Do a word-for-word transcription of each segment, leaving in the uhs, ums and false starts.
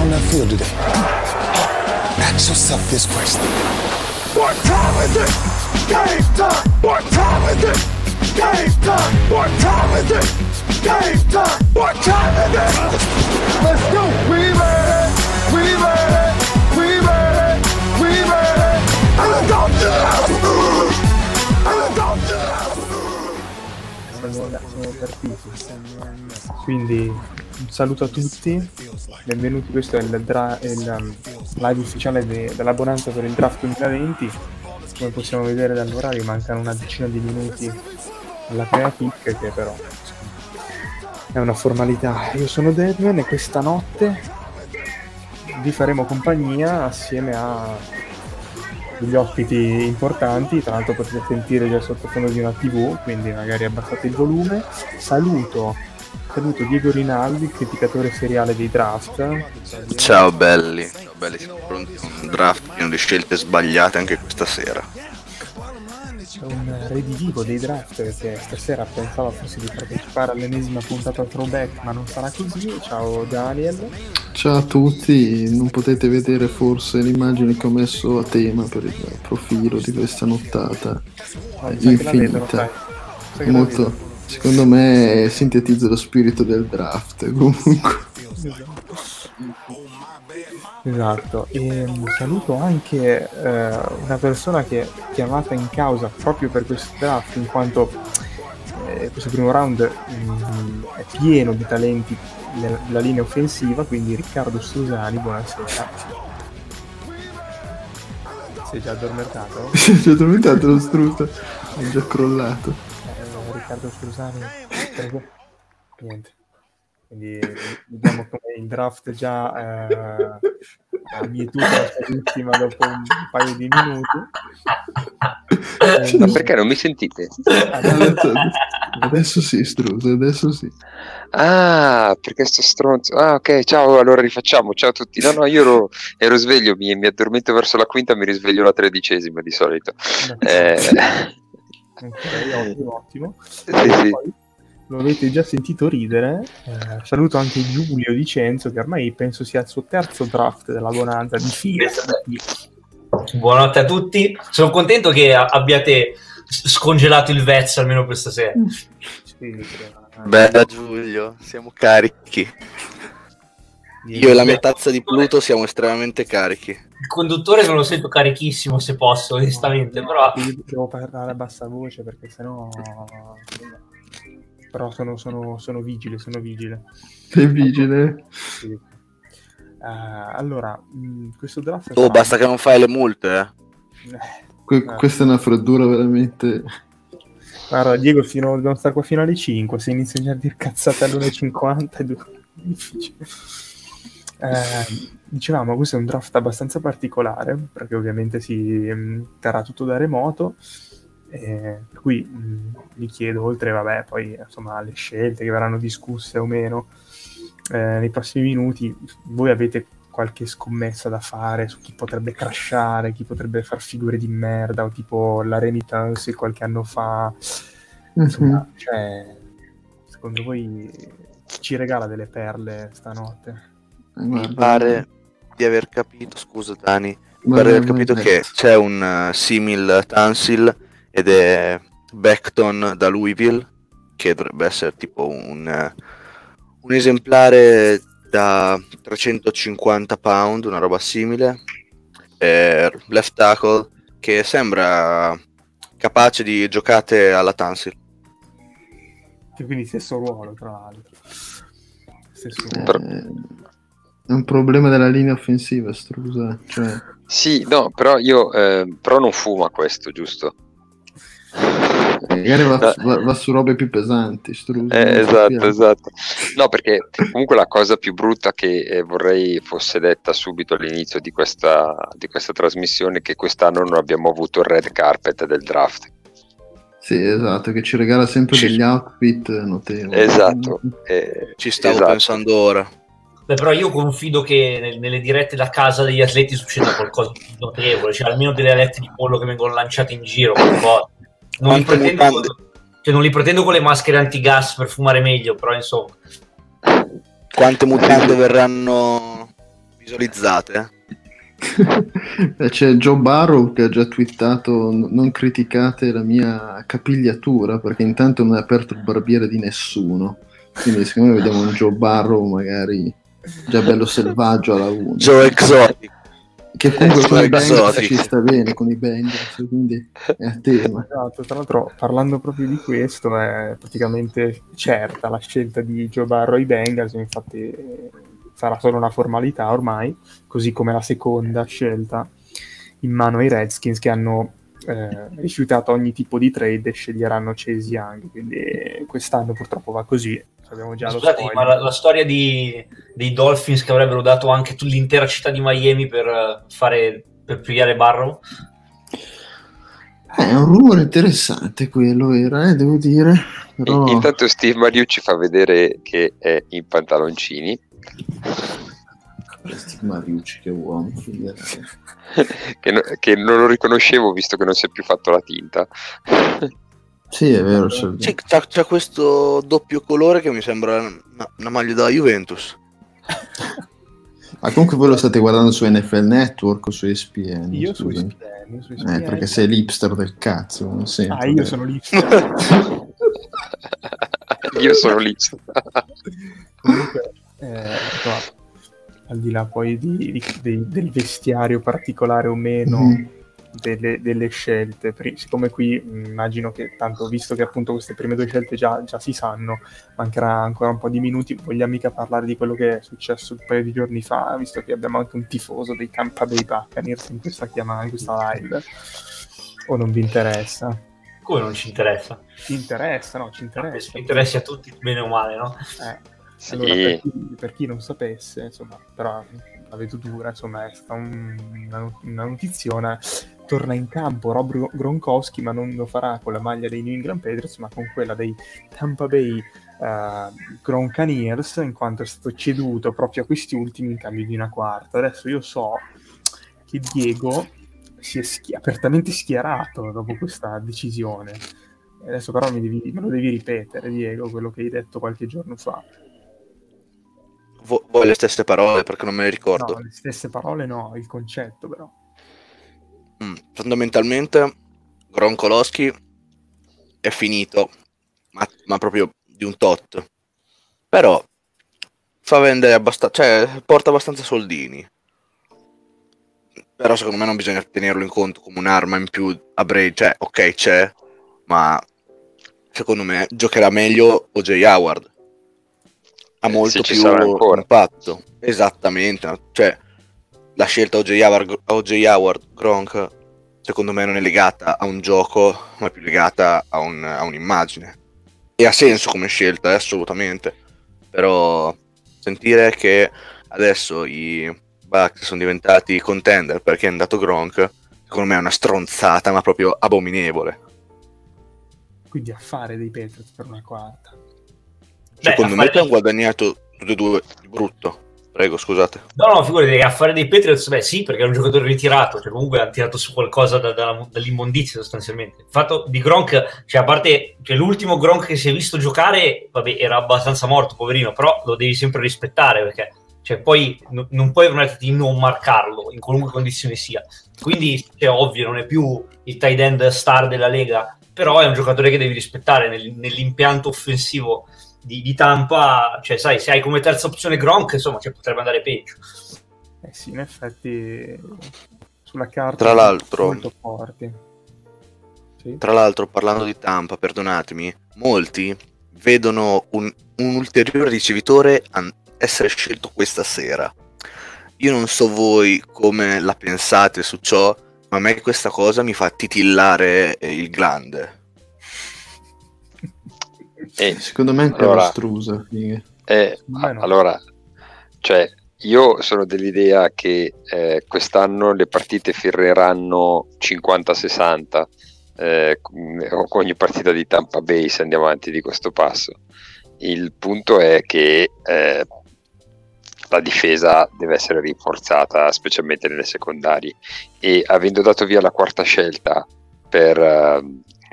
out on that field today? Ask yourself this question. What time is it? Game time! What time is it? Game time! What time is it? Game time! What time is it? Let's go! We ready! We ready! We ready! We ready! And let's go to the house! And let's go to the house! Siamo partiti. Quindi un saluto a tutti, benvenuti. Questo è il, dra- il um, live ufficiale de- dell'abbonanza per il draft duemilaventi. Come possiamo vedere dall'orario mancano una decina di minuti alla prima pick, che però è una formalità. Io sono Deadman e questa notte vi faremo compagnia assieme a degli ospiti importanti. Tra l'altro potete sentire già il sottofondo di una tivù, quindi magari abbassate il volume. Saluto saluto Diego Rinaldi, il criticatore seriale dei draft. Ciao belli, ciao belli, siamo pronti a un draft pieno di scelte sbagliate anche questa sera. C'è un redivivo dei draft, perché stasera pensavo forse di partecipare all'ennesima puntata throwback, ma non sarà così. Ciao Daniel. Ciao a tutti, non potete vedere forse l'immagine che ho messo a tema per il profilo di questa nottata No, infinita. Molto, secondo me sintetizza lo spirito del draft comunque. Esatto, e saluto anche eh, una persona che è chiamata in causa proprio per questo draft, in quanto eh, questo primo round mh, è pieno di talenti nella linea offensiva, quindi Riccardo Strusani, buonasera. Sei già addormentato? Si è già addormentato lo Strusa, è già crollato. Eh, Riccardo Strusani, prego. Niente. Quindi vediamo come il draft già eh, ha mietuto la sua vittima dopo un paio di minuti. Eh, ma perché non mi sentite? Adesso, adesso sì, Strusa, adesso sì. Ah, perché sto stronzo. Ah, ok, ciao, allora rifacciamo. Ciao a tutti. No, no, io ero, ero sveglio, mi, mi addormento verso la quinta, mi risveglio la tredicesima di solito. Eh... Ok, ottimo, ottimo. Sì, sì. Poi, lo avete già sentito ridere, eh, saluto anche Giulio Dicenzo, che ormai penso sia il suo terzo draft dell'abbonanza di fila. Buonanotte a tutti, sono contento che abbiate scongelato il Vez almeno questa sera. Sì, Bella Giulio, siamo carichi. Io e la mia tazza di Pluto siamo estremamente carichi. Il conduttore non lo sento carichissimo, se posso, onestamente, però... Devo parlare a bassa voce perché sennò... Però sono, sono, sono vigile, sono vigile. Sei vigile? Sì. Uh, allora, mh, questo draft... Oh, sarà... basta che non fai le multe, eh. Que- questa è una freddura veramente... Guarda, Diego, fino, dobbiamo stare qua fino alle cinque. Se inizi a dire cazzate alle uno e cinquanta è difficile. Eh, dicevamo, questo è un draft abbastanza particolare, perché ovviamente si mh, terrà tutto da remoto. Eh, per cui mh, vi chiedo, oltre vabbè poi insomma alle scelte che verranno discusse o meno eh, nei prossimi minuti, voi avete qualche scommessa da fare su chi potrebbe crashare, chi potrebbe far figure di merda, o tipo la Remittance qualche anno fa, insomma, mm-hmm. Cioè, secondo voi ci regala delle perle stanotte? Mi pare di aver capito, scusa Dani, mi pare di aver capito che c'è un uh, simil Tansil ed è Beckton da Louisville, che dovrebbe essere tipo un, uh, un esemplare da trecentocinquanta pound, una roba simile, per left tackle, che sembra capace di giocate alla Tansil. Che quindi stesso ruolo, tra l'altro. Stesso Eh, ruolo. È un problema della linea offensiva, Strusa. Cioè... Sì, no, però io eh, però non fuma questo, giusto? Magari va, va, va su robe più pesanti, Strusa. Eh, esatto, esatto. No, perché comunque la cosa più brutta che eh, vorrei fosse detta subito all'inizio di questa, di questa trasmissione è che quest'anno non abbiamo avuto il red carpet del draft. Sì, esatto, che ci regala sempre ci... degli outfit notevoli. Esatto. Eh, ci stavo esatto. pensando ora. Beh, però io confido che nel, nelle dirette da casa degli atleti succeda qualcosa di notevole, cioè almeno delle alette di pollo che vengono lanciate in giro, qualcosa. Non li, pretendo con, cioè non li pretendo con le maschere antigas per fumare meglio, però insomma. Quante mutande verranno visualizzate. C'è Joe Burrow che ha già twittato: non criticate la mia capigliatura perché intanto non è aperto il barbiere di nessuno, quindi secondo me vediamo un Joe Burrow magari già bello selvaggio alla uno, Joe Exotic, che comunque Joe con i Bengals Exotic. ci sta bene con i Bengals, quindi è a tema. Esatto, tra l'altro parlando proprio di questo è praticamente certa la scelta di Joe Burrow ai Bengals, infatti eh, sarà solo una formalità ormai, così come la seconda scelta in mano ai Redskins che hanno eh, rifiutato ogni tipo di trade e sceglieranno Chase Young, quindi quest'anno purtroppo va così. Abbiamo già lo Scusate, spoiler. ma la, la storia di, dei Dolphins che avrebbero dato anche tu l'intera città di Miami per fare per pigliare Burrow? È un rumore interessante quello, era, eh, devo dire. Però... Intanto Steve Mariucci fa vedere che è in pantaloncini. Steve Mariucci, che uomo. che, no, che non lo riconoscevo visto che non si è più fatto la tinta. Sì, è vero. C'è... Sì, c'ha, c'ha questo doppio colore che mi sembra una, una maglia da Juventus. Ma comunque voi lo state guardando su N F L Network o su E S P N? Io su E S scusami. P N, su E S P N. Eh, perché sei l'hipster del cazzo. Non sento, Ah, io beh. sono l'hipster. Io sono lì. Comunque, eh, no, al di là poi di, di- di- del vestiario particolare o meno Mhm. delle, delle scelte, pri- siccome qui mh, immagino che tanto visto che appunto queste prime due scelte già, già si sanno, mancherà ancora un po' di minuti, vogliamo mica parlare di quello che è successo un paio di giorni fa, visto che abbiamo anche un tifoso dei Tampa Bay Buccaneers in questa chiamata, in questa live, o non vi interessa? Come non ci interessa? Ci interessa, no? Ci interessa. Penso che interessi a tutti, bene o male, no? Eh. Sì. Allora, per chi, per chi non sapesse, insomma, però la vedo dura, insomma, è stata un- una, una notiziona. Torna in campo Rob Gro- Gronkowski, ma non lo farà con la maglia dei New England Patriots, ma con quella dei Tampa Bay uh, Gronkaneers, in quanto è stato ceduto proprio a questi ultimi in cambio di una quarta. Adesso io so che Diego si è schi- apertamente schierato dopo questa decisione. Adesso però mi devi- me lo devi ripetere, Diego, quello che hai detto qualche giorno fa. Vo- Voi le stesse parole perché non me le ricordo. No, le stesse parole no, il concetto però. Mm, fondamentalmente Gronkowski è finito, ma, ma proprio di un tot. Però fa vendere abbastanza, cioè porta abbastanza soldini. Però secondo me non bisogna tenerlo in conto come un'arma in più a Brady. Cioè, ok, c'è, ma secondo me giocherà meglio O J Howard. Ha Eh, molto se ci più sarà ancora. impatto. Esattamente. Cioè, la scelta O J Howard, O J Howard Gronk, secondo me non è legata a un gioco, ma è più legata a, un, a un'immagine. E ha senso come scelta, eh, assolutamente. Però sentire che adesso i Bucks sono diventati contender perché è andato Gronk, secondo me è una stronzata, ma proprio abominevole. Quindi a fare dei Patriots per una quarta. Beh, Secondo a me fare ti hanno dei- guadagnato tutti e due di brutto. Prego, scusate. No, no, figurati, a fare dei Patriots, beh sì, perché è un giocatore ritirato, cioè comunque ha tirato su qualcosa da- dalla- dall'immondizia sostanzialmente. Il fatto di Gronk, cioè a parte, cioè, l'ultimo Gronk che si è visto giocare, vabbè, era abbastanza morto, poverino, però lo devi sempre rispettare, perché cioè, poi n- non puoi permetterti di non marcarlo in qualunque condizione sia. Quindi è ovvio, non è più il tight end star della Lega, però è un giocatore che devi rispettare nel- nell'impianto offensivo di, di Tampa, cioè sai, se hai come terza opzione Gronk, insomma, cioè, potrebbe andare peggio. Eh sì, in effetti sulla carta Tra sono l'altro- molto forti. Sì. Tra l'altro, parlando di Tampa, perdonatemi, molti vedono un, un ulteriore ricevitore an- essere scelto questa sera. Io non so voi come la pensate su ciò, ma a me questa cosa mi fa titillare eh, il glande. Eh, Secondo me anche allora- la strusa. figa. Eh, Secondo me no. allora, cioè, io sono dell'idea che eh, quest'anno le partite firreranno cinquanta sessanta eh, con ogni partita di Tampa Bay se andiamo avanti di questo passo. Il punto è che eh, la difesa deve essere rinforzata, specialmente nelle secondarie, e avendo dato via la quarta scelta per, eh,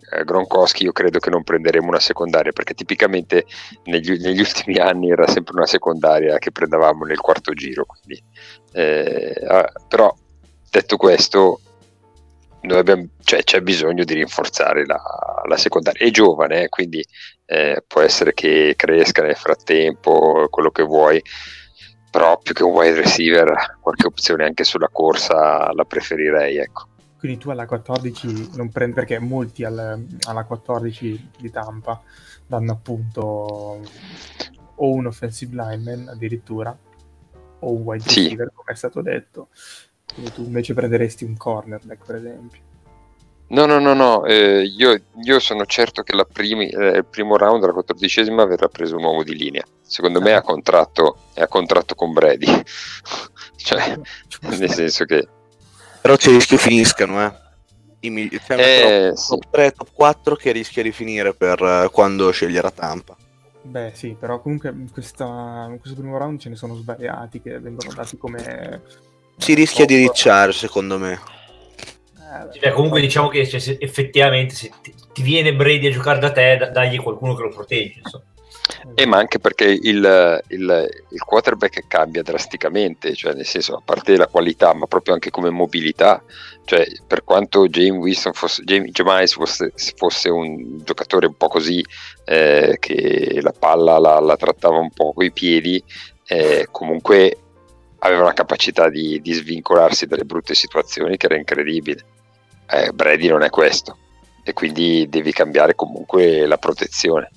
eh, Gronkowski io credo che non prenderemo una secondaria, perché tipicamente negli, negli ultimi anni era sempre una secondaria che prendevamo nel quarto giro, quindi, eh, però detto questo noi abbiamo, cioè, c'è bisogno di rinforzare la, la secondaria. È giovane, eh, quindi eh, può essere che cresca nel frattempo, quello che vuoi, però più che un wide receiver qualche opzione anche sulla corsa la preferirei, ecco. Quindi tu alla quattordici non prendi, perché molti al, alla quattordici di Tampa danno appunto o un offensive lineman addirittura o un wide Sì. receiver, come è stato detto. Quindi tu invece prenderesti un cornerback, per esempio. No, no, no, no, eh, io, io sono certo che la primi, eh, il primo round, la quattordicesima, verrà preso un uomo di linea. Secondo me è a contratto, è a contratto con Brady. Cioè, nel senso che... Però c'è il rischio finiscano, eh. I migli- c'è una Eh, top, sì. top tre, top quattro che rischia di finire per eh, quando sceglierà Tampa. Beh sì, però comunque in, questa, in questo primo round ce ne sono svariati che vengono dati come... Si rischia di top. ricciare, secondo me. Eh, Cioè, comunque diciamo che cioè, se effettivamente se ti, ti viene Brady a giocare da te, da, dagli qualcuno che lo protegge, insomma. Eh, ma anche perché il, il, il quarterback cambia drasticamente, cioè nel senso, a parte la qualità, ma proprio anche come mobilità. Cioè, per quanto James Winston fosse, James, Jameis fosse, fosse un giocatore un po' così, eh, che la palla la, la trattava un po' coi piedi, eh, comunque aveva la capacità di, di svincolarsi dalle brutte situazioni, che era incredibile. Eh, Brady non è questo, e quindi devi cambiare comunque la protezione.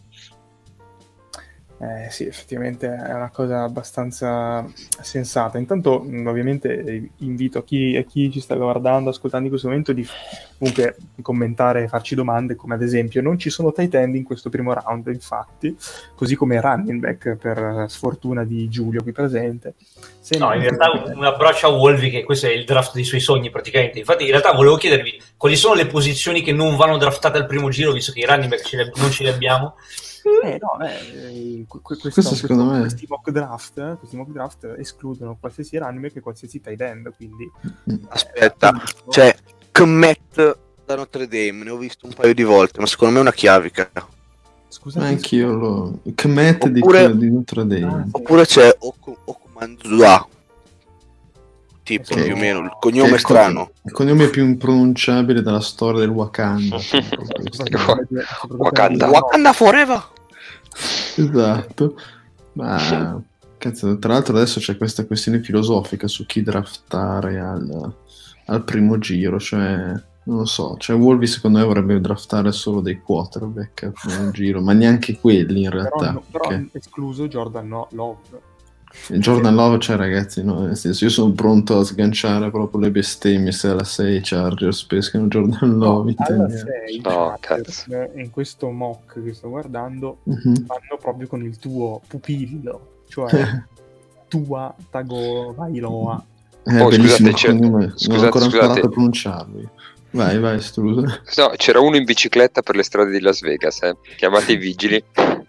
Eh, sì, effettivamente è una cosa abbastanza sensata. Intanto, mh, ovviamente, invito a chi, a chi ci sta guardando, ascoltando in questo momento, di comunque commentare e farci domande, come ad esempio, non ci sono tight end in questo primo round, infatti, così come running back, per sfortuna di Giulio qui presente. Se No, in realtà un, un abbraccio a Wolvi, che questo è il draft dei suoi sogni praticamente. Infatti in realtà volevo chiedervi quali sono le posizioni che non vanno draftate al primo giro, visto che i running back ce li, non ce li abbiamo. Eh, no, eh, que- que- questo, Questo secondo questo- me- questi mock draft, eh, questi mock draft escludono qualsiasi running back e qualsiasi tight end, quindi Aspetta, c'è Kmet da Notre Dame, ne ho visto un paio di volte, ma secondo me è una chiavica. Scusa, Ma anch'io lo... Kmet di, Oppure- di Notre Dame. Oppure c'è Ok- Okumanzua, tipo Ok. più o meno, il cognome Che è il co- strano. Il cognome più impronunciabile della storia del Wakanda. Wakanda. Wakanda Forever! Esatto. Ma cazzo, tra l'altro adesso c'è questa questione filosofica su chi draftare al, al primo giro, cioè non lo so, cioè Wolvi secondo me vorrebbe draftare solo dei quarterback al primo giro, ma neanche quelli in Però, realtà. no, però perché escluso Jordan no, Love. Jordan Love, cioè ragazzi, no, nel senso, io sono pronto a sganciare proprio le bestemmie se alla sei Chargers pescano Jordan Love. No, alla intendiamo. sei No, Chargers, in questo mock che sto guardando Mhm. vanno proprio con il tuo pupillo, cioè Tua Tago Vailoa. Eh, Oh, bellissimo scusate, c'è- cognome, non ho scusate, ancora scusate. imparato a pronunciarlo io. Vai, vai, Strusa. No, c'era uno in bicicletta per le strade di Las Vegas, eh. Chiamate i vigili.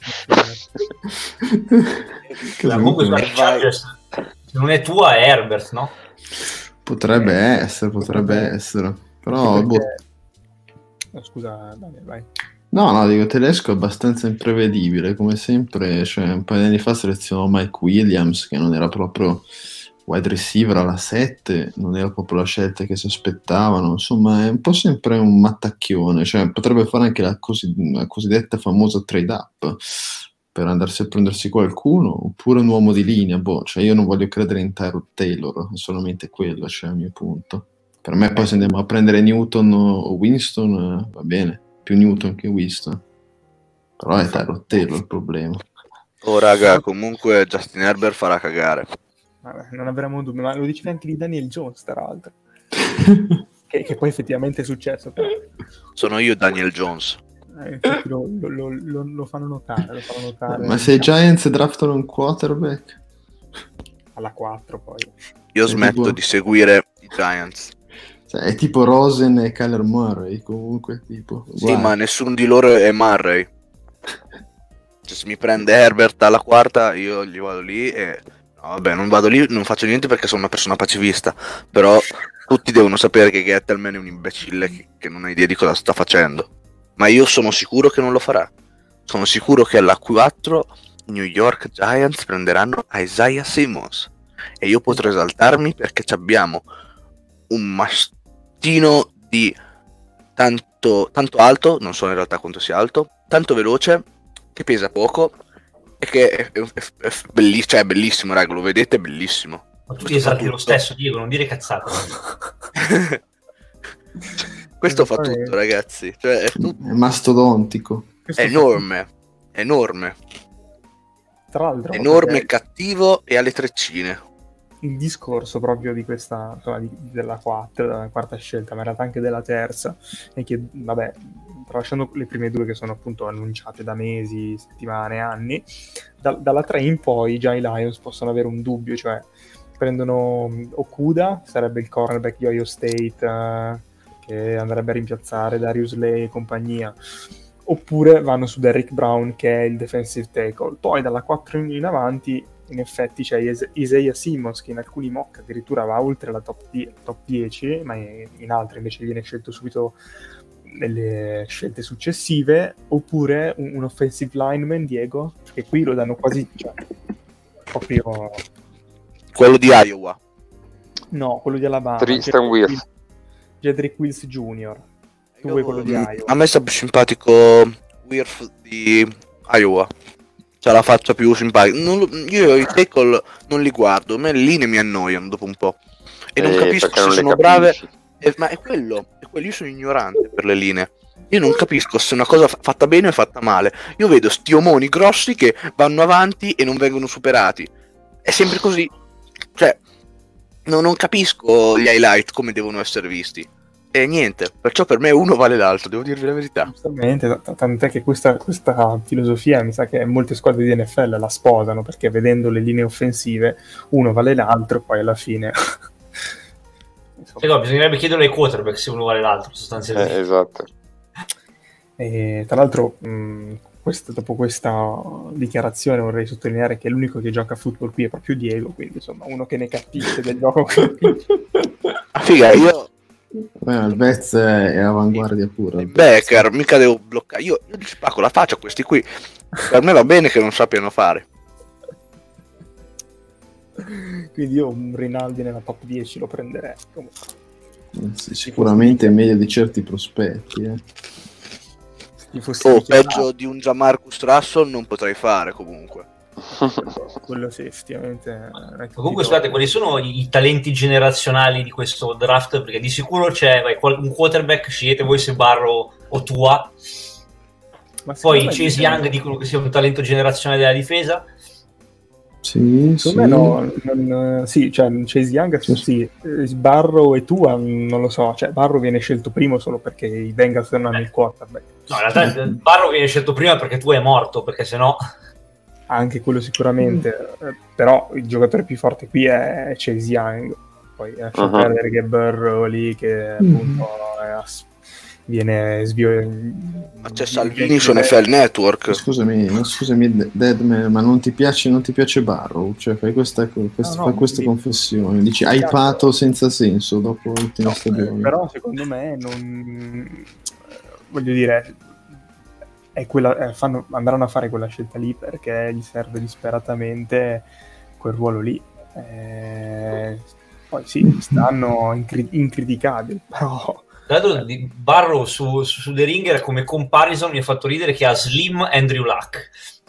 Esatto. Comunque vai. i Chargers, se non è tua è Herbert, no? Potrebbe essere, potrebbe essere. Però, Anche boh, perché- no, scusa, Daniel, vai. no, no, dico, tedesco è abbastanza imprevedibile, come sempre, cioè un paio di anni fa selezionò Mike Williams, che non era proprio wide receiver alla sette, non era proprio la scelta che si aspettavano, insomma è un po' sempre un mattacchione, cioè potrebbe fare anche la, cosi- la cosiddetta famosa trade up per andarsi a prendersi qualcuno, oppure un uomo di linea, boh, cioè io non voglio credere in Tyrod Taylor, è solamente quello, cioè il mio punto. Per me poi se andiamo a prendere Newton o Winston, eh, va bene, più Newton che Winston, però è Tyrod Taylor il problema. Oh raga, comunque Justin Herbert farà cagare. Vabbè, non avremo dubbi, ma lo dicevi anche di Daniel Jones, tra l'altro. che, che poi effettivamente è successo, però. Sono io Daniel Jones. Eh, infatti lo, lo- lo- lo- lo fanno notare, lo fanno notare Ma se i Giants draftano un quarterback, alla quattro poi. Io È smetto tipo- di seguire i Giants. cioè, è tipo Rosen e Kyler Murray, comunque, tipo. Sì, guarda. ma nessuno di loro è Murray. Cioè, se mi prende Herbert alla quarta, io gli vado lì e... No, vabbè, non vado lì, non faccio niente perché sono una persona pacifista. Però tutti devono sapere che Gettleman è un imbecille che, che non ha idea di cosa sta facendo. ma io sono sicuro che non lo farà. Sono sicuro che alla quattro New York Giants prenderanno Isaiah Simmons e io potrò esaltarmi perché abbiamo un mastino di tanto, tanto alto, non so in realtà quanto sia alto, tanto veloce, che pesa poco e che è, è, è, è bellissimo, cioè è bellissimo, raga, lo vedete, è bellissimo. Ma tu ti esalti lo stesso, Diego, non dire cazzate. Questo fa tutto, ragazzi, cioè è, tutto... è mastodontico, è enorme, è enorme, tra l'altro enorme, perché... cattivo e ha le treccine. Il discorso proprio di questa, insomma, di, della quattro, della quarta scelta, ma in realtà anche della terza, è che, vabbè, tralasciando le prime due che sono appunto annunciate da mesi, settimane, anni, da, dalla tre in poi già i Lions possono avere un dubbio, cioè prendono Okuda, sarebbe il cornerback di Ohio State, uh, che andrebbe a rimpiazzare Darius Slay e compagnia, oppure vanno su Derrick Brown, che è il defensive tackle. Poi dalla quattro in avanti in effetti c'è Is- Isaiah Simmons, che in alcuni mock addirittura va oltre la top, die- top dieci, ma in altri invece viene scelto subito nelle scelte successive, oppure un, un offensive lineman, Diego, che qui lo danno quasi, cioè, proprio... Quello di Iowa. No, quello di Alabama. Tristan Wirfs. Jedrick Wills Junior Tu vuoi quello di Iowa? A me sta più simpatico Wirfs di Iowa. C'ha la faccia più simpatica. Non, io i tackle non li guardo, a me le linee mi annoiano dopo un po'. E non eh, capisco se non sono brave. Eh, ma è quello, è quello, io sono ignorante per le linee. Io non capisco se una cosa fatta bene o fatta male. Io vedo sti omoni grossi che vanno avanti e non vengono superati. È sempre così. Cioè, no, non capisco gli highlight come devono essere visti. E niente, perciò per me uno vale l'altro, devo dirvi la verità. Giustamente, t- tant'è che questa, questa filosofia mi sa che molte squadre di N F L la sposano, perché vedendo le linee offensive uno vale l'altro, poi alla fine... Cioè, no, bisognerebbe chiedere ai quarterback se uno vale l'altro, sostanzialmente. Eh, esatto. E, tra l'altro, mh, questo, dopo questa dichiarazione vorrei sottolineare che l'unico che gioca a football qui è proprio Diego, quindi insomma uno che ne capisce del gioco. Ah, figa, io... Beh, il Vez è avanguardia pura. Becker, mica devo bloccare. Io, io gli spacco la faccia a questi qui. Per me va bene che non sappiano fare. Quindi io un Rinaldi nella top dieci lo prenderei. Sì, sicuramente è meglio di certi prospetti. Eh. Oh, peggio di un Jamarcus Russell non potrei fare comunque. Quello sì, effettivamente. Comunque scusate, quali sono i, i talenti generazionali di questo draft? Perché di sicuro c'è vai, un quarterback, scegliete voi se Barrow o Tua. Ma poi Chase Young dicono che sia un talento generazionale della difesa. Sì, sì. Me no, non, sì, cioè Chase Young sì, sì. Barrow e Tua non lo so, cioè Barrow viene scelto primo solo perché i Bengals non hanno il quarterback. No, in realtà Barrow viene scelto prima perché Tua è morto, perché sennò anche quello sicuramente, mm. però il giocatore più forte qui è Chase Young, poi lascia uh-huh. perdere che Burrow lì che appunto mm. è, viene svio... ma c'è Salvini su N F L Network. Scusami, no, scusami Deadman, ma non ti piace non ti piace Barrow? Cioè fai questa, questa, no, no, fai questa ti... confessione, dici hai pato senza senso dopo l'ultima no, stagione. Però secondo me non voglio dire è quella, eh, fanno, andranno a fare quella scelta lì perché gli serve disperatamente quel ruolo lì. Eh, poi sì, stanno incri- incriticabili, però... Tra l'altro di Barrow su, su, su The Ringer come comparison mi ha fatto ridere che ha Slim Andrew Luck.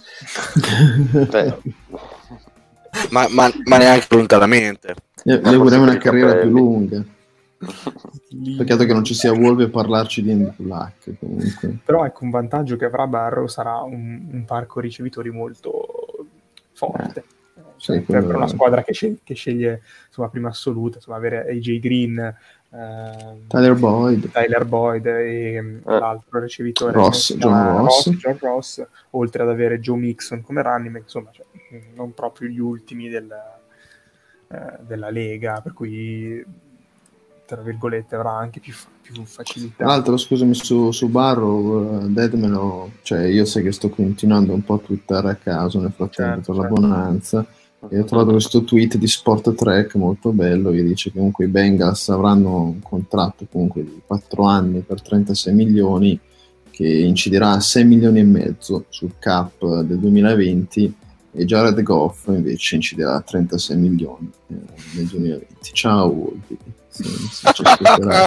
ma, ma, ma neanche lontanamente. Le auguriamo una carriera più lunga. Peccato che non ci sia Wolve a parlarci di Andrew Luck comunque. Però ecco, un vantaggio che avrà Barrow sarà un, un parco ricevitori molto forte. Eh. Cioè, sì, per una squadra che sceglie, che sceglie insomma, prima assoluta, insomma, avere A J Green, eh, Tyler Boyd, Tyler Boyd e eh. l'altro ricevitore Ross, John Ross. Ross, John Ross, oltre ad avere Joe Mixon come running back, insomma, cioè, non proprio gli ultimi del, eh, della Lega, per cui tra virgolette avrà anche più, più facilità. Tra l'altro, scusami, su, su Barrow, uh, Deadmelo, cioè io sai che sto continuando un po' a twittare a caso nel frattempo certo, per certo. la bonanza. E ho trovato questo tweet di Sport Trek molto bello che dice che comunque i Bengals avranno un contratto comunque di quattro anni per trentasei milioni che inciderà sei milioni e mezzo sul cap del duemilaventi, e Jared Goff invece inciderà trentasei milioni eh, nel duemilaventi. Ciao Wolvi, se, se ci ascolterai.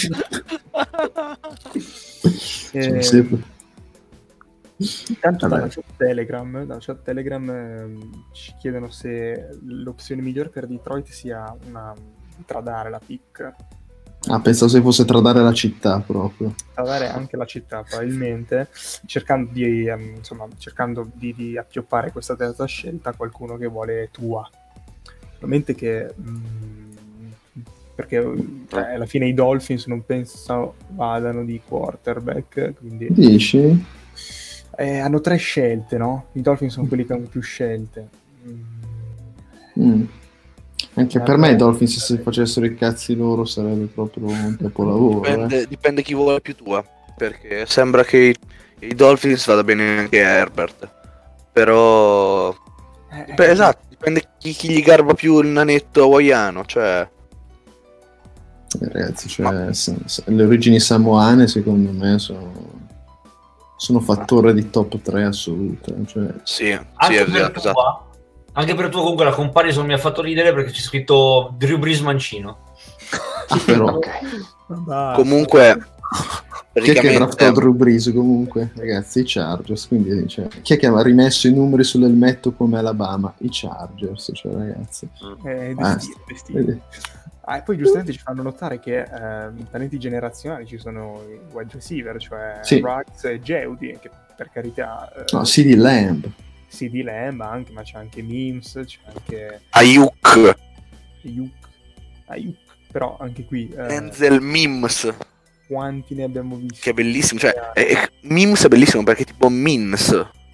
Eh, sempre... Intanto Vabbè. dalla chat Telegram, dalla chat Telegram ehm, ci chiedono se l'opzione migliore per Detroit sia una tradare la pick, Ah, pensavo se fosse tradare la città proprio. tradare anche la città probabilmente, cercando di ehm, insomma cercando di, di appioppare questa terza scelta a qualcuno che vuole Tua. Solamente che mh, perché cioè, alla fine i Dolphins non penso vadano di quarterback, quindi Dici? Eh, hanno tre scelte, no? I Dolphins sono quelli che hanno più scelte. Mm. Mm. Anche per Vabbè. me i Dolphins, se facessero i cazzi loro, sarebbe proprio un capolavoro. Dipende, eh. dipende chi vuole più Tua, perché sembra che i, i Dolphins vada bene anche a Herbert, però Eh, Beh, esatto, dipende chi, chi gli garba più il nanetto hawaiano, cioè Eh, Ragazzi, cioè, se- se- le origini samoane secondo me sono, sono fattore di top tre assoluto. Cioè, sì, sì, Anche per esatto, tua, esatto. anche per tua comunque la comparison mi ha fatto ridere perché c'è scritto Drew Brees mancino. ah, però, basta. Comunque chi è che praticamente draftò Drew Brees comunque? Ragazzi, i Chargers. Quindi, cioè, chi è che ha rimesso i numeri sull'elmetto come Alabama? I Chargers, cioè, ragazzi. Eh, Basta. destino, destino. Ah, e poi giustamente ci fanno notare che eh, in talenti generazionali ci sono i wide receiver, cioè Sì. Ruggs e Jeudy, che per carità eh, No, CeeDee Lamb. C D Lamb anche, ma c'è anche Mims, c'è anche Ayuk, Ayuk, Ayuk. Però anche qui eh, Denzel Mims, quanti ne abbiamo visti? che è bellissimo, cioè è, è- Mims è bellissimo perché è tipo Mins,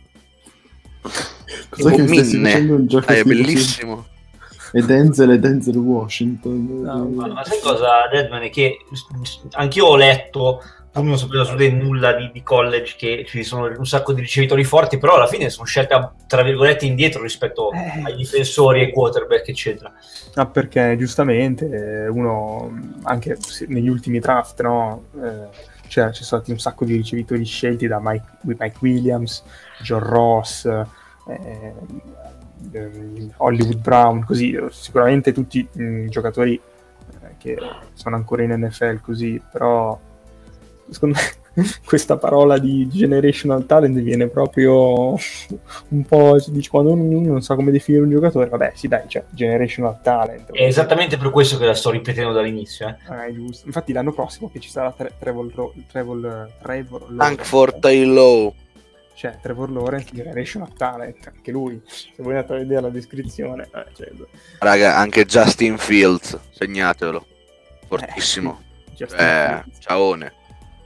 Cos'è che mi stai Minne. facendo un gioco Eh, è tipo bellissimo. E Denzel e Denzel Washington. No, Ma, ma sai cosa, Deadman? È che anch'io ho letto, pur non sapevo assolutamente nulla di, di college, che ci sono un sacco di ricevitori forti, però alla fine sono scelte tra virgolette indietro rispetto Eh. ai difensori, ai quarterback, eccetera. Ah, perché giustamente eh, uno anche se- negli ultimi draft, no? Eh, cioè, ci sono stati un sacco di ricevitori scelti da Mike, Mike Williams, John Ross, eh, ehm, Hollywood Brown, così sicuramente tutti mh, giocatori eh, che sono ancora in N F L così, però secondo me questa parola di generational talent viene proprio un po', si dice, quando uno non sa come definire un giocatore, vabbè sì dai, cioè generational talent. È esattamente per questo che la sto ripetendo dall'inizio. Eh. Ah, è giusto. Infatti l'anno prossimo che ci sarà tre- Trevor, Ro- Trevor, Trevor Lawrence, Anche for Taylor. cioè Trevor Lawrence generational talent, anche lui, se voi andate a vedere la descrizione, eh, cioè, Raga, anche Justin Fields, segnatelo, fortissimo. Justin Eh, Fields. ciaone.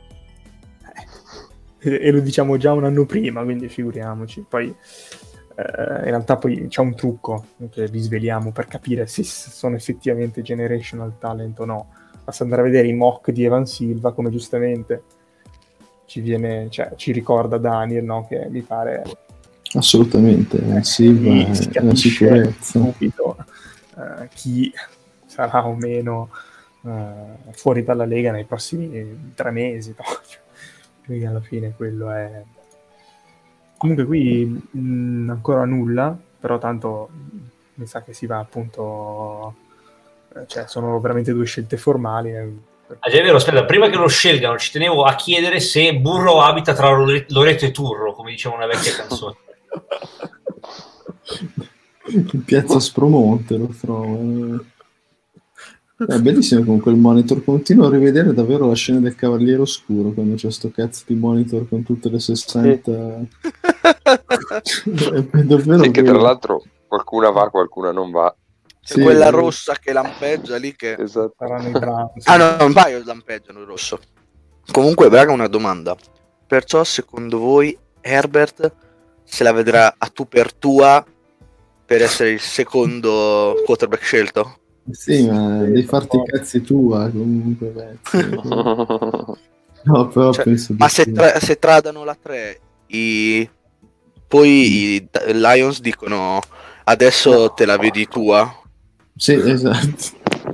E, e lo diciamo già un anno prima, quindi figuriamoci. Poi eh, in realtà poi c'è un trucco che vi sveliamo per capire se s- sono effettivamente generational talent o no. Basta andare a vedere i mock di Evan Silva, come giustamente ci viene, cioè ci ricorda Daniel, no? Che mi pare Assolutamente, eh, Silva lì è si una capisce sicurezza. subito eh, chi sarà o meno eh, fuori dalla Lega nei prossimi tre mesi, no? Quindi alla fine quello è. Comunque qui mh, ancora nulla, però tanto mh, mi sa che si va appunto, eh, cioè sono veramente due scelte formali. eh, per- Ah, già è vero, aspetta, prima che lo scelgano ci tenevo a chiedere se Burro abita tra Lore- Loreto e Turro, come diceva una vecchia canzone. In piazza Spromonte lo trovo. È bellissimo comunque il monitor. Continuo a rivedere davvero la scena del Cavaliere Oscuro quando c'è sto cazzo di monitor con tutte le sessanta. È davvero Sì, che tra bello. l'altro qualcuna va, qualcuna non va. C'è Sì, quella eh. rossa che lampeggia lì che... Esatto. Saranno i Browns. Ah no, un paio lampeggiano il rosso. Comunque, raga, una domanda. Perciò, secondo voi, Herbert se la vedrà a tu per tua per essere il secondo quarterback scelto? Sì, ma devi farti i cazzi tua comunque. Beh, no, però Cioè, penso di ma se, sì. tra- se tradano la tre, i... poi i D- Lions dicono adesso te la vedi tua? Sì, esatto.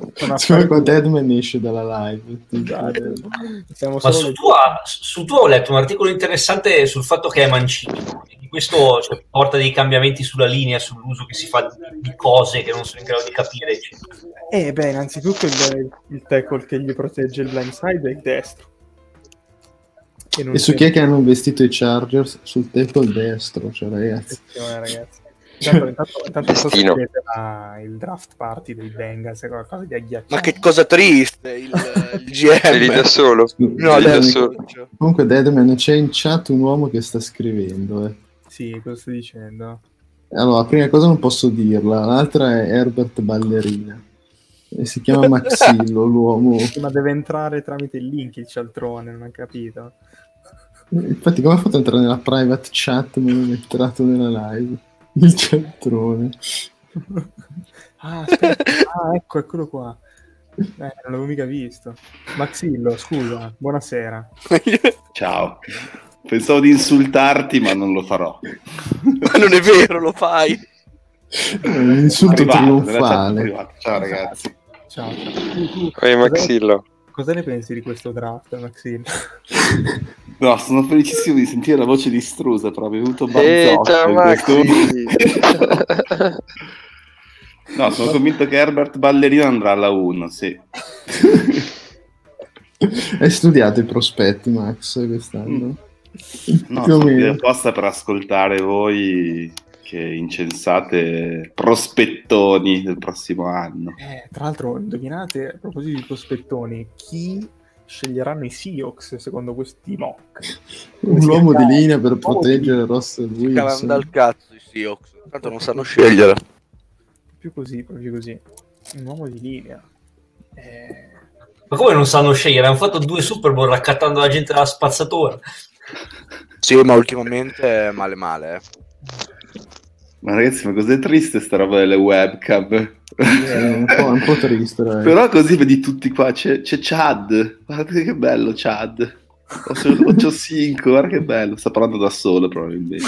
Secondo qua Deadman esce dalla live. Siamo Ma solo su le- tua, su tua ho letto un articolo interessante sul fatto che è mancino. E di questo cioè, porta dei cambiamenti sulla linea, sull'uso che si fa di, di cose che non sono in grado di capire, eccetera. Eh beh, innanzitutto il, il tackle che gli protegge il blindside è il destro. E, non E su c'è- chi è che hanno investito i Chargers? Sul tackle destro, cioè ragazzi. Attenzione, ragazzi. Intanto, intanto, intanto non so se Destino. vedete la- il draft party dei Bengals è qualcosa di agghiacciante. Ma che cosa triste, il, il G È lì da M. solo. No, È lì da adesso- solo. Comunque Deadman, c'è in chat un uomo che sta scrivendo. Eh. Sì, cosa stai dicendo? Allora, prima cosa non posso dirla, l'altra è Herbert Ballerina. E si chiama Maxillo, l'uomo. Ma deve entrare tramite il link il cialtrone, non ho capito. Infatti, come ha fatto a entrare nella private chat ma non è entrato nella live? Il cialtrone. Ah, aspetta. Ah, ecco, eccolo qua. Eh, non l'avevo mica visto. Maxillo, scusa, buonasera. Ciao. Pensavo di insultarti, ma non lo farò. Ma non è vero, lo fai. È un insulto Privato, nella chat trionfale. privata. Ciao ragazzi. Ciao. Tu, tu, Ehi cosa- Maxillo. Cosa ne pensi di questo draft, Maxillo? No, sono felicissimo di sentire la voce di Strusa, però mi è venuto Ehi, Barzotto ciao in Maxi. questo- No, sono convinto che Herbert Ballerino andrà alla uno, sì. Hai studiato i prospetti, Max, quest'anno? No, Più o sono qui meno. apposta per ascoltare voi che incensate prospettoni del prossimo anno. Eh, tra l'altro, indovinate, a proposito di prospettoni, chi sceglieranno i Seahawks secondo questi mock? Un uomo di linea per Uomo di proteggere linea. Russell Cavano Wilson. dal cazzo i Seahawks. Tanto non sanno scegliere. Più così, proprio così. Un uomo di linea. Eh, Ma come non sanno scegliere? Hanno fatto due Super Bowl raccattando la gente dalla spazzatura. Sì, ma ultimamente male male. Eh. Ma ragazzi, ma cos'è triste sta roba delle webcam? È un po', un po' triste, ragazzi. Però così vedi tutti qua, c'è, c'è Chad, guardate che bello Chad. Ho c'ho cinque, guarda che bello, sta parlando da solo probabilmente.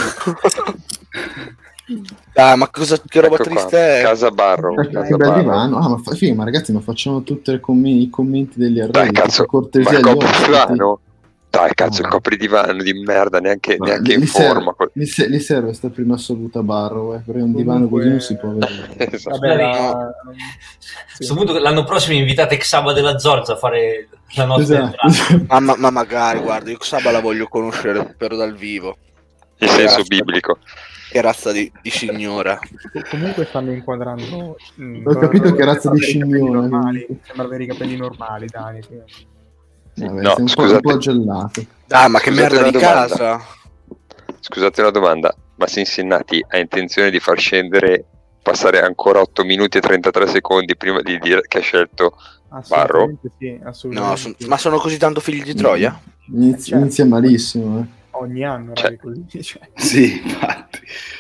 Dai, ma cosa, che roba Ecco qua, triste è? Casa Barro. Eh, Casa che bel Barro. divano. Ah, ma, fa- figa, ma ragazzi, ma facciamo tutti i commenti, i commenti degli Dai arredi, cazzo, per cortesia ma il agli ospiti. copridivano. Dai cazzo, il No. copridivano di merda, neanche, Ma neanche gli in serve- forma. quel- Gli, se- gli serve sta prima assoluta Barrow, eh, perché un divano Comunque- così non si può vedere. Esatto. vabbè, la- A sì. questo punto l'anno prossimo invitate Xaba della Zorza a fare la notte del Esatto. draft. Ma, ma- ma magari, guarda, io Xaba la voglio conoscere però dal vivo. In senso Grazie. biblico. Che razza di, di signora. Comunque stanno inquadrando. mm, Ho capito che razza di sembra avere i capelli scimmione, normali. quindi. Sembra avere i capelli normali, Dani. Vabbè, No, sei un, po', scusate. un po' gelato. Dai, ma che Scusate merda la di domanda. casa. Scusate una domanda, ma Cincinnati ha intenzione di far scendere, passare ancora otto minuti e trentatré secondi prima di dire che ha scelto Assolutamente sì, assolutamente No, son- sì. ma sono così tanto figli di Troia? Inizia, certo. inizia malissimo. Eh. Ogni anno Cioè- raga, così. Cioè. Sì, infatti.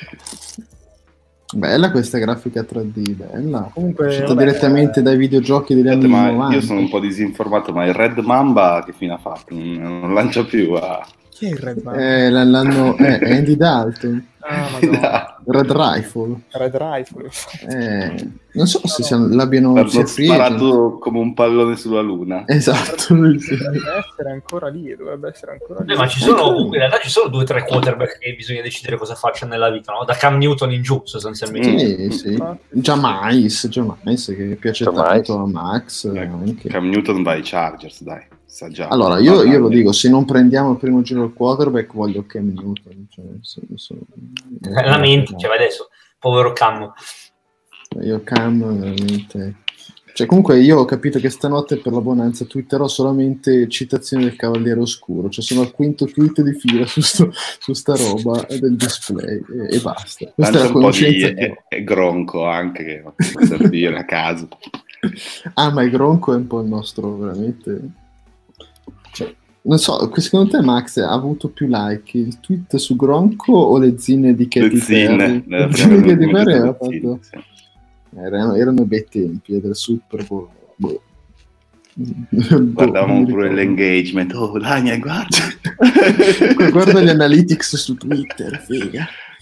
Bella questa grafica tre D, bella. Comunque, Uscita vabbè, direttamente dai videogiochi degli anni Scusate, ma novanta. io sono un po' disinformato, ma il Red Mamba che fine ha fatto? Non, non lancia più a... Chi è il Red Man? Eh, l- l'hanno... eh, Andy Dalton. Ah, madonna. Red Rifle. Red Rifle. Eh, non so se siano- l'abbiano L'hanno sia free agent. sparato come un pallone sulla luna. Esatto, lui sì. Dovrebbe essere ancora lì, dovrebbe essere ancora lì. Eh, ma ci sono comunque in realtà ci sono due o tre quarterback che bisogna decidere cosa facciano nella vita, no? Da Cam Newton in giù sostanzialmente. Sì, sì. Giamais, Giamais che piace Giamais. tanto a Max. anche. Cam Newton va ai Chargers, dai. Sa già. Allora, io, io lo dico, se non prendiamo il primo giro il quarterback, voglio Cam Newton. Cioè, se- se- Eh, Lamenti, cioè adesso, povero Cam. Io Cam veramente... Cioè, comunque io ho capito che stanotte per l'abbonanza twitterò solamente citazioni del Cavaliere Oscuro, cioè sono al quinto tweet di fila su, sto, su sta roba del display e, e basta. Questa è Lancia la un po' di conoscenza. e, e Gronco anche, che può servire a caso. Ah, ma il Gronco è un po' il nostro, veramente... Cioè, non so, secondo te Max ha avuto più like il tweet su Gronco o le zinne di Katy Le zinne. Perry? Le Le zinne di Katy prime Perry le aveva zinne, fatto... sì. Erano, erano bei tempi eh, del Super Bowl. Boh. Guardavamo Boh, pure mi ricordo. l'engagement. Oh, Daniel, guarda. Guarda gli analytics su Twitter, figa.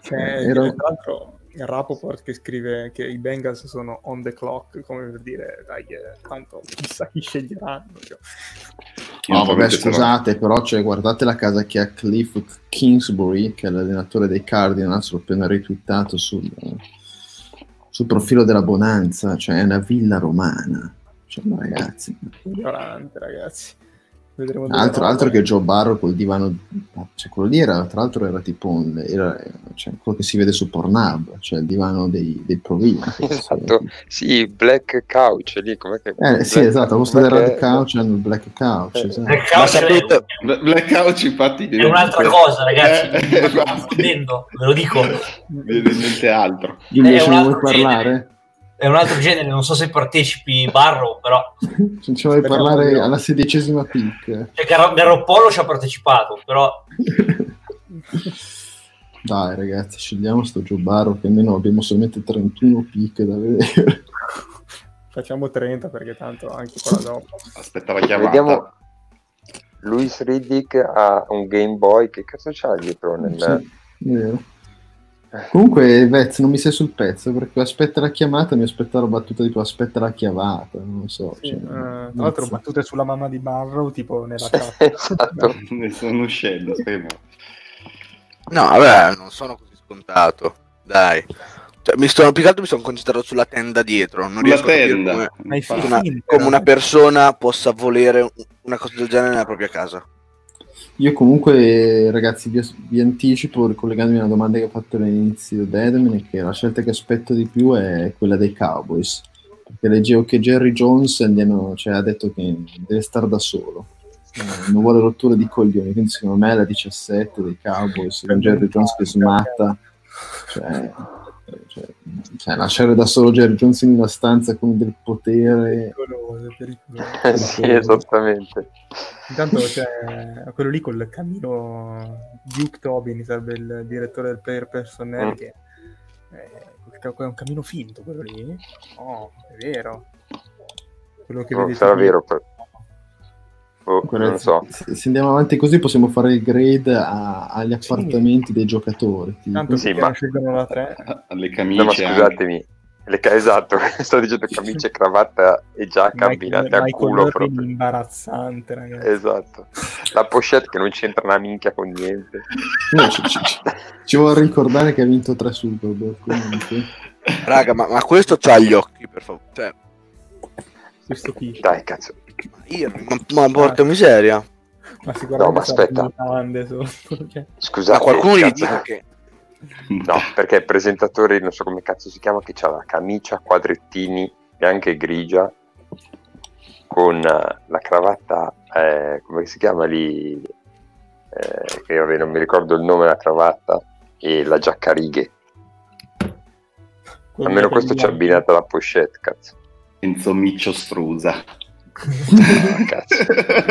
C'è Era- tra l'altro Rapoport che scrive che i Bengals sono on the clock, come per dire, dai, eh, tanto chissà chi sceglieranno. Cioè. No, vabbè, Ovviamente però- scusate, però cioè, guardate la casa che ha Cliff Kingsbury, che è l'allenatore dei Cardinals, l'ho appena retweetato sul, sul profilo della Bonanza, cioè è una villa romana. Cioè, ma ragazzi, Ignorante, ragazzi. Vedremo dove altro, va. altro che Joe Burrow col divano, cioè quello lì era, tra l'altro era tipo un, era, cioè, quello che si vede su Pornhub, cioè il divano dei, dei provini. Esatto, sì, Black Couch lì, com'è che... Eh, sì, Black- esatto, al posto del com'è Red che- Couch hanno il Black Couch, Eh, esatto. Black Ma Couch sapete, Bla- Blackout infatti è, è un'altra viene- cosa, ragazzi. Eh, mi sto infatti. confondendo, ve lo dico. Viene in mente altro. Invece è un non vuoi altro parlare? genere. È un altro genere, non so se partecipi Barrow, però Non ci vuoi Speriamo parlare di no. alla sedicesima pick? cioè, Gar- Garoppolo ci ha partecipato, però Dai ragazzi, scegliamo sto Joe Burrow che almeno abbiamo solamente trentuno pick da vedere. Facciamo trenta perché tanto anche quella dopo. Aspetta la chiamata. Vediamo. Luis Riddick ha un Game Boy, che cazzo c'ha dietro nel... Sì, è vero. Comunque Vez non mi sei sul pezzo perché aspetta la chiamata, mi aspettavo la battuta tipo aspetta la chiamata, non lo so. Sì, cioè, eh, tra non l'altro so. battute sulla mamma di Barrow tipo nella chat. Esatto. Ne stanno uscendo, speriamo. no, vabbè, non sono così scontato. Dai. Cioè, mi sto, più che altro mi sono concentrato sulla tenda dietro. Non Sulla riesco a capire tenda. come, Ma i Infatti. una, film, come una persona possa volere un- una cosa del genere nella propria casa. Io comunque ragazzi vi, vi anticipo ricollegandomi a una domanda che ho fatto all'inizio da Edmund, che la scelta che aspetto di più è quella dei Cowboys, perché leggevo che Jerry Jones andiamo, cioè, ha detto che deve stare da solo, eh, non vuole rotture di coglioni, quindi secondo me la diciassette dei Cowboys con Jerry Jones che smatta, cioè, cioè, cioè lasciare da solo Jerry Jones in una stanza con del potere. pericoloso, pericoloso. Eh, sì, esattamente. Intanto c'è quello lì col cammino, Duke Tobin sarebbe il direttore del player personnel, Mm. che è, è un cammino finto quello lì. Oh, è vero. Quello che Non vedete sarà lì. vero, per... oh, Guarda, non so. se, se andiamo avanti così possiamo fare il grade a- agli appartamenti dei giocatori. tipo. Tanto Sì, sì, ma- scelgono la tre. Alle camicie. No, ma anche. scusatemi, le ca- esatto, sto dicendo camicia e cravatta e giacca abbinate a Michael culo Irvin proprio. imbarazzante, ragazzi. Esatto. La pochette che non c'entra una minchia con niente. No, ci, ci, ci- ci vuole ricordare che ha vinto tre Super Bowl comunque. Raga, ma, ma questo c'ha gli occhi, per favore. Cioè, Questo qui. Dai, cazzo. ma, io, ma, ma porca miseria. Ma sicuramente No, ma sarà aspetta. mutande sotto, cioè. Scusate. Ma qualcuno gli cazzo. dica che... No, perché il presentatore, non so come cazzo si chiama, che c'ha la camicia a quadrettini bianca e grigia con eh, la cravatta, eh, come si chiama lì, eh, che vabbè, non mi ricordo il nome della cravatta, e la giacca a righe. Quello Almeno che questo gli ci ha dà- abbinato la pochette, cazzo. Enzo Miccio Strusa. Ah, cazzo.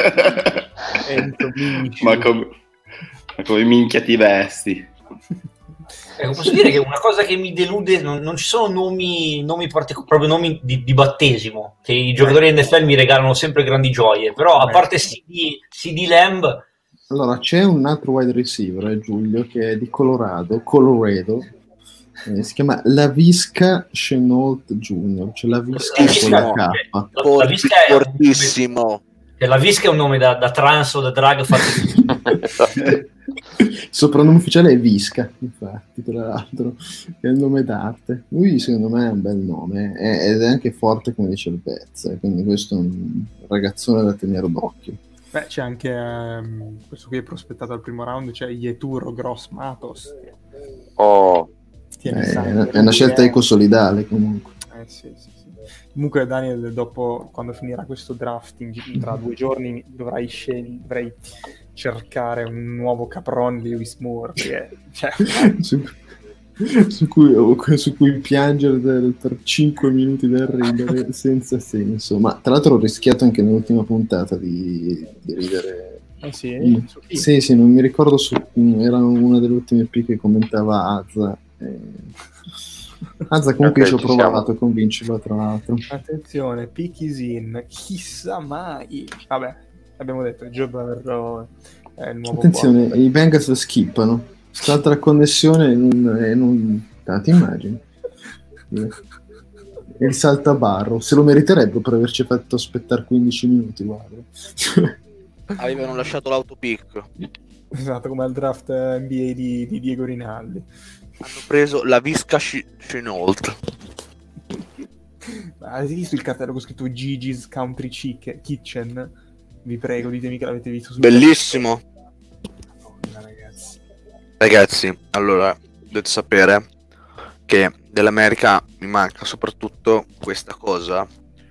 Enzo Minci. ma, come, ma come minchia ti vesti? Ecco, posso dire che una cosa che mi delude, non, non ci sono nomi, nomi partic- proprio nomi di, di battesimo, che i giocatori N F L mi regalano sempre grandi gioie, però a Beh. parte C D, C D Lamb, Allora, c'è un altro wide receiver, eh, Giulio, che è di Colorado, Colorado, eh, si chiama Laviska Shenault Junior, cioè Laviska con la Fortissimo. K. la, la Forti- Visca è un, fortissimo. la Visca è un nome da, da trans o da drag fatto Il soprannome ufficiale è Visca, infatti, tra l'altro, è il nome d'arte. Lui secondo me è un bel nome eh, ed è anche forte come dice il Bez, eh, quindi questo è un ragazzone da tenere d'occhio. Beh, c'è anche ehm, questo qui è prospettato al primo round, c'è Yeturo Gross Matos. che Oh, tiene Eh, sangue, è una scelta eh. ecosolidale comunque. Eh, sì, sì, sì. Comunque Daniel, dopo, quando finirà questo drafting, tra due giorni dovrai scegliere, dovrai cercare un nuovo capron di Lewis Moore, che, cioè, su, su cui, su cui piangere del- per cinque minuti del ridere senza senso. Ma tra l'altro ho rischiato anche nell'ultima puntata di, di ridere. eh sì, Mm. su chi? Sì, sì, non mi ricordo su, era una delle ultime P che commentava Azza. Eh. Azza comunque Ok, ci ho ci provato siamo. a convincerlo, tra l'altro. Attenzione, pick is in, chissà mai. Vabbè, abbiamo detto, Joe Burrow è il nuovo Attenzione, quarterback. i Bengals skippano. stata la connessione in un, in un... Ah, ti immagini? E il saltabarro se lo meriterebbero per averci fatto aspettare quindici minuti, guarda. Avevano lasciato l'autopick. Esatto, come al draft N B A di, di Diego Rinaldi. Hanno preso la Visca Chenault. Avete visto il cartello con scritto Gigi's Country Chic- Kitchen? Vi prego, ditemi che l'avete visto sul Bellissimo. Madonna, ragazzi. Ragazzi, allora dovete sapere che dell'America mi manca soprattutto questa cosa,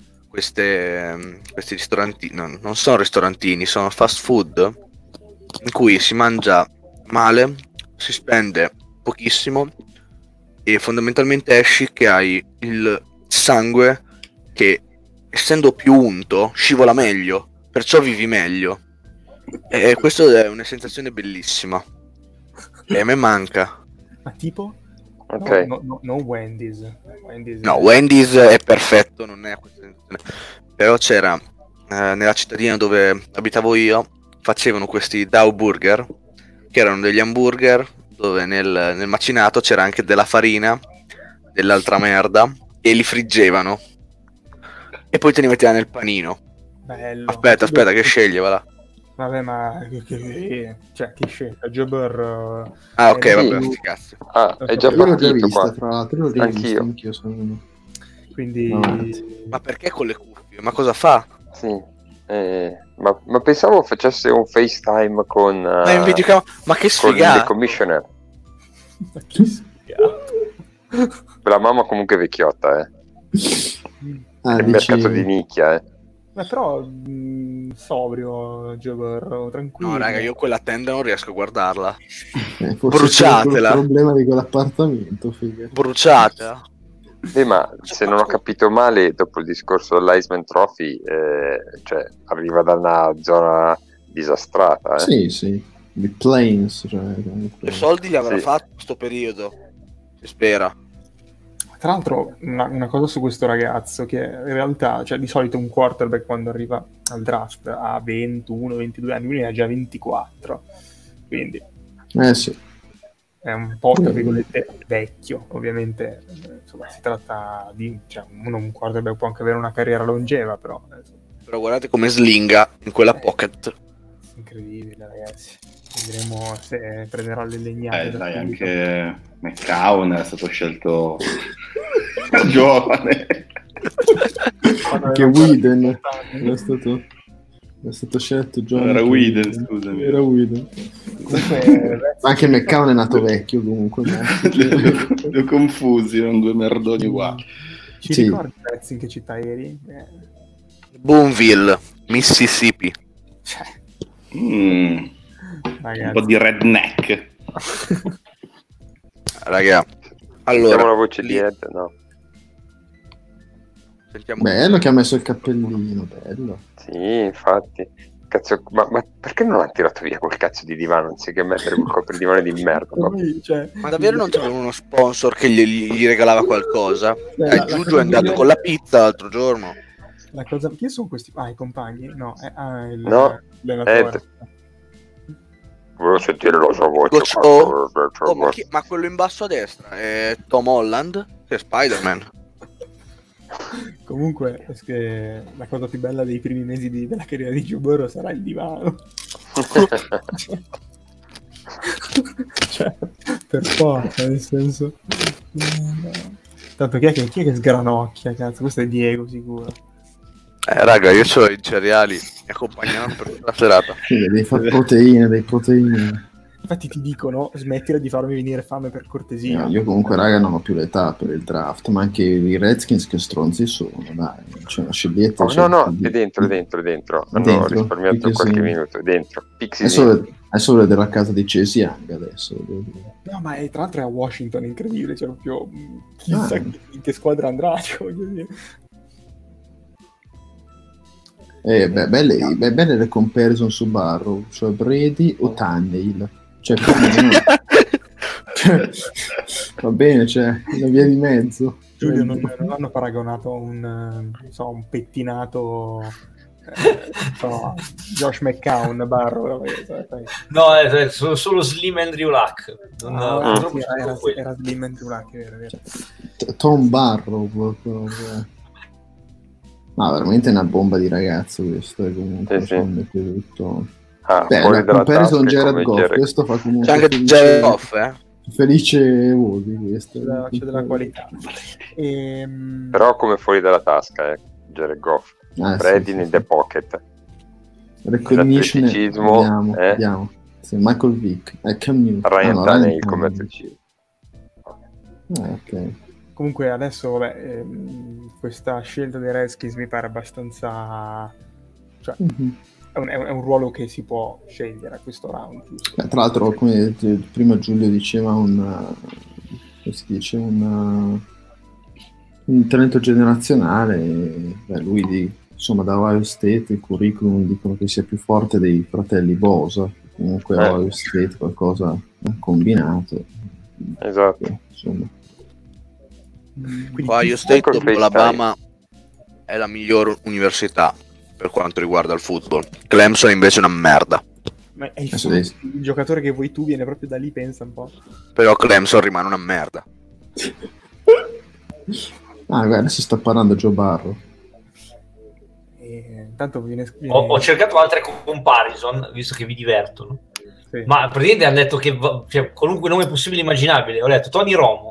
queste, questi ristoranti, no, non sono ristorantini, sono fast food in cui si mangia male, si spende pochissimo e fondamentalmente esci che hai il sangue che, essendo più unto, scivola meglio, perciò vivi meglio. E questa è una sensazione bellissima e a me manca. Ma tipo? Ok. No, no, no, non Wendy's. Wendy's No, è- Wendy's è perfetto, non è questa sensazione. Però c'era eh, nella cittadina dove abitavo io, facevano questi Dow Burger, che erano degli hamburger dove nel, nel macinato c'era anche della farina, dell'altra merda, e li friggevano. E poi te li metteva nel panino. Bello. Aspetta, aspetta, che sceglie, va là. Vabbè, ma che, che, cioè, che scelta? Jobber. uh, Ah, ok, eh, vabbè, sì. sti cazzi. Ah, è già Io l'ho già partito vista, qua. tra l'altro, l'ho già Anch'io. vista, anch'io sono uno. Quindi. No. Ma perché con le cuffie? Ma cosa fa? Sì. Eh, ma, ma pensavo facesse un FaceTime con, Ma uh, in videocamera, ma che con sfigato. il commissioner. Ma che sfigato. La mamma comunque è vecchiotta, eh. Ah, È il dici... mercato di nicchia, eh. Ma però mh, sobrio, Jobber, tranquillo. No, raga, io quella tenda non riesco a guardarla. Eh, forse Bruciatela. c'è il problema di quell'appartamento, figa. Bruciata. Beh, ma se non ho capito male, dopo il discorso dell'Iceman Trophy, eh, cioè, arriva da una zona disastrata, eh. Sì, sì, di Plains, cioè, comunque. Che soldi gli avrà Sì. fatto sto periodo? Si spera. Tra l'altro, una, una cosa su questo ragazzo, che in realtà, cioè di solito un quarterback quando arriva al draft ha ventuno ventidue anni, lui ne ha già ventiquattro, quindi Eh sì. è un po' tra virgolette vecchio. Ovviamente eh, insomma, si tratta di, cioè, uno, un quarterback può anche avere una carriera longeva, però eh, Però guardate come slinga in quella pocket. incredibile, ragazzi. Vedremo se prenderà le legnate Eh, da dai, subito. anche McCown è stato scelto giovane. Anche Whedon è stato, è stato scelto già. Era Whedon, scusami. Era Whedon. Comunque, Ma anche McCown è nato vecchio comunque. no? li, ho, li ho confusi, erano due merdoni uguali. ci Sì. ricordi Prezzi in che città eri? Eh, Boonville, Mississippi. cioè, Mm, un ragazzi. po' di redneck. Raga, Sentiamo allora la voce lì- di Ed, no? sentiamo. Bello che ha messo il cappellino, bello. Sì, infatti. Cazzo, ma, ma perché non ha tirato via quel cazzo di divano anziché mettere quel copridivano di merda? Poi, cioè, Ma davvero non c'era uno sponsor che gli, gli regalava qualcosa? la- Eh, la Giugio cosa è andato migliore- con la pizza l'altro giorno. La cosa... Chi sono questi? Ah, i compagni? No, è ah, il No, l'allenatore. Ed. Volevo sentire la sua voce. Coach cazzo, O. la sua Oh, ma, voce. chi- ma quello in basso a destra è Tom Holland, che è Spider-Man. Comunque, è che la cosa più bella dei primi mesi di- della carriera di Joe Burrow sarà il divano. Cioè, per forza, nel senso... Tanto chi è che, chi è che sgranocchia, cazzo? Questo è Diego, sicuro. Eh, raga, io ho i cereali, mi accompagneranno per tutta la serata. Sì, devi fare proteine, dei proteine. Infatti ti dicono, smettila di farmi venire fame per cortesia. No, io comunque, raga, non ho più l'età per il draft, ma anche i Redskins che stronzi sono, dai. C'è una sceglietta. Oh, no, no, è dentro, è dentro, è dentro. Hanno Dentro? risparmiato In che qualche senso? minuto, è dentro. Pixie Adesso, adesso vedere la casa di Chase Young adesso. devo dire. No, ma è, tra l'altro è a Washington, incredibile, cioè proprio mh, chissà Ah. che- in che squadra andrà, cioè, voglio dire. Eh, beh, belle, beh, belle le comparison su Barrow, cioè Brady o Tannehill. Cioè, come no? Cioè, va bene, cioè, una via di mezzo. Giulio, Cioè, non, non hanno paragonato a un, eh, non so, un pettinato eh, so, Josh McCown, Barrow. No, è solo, solo Slim Andrew Luck. Non, Ah, non sì, troppo era, quello. era Slim Andrew Luck, è vero, è vero. T- Tom Barrow proprio, cioè. No, veramente è una bomba di ragazzo questo, è comunque Sì, sì. insomma, tutto. Ah, Beh, fuori la dalla comparison tasca Jared come Goff, Jared- questo fa comunque C'è anche felice, Jared Goff, eh? felice Wody questo. C'è della, c'è della qualità. Ehm, Però come fuori dalla tasca, eh, Jared Goff. Ah, sì, Ready sì, in sì. the pocket. Recognition, L'atleticismo, vediamo, eh? vediamo. Sì, Michael Vick, eh, Cam Newton. Ryan Ah, no, Tannehill Ryan come Tannehill. atletismo. Ah, ok. Comunque adesso vabbè, ehm, questa scelta dei Redskins mi pare abbastanza, cioè Mhm. è un, è un- è un ruolo che si può scegliere a questo round, giusto? Beh, tra l'altro, come t- prima Giulio diceva, un, come si dice, un, un talento generazionale, beh, lui di, insomma da Ohio State il curriculum dicono che sia più forte dei fratelli Bosa, comunque Eh. Ohio State qualcosa ha combinato. Esatto. Eh, insomma. Quindi Ohio chi- State Ecco il dopo FaceTime. l'Alabama è la miglior università per quanto riguarda il football. Clemson invece è una merda. ma è il, Adesso suo- devi- il giocatore che vuoi tu viene proprio da lì, pensa un po'. Però Clemson rimane una merda. Ah, guarda, si sta parlando Joe Barrow. E intanto viene, viene- Ho, ho cercato altre comparison, visto che vi divertono. sì. Ma praticamente hanno detto che va- cioè, qualunque nome possibile e immaginabile. Ho detto Tony Romo.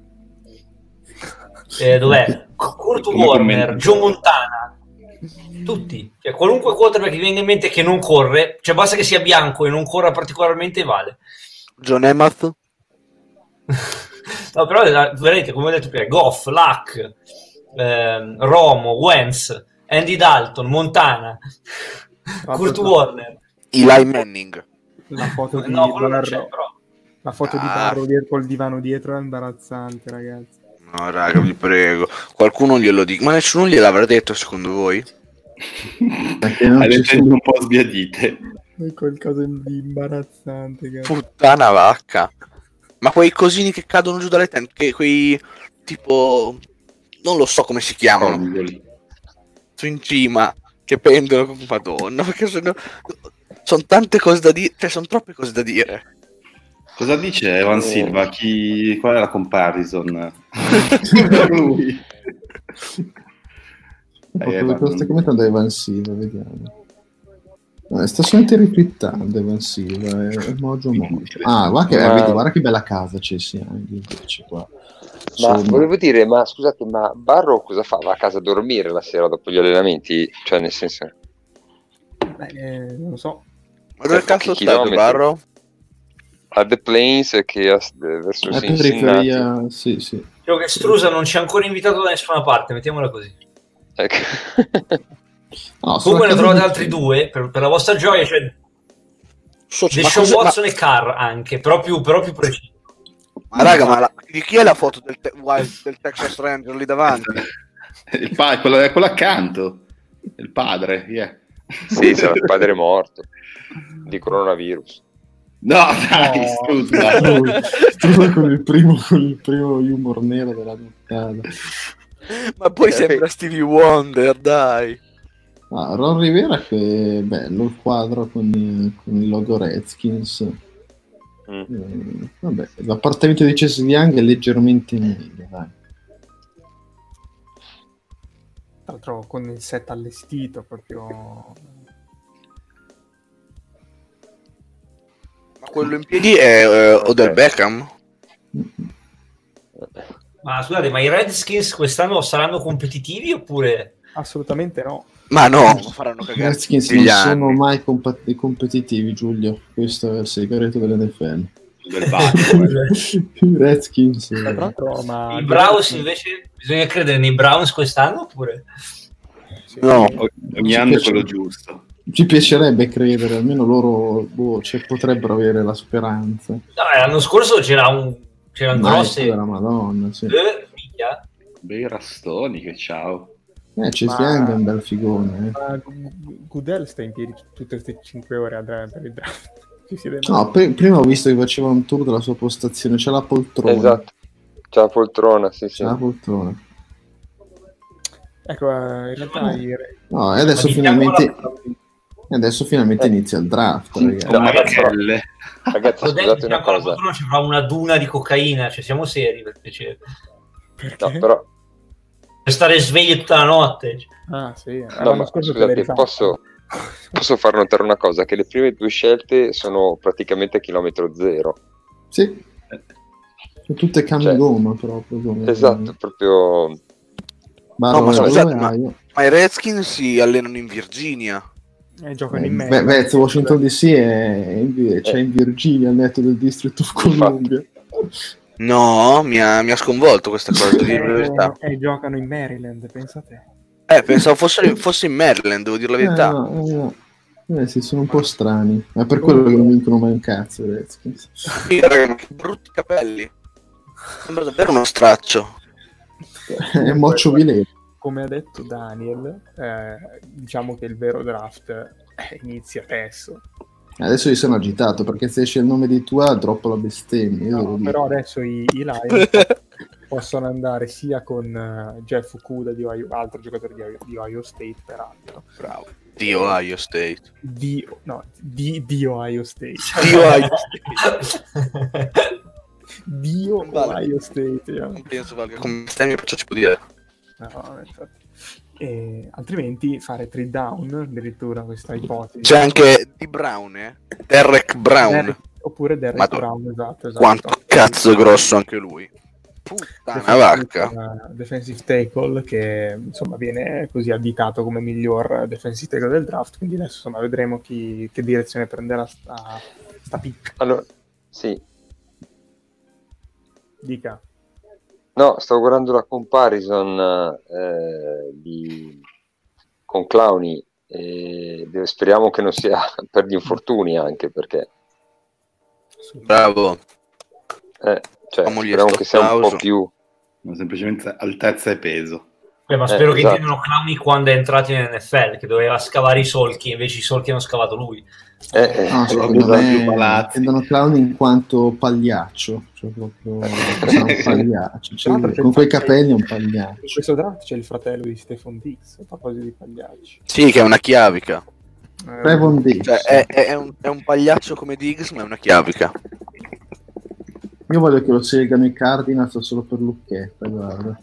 Eh, dov'è? Kurt Come Warner, commento. Joe Montana. Tutti. Cioè, qualunque quarterback che vi venga in mente che non corre, cioè basta che sia bianco e non corra particolarmente vale. John Emath, No, però la- veramente, come ho detto prima, Goff, Luck, ehm, Romo, Wentz, Andy Dalton, Montana, Kurt Warner. Eli Manning. La foto di No, quello non c'è, Barrow, però. la foto di Ah. Barrow dietro col divano dietro è imbarazzante, ragazzi. No, raga, vi prego. Qualcuno glielo dica. Ma nessuno gliel'avrà detto, secondo voi? Perché non Alle ci tende sono... un po' sbiadite. È qualcosa di imbarazzante, cazzo. Puttana vacca. Ma quei cosini che cadono giù dalle tende, che quei tipo non lo so come si chiamano, Congoli. su in cima che pendono, madonna, perché sono sono tante cose da dire, cioè sono troppe cose da dire. Cosa dice Evan Eh. Silva? Chi... Qual è la comparison? lui. Eh, Cosa Evan. stai commentando Evan Silva, vediamo. Eh, sta solamente ritwittando Evan Silva, è è Mojo Mojo. Ah, guarda che, Ma- vedi, guarda che bella casa c'è sia invece qua. Ma Insomma, volevo dire, ma scusate, ma Barrow cosa fa? Va a casa a dormire la sera dopo gli allenamenti? Cioè, nel senso, Beh, eh, non lo so. Ma dove Eh, cazzo pochi stai, chilometri. Barro? a The Plains che a, verso la Cincinnati. periferia, sì, sì. Dico che Strusa non ci ha ancora invitato da nessuna parte, mettiamola così. Ecco. No, sulla Comunque ne casa trovate di- altri due, per, per la vostra gioia, cioè So- ma, Deshaun cosa- ma- Watson e Carr anche, però più, però più preciso. ma raga, ma la- di chi è la foto del, te- Wild- del Texas Ranger lì davanti? Il pa- quello, è quello accanto. Il padre, yeah. Sì, sarà il padre morto di coronavirus. No, dai, No. scusa. Lui, lui con il primo con il primo humor nero della nottata. Ma poi Eh, sembra Stevie Wonder, dai. Ah, Ron Rivera che è bello il quadro con, il- con il logo Redskins. Mm. Eh, vabbè, l'appartamento di Chase Young è leggermente meglio, dai. Tra l'altro con il set allestito proprio. Ma quello in piedi è eh, Odell Ok. Beckham? Ma scusate, ma i Redskins quest'anno saranno competitivi oppure... Assolutamente no. Ma no, faranno I cagare Redskins tutti non gli sono anni. mai compa- competitivi, Giulio. Questo è il segreto dell'N F L. Del Batman. I Redskins. Tra eh, l'altro, ma I Browns invece bisogna credere nei Browns quest'anno oppure... Sì. No. Ogni anno è quello giusto. ci piacerebbe credere, almeno loro boh, cioè, potrebbero avere la speranza. No, eh, l'anno scorso c'era un... c'erano Dai, grosse... della Madonna, sì. Eh, minchia. Bei rastoni, che ciao. Eh, Chase Ma- Young è un bel figone. eh. Ma Gu- Goodell sta in piedi tutte queste cinque ore a dra- per il draft. Ci siete mai? No, pri- prima ho visto che faceva un tour della sua postazione, c'è la poltrona. Esatto. C'è la poltrona, sì, sì. C'è la poltrona. Ecco, in realtà i re- No, e adesso Ma finalmente, diciamo e adesso finalmente inizia il draft, ragazzi. No, ragazzi, però- Michele. ragazzi, Ho detto scusate che una ancora cosa. qualcuno ci fa una duna di cocaina, cioè siamo seri per piacere. No, però, Per stare svegli tutta la notte. Ah, sì. no, L'anno ma scorso te scusate, l'hai rifatto. posso, posso far notare una cosa, che le prime due scelte sono praticamente a chilometro zero. Sì. Sono tutte cambio Cioè, gomma proprio. Come... Esatto, proprio... Barro, No, ma dove scusate, hai? ma- Ma i Redskins si allenano in Virginia. Eh, giocano in Eh, Maryland. Vez, Washington D C è in, c'è Eh. in Virginia, al netto del District of Columbia. No, mi ha, mi ha sconvolto questa cosa, devo dire la verità. Eh, e giocano in Maryland, pensa te. Eh, pensavo fosse, fosse in Maryland, devo dire la Eh, verità. no, eh, no. Eh, sì, sono un po' strani. Ma per quello che non vincono mai un cazzo, i Redskins. Sì, raga, che brutti capelli. Sembra davvero uno straccio. È Moccio Vilese. Come ha detto Daniel, eh, diciamo che il vero draft eh, inizia adesso. Adesso io sono agitato perché se esce il nome di tua droppo la bestemmia. Io No, devo dire. però adesso i, i Lions possono andare sia con eh, Jeff Okuda, di Ohio, altro giocatore di Ohio, di Ohio State, peraltro. Bravo. Di Ohio State. Di, no, di, di Ohio State. Di Ohio State. Dio Non vale. Ohio State. eh. Non penso valga come bestemmia, perciò ci può dire. No, infatti. E altrimenti fare trade down, addirittura questa ipotesi. C'è anche Di Brown, eh? Derek Brown. Derrick- oppure Derrick Madonna. Brown, esatto, esatto. Quanto cazzo è grosso anche lui. Puttana vacca. uh, defensive tackle che insomma viene così additato come miglior defensive tackle del draft, quindi adesso insomma vedremo chi, che direzione prenderà sta, sta pick. Allora, sì. Dica. No, stavo guardando la comparison eh, di... con Clowney e speriamo che non sia per gli infortuni, anche perché Bravo. eh, cioè, Famogli speriamo sto che sia un po' applauso. più Ma semplicemente altezza e peso. Beh, ma Eh, spero che esatto. intendano Clowney quando è entrato in N F L, che doveva scavare i solchi, invece i solchi hanno scavato lui. eh, eh, No, Quello secondo che usa più me palazzi. intendono Clown in quanto pagliaccio, cioè proprio sarà un pagliaccio, cioè, Tra l'altro c'è con il quei fatto- capelli è un In pagliaccio. questo draft c'è il fratello di Stephon Diggs, a proposito di pagliacci. Sì, che è una chiavica. Eh, Trevon Diggs. Cioè, è, è un, è un pagliaccio come Diggs, ma è una chiavica. Io voglio che lo scelgano i Cardinals solo per Lucchetta, guarda.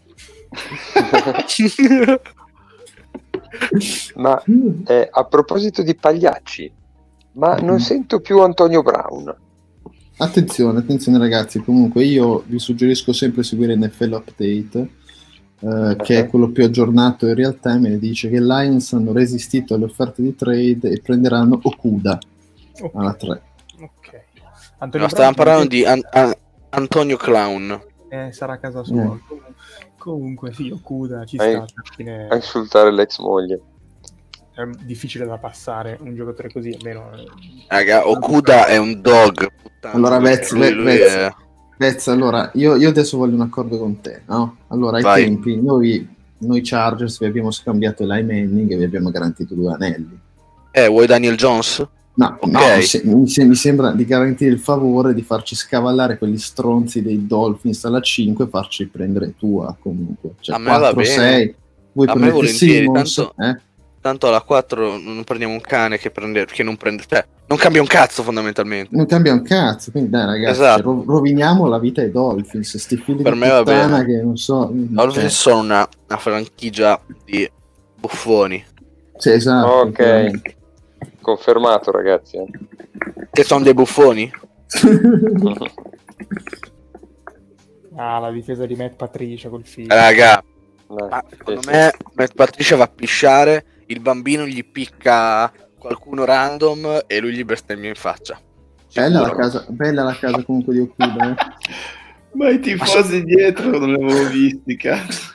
ma eh, a proposito di pagliacci, ma non sento più Antonio Brown. Attenzione, attenzione ragazzi, comunque io vi suggerisco sempre di seguire N F L Update, eh, che è quello più aggiornato in real time, e dice che i Lions hanno resistito alle offerte di trade e prenderanno Okuda ok. alla tre. Ok. Antonio No, stavamo Brown parlando di An- An- Antonio Clown. eh, sarà a casa sua. Mm. Comunque sì, Okuda ci Eh, sta, alla fine A insultare l'ex moglie. è difficile da passare un giocatore così, almeno eh, Raga, Okuda è un dog. Puttana. Allora, Vez, Lui- lui Vez, è- Vez, allora, io, io adesso voglio un accordo con te, no? Allora, ai Vai. tempi, noi, noi Chargers vi abbiamo scambiato Eli Manning e vi abbiamo garantito due anelli. Eh, vuoi Daniel Jones? No, Ok. no, mi, se- mi se- mi sembra di garantire il favore di farci scavallare quegli stronzi dei Dolphins alla cinque e farci prendere tua comunque. Cioè, A me va quattro sei, voi A me prendete volentieri, Simmons, tanto- eh? Tanto alla quattro non prendiamo un cane che, prende, che non prende te. Non cambia un cazzo fondamentalmente. Non cambia un cazzo, quindi dai ragazzi, Esatto. cioè, ro- roviniamo la vita ai Dolphins, sti figli Per di me va puttana bene. che non so... Dolphins cioè, sono una, una franchigia di buffoni. sì, esatto. Ok, chiaramente. confermato ragazzi. eh. Che sono dei buffoni? ah, la difesa di Matt Patricia col figlio. Raga, Eh, ma sì, secondo sì. me Matt Patricia va a pisciare, il bambino gli picca qualcuno random e lui gli bestemmia in faccia. Bella la, Sicuro. casa, bella la casa comunque di Okuda, eh. Ma i tifosi dietro non li avevo visti, cazzo.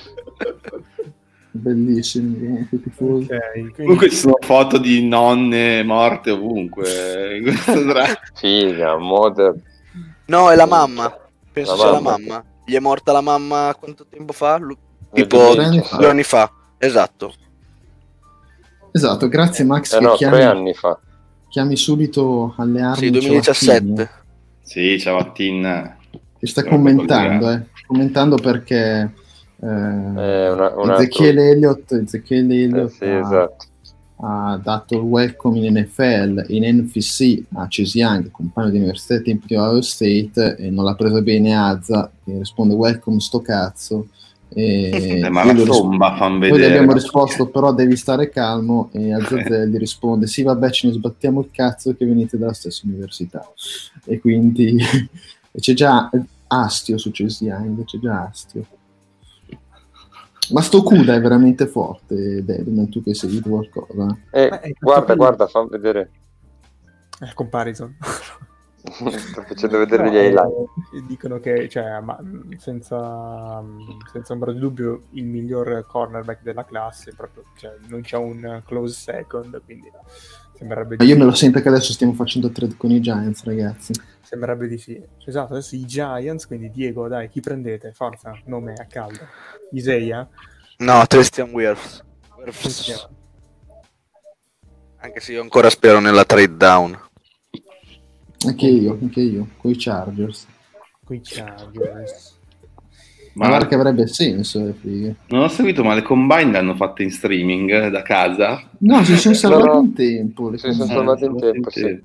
Bellissimi eh, quei tifosi. Ok, quindi Comunque ci sono foto di nonne morte ovunque in questo draft. Figa, mod. No, è la mamma. Penso La sia la mamma. mamma. Gli è morta la mamma quanto tempo fa? Lu- Nel Tipo duemiladiciassette. due anni fa. Esatto. Esatto, grazie Max Eh che no, chiami, tre anni fa. chiami subito alle armi Sì, duemiladiciassette. Sì, ciao a Tin. che sta Roba commentando, collegata. eh. commentando perché eh, una, un Ezechiele Elliott, Ezechiele Elliott eh, sì, ha, esatto. ha dato il welcome in N F L, in N F C a Chase Young, compagno di università ai tempi di Ohio State, e non l'ha presa bene Azza, che risponde welcome sto cazzo. E eh, ma la somba fan vedere. Noi gli abbiamo risposto però devi stare calmo, e Azazel gli risponde sì vabbè ce ne sbattiamo il cazzo che venite dalla stessa università. E quindi e c'è già astio su Chase Young, c'è già astio. Ma sto Cuda è veramente forte, Deadman, tu che hai seguito qualcosa? Eh, Beh, guarda, quello- guarda, fammi vedere. Eh, comparison. Sto facendo vedere No, gli highlight. eh, dicono che, cioè, ma senza, senza ombra di dubbio, il miglior cornerback della classe, proprio, cioè, non c'è un close second, quindi sembrerebbe Ma di io me sì. lo sento che adesso stiamo facendo trade con i Giants, ragazzi. Sembrerebbe di sì. Esatto, adesso i Giants, quindi Diego, dai, chi prendete? Forza, nome a caldo. Isaiah? No, Christian Wirfs. Wirfs. Anche se io ancora spero nella trade down. Anche io, anche io, con i Chargers. Coi Chargers. Ma guarda che avrebbe senso, eh, fighe. Non ho seguito, ma le combine le hanno fatte in streaming eh, da casa. No, si sono salvati No, no. in tempo. Le Si sono combine. salvati in tempo, sì.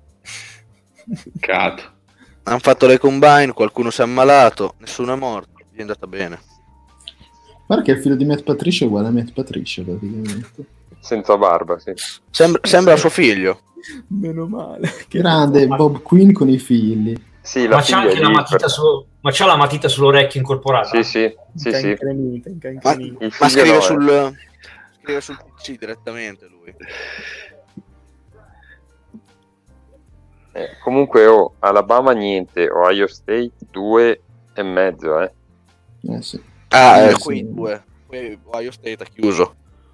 Cato. Hanno fatto le combine, qualcuno si è ammalato, nessuno è morto, gli è andata bene. Guarda che il figlio di Matt Patricia è uguale a Matt Patricia, praticamente. Senza barba, sì. Sembra, sembra suo figlio. Meno male. Che Grande Bob Quinn con i figli. Sì, la Ma c'ha figlia anche di- la matita, su... ma c'ha la matita sull'orecchio incorporata? Sì, sì, sì, sì. Incremente, Ma, incremente. Il ma figlio scrive, no, eh. sul, scrive sul P C direttamente lui. Eh, comunque, oh, Alabama niente, Ohio State due e mezzo, eh. Eh sì. Ah, Eh, eh, sì. qui due. Qui Ohio State ha chiuso.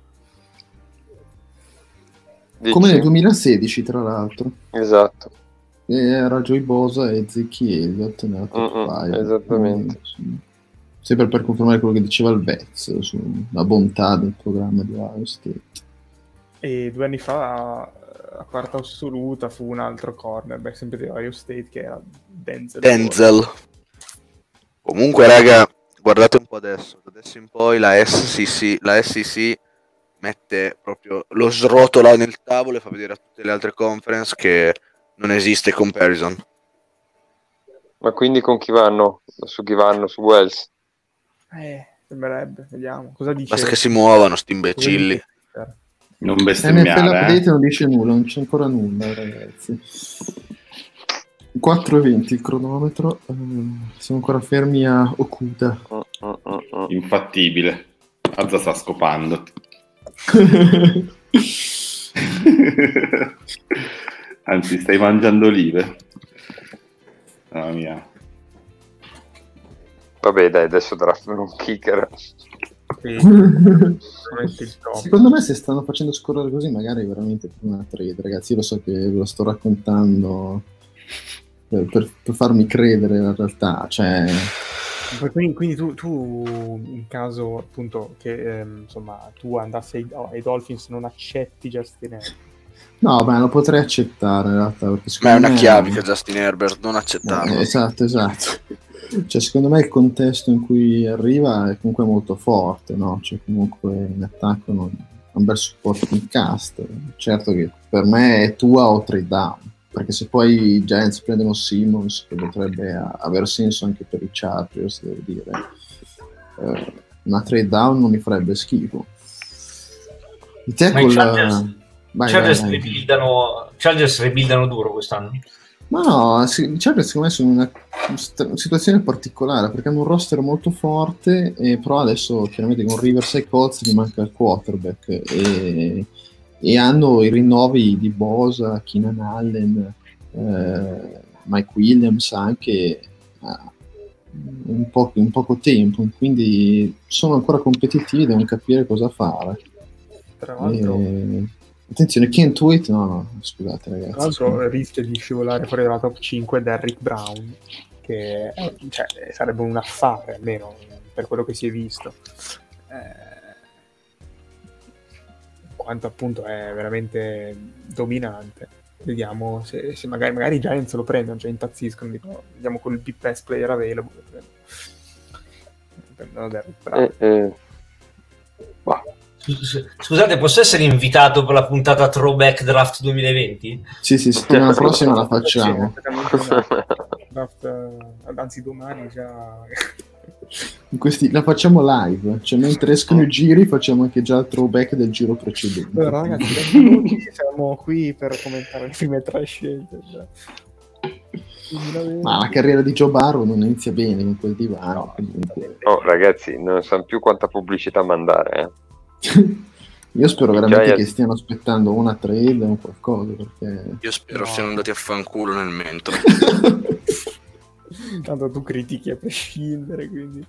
Dici? Come nel duemilasedici, tra l'altro. Esatto. E era Joey Bosa e Zeki Elliott nella top Mm-mm, cinque. esattamente. Quindi, sì. Sempre per confermare quello che diceva il Vez sulla bontà del programma di Ohio State. E due anni fa, a quarta assoluta, fu un altro cornerback, sempre di Ohio State, che era Denzel. Denzel. Comunque, raga, guardate un po' adesso. Da adesso in poi la S C C, la S E C mette proprio lo srotola nel tavolo e fa vedere a tutte le altre conference che non esiste comparison. Ma quindi con chi vanno? Su chi vanno? Su Wells? Eh, sembrerebbe, vediamo. Cosa dice? Basta che si muovano, sti cosa imbecilli. dice Twitter? Non N F L bestemmiare, Update eh. non dice nulla, non c'è ancora nulla, ragazzi. quattro e venti il cronometro, eh, siamo ancora fermi a Okuda. Mm, mm, mm, mm. Infattibile. Azza sta scopando. Anzi, stai mangiando olive. Mamma mia. Vabbè, dai, adesso draftano un kicker. Sì, veramente il top. Secondo me se stanno facendo scorrere così magari veramente per una trade, ragazzi, io lo so che ve lo sto raccontando per, per- per farmi credere in realtà, cioè Quindi, quindi tu, tu, in caso appunto che ehm, insomma tu andassi ai, ai Dolphins, non accetti Justin Herbert? no, beh, lo potrei accettare in realtà, perché Ma è secondo una me chiavica Justin Herbert, non accettarlo. Eh, esatto, esatto. Cioè, secondo me il contesto in cui arriva è comunque molto forte, no? Cioè, comunque in attacco non ha un bel supporting cast. Certo che per me è tua o trade down, perché se poi i Giants prendono Simmons, che potrebbe a- aver senso anche per i Chargers, devo dire, eh, una trade down non mi farebbe schifo. I Ma i tackle, Chargers, eh, vai, Chargers, vai, vai. rebuildano, Chargers rebuildano duro quest'anno. Ma no, sì, i Chargers secondo me sono in una st- situazione particolare perché hanno un roster molto forte, e però adesso chiaramente con Rivers e Colts gli manca il quarterback e, e hanno i rinnovi di Bosa, Keenan Allen, eh, Mike Williams anche eh, in, po- in poco tempo, quindi sono ancora competitivi, devono capire cosa fare. Tra l'altro, E- attenzione, Kent Tweet, no, no, scusate tra ragazzi. l'altro rischia di scivolare fuori dalla top cinque Derrick Brown, che eh, cioè, sarebbe un affare almeno per quello che si è visto. Eh, in quanto appunto è veramente dominante. Vediamo se, se magari, magari i Giants lo prendono, cioè impazziscono, dicono, vediamo col big best player available. prendono Derrick Brown. Eh, eh. Scusate, posso essere invitato per la puntata Throwback Draft duemilaventi? Sì, sì, settimana prossima la facciamo. Draft, anzi domani già... In questi, la facciamo live, cioè mentre escono i giri facciamo anche già il throwback del giro precedente. Allora, ragazzi, venti minuti, siamo qui per commentare le prime tre scelte. Ma la carriera di Joe Burrow non inizia bene con quel divano. No, Oh, ragazzi, non sanno più quanta pubblicità mandare, eh. Io spero veramente Già, che stiano aspettando una trade o qualcosa, perché... Io spero No. siano andati a fanculo nel mentore. Tanto tu critichi a prescindere, quindi...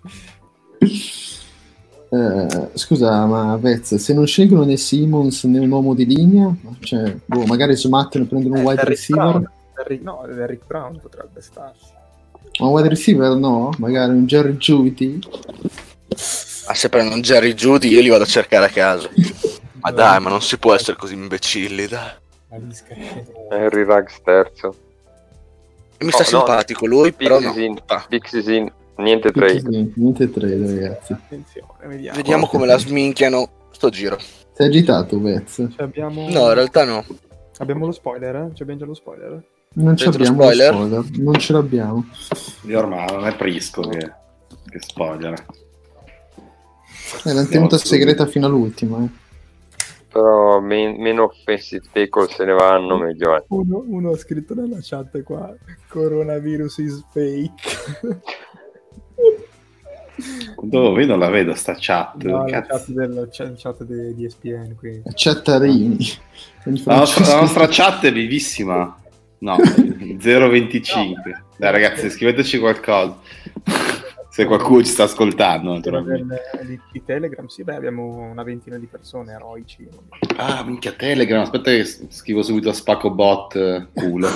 Eh, scusa, ma Vez, se non scelgono né Simmons né un uomo di linea, cioè, boh, magari smattano e prendono un Eh, wide Derrick receiver. Brown, Derrick- no, Derrick Brown potrebbe starci. Un wide receiver no? Magari un Jerry Jeudy. Ma se prendono Jerry Judy io li vado a cercare a caso. Ma dai, ma non si può essere così imbecilli, dai. La discreto. Henry Ruggs terzo. Mi sta Oh, no, simpatico lui, però no. Pixis in, Ah, Pixis in, niente trade. Niente, niente trade, ragazzi. Attenzione, vediamo. vediamo come la sminchiano sto giro. Sei agitato, Vez? Cioè, abbiamo... No, in realtà no. abbiamo lo spoiler, eh? C'è abbiamo già lo spoiler? Non ci Dentro abbiamo lo spoiler? spoiler. Non ce l'abbiamo. Io ormai non è Prisco che, che spoiler. È l'hanno tenuta segreta fino all'ultima. Eh. Però men- meno offensive tackle se ne vanno, meglio è. Uno, uno ha scritto nella chat qua, coronavirus is fake. Dove? Io non la vedo sta chat. No, la Cazzo. chat, del, chat, chat di, di E S P N qui. Chattarini. La nostra, la nostra chat è vivissima. No, zero venticinque. Dai ragazzi, scriveteci qualcosa. Se qualcuno ci sta ascoltando, naturalmente. Del- di, di Telegram, sì, beh, abbiamo una ventina di persone eroici. Ah, minchia Telegram. Aspetta che scrivo subito a Spacco Bot eh, culo.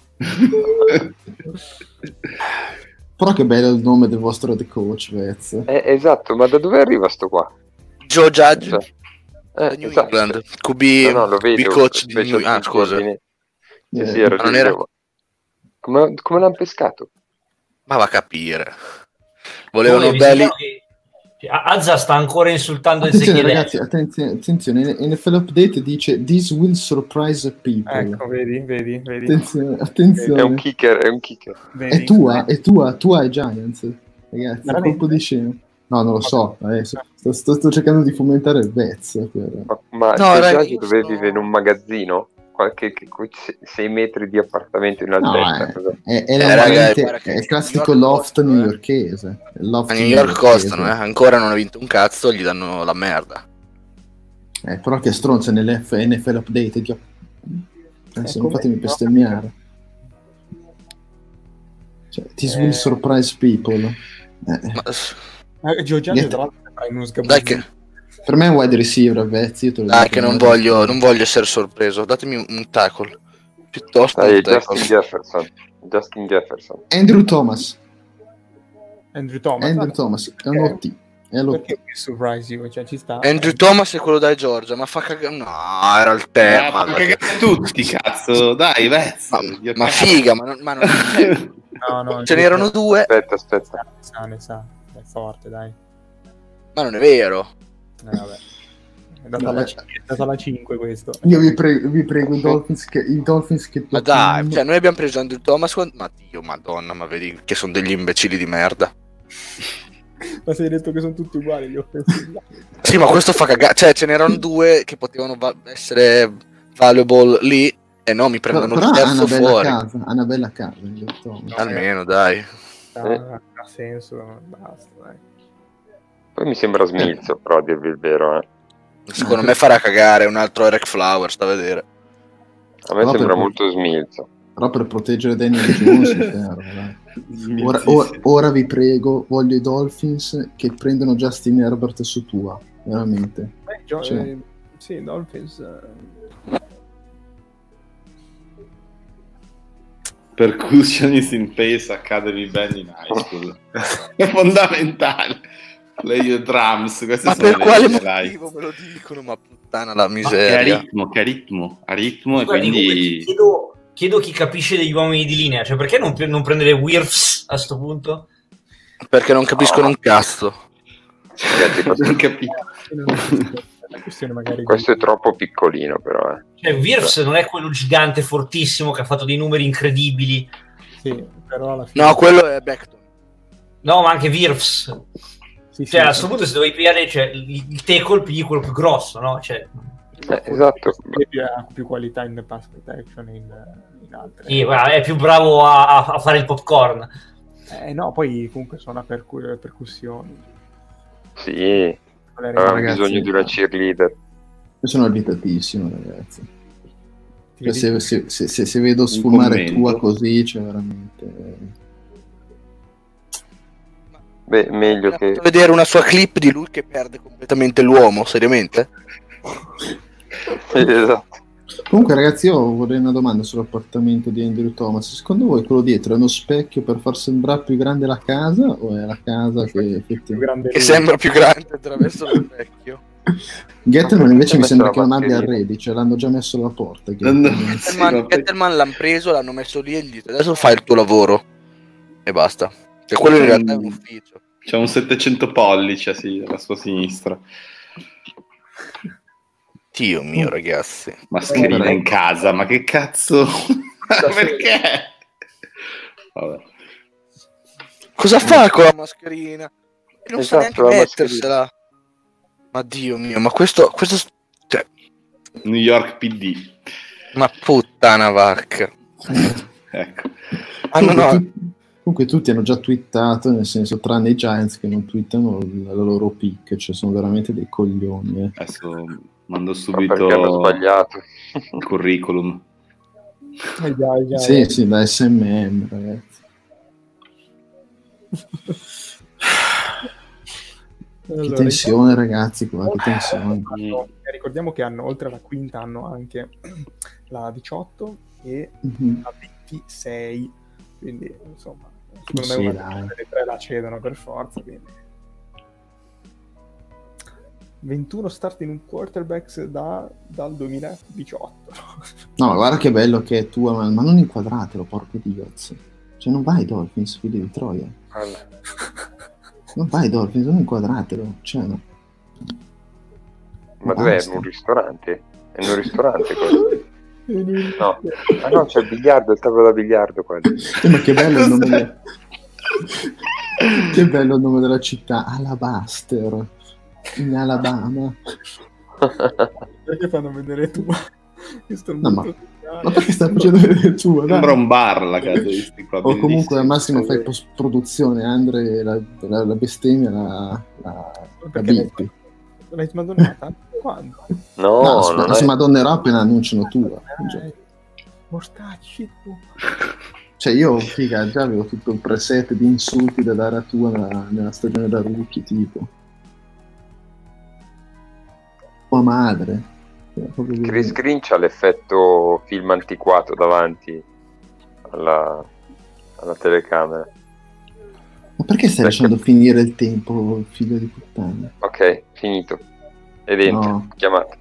Però che bello il nome del vostro head coach, Vez. Eh, esatto, ma da dove arriva sto qua? Joe Judge, Cioè, da eh, New esatto. England, Q B, No, no, lo Q B vedo. coach di special New Ah, team scusa. coordinator. Sì, Eh, sì, era ma non era- giusto. Come, come l'hanno pescato? Ma va a capire. Poi Volevano vi belli... sembra che- cioè, Azza sta ancora insultando Attenzione Ezechiel ragazzi, Elliott. attenzione, attenzione. N F L Update dice This will surprise people. Ecco, vedi, vedi, vedi. Attenzione, È attenzione. un kicker, è un kicker. vedi. È tua, è tua, tua ai Giants. Ragazzi, Veramente? colpo di scena. No, non lo so. Adesso sto, sto- sto cercando di fomentare il Vez. Per... Ma, ma No, Joe raga, Judge io dove sono- vive in un magazzino? Qualche che, che- se- sei metri di appartamento in No, altezza. è, cosa- è, è, Eh, l'ambiente- raga, guarda che è il New classico York loft costano, eh. newyorkese. Il loft A New York newyorkese. costano, eh. Ancora non ha vinto un cazzo, gli danno la merda. Eh, però che stronza nell'F N F L Update. Dio. Adesso Ecco, non fatemi no. bestemmiare. Cioè, this will Eh. surprise people. Eh, Ma, Eh, Joe Judge, Niente. tra l'altro, è uno dai sgabuzzino. che, per me è un wide receiver, Vezzi. Io te lo dai dico, che non wide voglio, receiver. non voglio essere sorpreso. Datemi un, un tackle. Piuttosto Dai, un tackle. Justin Jefferson. Justin Jefferson. Andrew Thomas. Andrew Thomas. Andrew ah, Thomas è un eh, O T. È l'O T. Perché qui surprise you? Cioè, ci sta. Andrew Thomas è quello dai Georgia, ma fa cagare. No, era il tema. Ah, ma cagate tutti, cazzo. Dai, Vez. Ma, ma figa, ma non, ma non No, no, ce n'erano due, Aspetta, aspetta. Sa, ne sa. È forte, dai. ma non è vero. Eh, vabbè. È data, Vabbè. la, c- è data la cinque questo. Io vi prego, vi prego i Dolphins che, i Dolphins che Ma dai, cioè noi abbiamo preso Andrew Thomas, quando- ma Dio, madonna, ma vedi che sono degli imbecilli di merda. Ma sei detto che sono tutti uguali gli offensivi. Sì, ma questo fa cagare, cioè ce n'erano due che potevano va- essere valuable lì e no, mi però, prendono però il ha una terzo bella fuori. casa, ha una bella casa Andrew Thomas. Almeno, dai. Ha, ha senso, basta, dai. Poi mi sembra smilzo, però a dirvi il vero. Eh. Secondo me farà cagare un altro Eric Flowers, sta a vedere. A me No, sembra perché- molto smilzo. Però per proteggere Daniel Jones è vero, dai. Ora, ora, ora vi prego, voglio i Dolphins che prendono Justin Herbert su tua, veramente. Beh, Gio- Sì. eh, sì, Dolphins. eh, Percussionist in Pace Academy Band in High School. È fondamentale. Play your drums. Queste Ma sono per le quale highlight. motivo me lo dicono? Ma puttana la Ma che a miseria. ritmo, che a ritmo, a ritmo e Guardi, comunque, quindi... chiedo, chiedo chi capisce degli uomini di linea, cioè perché non, non prendere Wirfs a sto punto? Perché non capiscono un cazzo. Ragazzi, questo, Non capito. La questione magari questo di- è troppo piccolino, però. Eh. Cioè, Wirfs non è quello gigante fortissimo che ha fatto dei numeri incredibili. Sì, però alla fine... No, quello è Beckton. No, ma anche Wirfs. Sì, sì, Cioè, a sì. questo punto se dovevi pigliare, cioè, il il tackle pigli quello più grosso, no? Cioè, Eh, esatto. Più- ha più qualità in pass protection in, in altre. sì, guarda, è più bravo a, a fare il popcorn. Eh no, poi comunque sono percu- percussioni. Sì, Magari- avevamo ragazzi, bisogno di una cheerleader. Io sono abitatissimo, ragazzi. ti Cioè, vedi- se, se, se, se, se vedo Un sfumare commento. tua così, cioè veramente... Beh, meglio Ho che... fatto vedere una sua clip di lui che perde completamente l'uomo, seriamente? Esatto. Comunque ragazzi, io vorrei una domanda sull'appartamento di Andrew Thomas. Secondo voi quello dietro è uno specchio per far sembrare più grande la casa o è la casa che più effettivamente... grande Che lui. sembra più grande attraverso lo specchio. Gettleman invece mi Messo sembra la che non abbia mascherina. arredi, cioè l'hanno già messo alla porta. No, no. Gettleman. Sì, Gettelman, ma poi- Gettelman l'hanno preso, l'hanno messo lì e gli dice adesso fai il tuo lavoro e basta. Cioè quello in C'è realtà è un- un ufficio. C'è un settecento pollici, sì, alla sua sinistra. Dio mio, ragazzi. Mascherina in casa, ma che cazzo? Perché? Vabbè. Cosa fa con la mascherina? E non sa Esatto, neanche la mettersela. Ma Dio mio, ma questo, questo cioè, New York P D. ma puttana vacca. Ecco. Ah, no, Comunque, no. tu- comunque tutti hanno già twittato, nel senso tranne i Giants che non twittano la loro pick, cioè sono veramente dei coglioni. Eh. Adesso mando Ma subito perché hanno sbagliato. il curriculum. Eh, già, già, Sì, eh. sì, da S M M ragazzi. Che Allora, tensione ragazzi, qua, che tensione. hanno- ricordiamo che hanno oltre alla quinta hanno anche la diciotto e Mhm. la ventisei, quindi insomma secondo Sì, me una dai. delle tre la cedono per forza, quindi ventuno start in un quarterback da, dal duemiladiciotto. No, ma guarda che bello che è tua, ma, ma non inquadratelo, porco Dios. Cioè non vai Dolphins, figli di Troia. Guarda. Non vai Dolphins, non inquadratelo. Cioè, no. Ma dov'è? Basta. In un ristorante? È in un ristorante questo? No. Ah no, c'è il biliardo, il tavolo da biliardo qua. Eh, ma che bello il nome de- che bello il nome della città, Alabaster, in Alabama. Perché fanno vedere tu? Questo è No, ma- molto finale. Ma perché stai facendo vedere tu? Dai. Sembra un bar la casa di sti qua. O comunque bellissimo. al massimo fai post produzione, Andre, la, la, la bestemmia la, la, la Perché l'hai, bippi. l'hai smadonnata? Quando? No, No, si, non si è... madonnerà appena annunciano tua. Eh, Mortacci tu. Cioè io, figa, già avevo tutto il preset di insulti da dare a tua nella, nella stagione da rookie, tipo. Tua madre. Cioè, proprio così. Chris Green c'ha l'effetto film antiquato davanti alla, alla telecamera. Ma perché stai Perché- lasciando finire il tempo, figlio di puttana? Ok, finito. Ed entra, No. chiamato.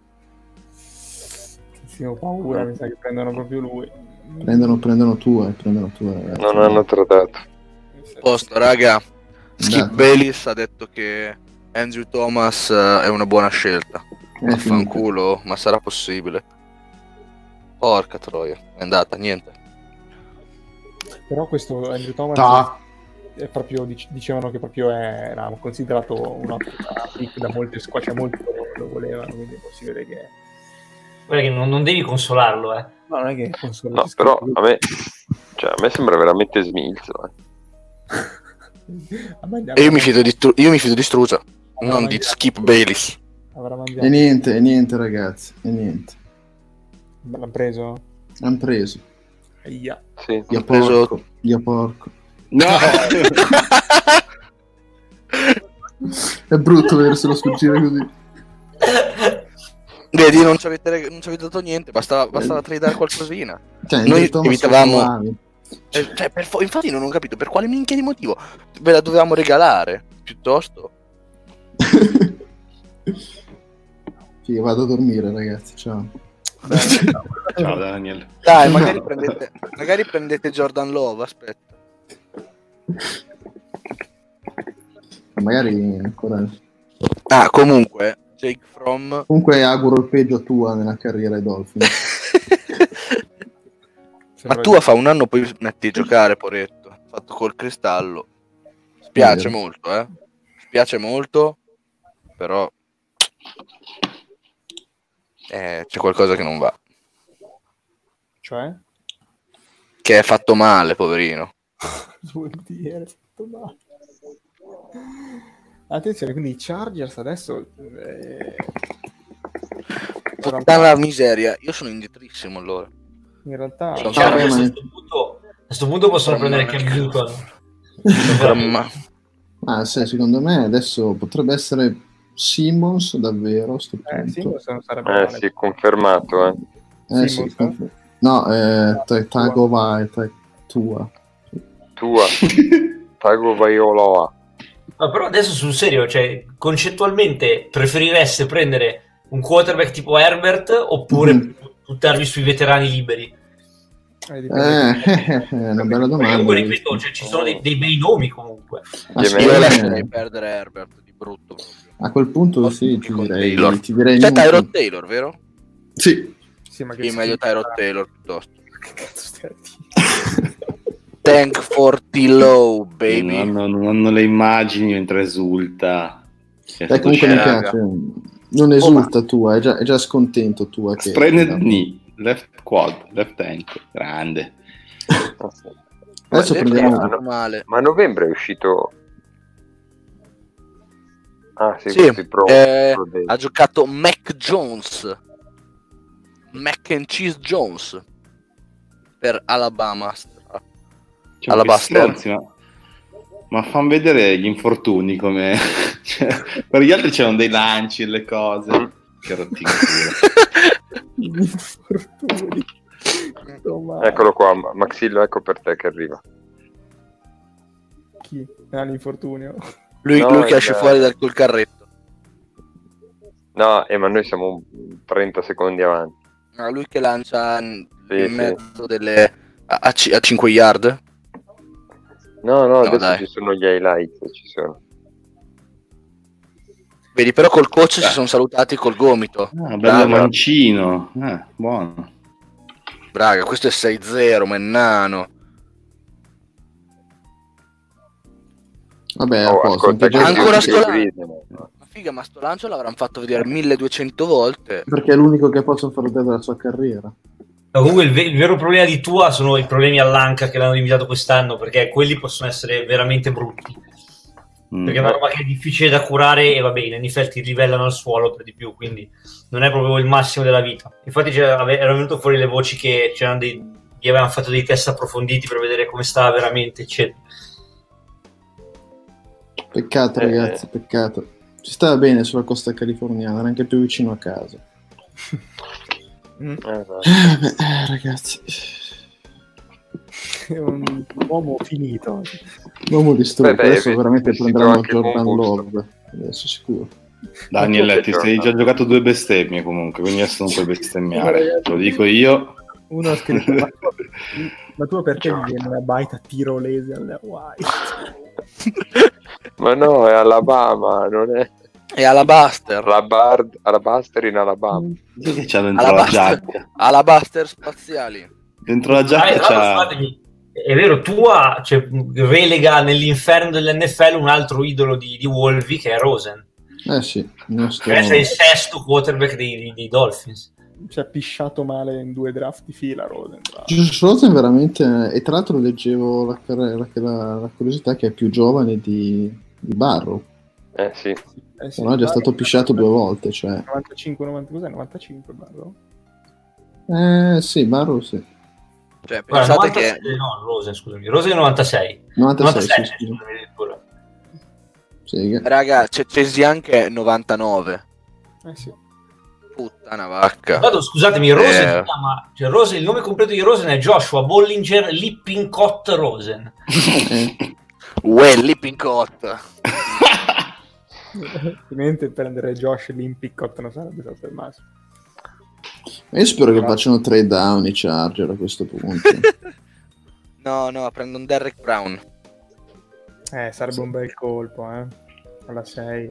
Sì, ho paura, mi sa che prendono proprio lui. Prendono, prendono tua, prendono tua, ragazzi. Non hanno trattato. Posto, raga. Skip Andate. Bayless ha detto che Andrew Thomas eh, è una buona scelta. È finito. Vaffanculo, ma sarà possibile? Porca troia, è andata, niente. Però questo Andrew Thomas Ta. è proprio, dic- dicevano che proprio era considerato un ottima pick da molte squadre, cioè molti lo, lo volevano, quindi si vede che... Guarda che non, non devi consolarlo, eh. No, non è che console No, però a me, cioè, a me sembra veramente smilzo. Eh. A me E io mi fido di, Stru- io mi fido di Strusa, Avrà non di mangiato. Skip Bayless. Avrà E mangiato. niente, e niente ragazzi, e niente. L'hanno preso? Hanno preso. Aia. Sì. Io Han preso- porco, io porco. No! È brutto vederselo sfuggire così. Vedi, non ci avete, non ci avete dato niente, bastava, bastava tradare qualcosina. Cioè, Noi Andrew Thomas evitavamo- lo provavi. Eh, cioè, per fo- infatti non ho capito per quale minchia di motivo ve la dovevamo regalare, piuttosto. Sì, vado a dormire ragazzi, ciao. Ciao Daniel. Dai, magari prendete, magari prendete Jordan Love, aspetta. Magari ancora... Ah, comunque, Jake Fromm... Comunque auguro il peggio a tua nella carriera ai Dolphins. Ma Tua fa un anno poi smetti di giocare, poretto. Fatto col cristallo. Spiace molto, eh. Spiace molto, però... Eh, c'è qualcosa che non va. Cioè? Che è fatto male, poverino. Vuol dire fatto male. Attenzione, quindi i Chargers adesso... Eh... Puttana la miseria, io sono indietrissimo allora. In realtà... I Chargers a questo punto, a questo punto possono prendere Cam Newton. Ma ah, sì, secondo me adesso potrebbe essere Simmons davvero sto eh, Simmons non sarebbe eh male. sì, confermato eh, eh sì, confer- no eh, Tago vai tua tua Tago Vaioloa. No, però adesso sul serio, cioè concettualmente preferireste prendere un quarterback tipo Herbert oppure mm-hmm. buttarvi sui veterani liberi? Eh, eh, è una bella domanda. Comunque ripeto, cioè, ci sono dei, dei bei nomi comunque. Ah, io sì, lascerei perdere Herbert di brutto proprio. A quel punto oh, sì, ti direi, Taylor. ti direi c'è Tyrod Taylor, vero? Sì. Sì, ma che sì, meglio Tyrod Taylor piuttosto. Che cazzo stai a dire? Tank for T-Low, baby. Non hanno, non hanno le immagini mentre esulta. Dai, comunque mi piace. Non esulta oh, tua, è già, è già scontento tua. Che Spread knee, left quad, left ankle, grande. Adesso prendiamo a, male. Ma a novembre è uscito... Ah sì, sì pro, eh, pro ha giocato Mac Jones. Mac and Cheese Jones per Alabama. Cioè, Alabaster. Ma, ma fanno vedere gli infortuni come cioè, per gli altri c'erano dei lanci e le cose. Che rottino. Gli infortuni. Eccolo qua, Maxillo, ecco per te che arriva. Chi? Ah, l'infortunio. Lui, no, lui che esce il... fuori dal col carretto. No, eh, ma noi siamo trenta secondi avanti. No, lui che lancia in sì, mezzo sì. delle a, a, a cinque yard. No, no, no adesso dai. Ci sono gli highlights, ci sono. Vedi, però col coach Beh. si sono salutati col gomito. Ah, bello mancino. Eh, buono. Braga, questo è sei zero, mennano. Vabbè, oh, posto, ancora sto lancio. Ma figa, ma sto lancio l'avranno fatto vedere milleduecento volte. Perché è l'unico che possono far vedere della sua carriera. No, comunque il, ve- il vero problema di Tua sono i problemi all'anca che l'hanno limitato quest'anno, perché quelli possono essere veramente brutti. Mm. Perché è una roba che è difficile da curare e va bene, in effetti rivellano al suolo per di più, quindi non è proprio il massimo della vita. Infatti erano venute fuori le voci che c'erano dei, gli avevano fatto dei test approfonditi per vedere come stava veramente, eccetera. Peccato eh. ragazzi, peccato. Ci stava bene sulla costa californiana, era anche più vicino a casa. Mm. Eh, beh, eh, ragazzi, è un uomo finito, un uomo distrutto. Beh, adesso beh, veramente prenderanno Jordan Love. Adesso sicuro. Daniel, ti sei già giocato due bestemmie comunque, quindi adesso non puoi bestemmiare. Lo dico io. Uno ha scritto: ma tu, ma tu perché mi viene una baita tirolese alle Hawaii? Ma no, è Alabama, non è. È Alabaster. Alabard, Alabaster in Alabama. Che c'ha dentro Alabaster, la giacca? Alabaster spaziali. Dentro la giacca ah, c'ha... Scusatemi, è vero, Tua cioè, relega nell'inferno dell'N F L un altro idolo di, di Wolvi che è Rosen. Eh sì. Nostro... Che è il sesto quarterback dei, dei, dei Dolphins. Ci ha pisciato male in due draft di fila Rosen. Rosen veramente... E tra l'altro leggevo la, la, la, la curiosità che è più giovane di, di Barrow. Eh sì. Eh sì, no, è già stato pisciato due volte, cioè. novantacinque novanta cos'è? novantacinque Barrow? Eh sì, Barrow sì. Cioè, pensate Guarda, che no, Rosen, scusami. Rosen è novantasei. novantasei, novantasei sì, scusami, addirittura. Sì, che... Raga, c'è Cesi anche novantanove. Eh sì. Puttana vacca. Guarda, scusatemi, Rosen eh. si chiama, cioè Rosen, il nome completo di Rosen è Joshua Bollinger Lippincott Rosen. Well, Lippincott. Ovviamente prendere Josh Lippincott non sarebbe stato il massimo. Io spero che facciano trade down i Charger a questo punto. No, no, prendo un Derrick Brown. Eh, sarebbe sì. un bel colpo, eh. alla sei.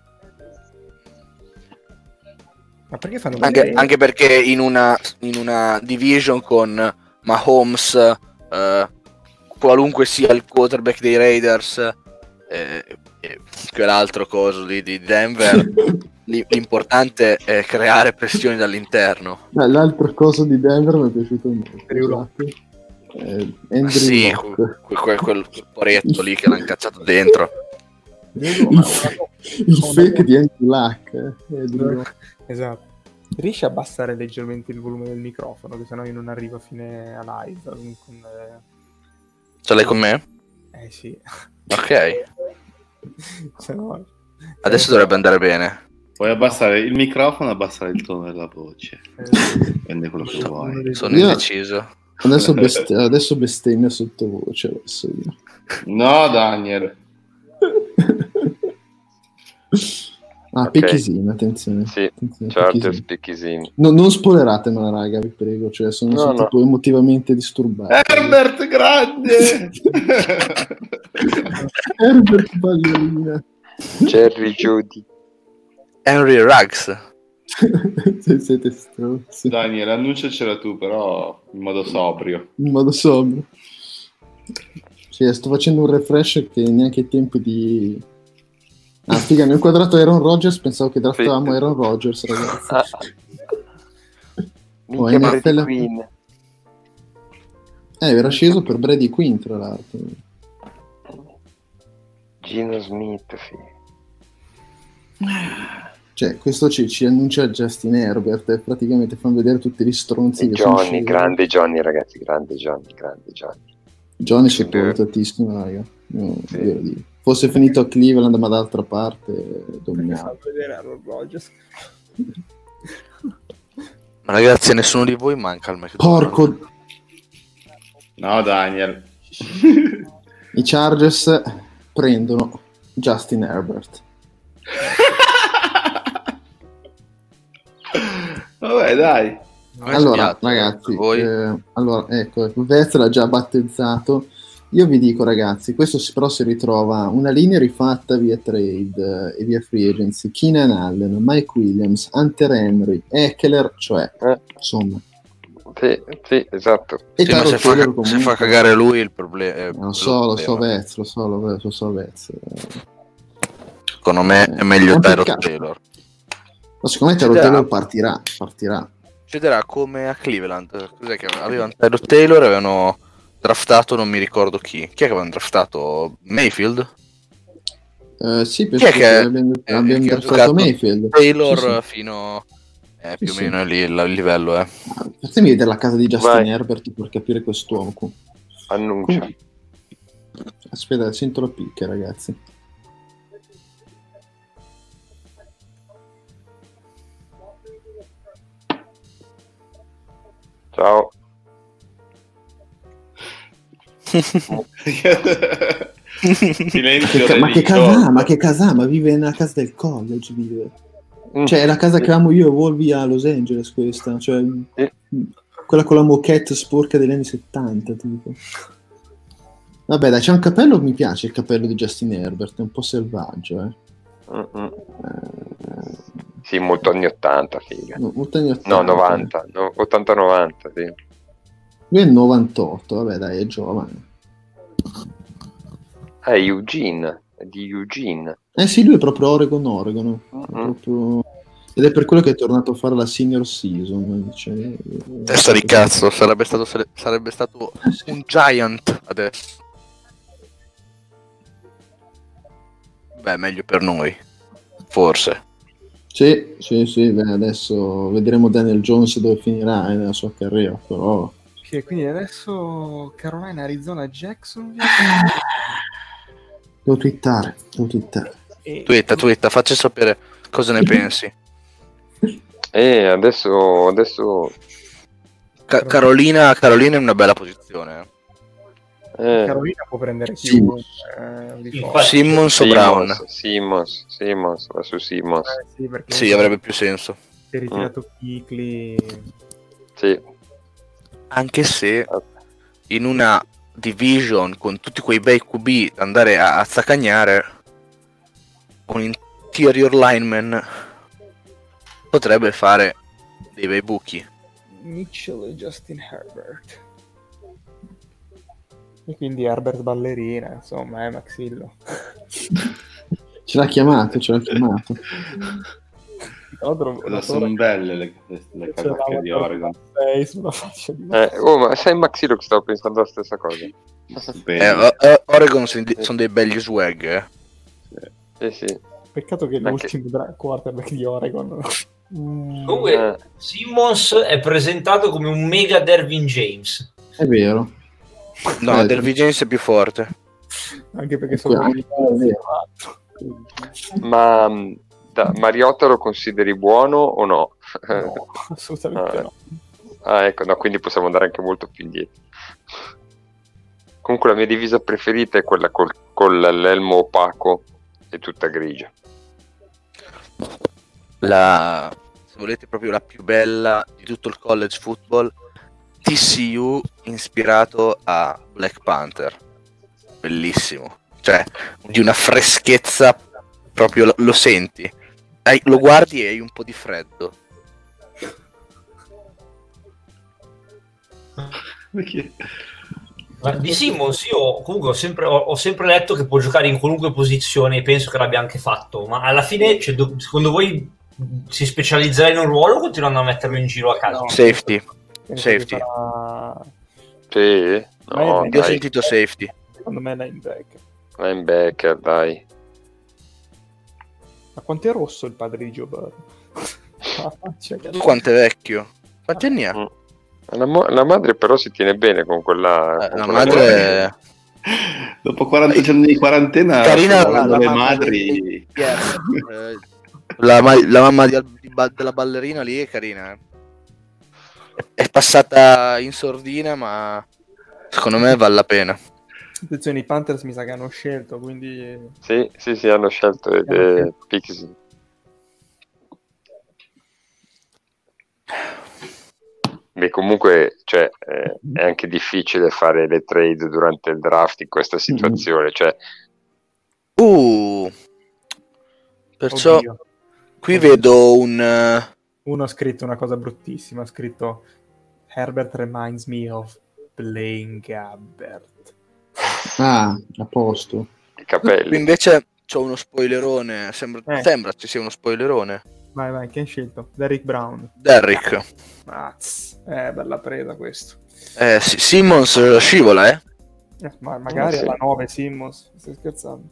Ma perché fanno Anche, anche perché in una, in una division con Mahomes, eh, qualunque sia il quarterback dei Raiders, eh, e quell'altro coso di, di Denver, l'importante è creare pressioni dall'interno. Beh, l'altro coso di Denver mi è piaciuto molto. Eh, Andrew sì, Locke. quel, quel, quel poretto lì che l'ha incazzato dentro. Il, il fake di Andrew Luck. Eh, esatto. Riesci a abbassare leggermente il volume del microfono, che sennò io non arrivo a fine a live. Con, eh... Ce l'hai con me? Eh sì. Ok. Se no... Adesso dovrebbe andare bene. Puoi abbassare il microfono e abbassare il tono della voce. Eh, Prende quello che vuoi. Sono indeciso. Adesso, best- adesso bestemmia sottovoce. Adesso io. No, Daniel. Ah, okay. Pichisini, attenzione. Sì, attenzione, Chargers Pichisini. No, non spoileratemela, raga, vi prego. Cioè, sono, no, sono no. tipo emotivamente disturbato. Herbert grande! Herbert ballerina. Jerry Judy. Henry Ruggs. Se siete stronzi. Daniel, annunciacela tu, però in modo sobrio. In modo sobrio. Cioè, sto facendo un refresh che neanche i tempi di... Ah, figa, ne ho inquadrato Aaron Rodgers, pensavo che draftavamo sì. Aaron Rodgers, ragazzi. Ah. Oh, N F L... Queen. Eh, era sceso per Brady Quinn, tra l'altro. Gino Smith, figa. Cioè, questo ci, ci annuncia Justin Herbert e praticamente fanno vedere tutti gli stronzi. Che Johnny, grande Johnny, ragazzi, grande Johnny, grande Johnny. Johnny sottovalutatissimo, raga. No, sì. Fosse finito a Cleveland ma d'altra parte dominava. Ma ragazzi, nessuno di voi manca al McDonald's. Porco. No, Daniel. I Chargers prendono Justin Herbert. Vabbè, dai. Allora, ragazzi, eh, allora, ecco, Vez l'ha già battezzato. Io vi dico, ragazzi, questo però si ritrova una linea rifatta via trade eh, e via free agency. Keenan Allen, Mike Williams, Hunter Henry, Eckler, cioè, eh. insomma. Sì, sì, esatto. E sì, ma se, fa, comunque... se fa cagare lui il problema. Lo so, lo so, Vez, lo so, lo, lo so, Vez. Secondo me è meglio Tyrod Taylor. Ma secondo me Tyrod Taylor partirà, partirà. Succederà come a Cleveland. Cos'è che avevano Tyrod Taylor, avevano draftato, non mi ricordo chi. Chi è che avevano draftato? Mayfield? Uh, sì, penso che, che abbiamo, eh, abbiamo che draftato Mayfield. Taylor sì, sì. fino eh, più sì, o meno sì. lì il livello, eh. Fatemi vedere la casa di Justin Vai. Herbert per capire quest'uomo. Annuncia. Come... Aspetta, sento la picca, ragazzi. Ciao. Silenzio che, ma che casa ma che casa ma vive nella casa del college, vive. Mm. Cioè è la casa che amo io e Volvi a Los Angeles, questa, cioè mm. quella con la moquette sporca degli anni settanta tipo. Vabbè dai, c'è un capello, mi piace il capello di Justin Herbert, è un po' selvaggio, eh. Mm-hmm. eh sì, molto anni ottanta, figa. No, molto anni ottanta. No, novanta, no, ottanta novanta, sì. Lui è novantotto, vabbè dai, è giovane. È Eugene, è di Eugene. Eh sì, lui è proprio Oregon, Oregon. Mm-hmm. È proprio... Ed è per quello che è tornato a fare la senior season. Cioè... Testa di cazzo, sarebbe stato, sarebbe stato un giant adesso. Beh, meglio per noi, forse. Sì, sì, sì, beh, adesso vedremo Daniel Jones dove finirà eh, nella sua carriera, però... Sì, quindi adesso Carolina, Arizona, Jackson. Devo twittare, devo twittare. E... Twitta, twitta, facci sapere cosa ne pensi. Eh, adesso... adesso... Ca- Carolina, Carolina è una bella posizione. Eh. Carolina può prendere chiunque. Eh, Simmons o Brown? Simmons, Simmons, va su Simmons. Eh, sì, perché sì, avrebbe più senso. Si è ritirato mm. Piccoli. Sì. Anche se in una division con tutti quei bei Q B andare a, a zaccagnare, un interior lineman potrebbe fare dei bei buchi. Mitchell e Justin Herbert. E quindi Herbert ballerina, insomma, è Maxillo. Ce l'ha chiamato, ce l'ha chiamato. Cosa sono belle le, le, le casacche di Oregon. Sei sulla faccia di Eh, oh, ma sai Maxilo che stavo pensando la stessa cosa. Eh, eh, Oregon sono son dei belli swag, eh. Sì, sì. Peccato che Anche... l'ultimo dra- quarterback di Oregon. Mm. Comunque, Eh. Simmons è presentato come un mega Dervin James. È vero. No, Eh, Dervin James è più forte. Anche perché sono Anche- è vero. Ma da, Mariota lo consideri buono o no? No, assolutamente Ah, no. Ah, ecco, no, quindi possiamo andare anche molto più indietro. Comunque la mia divisa preferita è quella col, con l'elmo opaco e tutta grigia. La, se volete, proprio la più bella di tutto il college football, T C U ispirato a Black Panther. Bellissimo. Cioè, di una freschezza, proprio lo, lo senti. Hai, lo guardi e hai un po' di freddo. Perché? Ma di Simmons io comunque ho sempre, ho, ho sempre letto che può giocare in qualunque posizione e penso che l'abbia anche fatto, ma alla fine cioè, do, secondo voi si specializzerà in un ruolo o continuano a metterlo in giro a caso? No. Safety. Penso Safety. che farà- Sì, Ma no, è- Io ho dai, sentito safety. Secondo me è linebacker. linebacker, dai. Ma quanto è rosso il padre di Joe Burrow? La faccia che- Tu quanto è vecchio? Quanti anni ha? Mm. La, mo- la madre però si tiene bene con quella... Eh, con la quella madre moglie. è... Dopo quaranta giorni di quarantena, Carina stanno la- avendo la le mamma madri. di- Eh, la, ma- la mamma di, di ba- della ballerina lì è carina, eh. È passata in sordina, ma secondo me vale la pena. Attenzione, i Panthers mi sa che hanno scelto, quindi Sì, sì, sì, hanno scelto ed è Pixie. Beh, comunque, cioè, eh, è anche difficile fare le trade durante il draft in questa situazione. Cioè, Uh, perciò oddio. qui Oddio. vedo un... eh, Uno ha scritto una cosa bruttissima, ha scritto Herbert reminds me of Blaine Gabbert. Ah, a posto. i qui capelli. invece c'ho uno spoilerone. Sembra, Eh. sembra ci sia uno spoilerone. Vai, vai, chi hai scelto? Derrick Brown. Derrick. Mazz. Eh, bella presa questo. Eh, sì, Simmons scivola, eh? Eh, ma magari Eh, sì. alla nove Simmons. Stai scherzando?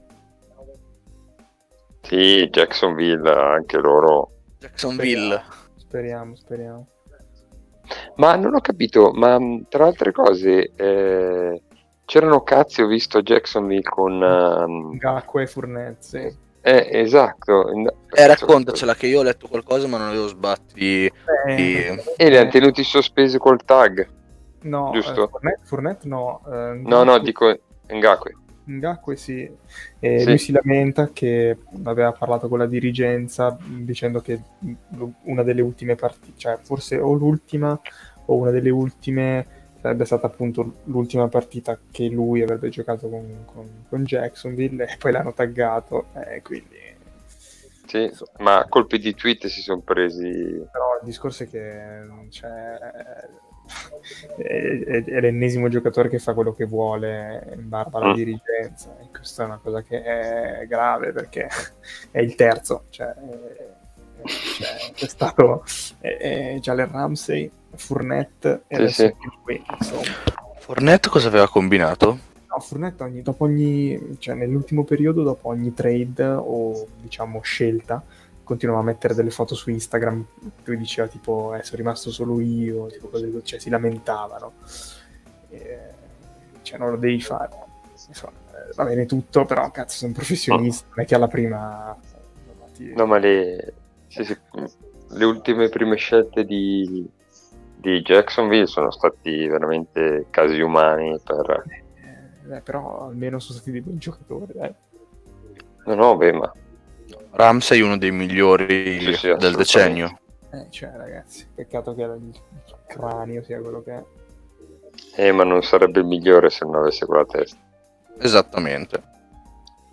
Sì, Jacksonville, anche loro. Jacksonville. Speriamo, speriamo. Ma non ho capito, ma mh, tra altre cose, eh, c'erano cazzi, ho visto a Jacksonville con... ehm, Ngakwe e Fournette, sì. eh, esatto. Eh, raccontacela che io ho letto qualcosa ma non avevo sbatti. Eh, Sì. E li hanno tenuti sospesi col tag. No, giusto? eh, Fournette, Fournette no. eh, No, no, Ngakwe- dico Ngakwe. Ngakwe sì. E Sì. lui si lamenta che aveva parlato con la dirigenza dicendo che l- una delle ultime partite, cioè forse o l'ultima o una delle ultime sarebbe stata appunto l'ultima partita che lui avrebbe giocato con, con- con Jacksonville e poi l'hanno taggato e quindi Sì, ma a colpi di tweet si sono presi. però il discorso è che cioè, è, è- è l'ennesimo giocatore che fa quello che vuole in barba alla Mm. dirigenza e questa è una cosa che è grave perché è il terzo cioè, è, cioè, è stato è, è Jalen Ramsey, Fournette e Sì, adesso sì. anche lui, insomma. Fournette cosa aveva combinato? No, Fournette ogni, dopo ogni, cioè nell'ultimo periodo, dopo ogni trade o diciamo scelta, continuava a mettere delle foto su Instagram, lui diceva tipo eh, sono rimasto solo io, tipo cose così, cioè si lamentavano. E, cioè non lo devi fare. Insomma, eh, va bene tutto, però cazzo sono professionista, non è che alla prima... ti- No, ma le, sì, sì, le ultime prime scelte di, di Jacksonville sono stati veramente casi umani per... eh, eh, però almeno sono stati dei buoni giocatori, dai. No, no, beh, ma Ramsey è uno dei migliori Sì, sì, del assolutamente. decennio. Eh, cioè ragazzi, peccato che il cranio sia quello che è. eh, ma non sarebbe il migliore se non avesse quella testa. Esattamente.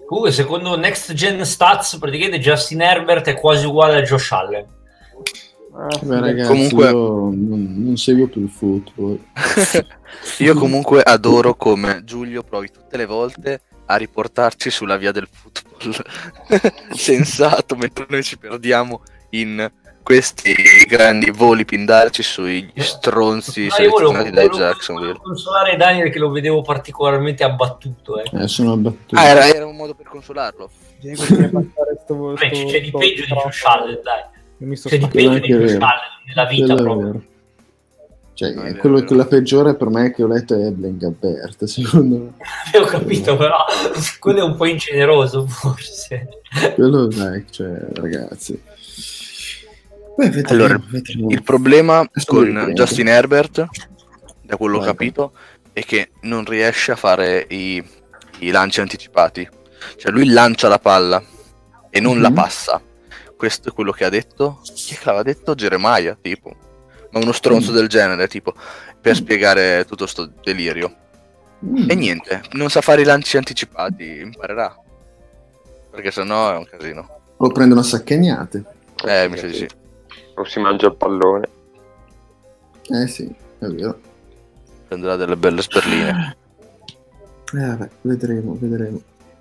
Comunque, secondo Next Gen Stats, praticamente Justin Herbert è quasi uguale a Josh Allen. Beh, ragazzi, comunque io non, non seguo più il football. io comunque adoro come Giulio provi tutte le volte a riportarci sulla via del football sensato, mentre noi ci perdiamo in questi grandi voli pindarici sugli stronzi Ah, io volevo, selezionati dai volevo Jacksonville. consolare Daniel, che lo vedevo particolarmente abbattuto. Eh. Eh, sono abbattuto. Ah, era, era un modo per consolarlo. Diego, devi passare sto- Beh, sto- c'è di sto- peggio di sto- Josh Allen, dai. Io mi sto C'è di spaccando. peggio di Quello è Josh vero. Allen nella vita Quello è proprio. vero. Cioè, No, è vero, quello è vero. la peggiore per me che ho letto è Blaine Gabbert, secondo me. Ho capito, però quello è un po' ingeneroso, forse. Quello, dai, cioè, ragazzi. Beh, vedremo, Allora, vedremo. il problema Adesso mi con riprendo. Justin Herbert, da quello che ho Vai, capito, è che non riesce a fare i, i lanci anticipati. Cioè lui lancia la palla e non la Mhm. passa. Questo è quello che ha detto. Chi è che l'aveva detto? Jeremiah, tipo. Ma uno stronzo Mm. del genere, tipo, per spiegare tutto sto delirio. Mm. E niente, non sa fare i lanci anticipati, imparerà. Perché sennò è un casino. O prendono sacchegnate. Eh, mi sa di sì. O si mangia il pallone. Eh sì, è vero. Prenderà delle belle sberline. Eh, vabbè, vedremo, vedremo.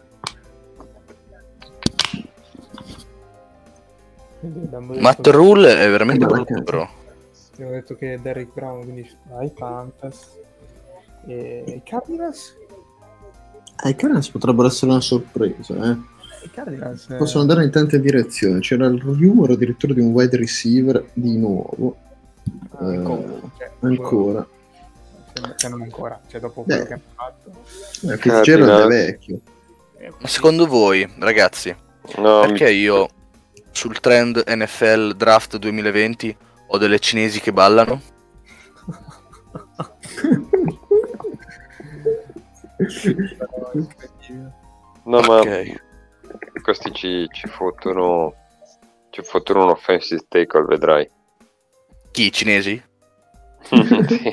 Quindi abbiamo detto Matt che- Rule è veramente Guarda brutto, che- però. abbiamo detto che Derrick Brown quindi ai Panthers e i Cardinals. Eh, i Cardinals potrebbero essere una sorpresa, eh. I Cardinals eh, Possono andare in tante direzioni. C'era il rumore addirittura di un wide receiver di nuovo. ancora, Eh, cioè, ancora. sembra che non ancora, cioè dopo Beh. quello che hanno fatto. Eh, Fitzgerald è Cardinals. vecchio. eh, Ma secondo voi, ragazzi, No, perché io sul trend N F L Draft duemilaventi ho delle cinesi che ballano? no, ma Ok. questi ci, ci fottono ci fottono un offensive tackle, vedrai. Chi, i cinesi? Sì.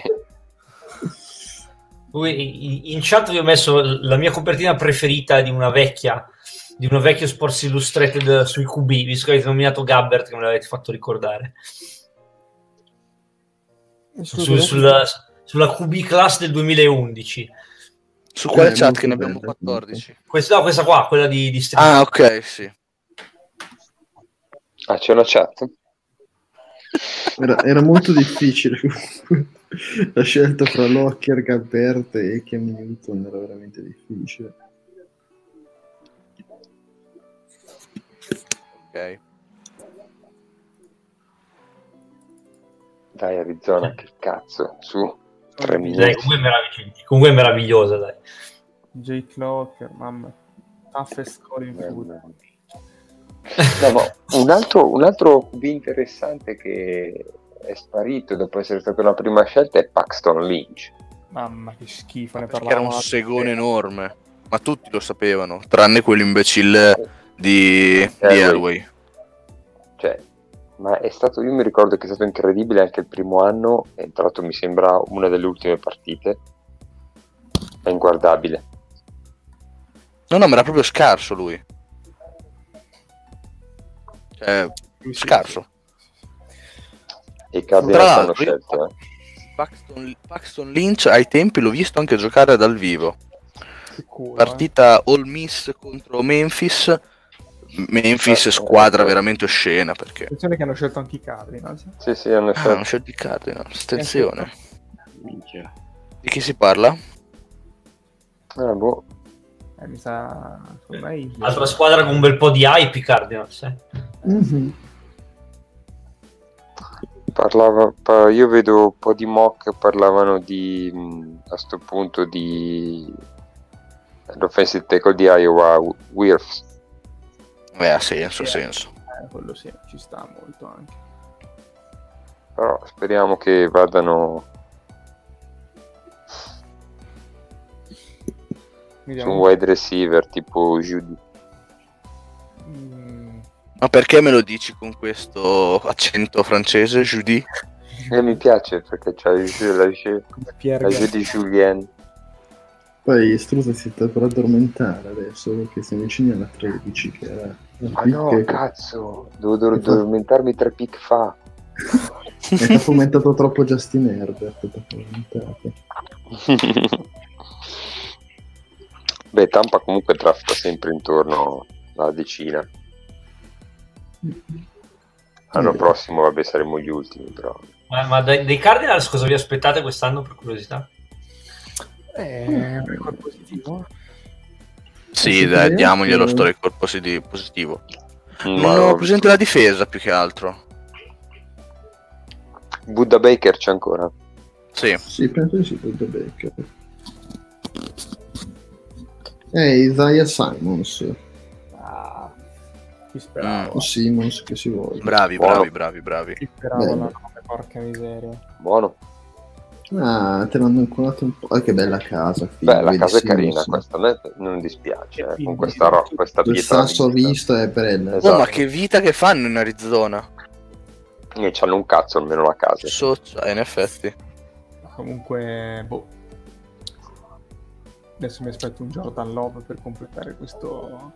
Poi in chat vi ho messo la mia copertina preferita di una vecchia di uno vecchio Sports Illustrated sui Q B, visto che avete nominato Gabbert, che me l'avete fatto ricordare. Su- sulla, sulla Q B class del duemilaundici. Su quale Eh, chat molto che ne abbiamo bella, quattordici? Questa, no, questa qua, quella di, di Street. Ah, ok, sì. Ah, c'è una chat? Era, era molto difficile comunque. La scelta fra Locker, Gabbert e Cam Newton era veramente difficile. Ok. Dai, Arizona, che cazzo, su tre Dai, minuti. comunque, è meravigliosa, comunque è meravigliosa, dai. J. Clocker, mamma. Toughest score in football. No, ma un altro, un altro Q B interessante che è sparito dopo essere stata la prima scelta è Paxton Lynch. Mamma che schifo, ne Perché era parlavamo. un segone enorme. Ma tutti lo sapevano, tranne quell'imbecille di, di Elway. Elway. Cioè, ma è stato, io mi ricordo che è stato incredibile anche il primo anno, è entrato mi sembra una delle ultime partite, è inguardabile. No, no, ma era proprio scarso lui. Cioè, scarso. E i Cardinals Tra hanno l'altro, io- scelto, eh. Paxton, Paxton Lynch ai tempi l'ho visto anche giocare dal vivo. Sicuro, Partita All Miss contro Memphis. Memphis Eh, squadra eh, veramente oscena eh. perché Attenzione che hanno scelto anche i Cardinals. Sì, sì, hanno ah, scelto. hanno scelto i Cardinals. Attenzione. Minchia. Di chi si parla? Ah, boh. Eh, mi sa... ormai... Altra squadra con un bel po' di hype, i Cardinals. Eh. Mhm. Parlava, pa- io vedo un po' di mock parlavano di mh, a sto punto di l'offensive tackle di Iowa, Wirfs. Eh, ha senso, ha senso. Eh, quello sì, ci sta molto anche. Però speriamo che vadano su Vediamo. un wide receiver tipo Judy. Mm, Ma perché me lo dici con questo accento francese, Judy? E mi piace perché c'è la, Ju- come Pierre la Gaston. Judy Julien. Poi Strusa si sta per addormentare adesso perché siamo vicini alla tredici che era ma no che... cazzo devo, devo addormentarmi tre pick fa. È fomentato troppo Justin Herbert. Beh, Tampa comunque drafta sempre intorno alla decina. L'anno Eh. prossimo vabbè saremo gli ultimi però. Ma, ma dai, dei Cardinals cosa vi aspettate quest'anno, per curiosità? Eh, un record positivo. Sì, dai, diamoglielo sto record positi- positivo. Mm, Non ho presente la difesa più che altro. Buddha Baker c'è ancora? Sì. Sì, penso di sì, Buddha Baker. Eh, Isaiah Simons. Ah, chi sperava? O Simons che si vuole. Bravi, Buono. bravi, bravi, bravi. Chi sperava Bello. la nome, porca miseria. Buono. Ah, te l'hanno ancolato un po'. Ah, che bella casa. figo, Beh, la vedi casa è Simons. carina, questa a me non dispiace, eh, Sì, con questa, ro- questa Il pietra sasso vista. visto è bella. Esatto. Oh, ma che vita che fanno in Arizona? E c'hanno un cazzo almeno la casa. So, eh, in effetti. Comunque, boh. Adesso mi aspetto un Jordan Love per completare questo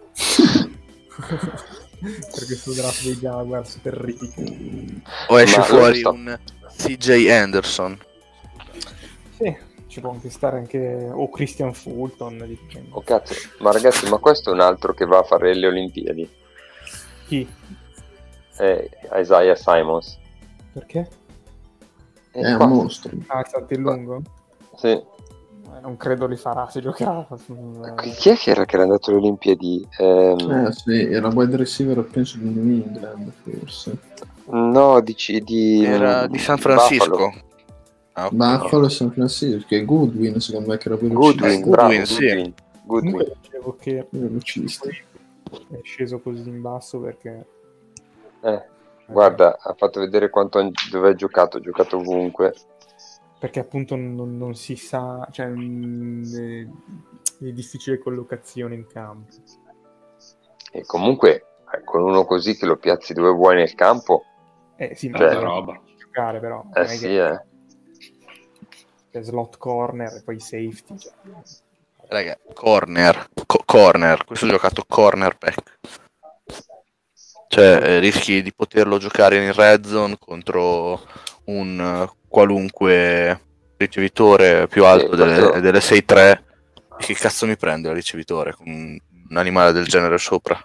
per questo draft dei Jaguars terrifico. O esce Ma fuori lo so. un C J Anderson. Sì, ci può anche stare anche o Christian Fulton, dipende. Oh cazzo, ma ragazzi, ma questo è un altro che va a fare le Olimpiadi. Chi? È Isaiah Simons. Perché? E È qua- un mostro. Ah, è stato il lungo? Sì. Eh, non credo li farà se giocherà. Chi chi è che era che era andato alle Olimpiadi? Ehm, Eh sì, era wide receiver penso di New England forse. No, dici di... Era di San Francisco. Buffalo. Ah, ok. Buffalo e San Francisco, che Goodwin secondo me che era Goodwin, Goodwin, bravo, sì. Goodwin. Goodwin. Comunque dicevo che velocista. è sceso così in basso perché Eh, guarda, ha fatto vedere quanto dove ha giocato, ha giocato ovunque. perché appunto non, non si sa, cioè mh, è, è difficile collocazione in campo. E comunque, eh, con uno così che lo piazzi dove vuoi nel campo, Eh sì, ma Cioè, deve roba. giocare però. non eh è sì, che eh. è slot corner e poi safety. Cioè. Raga, corner, co- corner, questo ho giocato cornerback. Cioè, eh, rischi di poterlo giocare in red zone contro un eh, qualunque ricevitore più alto Sì, delle, questo- delle sei tre. Che cazzo mi prende il ricevitore con un animale del genere sopra?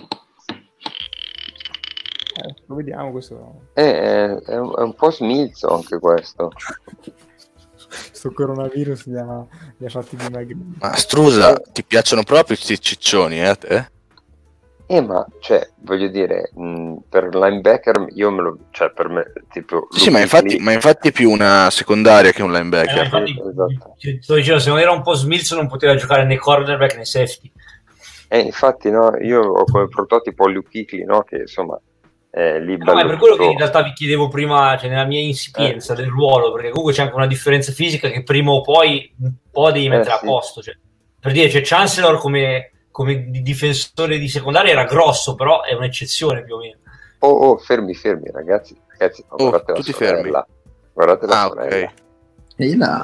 Eh, lo vediamo questo. Eh, è, è un, è un po' smilzo anche questo. Sto coronavirus li ha, li ha fatti dimagrire. Ma Strusa, ti piacciono proprio questi ciccioni, eh, a te? Eh, ma, cioè, voglio dire, mh, per linebacker io me lo... Cioè, per me, tipo... Sì, ma infatti, ma infatti è più una secondaria che un Eh, linebacker. infatti, esatto. ti- sto dicendo, se non era un po' smilzo non poteva giocare né cornerback né safety. Eh, infatti, no, io ho come prototipo Luke Kuechly, no, che insomma è lì No, bello è per quello che tutto- in realtà vi chiedevo prima, cioè nella mia insipienza Eh. del ruolo, perché comunque c'è anche una differenza fisica che prima o poi un po' devi mettere Eh, a sì. posto. Cioè, per dire, cioè Chancellor come, come di- difensore di secondaria era grosso, però è un'eccezione più o meno. Oh, oh, fermi, fermi, ragazzi, ragazzi, Oh, guardate la tutti sorella. Guardate la Ah, sorella. ok. E là.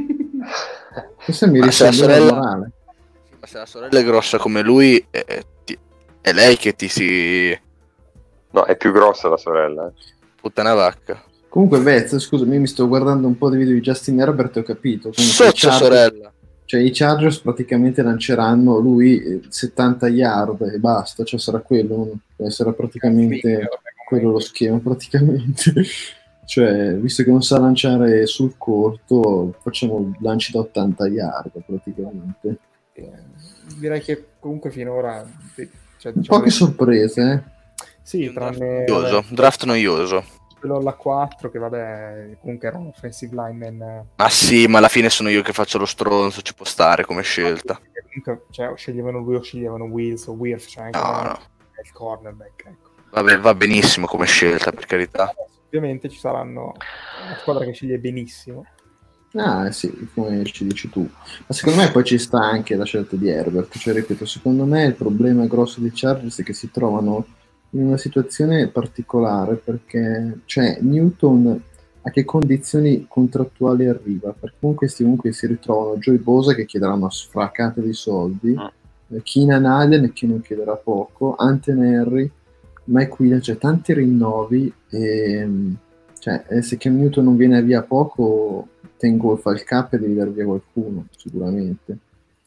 Questo mi Ma se la risale la sorella- morale. Ma se la sorella è grossa come lui, è, ti- è lei che ti si... No, è più grossa la sorella. eh. puttana vacca. Comunque Vez, scusami, io mi sto guardando un po' di video di Justin Herbert e ho capito. Comunque, i Socia Chargers- sorella. Cioè i Chargers praticamente lanceranno lui eh, settanta yard e basta, cioè sarà quello, eh, sarà praticamente quello lo schema praticamente. Cioè, visto che non sa lanciare sul corto, facciamo lanci da ottanta yard praticamente. Eh, direi che comunque finora eh, cioè, diciamo Poche che- sorprese, eh. sì, Un draft tranne noioso, vabbè, un draft noioso. quello alla quattro che vabbè comunque era un offensive lineman eh, Ma sì, ma alla fine sono io che faccio lo stronzo, ci può stare come scelta. che comunque cioè, o sceglievano lui o sceglievano Wills o Wirth, cioè anche No, una- no. il cornerback, ecco. Vabbè, va benissimo come scelta, per carità. Ovviamente ci saranno una squadra che sceglie benissimo. Ah, sì, come ci dici tu. Ma secondo me poi ci sta anche la scelta di Herbert. Cioè, ripeto, secondo me il problema grosso dei Chargers è che si trovano in una situazione particolare perché, cioè, Newton a che condizioni contrattuali arriva, perché comunque questi comunque si ritrovano Joey Bosa che chiederà una sfracata di soldi, mm. Keenan Allen che non chiederà poco, Anthony Henry, Mike Williams, cioè tanti rinnovi e cioè, se Cam Newton non viene via poco tengo fa il cap e devi dar via qualcuno sicuramente,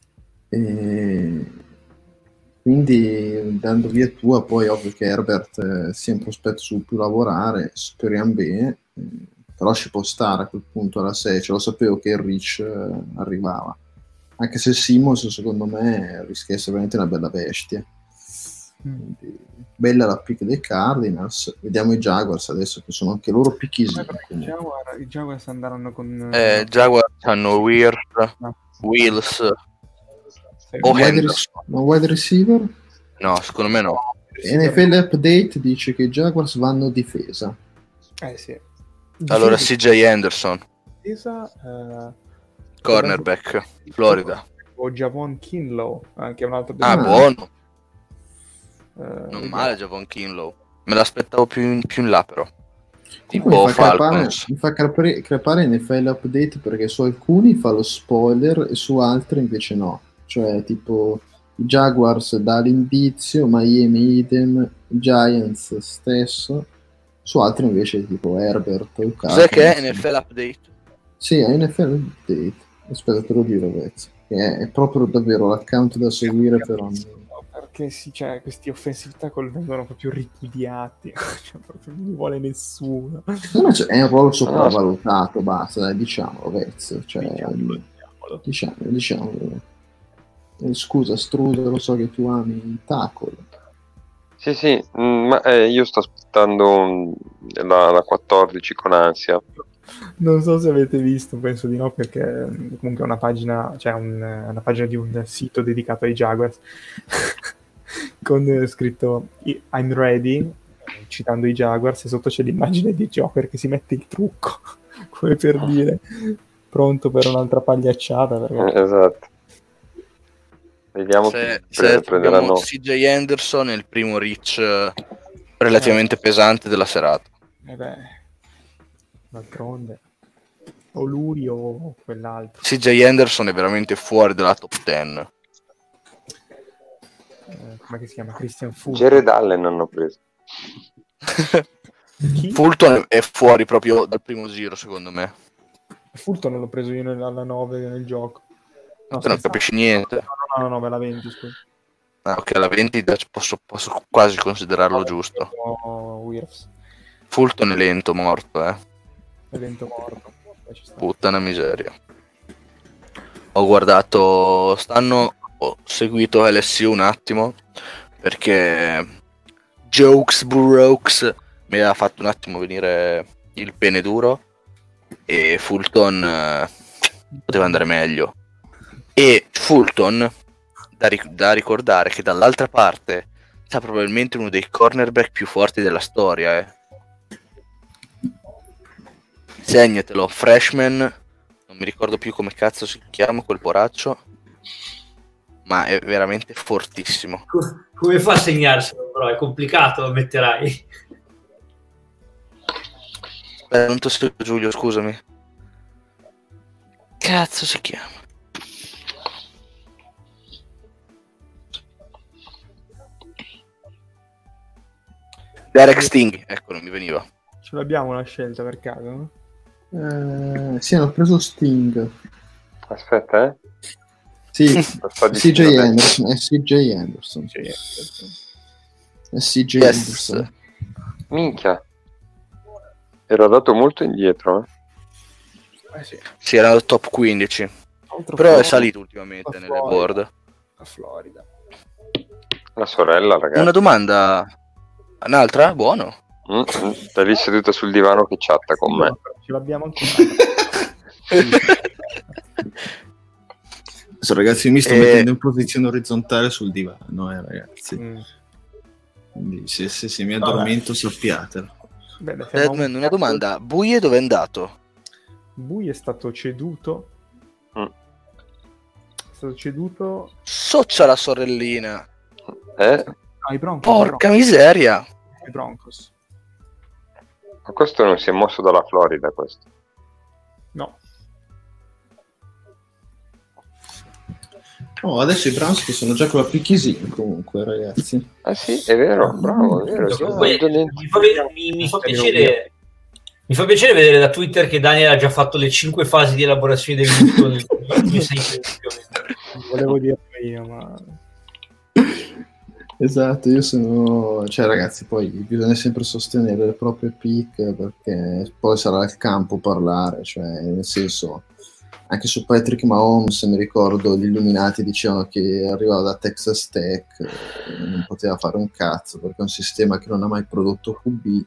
e quindi dando via tua poi ovvio che Herbert eh, sia un prospetto su più lavorare, speriamo bene, eh, però ci può stare a quel punto alla sei, ce lo sapevo che il Rich eh, arrivava, anche se Simmons secondo me rischia di essere veramente una bella bestia. Quindi, bella la pick dei Cardinals, vediamo i Jaguars adesso che sono anche loro picchissimi. I Jaguars, i Jaguars andarono con eh, Jaguars hanno Weir, no. Wills o wide, res- wide receiver? No, secondo me no. N F L Update dice che i Jaguars vanno difesa. Eh sì. Difesa. Allora C J Anderson difesa, uh, cornerback Florida o Javon Kinlaw anche un altro. Ah, buono. Uh, non male Javon Kinlaw, me l'aspettavo più in, più in là però tipo mi fa, crepare, mi fa crepare, crepare N F L Update perché su alcuni fa lo spoiler e su altri invece no, cioè tipo i Jaguars dà l'indizio, Miami idem, Giants stesso, su altri invece tipo Herbert o cos'è che è N F L Update? Sì, è N F L Update, aspetta te lo dirò ragazzi, è, è proprio davvero l'account da seguire per ogni. Perché sì, cioè, questi offensive tackle vengono proprio ripudiati, cioè, proprio non li vuole nessuno. No, cioè, è un ruolo sopravvalutato, basta, dai, diciamolo, Vez, cioè, diciamolo, diciamolo. diciamolo, diciamolo. Eh, scusa, Strude, lo so che tu ami il tackle. Sì, sì, mh, ma eh, io sto aspettando la, la quattordici con ansia. Non so se avete visto, penso di no, perché comunque è una pagina, cioè un, una pagina di un sito dedicato ai Jaguars con scritto I'm ready, citando i Jaguars, e sotto c'è l'immagine di Joker che si mette il trucco, come per dire pronto per un'altra pagliacciata. Perché... Esatto. Vediamo se, se prenderanno C J Anderson è il primo reach relativamente eh. pesante della serata. Eh beh. D'altronde o lui o quell'altro. C J Anderson è veramente fuori dalla top dieci. Eh, come si chiama? Christian Fulton. Jared Allen hanno preso. Fulton è fuori proprio dal primo giro secondo me. Fulton l'ho preso io alla nove nel gioco. No, non capisci niente. No, no, no, no, la venti, scusa. Ah, ok, la venti posso, posso quasi considerarlo no, giusto. Fulton è lento, morto, eh. Evento morto. Puttana miseria. Ho guardato, stanno, ho seguito L S U un attimo perché Jokes Burrows mi aveva fatto un attimo venire il pene duro e Fulton eh, poteva andare meglio. E Fulton da, ric- da ricordare che dall'altra parte c'è probabilmente uno dei cornerback più forti della storia, eh. Segnatelo, freshman, non mi ricordo più come cazzo si chiama quel poraccio, ma è veramente fortissimo. Come fa a segnarselo però? È complicato, lo ammetterai. Beh, non ti seguo Giulio, scusami. Cazzo si chiama? Derek Sting, ecco, non mi veniva. Ce l'abbiamo una scelta per caso, no? Eh, sì, hanno preso Sting. Aspetta, eh? Sì, C J Anderson. È C J Anderson. È C J yes. Anderson. Minchia. Era dato molto indietro, eh? Eh sì. Sì, era al top quindici. Altro però è salito ultimamente nelle board. A Florida. La sorella, ragazzi. Una domanda. Un'altra? Buono. Mm-hmm. Stai lì seduta sul divano che chatta con me. Ce l'abbiamo ancora. Adesso ragazzi mi sto e... mettendo in posizione orizzontale sul divano, eh ragazzi. Mm. Quindi se, se, se mi addormento sappiatelo. Bene, Deadman, una domanda. Buie dove è andato? Buie è stato ceduto. Mm. È stato ceduto. Soccia la sorellina. Eh? Ah, i Broncos. Porca i Broncos. miseria. I Broncos. Ma questo non si è mosso dalla Florida, questo? No. Oh, adesso i Browns che sono già con la pichisina comunque, ragazzi. Ah sì, è vero, bravo, è vero. Comunque, mi, fa, mi, mi fa piacere mi fa piacere vedere da Twitter che Daniel ha già fatto le cinque fasi di elaborazione del lutto nel volevo dirlo io, ma esatto, io sono, cioè ragazzi, poi bisogna sempre sostenere le proprie pick, perché poi sarà il campo parlare, cioè nel senso, anche su Patrick Mahomes mi ricordo gli illuminati dicevano che arrivava da Texas Tech e non poteva fare un cazzo perché è un sistema che non ha mai prodotto Q B,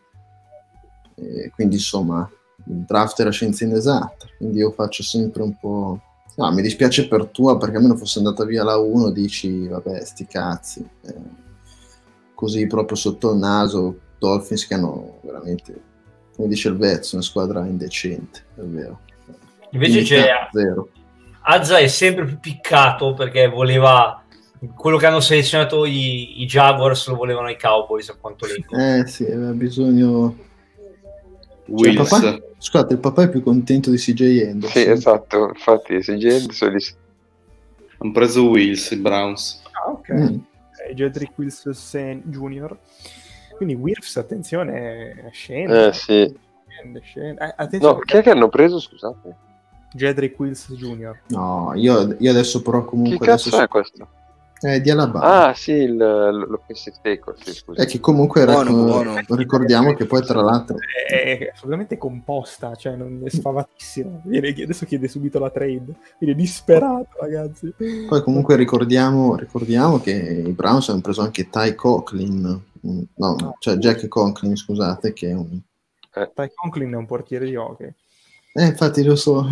e quindi insomma il draft era scienza inesatta, quindi io faccio sempre un po', no, mi dispiace per Tua, perché almeno fosse andata via la uno dici vabbè sti cazzi, eh, così proprio sotto il naso Dolphins che hanno veramente, come dice il Vezzo, una squadra indecente, è vero. Invece c'è zero. Azza è sempre più piccato perché voleva quello che hanno selezionato i, i Jaguars, lo volevano i Cowboys, a quanto leggo. Eh sì, aveva bisogno. Cioè, Wills. papà... Scusate, il papà è più contento di C J Anderson. Sì, esatto, infatti C J Anderson li... hanno preso Wills, i Browns. ah, ok. Mm. Eh, Jedrick Wills Junior Quindi Wirfs, attenzione, scende. Eh sì. Scende, scende. Eh, attenzione, No, chi è che hanno preso, scusate? Jedrick Wills Junior No, io, io adesso però Chi comunque cazzo adesso... è questo? Eh, di Alabama. Ah sì, il, l'offensive tackle, sì, scusa. È che comunque era, Buono, buono. ricordiamo che poi tra l'altro è assolutamente composta, cioè non è sfavatissima. Viene, adesso chiede subito la trade, viene disperato, ragazzi. poi comunque ricordiamo, ricordiamo che i Browns hanno preso anche Ty Conklin, no, cioè Jack Conklin, scusate, che è un... Ty Conklin è un portiere di hockey. Eh, infatti lo so.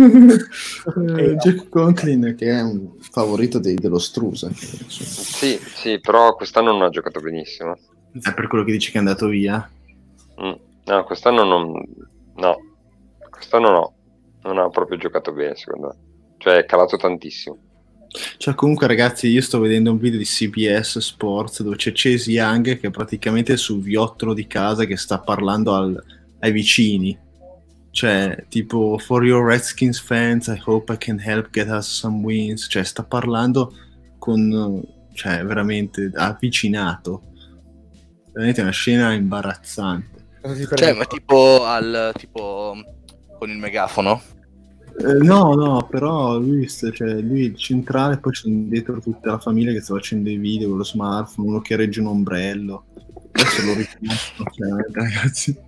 eh, Jack Conklin che è un favorito dei, dello Strusa. Sì, sì, però quest'anno non ha giocato benissimo. È per quello che dici che è andato via? Mm. No, quest'anno non... No, quest'anno no. Non ha proprio giocato bene, secondo me. Cioè, è calato tantissimo. Cioè, comunque, ragazzi, io sto vedendo un video di C B S Sports dove c'è Chase Young che praticamente è sul viottolo di casa che sta parlando al, ai vicini. Cioè, tipo, for your Redskins fans, I hope I can help get us some wins. Cioè, sta parlando con, cioè, veramente avvicinato. Veramente una scena imbarazzante. Cioè, ma tipo al tipo con il megafono? Eh, no, no, però lui, cioè, lui è il centrale, poi c'è dietro tutta la famiglia che sta facendo i video con lo smartphone, uno che regge un ombrello. Adesso lo riconosco, cioè, ragazzi.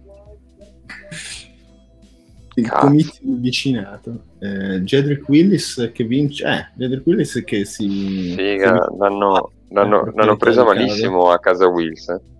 Il Cazzo. comizio vicinato. Eh, Jedrick Willis che vince, eh, Jedrick Willis che si... Figa, si- l'hanno, l'hanno, l'hanno presa malissimo a casa Wills. Eh.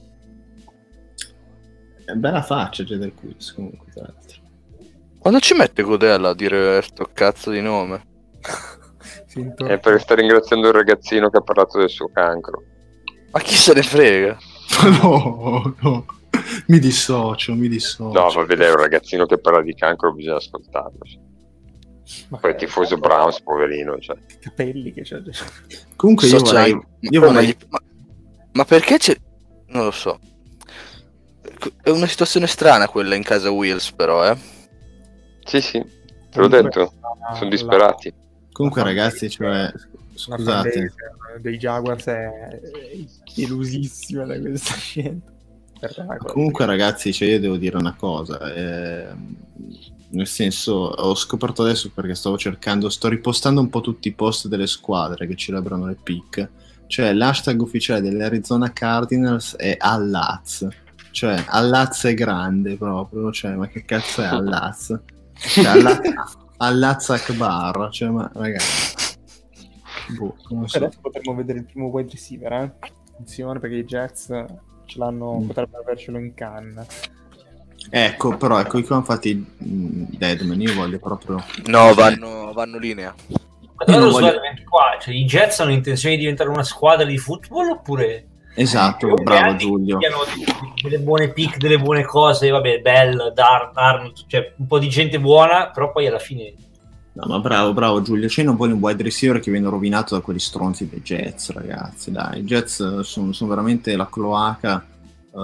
È bella faccia Jedrick Willis comunque, tra l'altro. Quando ci mette Godella a dire sto cazzo di nome? Si intorna- È perché sta ringraziando il ragazzino che ha parlato del suo cancro. Ma chi se ne frega? No, no, mi dissocio, mi dissocio. No, va vedere un ragazzino che parla di cancro, bisogna ascoltarlo. Ma Poi il tifoso Browns, poverino. Cioè. che capelli che c'ha. Comunque io Sociali- vorrei... Ma, Io poi, ma vorrei... gli- ma- ma perché c'è... Non lo so. È una situazione strana quella in casa Wills, però, eh. Sì, sì, te l'ho detto, sono disperati. Comunque la- ragazzi, cioè... La Scusate. fanbase dei Jaguars è illusissima da questa scelta. Comunque ragazzi, cioè io devo dire una cosa, eh, nel senso ho scoperto adesso perché stavo cercando, sto ripostando un po' tutti i post delle squadre che celebrano le pick, cioè l'hashtag ufficiale dell'Arizona Cardinals è Allaz, cioè Allaz è grande proprio, cioè ma che cazzo è Allaz? Cioè, Allaz, Allaz Akbar, cioè ma ragazzi, boh, non so. Adesso potremmo vedere il primo wide receiver, eh? Attenzione perché i Jets ce l'hanno, Mm. potrebbero avercelo in canna. Ecco, però ecco, come infatti mh, Deadman, io voglio proprio... No, vanno, vanno linea. Ma tra Io non l'altro voglio- guarda, qua, cioè, i Jets hanno intenzione di diventare una squadra di football oppure Esatto, Io bravo anni Giulio. che hanno delle buone pick, delle buone cose, vabbè, Bell, Dar- Arnold, cioè un po' di gente buona, però poi alla fine No, ma bravo, bravo Giulio. Cioè, non voglio un wide receiver che viene rovinato da quegli stronzi dei Jets, ragazzi. Dai, i Jets sono, sono veramente la cloaca. Uh,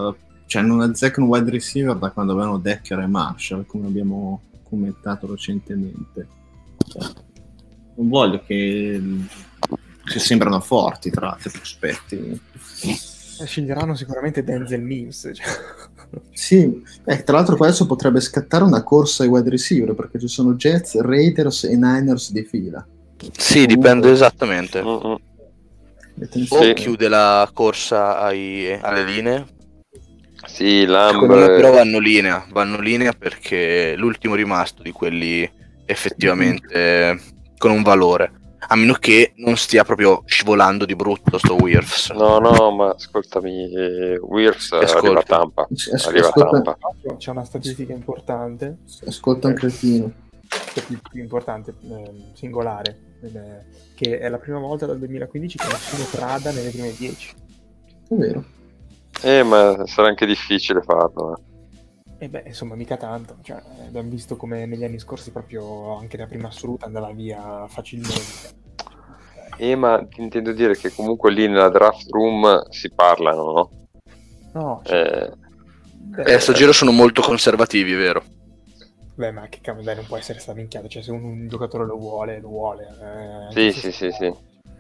cioè non azzeccano un wide receiver da quando avevano Decker e Marshall, come abbiamo commentato recentemente. Cioè, non voglio che, che sembrano forti tra altri prospetti. Sceglieranno sicuramente Denzel Mims. Cioè. Sì, eh, tra l'altro adesso potrebbe scattare una corsa ai wide receiver perché ci sono Jets, Raiders e Niners di fila. Sì, Comunque, dipende esattamente. Mm-mm. O Sì. chiude la corsa ai, alle linee. Sì, Secondo me Lamb però vanno linea, vanno linea perché l'ultimo rimasto di quelli effettivamente con un valore. A meno che non stia proprio scivolando di brutto sto Wirfs. no no ma ascoltami, eh, Wirfs Ascolti. arriva a Tampa, As- arriva a ascolta- Tampa. C'è una statistica importante, Ascolta un cretino. cioè più, più importante, ehm, singolare, eh, che è la prima volta dal duemilaquindici che nessuno trada nelle prime dieci. È vero. Eh ma sarà anche difficile farlo, eh. E beh, insomma, mica tanto. Cioè, abbiamo visto come negli anni scorsi proprio anche la prima assoluta andava via facilmente. Eh ma ti intendo dire che comunque lì nella draft room si parlano, no? No, cioè, Eh, beh, E a sto giro sono molto conservativi, vero? beh, ma che cavolo, dai, non può essere staminchiato. Cioè, se un, un giocatore lo vuole, lo vuole. Eh, sì anche sì se- sì sì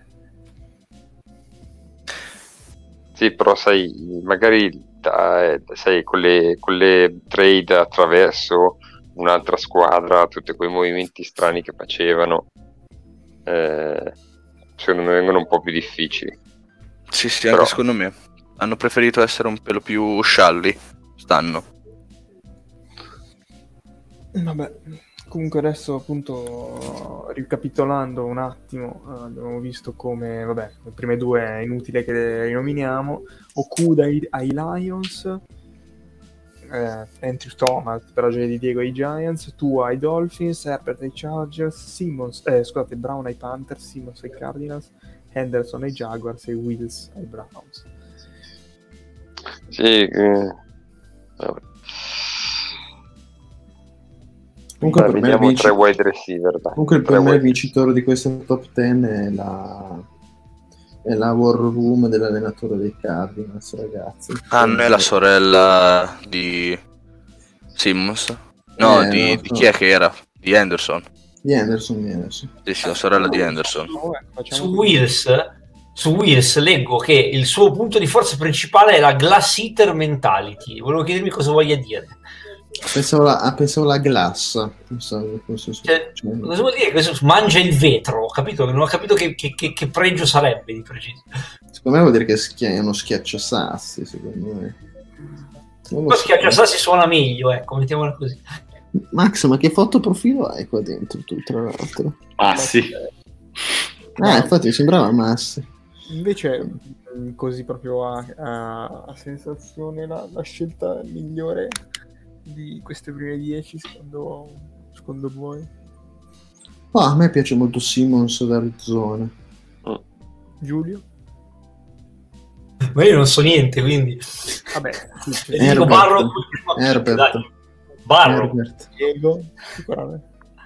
sì, però sai, magari eh, sai, con le, con le trade attraverso un'altra squadra, tutti quei movimenti strani che facevano, eh, secondo me vengono un po' più difficili. Sì, sì, Però- anche secondo me. Hanno preferito essere un pelo più scialli, stanno. Vabbè, comunque adesso appunto ricapitolando un attimo, eh, abbiamo visto come, vabbè, le prime due è inutile che le rinominiamo, Okuda ai, ai Lions, eh, Andrew Thomas per ragione di Diego ai Giants, Tua ai Dolphins, Herbert ai Chargers, Simmons, eh, scusate, Brown ai Panthers, Simmons ai Cardinals, Henderson ai Jaguars e Wills ai Browns. Sì, eh, vabbè. Comunque, Dai, per me vediamo vinci- tre wide receiver, dai. Comunque per Tre me il wide- vincitore di questa top dieci è la è la war room dell'allenatore dei Cardinals, ragazzi. Ah, non è la sorella di Simmons? No, Eh, di, no, di no. chi è che era? Di Henderson. Di Anderson, di Anderson. Sì, sì, la sorella di Henderson. Vabbè, facciamo Su così. Wills, su Wills leggo che il suo punto di forza principale è la glass eater mentality. Volevo chiedermi cosa voglia dire. Pensavo la, ah, pensavo la glass. Pensavo fosse su- Cioè, cioè, cosa vuol dire che questo mangia il vetro? Ho capito? Non ho capito che, che- che- che pregio sarebbe di preciso. secondo me vuol dire che schia- è uno schiacciasassi, secondo me. Non lo Ma so. schiacciasassi suona meglio, ecco, mettiamola così. Max, ma che fotoprofilo hai qua dentro tu, tra l'altro? Ah sì. Ah, infatti sembrava Massi. Invece, mh, così proprio a, a- a sensazione, la, la scelta migliore di queste prime dieci, secondo, secondo voi? Ah, a me piace molto Simmons d'Arizona. Giulio? Ma io non so niente, quindi... Vabbè, sì, sì. E dico Herbert. Barro... Herbert. Dai, Barro. Herbert. Diego, sicuramente.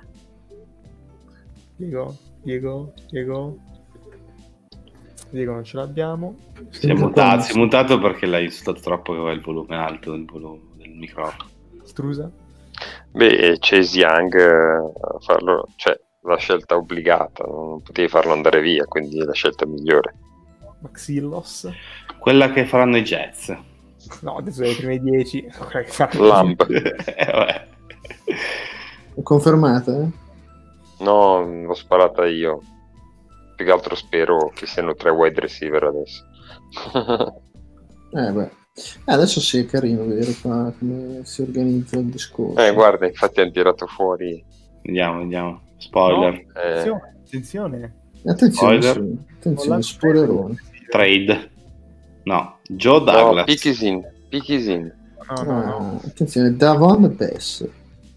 Diego, Diego, Diego. Diego non ce l'abbiamo. Si è mutato, si è mutato perché l'hai insultato troppo che aveva il volume alto il volume del microfono. Strusa? Beh, Chase Young, eh, farlo, cioè, la scelta obbligata, non potevi farlo andare via, quindi è la scelta migliore. Maxillos? Quella che faranno i Jets. No, adesso le prime dieci. Quella che fanno- Lamb. Eh, vabbè. È confermata, eh? No, l'ho sparata io. Più che altro spero che siano tre wide receiver adesso. Eh, beh. Eh, adesso sì, è carino vedere qua come si organizza il discorso. eh, guarda, infatti hanno tirato fuori. Andiamo, andiamo. Spoiler. Eh, Attenzione, attenzione. Attenzione, Spoiler. sì. Attenzione, Orlando spoilerone. Trade. No, Joe no, Douglas. pick is in, pick is in. No, no, no. Ah, attenzione, Davon Bess.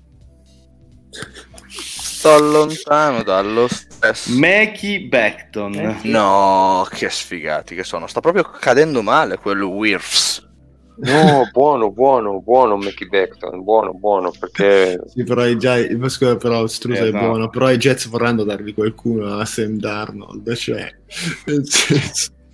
Sto lontano dallo stress. Mackie Beckton. No, che sfigati che sono. Sta proprio cadendo male quello Wirfs. No, buono, buono, buono Mackie Beckton, buono, buono, perché Sì, però i Giants, scusa, però Strusa Eh, è no. buono, però i Jets vorranno dargli qualcuno a Sam Darnold, cioè nel senso-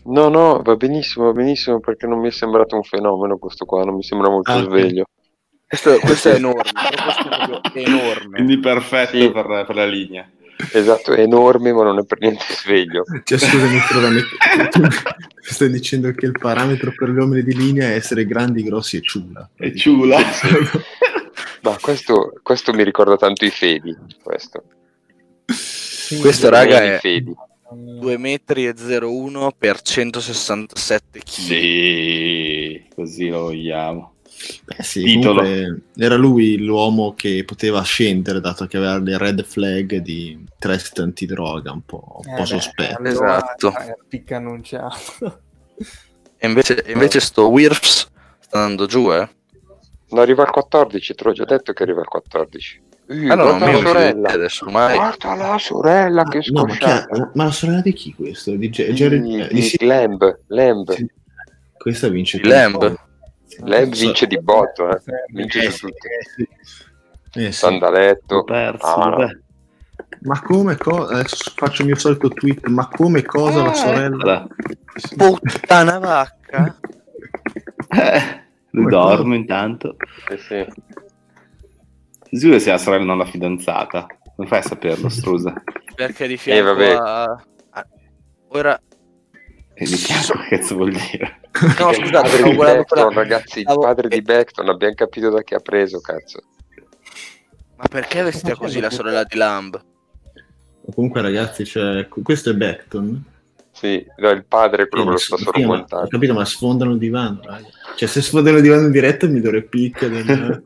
No, no, va benissimo, va benissimo, perché non mi è sembrato un fenomeno questo qua, non mi sembra molto Ah, sveglio. Questo, questo è enorme, questo è proprio enorme. Quindi perfetto Sì. per, per la linea. Esatto, è enorme, ma non è per niente sveglio. Cioè, scusami, scusami, tu stai dicendo che il parametro per gli uomini di linea è essere grandi, grossi e ciula. È ciula. Ma questo, questo mi ricorda tanto i Fedi, questo. Sì, Questo, I raga, miei è Fedi. due metri e zero uno per centosessantasette chili. Sì, così lo vogliamo. Beh sì, Titolo. comunque era lui l'uomo che poteva scendere, dato che aveva le red flag di test antidroga un po', un Eh, po' beh, sospetto. allora, Esatto. eh, picca annunciato. E invece, invece sto Wirfs sta andando giù, eh? No, arriva al quattordici, te l'ho già detto che arriva al quattordici. Uh, Ah no, non guarda mi la lo sorella. adesso ormai. Guarda la sorella che No, ma, chi ha- scosciata. ma la sorella di chi questo? Di, Ge- Di, Jerry- di, di Sid- Lamb, Lamb. Sid- Questa vince Di Lamb? tutto. Lamb vince di botto, eh. Vince Eh su sì, tutto. eh sì. Eh sì. Sandaletto. L'ho perso, Ah, no. vabbè. Ma come co- adesso faccio il mio solito tweet, ma come cosa Ah, la sorella? eccola. Puttana vacca. Eh, lui Come dorme intanto. Sì, sì. Sicuro sia la sorella, non la fidanzata. Non fai a saperlo, strusa. Perché di fianco Eh, vabbè. a... a- Ora... E di fianco, che cazzo vuol dire? No, Il scusate, padre stavo di guardando Beckton, quella- ragazzi, il stavo- padre di eh, Beckton, abbiamo capito da chi ha preso, cazzo. Ma perché è vestita così la sorella di Lamb? Comunque ragazzi, cioè, questo è Beckton. Sì, no, il padre è quello che lo Sì, sta ma- ho sormontando. capito, ma sfondano il divano, raga. Cioè, se sfondano il divano in diretta mi do le picche del...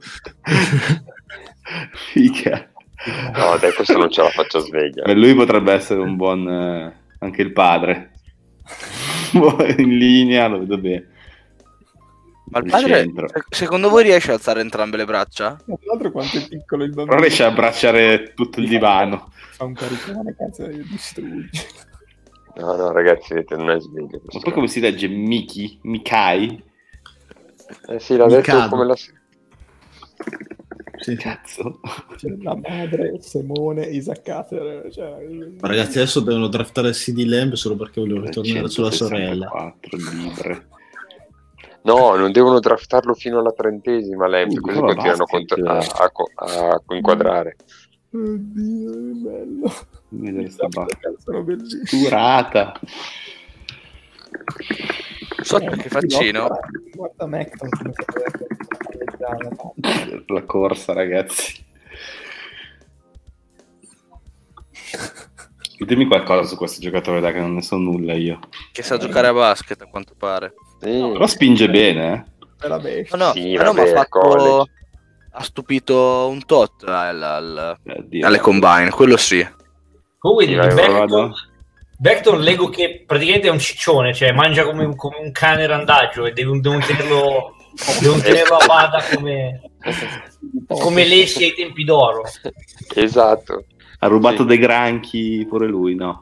Figa. No, dai, questo non ce la faccio sveglia. Beh, lui potrebbe essere un buon... eh, anche il padre. In linea, lo vedo bene. Ma il Il padre, centro. se- secondo voi riesce a alzare entrambe le braccia? Tra l'altro quanto è piccolo il bambino. Però riesce a abbracciare tutto il divano. Fa un caricone, cazzo, e distrugge. No, no, ragazzi, vedete, non è sveglio Ma questo. poi come si legge? Miki? Mikai? Eh sì, l'ha detto Mikado. come la... Sì, sì. Cazzo. Cioè, la madre, Simone, Isaac Cater. Cioè... Ma ragazzi, adesso devono draftare C D Lamb solo perché vogliono ritornare sulla sorella. centosessantaquattro libre. No, non devono draftarlo fino alla trentesima, Lamb, Uh, così però continuano a, basket, cont- a, a- a inquadrare. Oddio, che bello. Vedere sta basta. Sono bellissimi. Sturata. Sotto che faccino. Guarda Macton come si La corsa, ragazzi. Ditemi qualcosa su questo giocatore, dai, che non ne so nulla io. Che sa giocare a basket, a quanto pare. Sì. Però spinge bene, eh. è la bestia. No, no, Sì, ah, no, ma vabbè, ha fatto... college. Ha stupito un tot al- al- Oddio. alle combine, quello sì. Comunque Sì, di vai, vai, Beckton, vado. Beckton leggo che praticamente è un ciccione, cioè mangia come un, come un cane randagio e devono, devono tenerlo, devono tenerlo a bada come, come Lessi ai tempi d'oro. Esatto. Ha rubato Sì. dei granchi pure lui, no?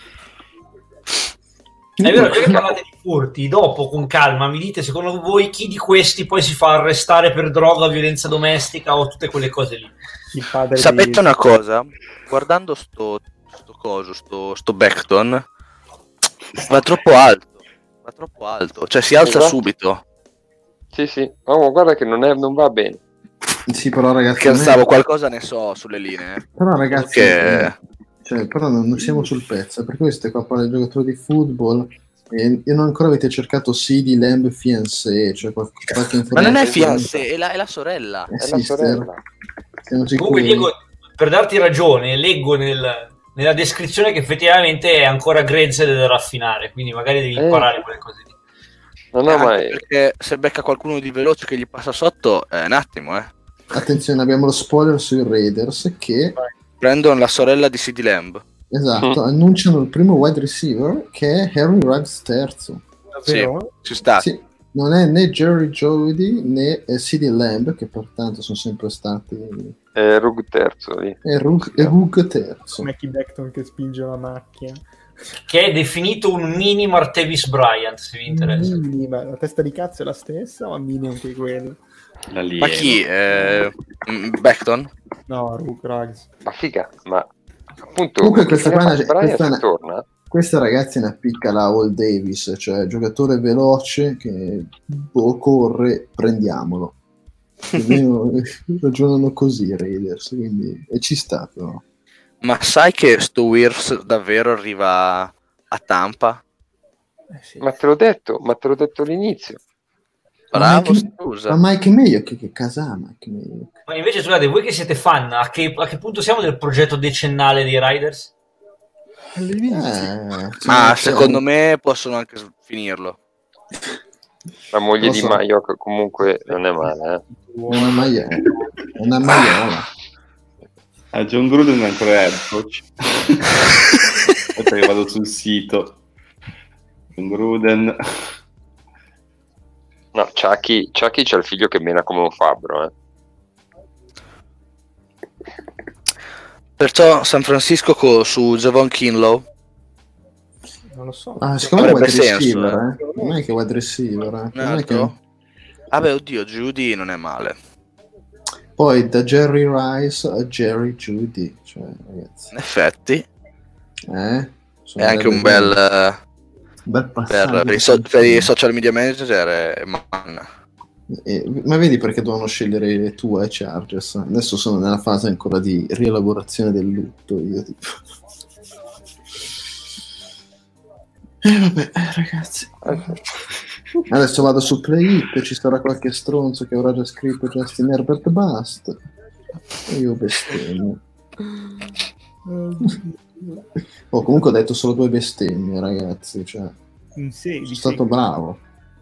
È vero, già che parlate di furti, dopo con calma mi dite secondo voi chi di questi poi si fa arrestare per droga, violenza domestica o tutte quelle cose lì? Il padre Sapete di... una cosa? Guardando sto, sto coso, sto, sto Beckton, va troppo alto. Va troppo alto, cioè si alza Esatto. subito. Sì, sì. Oh, ma guarda che non, è, non va bene. Sì, però ragazzi... a me- Scherzavo, qualcosa ne so sulle linee. eh. Però ragazzi... Che... eh, Cioè, però non, non siamo sul pezzo, perché voi siete qua a parlare di giocatori di football e, e non ancora avete cercato C D Lamb fiancé, cioè qual- qualche Ma non è informazione. fiancé, è la, è la sorella. Eh È sì, la stiamo- sorella. siamo sicuri. Comunque Diego, per darti ragione, leggo nel- nella descrizione che effettivamente è ancora grezza da raffinare, quindi magari devi Eh. imparare quelle cose lì. No, no, Anche ma è... perché se becca qualcuno di veloce che gli passa sotto, è un attimo, eh. Attenzione, abbiamo lo spoiler sui Raiders che, Prendono la sorella di C D Lamb. esatto, annunciano il primo wide receiver che è Harry Ruggs terzo. Davvero? Ci sta. Sì, non è né Jerry Jeudy né eh, C D Lamb, che pertanto sono sempre stati, è Rug terzo lì. e Rug, e Rug terzo. Mackie Beckton che spinge la macchina. Che è definito un mini Martavis Bryant, se vi interessa. Mini, ma la testa di cazzo è la stessa, ma mini anche quello. L'alieno. Ma chi? Eh, mm, Beckton? No, Rook Ruggs. Ma figa, ma appunto Comunque questa qua è una- Brian questa è una- se torna, Questa ragazzi è una piccola All Davis, cioè giocatore veloce che boh, corre, prendiamolo. Almeno ragionano così i Raiders, quindi e ci sta però. Ma sai che sto Wirfs davvero arriva a Tampa? Eh sì. Ma te l'ho detto, ma te l'ho detto all'inizio. Bravo, Mike, scusa. ma Mike Mayock, che, che casa ha Mike Mayock? Ma invece, scusate, voi che siete fan, a che, a che punto siamo del progetto decennale dei Riders? All'inizio. Eh, Ma cioè, secondo me possono anche finirlo. La moglie Lo di so. Maioc comunque non è male, eh. una maia- una maiola. A John Gruden è ancora head coach. Aspetta che vado sul sito. John Gruden. No, Chucky, Chucky c'ha il figlio che mena come un fabbro, eh. Perciò San Francisco co- su Javon Kinlaw. Non lo so. Ah, secondo me è Avrebbe wide senso, receiver, eh. Non è che wide receiver, eh. Un Non è che... altro? Vabbè, oddio, Judy non è male. Poi da Jerry Rice a Jerry Judy, cioè ragazzi, In effetti, eh? è anche un bel... eh, bel per, passaggio. per i so- per i social media manager è man. Eh, ma vedi perché dovevano scegliere le tue Chargers? Adesso sono nella fase ancora di rielaborazione del lutto. Io tipo. E eh, vabbè, eh, ragazzi. Adesso vado su Play It, ci sarà qualche stronzo che avrà già scritto Justin Herbert basta. E io bestemmio. Oh, comunque ho detto solo due bestemmie, ragazzi. Cioè, In sei, sono stato bravo.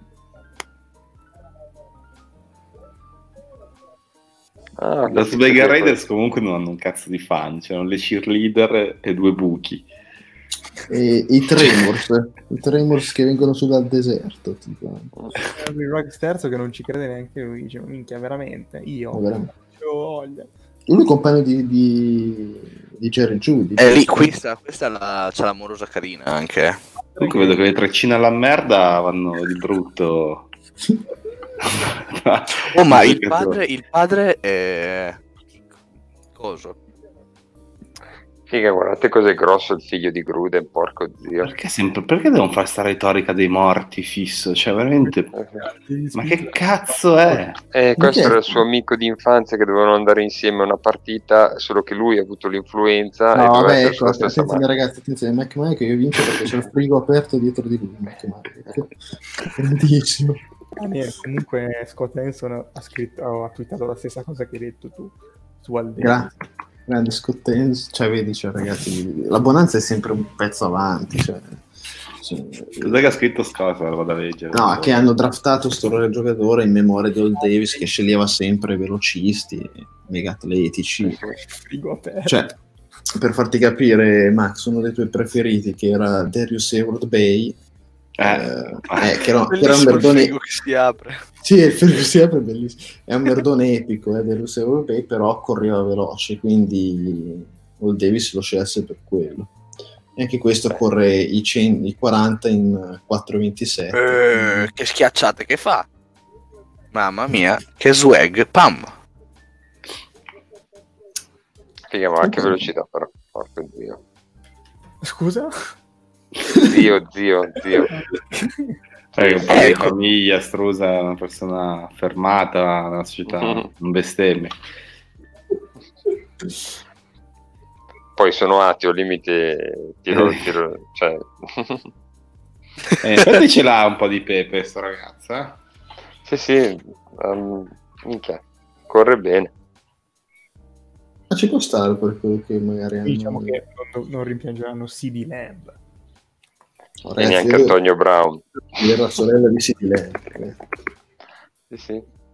Ah, Las Vegas Raiders comunque non hanno un cazzo di fan, c'erano le cheerleader e due buchi. E i Tremors, i Tremors che vengono su dal deserto, tipo. il Rock terzo che non ci crede neanche lui, dice, ma minchia, veramente, io Oh, veramente. c'ho voglia. Lui è compagno di, di, di Jerry Judy. E lì, questa, questa la, c'ha l'amorosa carina anche. Comunque vedo che le treccine alla merda vanno di brutto. Oh, ma il padre, il padre è... Coso? Figa, guardate cos'è grosso il figlio di Gruden, porco zio. Perché sempre, perché devono fare sta retorica dei morti fisso? Cioè veramente, ma che cazzo è? Eh, questo Perché? era il suo amico di infanzia che dovevano andare insieme a una partita, solo che lui ha avuto l'influenza e No, doveva vabbè, essere ecco, sulla stessa attenzione macchina. ragazzi, attenzione, Mac Mike io vinco perché c'è il frigo aperto dietro di lui, Mac Mike. Grandissimo. Ah, niente, comunque Scott Hanson ha scritto, oh, ha twittato la stessa cosa che hai detto tu su Alden. Gra- grande Scott Hanson, cioè vedi, cioè, ragazzi, la Bonanza è sempre un pezzo avanti, cioè, cioè, Cos'è che ha scritto Scott? Lo vado a leggere. no, che hanno draftato sto giocatore in memoria di Old Davis che sceglieva sempre velocisti, mega atletici. Frigo aperto. Cioè, per farti capire, Max, uno dei tuoi preferiti che era Darius Hayward Bay, Eh. eh, eh, che era, che era un Bellissimo il merdone. frigo che si apre. Sì, il frigo si apre, bellissimo. È un merdone epico, eh, Darius Hayward Bay, però correva veloce, quindi Old Davis lo scelse per quello. E anche questo corre i, cento, i quaranta in quattro ventisette. Eh, che schiacciate che fa. Mamma mia, che swag. Pam. Figa, ma anche velocità però, porco zio. Scusa? Zio, zio, zio. Sai che un po' di Ecco. famiglia, Strusa, una persona affermata nella società, Mhm. non bestemmia. Poi sono ateo, al limite tiro, tiro, cioè... Eh, infatti ce l'ha un po' di pepe sto ragazzo, eh? Sì, sì, um, minchia, corre bene. Ma ci può stare per quello che magari hanno... Diciamo che non, non rimpiangeranno C D Lamb. Oh, E ragazzi, neanche io- Antonio Brown. io ero la sorella di City Lamb. Sì, sì.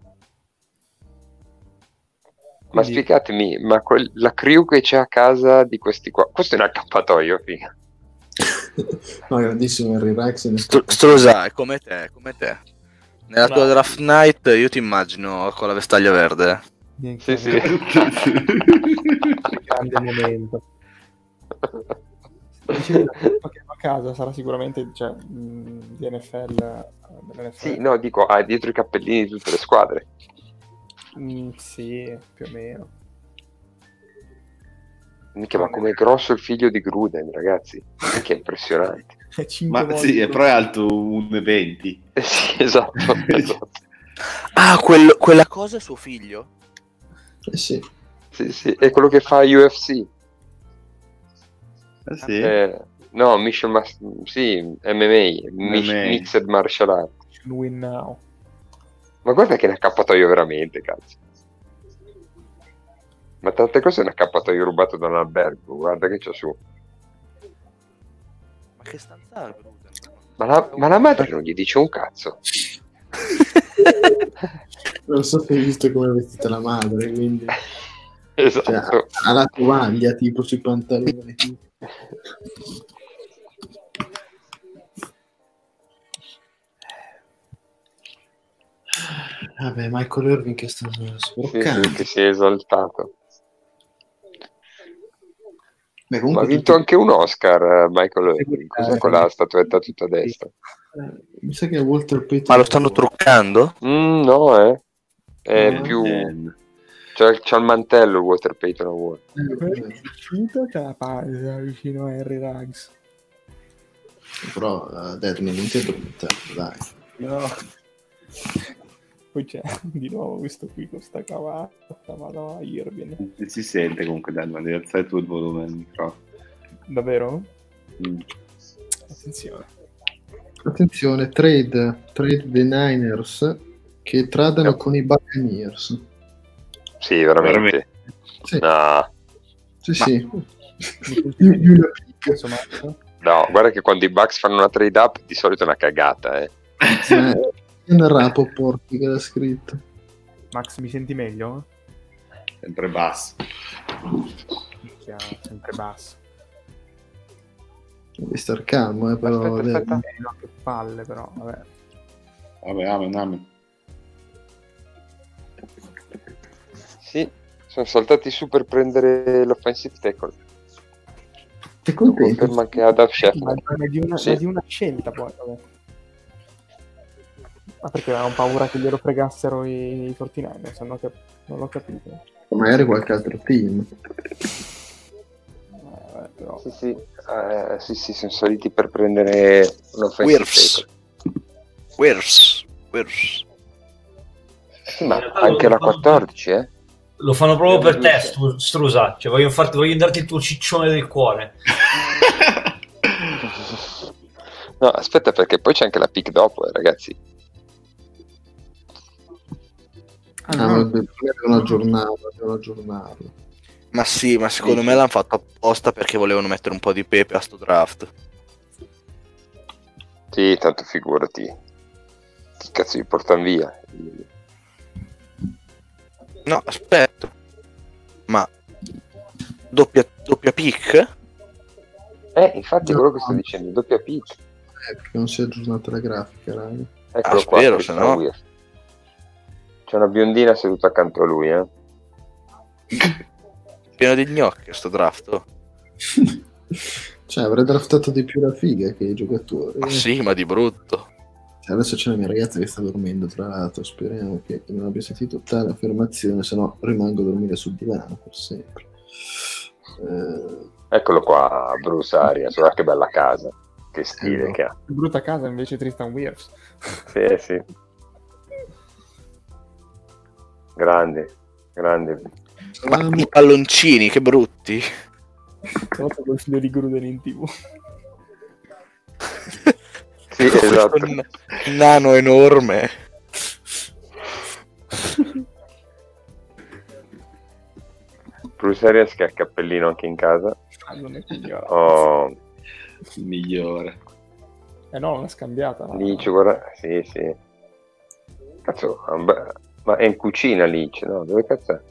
Ma Quindi- spiegatemi, ma quel- la crew che c'è a casa di questi qua, questo è un accappatoio, figa. No, grandissimo Henry Rex. Stru- Strusa, è come te, come te. Nella Ma- tua draft night io ti immagino con la vestaglia verde. Sì, sì. Grande momento. Dicevi, che a casa sarà sicuramente, cioè, mh, di N F L, dell'N F L. Sì, no, dico, ha dietro i cappellini di tutte le squadre. Mm, sì, più o meno. Mica, ma come è grosso il figlio di Gruden, ragazzi, che impressionante. Ma volte. Sì, è però è alto uno e venti. Eh sì, esatto, esatto. Ah, quel, quella cosa è suo figlio? Eh sì. Sì, sì, è quello che fa U F C. Ah, sì? Eh, no, Mission Mas- sì, M M A, Mich- Mixed Martial Arts. Win now. Ma guarda che ne accappatoio veramente, cazzo. Ma tante cose è un accappatoio rubato da un albergo, guarda che c'ho su. Ma che stanza è? Ma la, ma la madre non gli dice un cazzo. Non so se hai visto come è vestita la madre, quindi... Esatto. Cioè, ha la tovaglia tipo sui pantaloni. Vabbè, Michael Irving che sta sbroccando. Sì, sì, che si è esaltato. Beh, ma ha vinto tutti... anche un Oscar Michael Irving. Cos'è quella statuetta tutta a destra? Eh, mi sa che è Walter Payton. Ma lo stanno truccando? Mm, no, eh. È no, più... eh. C'è, c'è il mantello il Walter Payton Award. Eh, c'è la pausa vicino a Harry Ruggs. Però uh, Deadman non ti è brutta, dai. No. Poi c'è di nuovo questo qui con sta cavata, ma no, Irving. Si sente comunque, Deadman, devi alzare tu il volume del microfono. Davvero? Mm. Attenzione. Attenzione, trade, trade dei Niners che tradano no. con i Buccaneers. Sì, veramente. veramente. Sì, No. sì, Ma... sì. Di una picca, insomma. No, guarda che quando i Bucks fanno una trade up di solito è una cagata, eh. Eh, è un Rapoport che l'ha scritto. Max, mi senti meglio? Sempre basso. Chiaro, sempre basso. Devi star calmo, eh, però. Aspetta, aspetta. Eh, no, che palle, però, vabbè. Vabbè, amen, amen. Sì, sono saltati su per prendere l'offensive tackle. Sei contento? Conferma anche Adam Ma Scheffler. è di una, Sì. è di una scelta poi, vabbè. Ma perché avevano paura che glielo fregassero i, i quarantanove, non, cap- non l'ho capito. Magari qualche altro team. Eh, vabbè, però... Sì, sì, eh, sì, sì, sono saliti per prendere l'offensive Wirfs. tackle. Wirfs. Wirfs. Sì, ma anche la quattordici, eh? Lo fanno proprio per te, Stru- Strusa. Cioè, voglio, farti, voglio darti il tuo ciccione del cuore. No, aspetta, perché poi c'è anche la pick dopo, eh, ragazzi. Ah, Ah, no. ma devono aggiornarlo, devono aggiornarlo. Ma sì, ma secondo me l'hanno fatto apposta perché volevano mettere un po' di pepe a sto draft. Sì, tanto figurati. Che cazzo li portano via? No, aspetta. Ma doppia, doppia pick? Eh, infatti è No. quello che sto dicendo, doppia pick. Eh, perché non si è aggiornata la grafica, raga. Eccolo Ah, qua, spero, Tristan se no. Wirfs. C'è una biondina seduta accanto a lui, eh. Pieno di gnocchi sto draft. oh. Cioè, avrei draftato di più la figa che i giocatori. Ma sì, ma di brutto. Cioè, adesso c'è la mia ragazza che sta dormendo, tra l'altro. Speriamo che non abbia sentito tale affermazione, se no rimango a dormire sul divano per sempre. Eh, Eccolo qua, Bruce Arias, guarda che bella casa. Che stile Eh, che ha. Brutta casa invece Tristan Wirfs. Sì, sì. Grande, grande. Ma i palloncini, che brutti. Tra col figlio di Gruden in tv. Sì, esatto. Questo n- nano enorme. Bruce Arias che ha il cappellino anche in casa. Ah, non è migliore. Oh, Il migliore. Eh no, una scambiata. No? Lynch, guarda, sì, sì. Cazzo, è un be- ma è in cucina Lynch, no? Dove cazzo è?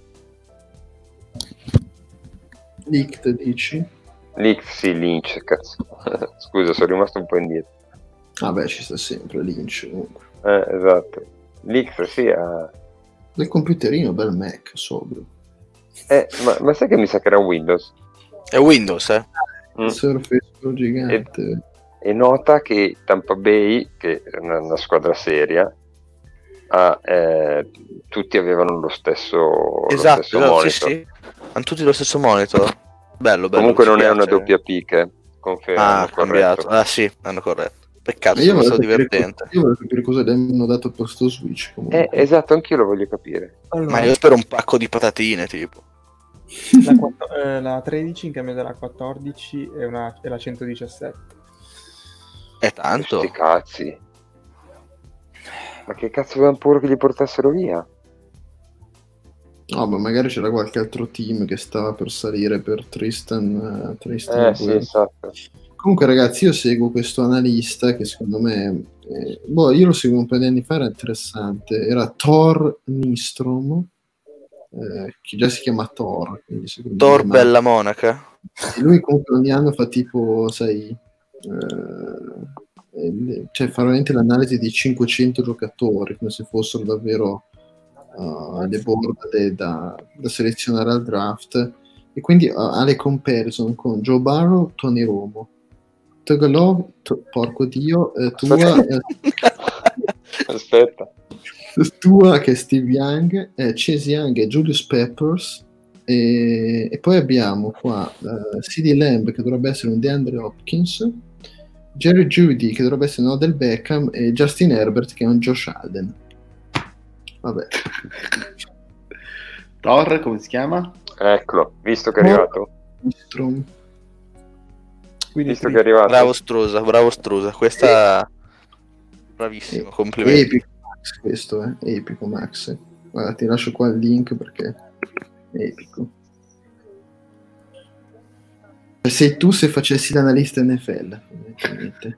Licht, dici? Lynch, sì, Lynch, cazzo. Scusa, sono rimasto un po' indietro. Vabbè, ci sta sempre Lynch comunque. Eh, esatto. Lynch, sì, ha... Del computerino, bel Mac, sobrio. Eh, ma, ma sai che mi sa che era un Windows? È Windows, eh? Mm. Surface Pro gigante. E nota che Tampa Bay, che è una, una squadra seria, ha, eh, tutti avevano lo stesso, lo Esatto, stesso esatto, monitor. sì, sì. Hanno tutti lo stesso monitor. Bello, bello. Comunque mi non è piace. una doppia pick, eh. Confermo. Ah, hanno ha cambiato. corretto. Ah sì, hanno corretto. Peccato, Io è stato volevo capire, divertente. io volevo capire cosa gli hanno dato per sto Switch. Comunque. Eh, esatto, anch'io lo voglio capire. Allora, Ma io spero un pacco di patatine, tipo. la, quattro- eh, la tredici in cambio della quattordici e, una, e la centodiciassette. È tanto. Sti cazzi. Ma che cazzo avevano paura che li portassero via? No, ma magari c'era qualche altro team che stava per salire per Tristan. eh, Tristan Eh, sì, Will. esatto. Comunque, ragazzi, io seguo questo analista che secondo me, eh, boh, io lo seguo un paio di anni fa, era interessante. Era Thor Nystrom, eh, che già si chiama Thor. quindi secondo Thor me- Bella Monaca. E lui comunque ogni anno fa tipo, sai, eh, eh, cioè fa veramente l'analisi di cinquecento giocatori, come se fossero davvero uh, le borde da, da selezionare al draft, e quindi uh, ha le comparison con Joe Burrow, Tony Romo, Tagalog, to- porco dio, eh, tua, eh, Aspetta. tua che è Steve Young, eh, Chase Young e Julius Peppers. E, e poi abbiamo qua uh, CeeDee Lamb che dovrebbe essere un DeAndre Hopkins, Jerry Jeudy che dovrebbe essere un Odell Beckham e Justin Herbert che è un Josh Allen. Vabbè. Thor, come si chiama? Eccolo, visto che è arrivato. Strom. Quindi Visto che è arrivato. Bravo Strusa, bravo Strusa. Questa... Bravissimo, complimenti. Epico Max questo, eh? Epico Max. Guarda, ti lascio qua il link perché è epico. Sei tu se facessi l'analista N F L, fondamentalmente.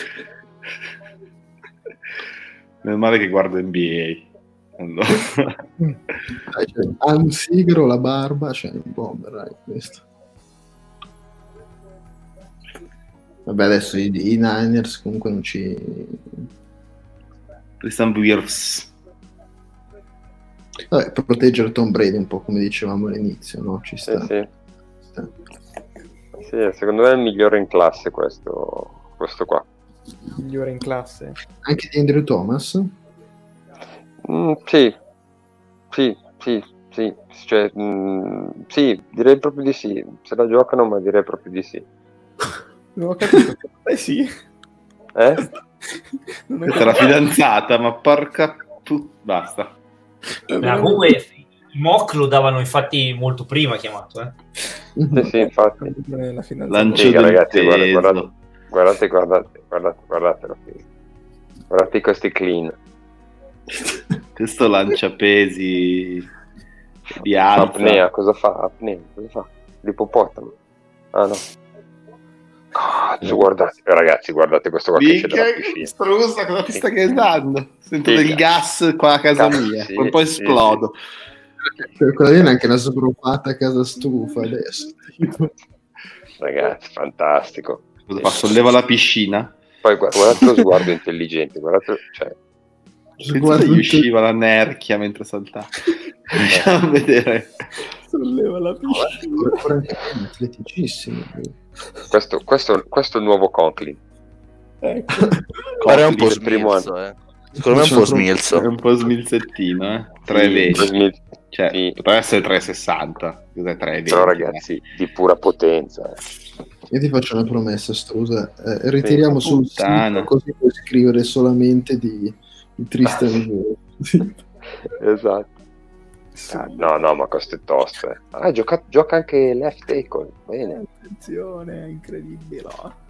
Meno male che guardo N B A. Allora. Dai, cioè, ha un sigaro, la barba, cioè un bomber, dai, questo. Vabbè, adesso i, i Niners comunque non ci... Tristan Wirfs. Vabbè, per proteggere Tom Brady un po' come dicevamo all'inizio, no? Ci Sì, sta. sì. sta. Sì, secondo me è il migliore in classe questo, questo qua. migliore in classe. Anche di Andrew Thomas? Mm, sì, sì, sì, sì, cioè, mm, sì, direi proprio di sì. Se la giocano, ma direi proprio di sì. Non ho capito. Eh sì. Eh? Non ho Questa è la capito. fidanzata, ma porca put... Basta. Ma comunque i mock lo davano infatti molto prima chiamato, eh. Sì, sì, infatti. La fidanzata. Lancio Figa, del ragazzi, guarda- peso. guardate, guardate, guardate, guardate, guardatelo. Guardate questi clean. Questo lancia pesi di alza. Apnea, cosa fa? Apnea, cosa fa? L'ippopotamo. Ah no. Cazzo, guardate, ragazzi, guardate questo qua che esce dalla Minchia, piscina. Strusa, cosa ti sta chiedendo? Sento Figa. del gas qua a casa Cazzo, mia, sì, poi poi sì, esplodo. Cioè, quella lì è anche una sbruffata a casa stufa adesso. Ragazzi, fantastico. Cosa fa? Solleva la piscina? Poi gu- guardate lo sguardo intelligente, guardate, cioè, Pensate Guarda gli tutto- usciva la nerchia mentre saltava. Andiamo a vedere. Solleva la piscina. quarantacinque, atleticissimo. questo, questo, questo è il nuovo Conklin. Ecco. Guarda, è un po' Il primo smilzo, eh. Secondo me è un po' smilzo. È un po' smilzettino, eh? tre e venti. Cioè, Sì. potrebbe essere tre e sessanta. Cos'è tre e venti? Però ragazzi, di pura potenza. eh. Io ti faccio una promessa, Strusa. Eh, ritiriamo Sì, sul puttana. sito così puoi scrivere solamente di, di Tristan Wirfs. Esatto. Ah, no, no, ma questo è tosto. Eh. Ah, gioca, gioca anche left tackle. Bene. Attenzione, è incredibile.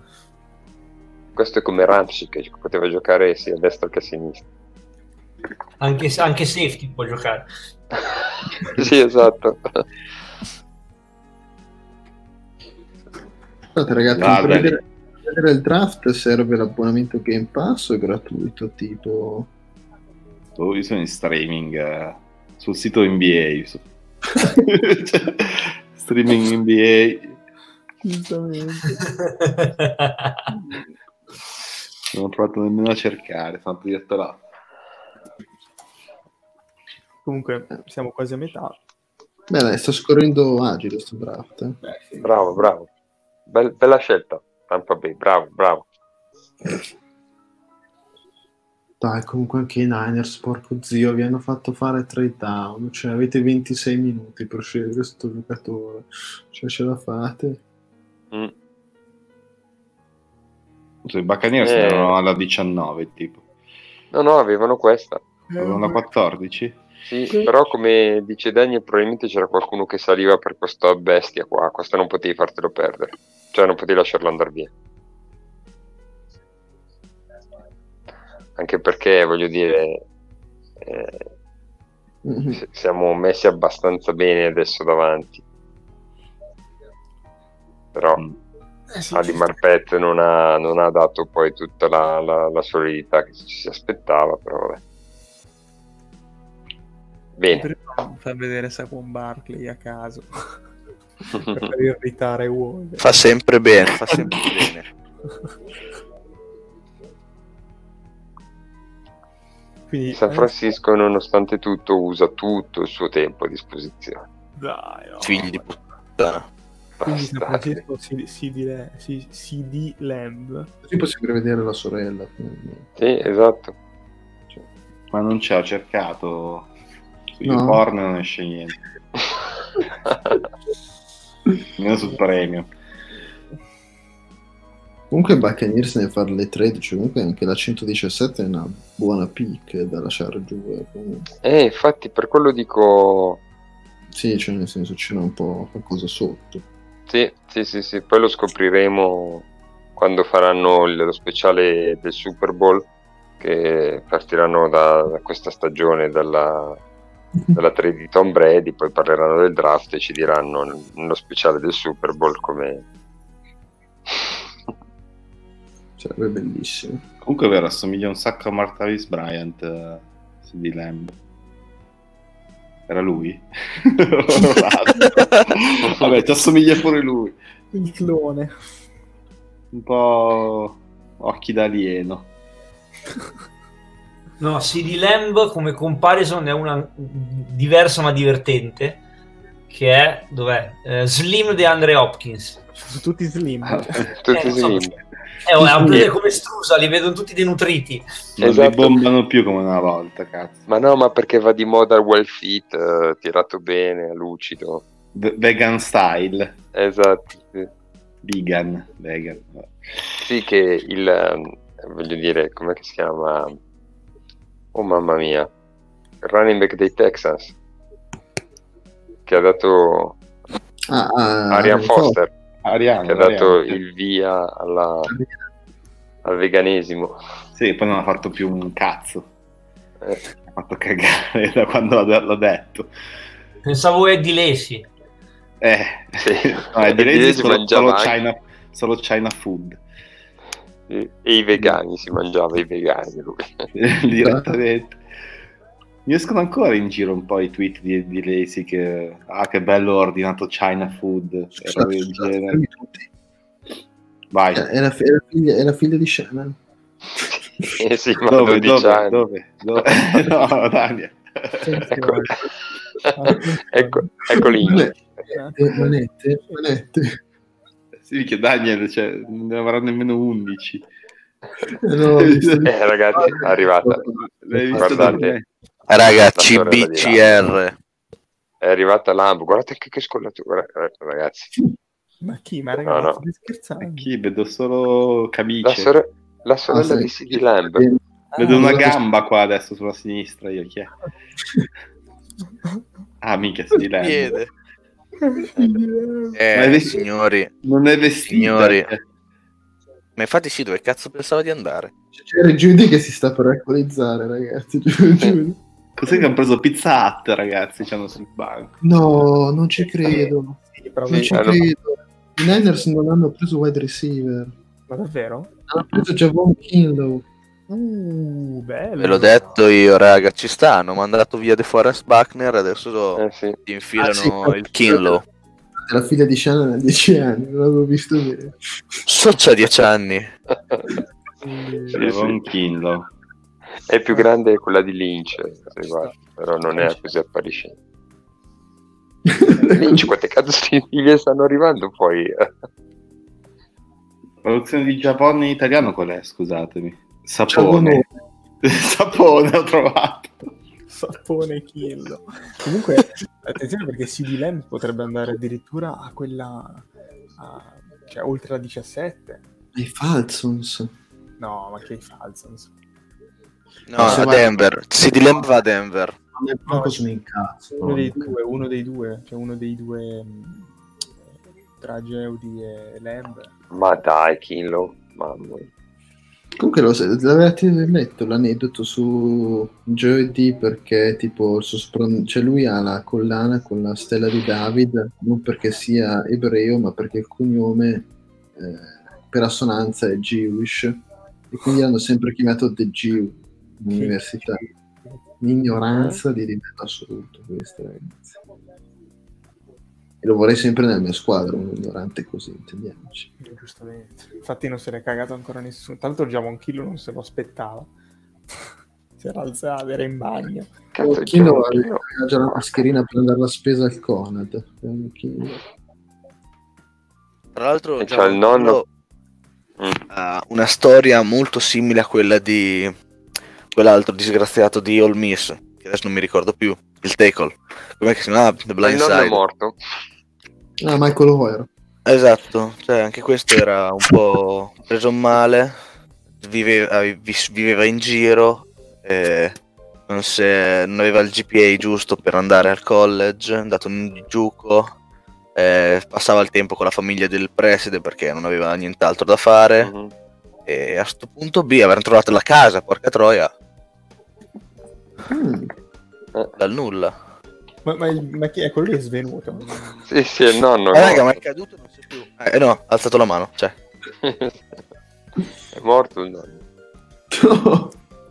Questo è come Ramsey che poteva giocare sia a destra che a sinistra. Anche, anche safety può giocare. Sì, esatto. Guardate ragazzi, Va per bene. vedere, per vedere il draft serve l'abbonamento Game Pass o è gratuito? Tipo... Oh, io sono in streaming eh, sul sito N B A. Su- Cioè, streaming N B A. Giustamente. Non ho provato nemmeno a cercare, sono diretto là. Comunque siamo quasi a metà. Beh dai, sta scorrendo agile sto draft. eh. Beh, sì. Bravo, bravo. Bel- bella scelta. Tampa Bay, bravo, bravo. Dai, comunque anche i Niners, porco zio, vi hanno fatto fare tre down, cioè avete ventisei minuti per scegliere questo giocatore, cioè ce la fate? Mm. I Buccaneers Eh. erano alla diciannove, tipo. No, no, avevano questa. Avevano la quattordici? Sì, però come dice Daniel, probabilmente c'era qualcuno che saliva per questa bestia qua. Questa non potevi fartelo perdere. Cioè non potevi lasciarlo andare via. Anche perché, voglio dire, eh, Mhm. s- siamo messi abbastanza bene adesso davanti. Però Mm. Eh sì, Ali ci sta. Marpet non ha, non ha dato poi tutta la, la, la solidità che ci si aspettava, però vabbè. Bene. Potremmo far vedere Saquon Barkley a caso per irritare Wall. Fa sempre bene, fa sempre bene. Quindi, San Francisco, nonostante tutto, usa tutto il suo tempo a disposizione. dai, no. Figli di puttana. Quindi San Bastardi. Francisco si, si, di, si, si di Lamb. Così possiamo rivedere la sorella. quindi. Sì, esatto. Ma non c'è, ho cercato. Su No. YouPorn non esce niente. Nemmeno sul premio. Comunque Buccaneers ne fare le trade, cioè comunque anche la centodiciassette è una buona pick da lasciare giù. eh, comunque. Eh, infatti, per quello dico... Sì, cioè nel senso c'era un po' qualcosa sotto. Sì, sì, sì, sì. Poi lo scopriremo quando faranno il- lo speciale del Super Bowl, che partiranno da, da questa stagione, dalla, dalla trade di Tom Brady, poi parleranno del draft e ci diranno n- nello speciale del Super Bowl come... Sarebbe bellissimo. Comunque è vero, assomiglia un sacco a Martavis Bryant eh, di Lamb. Era lui? Vabbè, ti assomiglia pure lui. Il clone. Un po' occhi d'alieno. No, C D Lamb come comparison è una diversa ma divertente, che è, dov'è? Eh, Slim di Andre Hopkins. Sono tutti slim. Tutti Eh, slim. insomma, Eh, oh, la prende come strusa, li vedono tutti denutriti. Non Esatto. li bombano più come una volta, cazzo. Ma no, ma perché va di moda il well fit, eh, tirato bene, lucido. V- vegan style. Esatto, sì. Vegan. Vegan. Sì, che il, ehm, voglio dire, com'è che si chiama? Oh mamma mia, il running back dei Texans, che ha dato Ah, ah, Arian ah, Foster, Ariano, che ha dato Ariano. il via alla, al veganesimo. Sì, poi non ha fatto più un cazzo. Eh, Ha fatto cagare da quando l'ho, l'ho detto. Pensavo Eddie Lacy. Eh, Sì. no, è di Eddie Lacy Lacy solo, mangiava solo, anche- China, solo China food. e i vegani, si mangiava i vegani lui. Direttamente. Mi escono ancora in giro un po' i tweet di, di Lacy che ah che bello ho ordinato China food e Scusate, robe del scusate, genere. fermi tutti. Vai. È la, è la figlia, è la figlia di Shannon. Eh sì, ma Dove, dodici dove, anni. dove, dove? No, Daniel. Ecco, ecco, ecco lì. Manette, manette, manette. Sì, che Daniel cioè, non ne avrà nemmeno undici. Eh, no, Eh, ragazzi, è arrivata. L'hai visto Guardate. da me? Raga, La sorella C B di C R. È arrivata Lambo, guardate che, che scollatura, ragazzi. Ma chi? Ma No, ragazzi, no. stai scherzando? Chi? Vedo solo La, camicie. sore- la sorella Ah, di sì. C D Lamb. Vedo Ah, una guarda- gamba qua adesso sulla sinistra. Io chi è? Ah, mica si di lei. Piede. Eh, Eh, Ma è vestito- signori. Non è vestita. Signori. cioè. Ma infatti sì, dove cazzo pensava di andare? C'era Judy che si sta per alcolizzare, ragazzi. giuro, giuro. Cos'è che hanno preso Pizza Hut, ragazzi? C'hanno sul banco. No, non ci credo. Sì, però Non Sì, ci hanno- credo. I Niners non hanno preso wide receiver. Ma davvero? Hanno preso Javon Kinlow. Uh, bello. Ve l'ho detto io, raga, ci sta, hanno mandato via De Forest Buckner, adesso Eh sì. ti infilano Ah, sì, il Kinlow. È la figlia di Shannon a dieci anni, non l'avevo visto bene. So c'ha dieci anni. Sì, Javon sì. Kinlow. È più grande quella di Lynch, se guardi, però non è così appariscente. Lynch, quante cazzo di figlie stanno arrivando poi? La traduzione di Giappone in italiano qual è? Scusatemi. Giavone. Sapone. Sapone ho trovato. Sapone Kill. Comunque, attenzione perché C D Lamb potrebbe andare addirittura a quella... A, cioè, oltre la diciassette. I Falcons. No, ma che i Falcons? No, a va... Denver. C D Lamb va a Denver. No, sono in cazzo. Uno dei due, uno dei due, cioè uno dei due mh, tra Geudi e Lamb. Ma dai, Kinlo, mamma. Comunque lo, l'avete letto l'aneddoto su Joey D, perché tipo il suo spron- cioè lui ha la collana con la stella di David non perché sia ebreo ma perché il cognome eh, per assonanza è Jewish e quindi hanno sempre chiamato The Jew in università. Un'ignoranza di livello assoluto questa, ragazzi. E lo vorrei sempre nella mia squadra, un ignorante così, intendiamoci. Giustamente. Infatti non se n'è cagato ancora nessuno. Tanto già Monchillo non se lo aspettava. Si era alzato, era in bagno. Cazzo, Monchillo aveva già la mascherina per andare alla spesa al Conad. Tra l'altro E già c'ha il nonno. ha una storia molto simile a quella di quell'altro disgraziato di Ole Miss, che adesso non mi ricordo più, il tackle. Com'è che si chiama? The Blind Il nonno Side. è morto. Ah, Michael O'Hare. Esatto, cioè anche questo era un po' preso male, viveva, viveva in giro, e non, se, non aveva il G P A giusto per andare al college, è andato in giuco, eh, passava il tempo con la famiglia del preside perché non aveva nient'altro da fare, mm-hmm. E a sto punto B avevano trovato la casa, porca troia, mm. dal nulla. Ma, ma, ma chi è? Quello lì è svenuto? Sì, sì, è il nonno. Eh, raga, ma è caduto, non so più. Eh no, ha alzato la mano, cioè. È morto il nonno. No.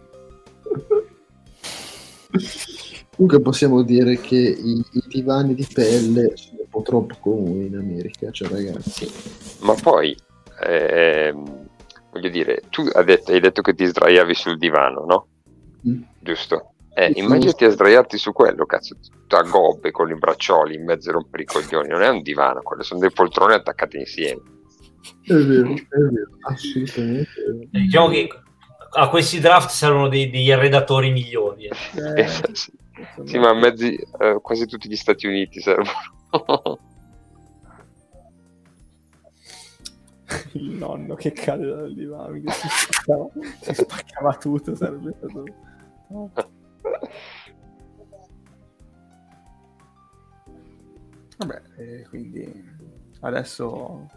Comunque possiamo dire che i, i divani di pelle sono un po' troppo comuni in America, cioè ragazzi. Ma poi, ehm, voglio dire, tu hai detto, hai detto che ti sdraiavi sul divano, no? Mm. Giusto? Eh, immaginati a sdraiarti su quello, cazzo, a gobbe con i braccioli in mezzo a rompere i coglioni. Non è un divano, quello sono dei poltrone attaccati insieme. È vero, è vero, assolutamente. Eh, diciamo che a questi draft servono dei, degli arredatori migliori. Eh. Eh, sì. Sì, ma a mezzi, eh, quasi tutti gli Stati Uniti servono. Il nonno che cade dal divano, che si spaccava, si spaccava tutto, sarebbe stato... Oh. Vabbè, eh, quindi adesso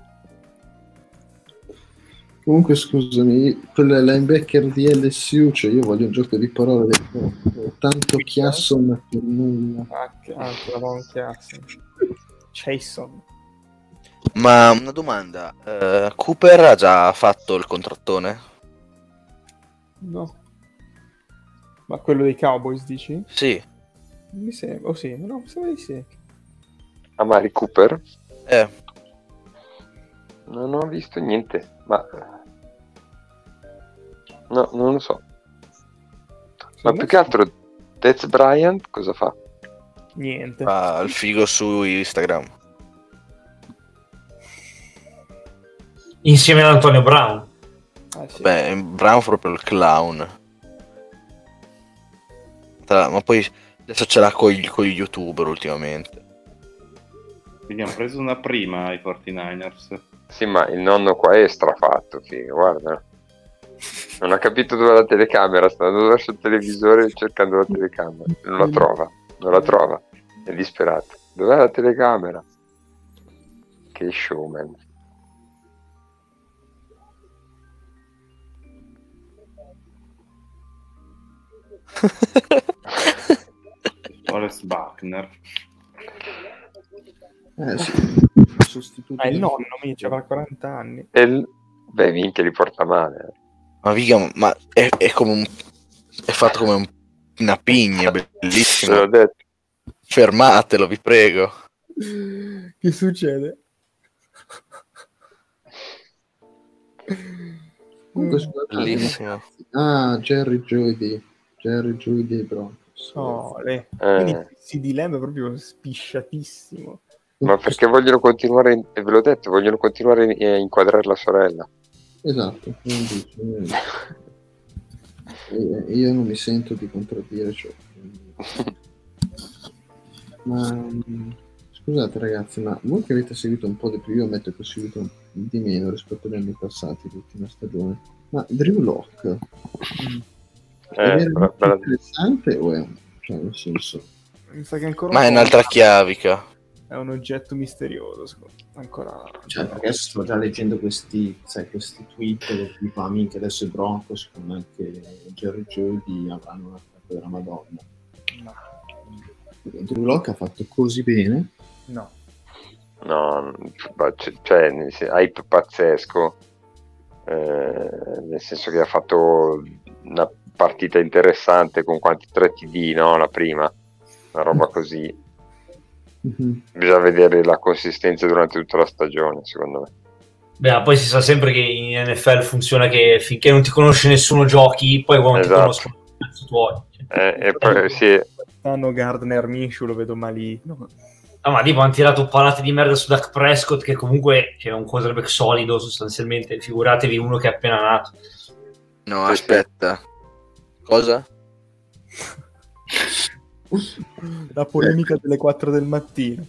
comunque scusami, quel linebacker di L S U, cioè io voglio un gioco di parole del... tanto chiasso ma per nulla. Anche, anche la buona chiasso. Jason. Ma una domanda, uh, Cooper ha già fatto il contrattone? No. Ma quello dei Cowboys, dici? Sì. Mi sembra, oh sì, no, mi sembra di sì. Amari Cooper? Eh. Non ho visto niente, ma... No, non lo so. Sì, ma più che altro, Dez Bryant cosa fa? Niente. Fa il figo su Instagram. Insieme ad Antonio Brown. Ah, sì. Beh, Brown proprio il clown. Ma poi adesso ce l'ha con gli youtuber ultimamente. Quindi hanno preso una prima ai quarantanovers. Sì, ma il nonno qua è strafatto, figo, guarda. Non ha capito dove è la telecamera, sta andando verso il televisore cercando la telecamera. Non la trova, non la trova. È disperato. Dov'è la telecamera? Che showman. Forrest Buckner. Eh sì. Sostituto. Ah, il nonno mi avrà quaranta anni. E il... Beh, minchia, li porta male. Ma figa, ma è, è come un... è fatto come un... una pigna, bellissimo. Te l'ho detto. Fermatelo, vi prego. Che succede? Bellissimo. Ah, Jerry Judy. Jerry Judy Broncos. Oh, le... Eh. C D Lamb è proprio spisciatissimo. Ma perché vogliono continuare, in... ve l'ho detto, vogliono continuare a inquadrare la sorella. Esatto. Non dice, non dice. Eh, io non mi sento di contraddire ciò. Ma mh, scusate ragazzi, ma voi che avete seguito un po' di più, io ammetto che ho seguito di meno rispetto agli anni passati, l'ultima stagione, ma Drew Lock è Eh, veramente bella- interessante o è un, cioè nel senso, Mi sa che ancora Ma un è po' un'altra chiavica. è un oggetto misterioso, secondo me. Ancora Cioè, perché adesso sto già leggendo questi, sai, questi tweet del tipo, ah, minchia, adesso i Broncos con anche Jerry Jeudy avranno una attacco della Madonna. no. Drew Lock ha fatto così bene. No. No, ma c- cioè, nel sen- hype pazzesco, eh, nel senso che ha fatto una partita interessante con quanti tre T D, no? La prima, una roba così. Mhm. Bisogna vedere la consistenza durante tutta la stagione, secondo me. Beh, ma poi si sa sempre che in N F L funziona che finché non ti conosce nessuno giochi, poi quando Esatto. ti conoscono cazzo tuoi. Cioè, Eh, e poi sì, Quest'anno Gardner Minshew lo vedo malino. no, ma tipo hanno tirato palate di merda su Dak Prescott, che comunque è un quarterback solido sostanzialmente, figuratevi uno che è appena nato. No, Sì, aspetta. Cosa? La polemica delle quattro del mattino.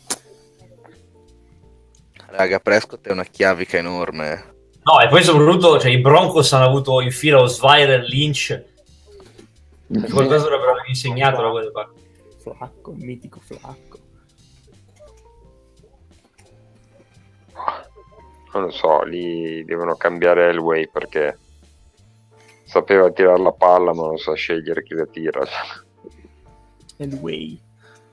Raga, Prescott è una chiavica enorme. No, e poi soprattutto cioè, i Broncos hanno avuto in fila Osweiler e Lynch, che qualcosa dovrebbero aver insegnato da quelle parti. Flacco, mitico Flacco. non lo so, lì devono cambiare Elway perché sapeva tirare la palla ma non sa scegliere chi la tira. Elway.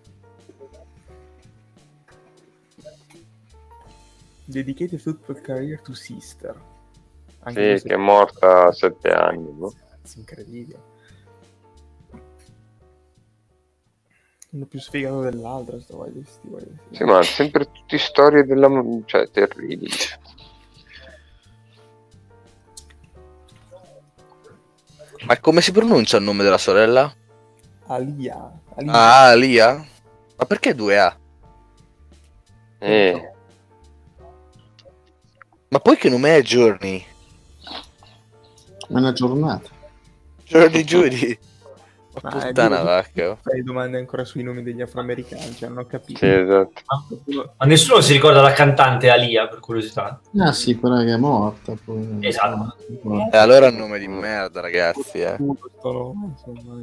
Dedicated football career to sister. Sì, questo che è morta a sette anni, no? Cazzo, incredibile. Uno più sfigato dell'altro, sto guai- sti guai- Sì, ma sempre tutte storie della... cioè, terribili. Ma come si pronuncia il nome della sorella? Alia. Alia. Ah, Lia? Ma perché due A? Eh, Ma poi che nome è Journey? È una giornata. Journey Judy? Ma Ma è puttana di- vacca. Fai domande ancora sui nomi degli afroamericani, cioè non ho capito. sì, esatto. Ma nessuno si ricorda la cantante Alia, per curiosità. Ah sì, quella che è morta. Poi. Esatto. E allora è un nome di merda, ragazzi, eh. Questo nome, insomma.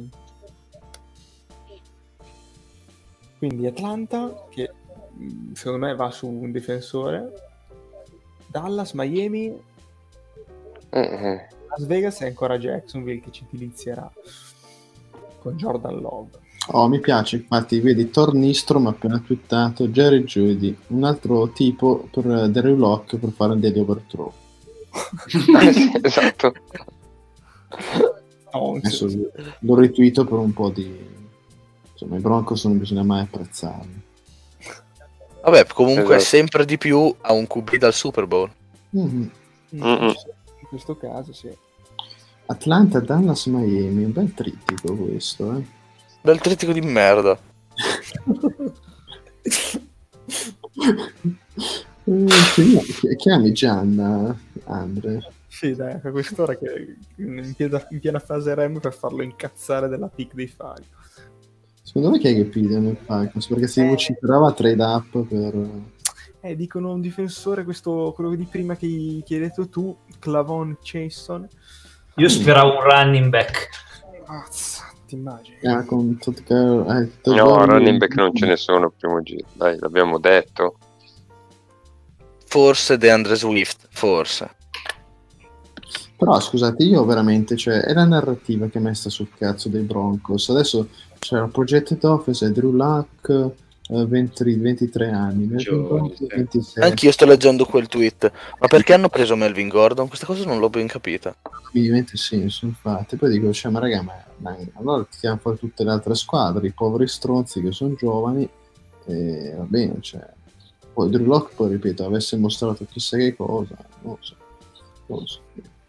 Quindi Atlanta, che mh, secondo me va su un difensore. Dallas, Miami, Eh, eh. Las Vegas e ancora Jacksonville che ci delizierà con Jordan Love. Oh, mi piace, infatti, vedi, Tornistro mi ha appena twittato Jerry Jeudy, un altro tipo per Drew Lock per fare un daily overthrow. Eh, sì, esatto. Oh, Adesso lo retweeto per un po' di... Insomma, i Broncos non bisogna mai apprezzarli. Vabbè, comunque Esatto. sempre di più a un Q B dal Super Bowl. Mhm. Mm-mm. in questo caso sì. Atlanta, Dallas, Miami, un bel trittico questo, eh. Bel trittico di merda. Eh, chi- chiami Gianna, Andre. Sì, dai, a quest'ora che in piena, in piena fase rem per farlo incazzare della pick dei Falcons. Secondo me chi è che pigliano i Falcons? Perché si Eh. vociferava trade up per... Eh, dicono un difensore, questo quello di prima che, che hai detto tu, Clavon Chason. Io speravo un running back. Mazza, ti immagini? Ah, con Todd Gurley, eh, Todd No, Gurley- running back non ce ne sono al primo giro. Dai, l'abbiamo detto. Forse DeAndre Swift, forse. Però scusate, io veramente, cioè, è la narrativa che mi sta sul cazzo dei Broncos. Adesso c'è la Projected Office, è Drew Luck, eh, venti ventitré anni, Melvin Giovani, Gordon, sì. ventisei. Anch'io sto leggendo quel tweet. Ma perché hanno preso Melvin Gordon? Questa cosa non l'ho ben capita. Mi mette senso, infatti. Poi dico, cioè, ma raga, ma dai, allora tiriamo fuori tutte le altre squadre, i poveri stronzi che sono giovani, e va bene, cioè. Poi Drew Lock, poi ripeto, avesse mostrato chissà che cosa, non lo so. Non lo so.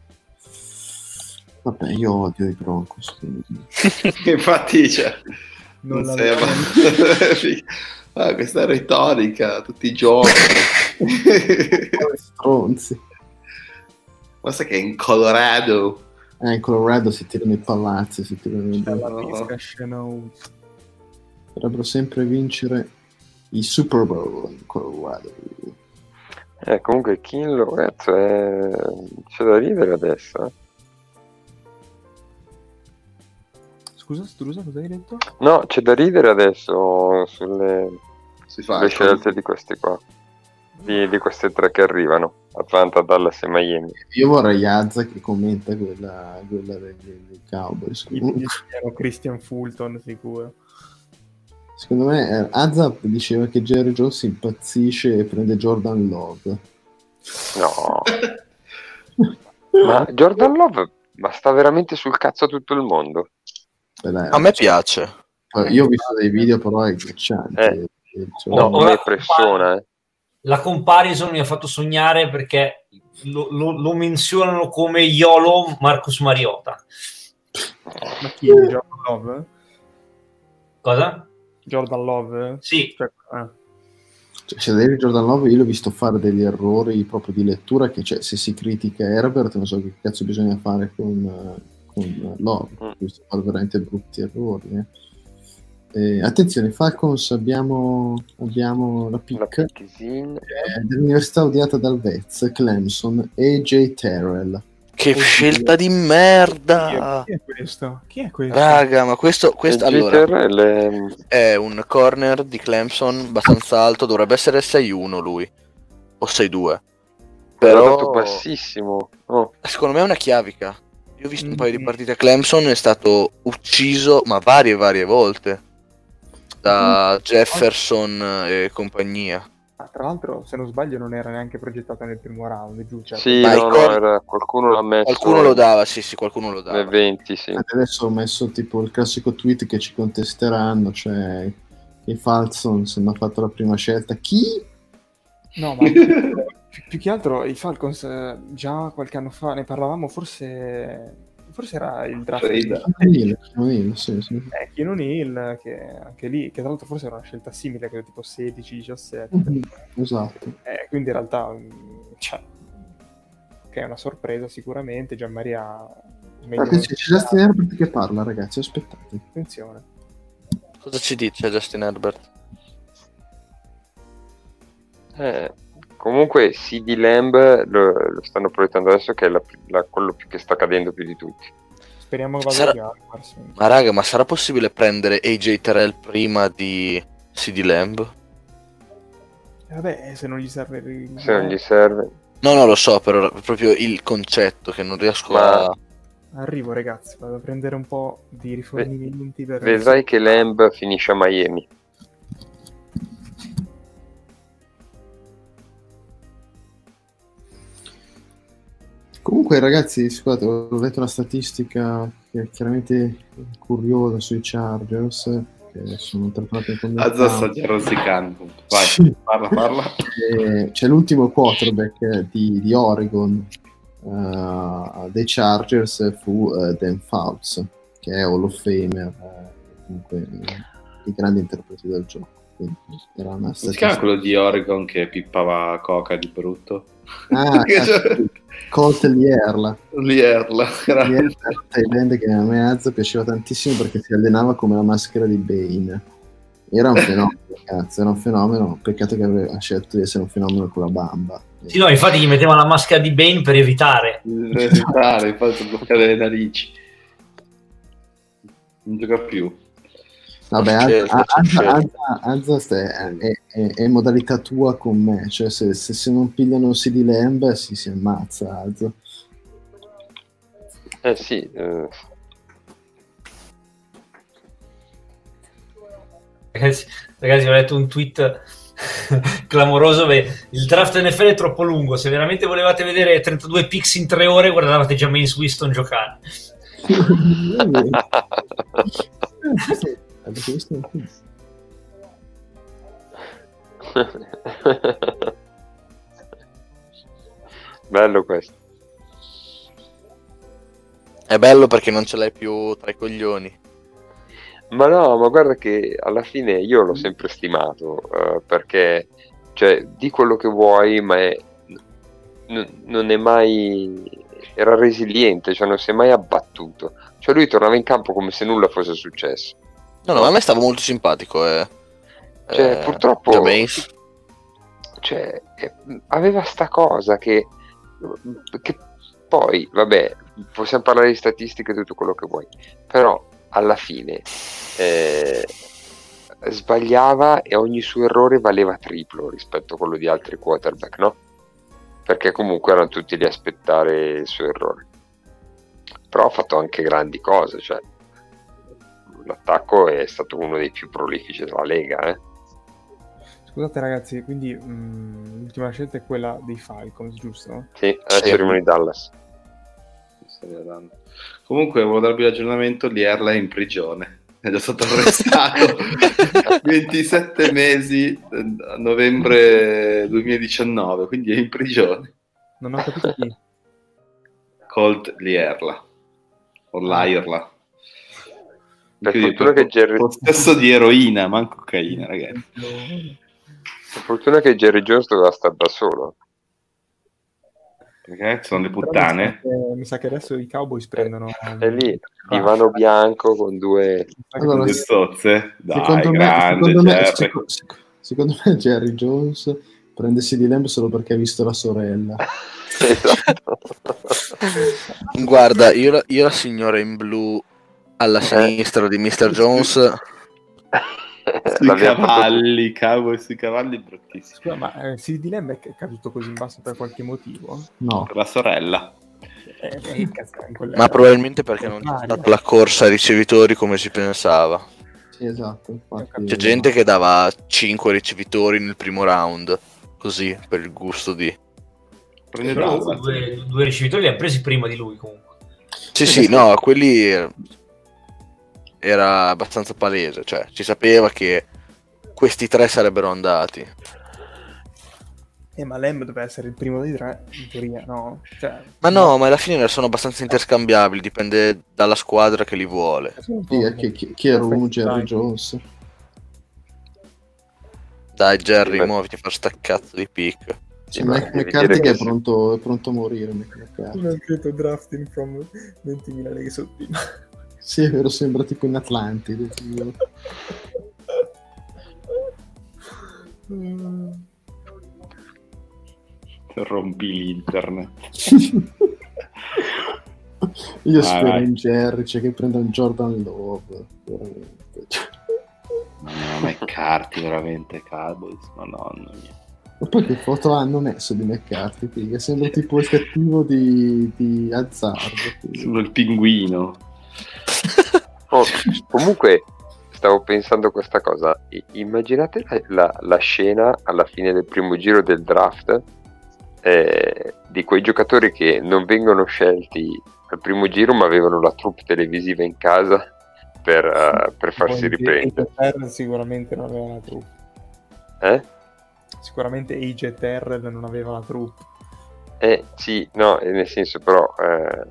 Vabbè, io odio i Broncos, quindi... Infatti, cioè, Non non la sei abbastanza- Ah, questa retorica, tutti giovani. stronzi. Ma sai che in Colorado Eh, in Colorado si tirano i palazzi, si tirano i... La discussion. Dovrebbero sempre vincere i Super Bowl in Colorado. Eh, comunque Kinlo, ragazzi, è... c'è da ridere adesso. Eh? Scusa, scusa, cosa hai detto? No, c'è da ridere adesso sulle, Si fa sulle scelte di questi qua. Di, di queste tre che arrivano. Atlanta, Dallas e Miami. Io vorrei Azza che commenta quella, quella dei, dei Cowboys. Io ero Christian Fulton sicuro. Secondo me eh, Azza diceva che Jerry Jones impazzisce e prende Jordan Love. No. Ma Jordan Love ma sta veramente sul cazzo a tutto il mondo. Beh, dai, A me piace. io ho visto dei video però è ghiacciante. Eh. Cioè, No, Ora- come persona, eh. La comparison mi ha fatto sognare perché lo, lo- lo menzionano come YOLO Marcus Mariota. Ma chi è Jordan Love? Cosa? Jordan Love? Sì. Cioè, ah. Cioè, se David Jordan Love io l'ho visto fare degli errori proprio di lettura che cioè, se si critica Herbert non so che cazzo bisogna fare con, uh, con Love, ho visto fare veramente brutti errori. Eh. Eh, attenzione, Falcons abbiamo, abbiamo la pick La Picksin. eh, dell'università odiata dal Vez, Clemson, A J Terrell. Che Oddio. scelta di Chi è, merda! chi è questo? Chi è questo? Raga, ma questo, questo E G allora, T R L è un corner di Clemson abbastanza alto, dovrebbe essere sei uno lui, o sei due. però Però dato bassissimo. Oh. secondo me è una chiavica. Io ho visto un paio di Mm. partite a Clemson, è stato ucciso, ma varie varie volte, da Jefferson e compagnia. Ah, tra l'altro, se non sbaglio, non era neanche progettato nel primo round, giù? Cioè, Sì, Ma no, i no, cor- era, qualcuno l'ha messo. Qualcuno lo dava, sì sì, qualcuno lo dava. Nel venti, sì. Adesso ho messo tipo il classico tweet che ci contesteranno, cioè che i Falcons hanno fatto la prima scelta. Chi? No, ma più, più che altro i Falcons eh, già qualche anno fa ne parlavamo, forse forse era il draft di Trade. O'Neal, O'Neal, sì, sì. eh, Keenan Hill, che anche lì, che tra l'altro forse era una scelta simile, credo tipo sedici diciassette. Mhm, esatto. Eh, quindi in realtà mm, cioè, che è una sorpresa sicuramente. Gianmaria meglio Attenzione, c'è Justin Herbert che parla, ragazzi, aspettate. attenzione. Cosa ci dice Justin Herbert? Eh, comunque C D Lamb lo, lo stanno proiettando adesso che è la- la- quello più che sta cadendo più di tutti. Speriamo che vada Sarà- ai Jaguars. Ma raga, ma sarà possibile prendere A J Terrell prima di C D Lamb? Eh, vabbè, se non gli serve il... Se non gli serve. No, no, lo so, però è proprio il concetto che non riesco Ma- a... Arrivo ragazzi, vado a prendere un po' di rifornimenti per... Vedrai che Lamb finisce a Miami. Comunque, ragazzi, scusate, ho letto una statistica che è chiaramente curiosa sui Chargers, che sono trattati con del Azza campo. sta già rosicando. Vai, Sì. parla, parla. Eh, c'è l'ultimo quarterback di, di Oregon eh, dei Chargers fu eh, Dan Fouts, che è Hall of Famer, eh, comunque i grandi interpreti del gioco. Quindi era una Non si chiama statistica. quello di Oregon che pippava coca di brutto? Ah, Che cazzo, c'è- Colt Lierla. Lierla, grande. Lierla era un tight end che a me Azza piaceva tantissimo perché si allenava come la maschera di Bane. Era un fenomeno, cazzo, era un fenomeno. Peccato che aveva scelto di essere un fenomeno con la bamba. Sì, no, infatti gli metteva la maschera di Bane per evitare. Per evitare, poi bloccare le narici. Non gioca più. Vabbè, Scelta, Azza, Azza, scelta. Azza, Azza sta- è, è- è modalità tua con me, cioè se, se, se non pigliano C D Lamb si, si ammazza Azza. Eh sì, eh, Ragazzi, ragazzi, ho letto un tweet clamoroso. Beh, il draft N F L è troppo lungo. Se veramente volevate vedere trentadue picks in tre ore, guardavate Jameis Winston giocare. Perché questo è un film. bello questo. È bello perché non ce l'hai più tra i coglioni. Ma no, ma guarda che alla fine io l'ho sempre stimato, eh, perché cioè di quello che vuoi, ma è, n- non è mai era resiliente, cioè non si è mai abbattuto. Cioè lui tornava in campo come se nulla fosse successo. No, no, ma a me stava molto simpatico. Eh. Cioè, eh, purtroppo... Jameis. Cioè, eh, aveva sta cosa che... che poi, vabbè, possiamo parlare di statistiche e tutto quello che vuoi, però alla fine eh, sbagliava e ogni suo errore valeva triplo rispetto a quello di altri quarterback, no? Perché comunque erano tutti lì a aspettare il suo errore. Però ha fatto anche grandi cose, cioè l'attacco è stato uno dei più prolifici della Lega, eh. Scusate ragazzi, quindi mh, l'ultima scelta è quella dei Falcons, giusto? Sì, adesso Sì. arrivano i Dallas. Comunque volevo darvi l'aggiornamento, Lierla è in prigione, è già stato arrestato ventisette mesi a novembre duemiladiciannove, quindi è in prigione. Non ho capito chi. Colt Lierla o Lierla, Per Quindi fortuna che Jerry... lo stesso di eroina, manco cocaina, ragazzi. Per fortuna che Jerry Jones doveva stare da solo. Perché sono le Però puttane. Mi sa, che, mi sa che adesso i Cowboys prendono... È lì, divano bianco con due... Allora, Le stozze, dai, secondo, me, grande secondo, me, Jerry. seco- seco- secondo me Jerry Jones prende C D Lamb solo perché ha visto la sorella. Esatto. Guarda, io la, io la signora in blu alla sinistra di mister Jones. Sui L'abbiamo cavalli, cavolo, sui cavalli bruttissimi. Scusa, ma eh, C D Lamb è caduto così in basso per qualche motivo? No, Per la sorella. Eh, eh, cazzo, in quella- Ma probabilmente perché non c'è stata la corsa ai ricevitori come si pensava. sì, esatto. Infatti, C'è gente che dava cinque ricevitori nel primo round, così, per il gusto di... Prende Però Dallas. due, due ricevitori li ha presi prima di lui comunque. Sì, sì, no, quelli era abbastanza palese, cioè si sapeva che questi tre sarebbero andati. Eh, ma Lamb deve essere il primo dei tre, in teoria, no? Cioè, Ma no, ma alla fine sono abbastanza interscambiabili, dipende dalla squadra che li vuole. Chi è, chi, chi- chi è Room Jerry Jones? Dai Jerry, Sì, muoviti a fare sta cazzo di pick. Sì, ma Mac- devi McCarthy dire che che è sì. pronto, è pronto a morire. McCarthy. ho scritto drafting from ventimila leghe sotto. Sì, è vero, sembra tipo in Atlantide. Rompi l'internet. Io Vai, spero vai. in Jerry, cioè che prenda un Jordan Love. Veramente. Cioè, No, McCarthy veramente, Cowboys, madonna mia. ma poi che foto hanno messo di McCarthy? Qui, che sembra tipo il cattivo di, di Azzardo. qui. Sembra il pinguino. Oh, comunque stavo pensando questa cosa. I- immaginate la, la- la scena alla fine del primo giro del draft, eh, di quei giocatori che non vengono scelti al primo giro ma avevano la troupe televisiva in casa per, eh, per farsi Poi riprendere. A J Terrell sicuramente non aveva la troupe. Eh? Sicuramente A J Terrell non aveva la troupe. Eh sì, no, eh, nel senso però eh,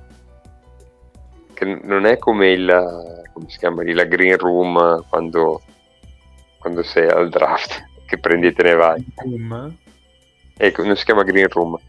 che n- non è come il come si chiama lì, la green room quando, quando sei al draft che prendi e te ne vai. Boom. Ecco, non si chiama green room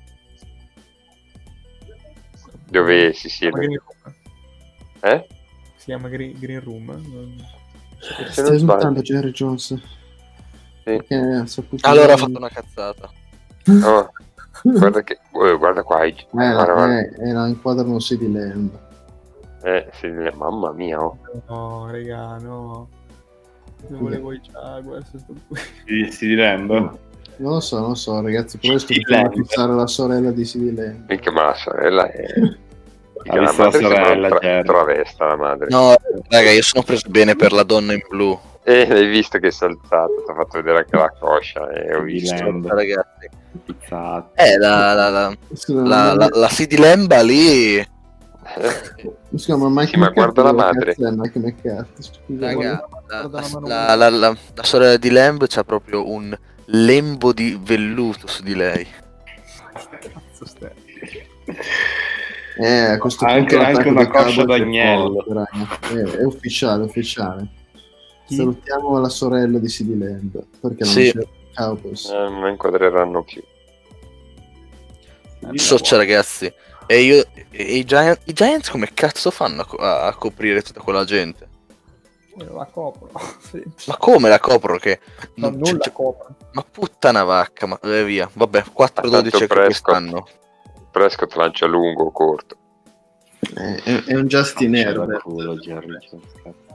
dove si Si chiama siede. Green Room. Eh? Si chiama Green, Green Room. Non- Se non Stai sbaglio. esultando Jerry Jones? Perché ha saputo... Allora ha fatto una cazzata. Oh, guarda che oh, guarda qua Eh, guarda, era, guarda. eh, era inquadrano C D Lamb. Eh, sì, mamma mia, oh. No, raga, no. Io volevo i Jaguars. sto qui. Si, si direbbe. Non lo so, non lo so, ragazzi, però sto C D iniziando a Lamb. fissare la sorella di C D Lamb. Minchia, ma la sorella è Ha la visto la madre sembra sorella, un tra- Jerry. travesta la madre. No, raga, io sono preso bene per la donna in blu. E l'hai visto che si è alzato, ti ha fatto vedere anche la coscia e ho visto. Lamb. Ragazzi. Pizzato. Eh, la, la, la, Scusa, la, ma- la, la C D Lamb lì... Eh, mi si chiama Mike Sì, ma McCarthy, guarda la dove madre. cazzo è Mike McCarthy? Scusa, Raga, guarda- la, guarda la mano la, la, la, la sorella di Lamb c'ha proprio un lembo di velluto su di lei. Cazzo stai? Eh, a questo Anche- punto l'attacco anche una dei coscia Cowboys è d'agnello. forte, raga. È, è ufficiale, ufficiale. Chi? Salutiamo la sorella di C D Lamb, perché non Sì. c'è Cowboys. eh, non inquadreranno più. Socia ragazzi, E io e i, Giants, i Giants come cazzo fanno a, co- a coprire tutta quella gente? La coprono. Ma come la coprono? Che Non non- nulla cioè- coprono. ma puttana vacca, ma eh, via. Vabbè, quattro dodici Tanto anche Prescott. quest'anno. Prescott lancia lungo o corto. Eh, è, è un Justin C'è da Herbert. culo, Jerry Jones.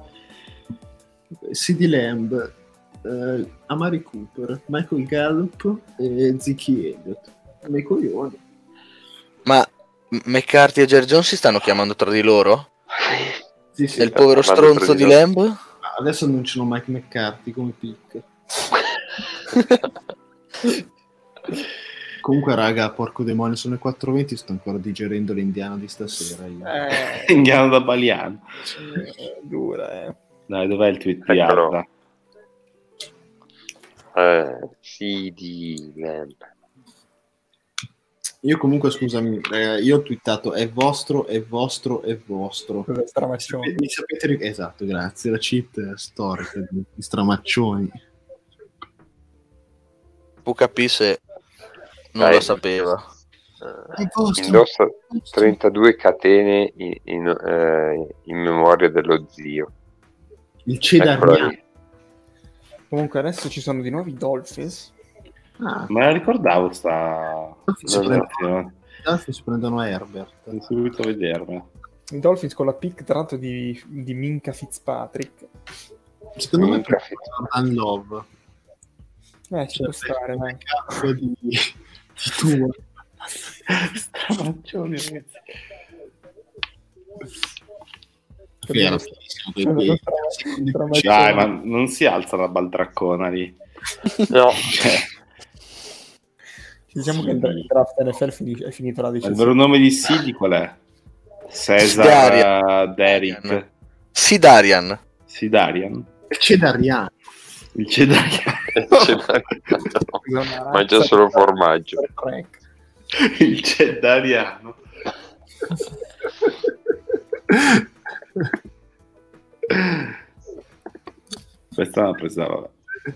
CeeDee Lamb, eh, Amari Cooper, Michael Gallup e Zeke Elliott. Nei coglioni. Ma M- McCarthy e Jerry Jones si stanno chiamando tra di loro? Sì, sì. E il povero ma stronzo tra di di loro. Lamb? Adesso annunciano Mike McCarthy come pick. Comunque, raga, porco demonio, sono le quattro e venti, sto ancora digerendo l'indiano di stasera. Io. Eh, Indiano da Baliano. è dura, eh. Dai, dov'è il tweet di Eccolo. Arda? Eh, sì, di Lamb. Io comunque, scusami, eh, io ho twittato è vostro, è vostro, è vostro. Cosa stramaccione. Mi sapete ric- Esatto, grazie, la cheat storica di di stramaccioni. Pu capisse non Dai. lo sapeva. Eh, È vostro. indossa trentadue catene in, in, eh, in memoria dello zio. Il Eccola Cedariano. lì. Comunque adesso ci sono di nuovo i Dolphins. Ah, Me la ricordavo sta... si non è- prendono, si prendono Herbert. Devo subito vederla. I Dolphins con la pick tra l'altro di, di Minka Fitzpatrick. Secondo me Minchia, prendono Dan Love. Eh, ci può Cioè, stare, dai. Cazzo di, di tuo. Stramaccioni, ragazzi. Era finissimo quei Sono piedi. stra- Secondi stramaccioni. Dai, ma non si alza la baldraccona lì. No, Cioè, Diciamo Sì. che il draft N F L finisce- è finito la il decisione. vero nome di Sidi qual è? Cesar Darian. Derrick Sì, Darian. Sidarian. Il Cedariano. Il Cedarian. c'è da- mangia solo formaggio. Track. Il Cedariano. Questa l'ha presa, vabbè.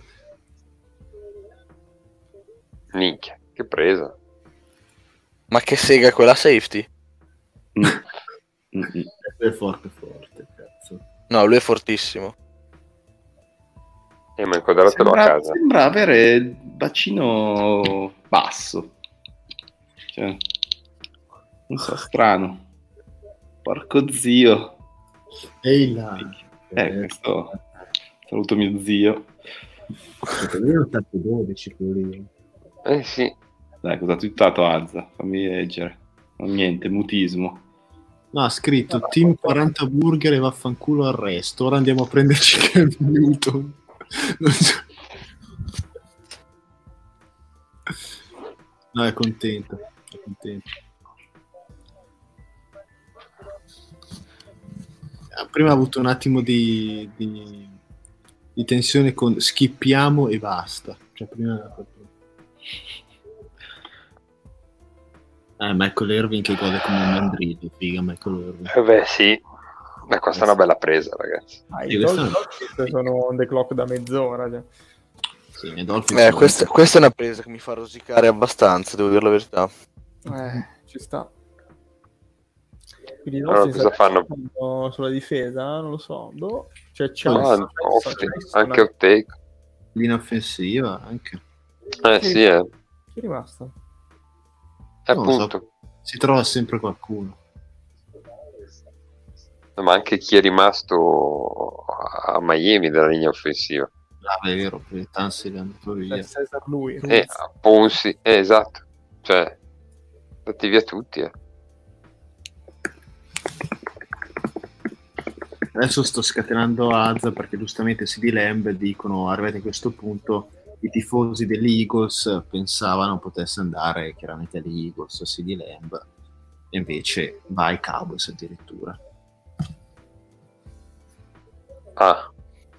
Minchia, che presa. Ma che sega quella safety? Mm. Mm-mm. È forte, forte, cazzo. No, lui è fortissimo. E mi ha inquadratelo a Sembra, casa. sembra avere il bacino basso. Cioè, non so, strano. Porco zio. Ehi là. Eh, questo... Saluto mio zio. Per me è ottanta dodici quello lì. Eh sì, Dai, cosa ha twittato Azza? Fammi leggere. Non niente, mutismo. No, ha scritto Team quaranta burger e vaffanculo al resto. Ora andiamo a prenderci Cam Newton. Non so. No, è contento. È contento. Ah, Prima ha avuto un attimo di, di, di tensione con schippiamo e basta. Cioè, prima... Eh, Michael Irving che gode come un mandrito, figa Michael Irving. eh beh sì. Ma questa è una bella presa, ragazzi. Ah, Sì, i questo Dolphins sono on the clock da mezz'ora. Cioè. Sì, i Dolphins Eh, sono- questa, questa è una presa che mi fa rosicare abbastanza, devo dire la verità. Eh, ci sta. Quindi i Allora, Dolphins cosa fanno? fanno sulla difesa? Non lo so. Boh. Cioè, c'è Ah, un- no, anche outtake. linea offensiva anche. Eh sì, eh. Chi è rimasto? Non lo so. Appunto. Si trova sempre qualcuno. Ma anche chi è rimasto a Miami dalla linea offensiva. Ah, è vero, perché Tansi è andato via. C'è Cesar lui. Eh, a Ponzi, eh, esatto. Cioè, andati via tutti, eh. Adesso sto scatenando Azza perché giustamente CeeDee Lamb dicono arrivati a questo punto i tifosi degli Eagles pensavano potesse andare chiaramente agli Eagles CeeDee Lamb e invece va ai Cowboys addirittura. Ah,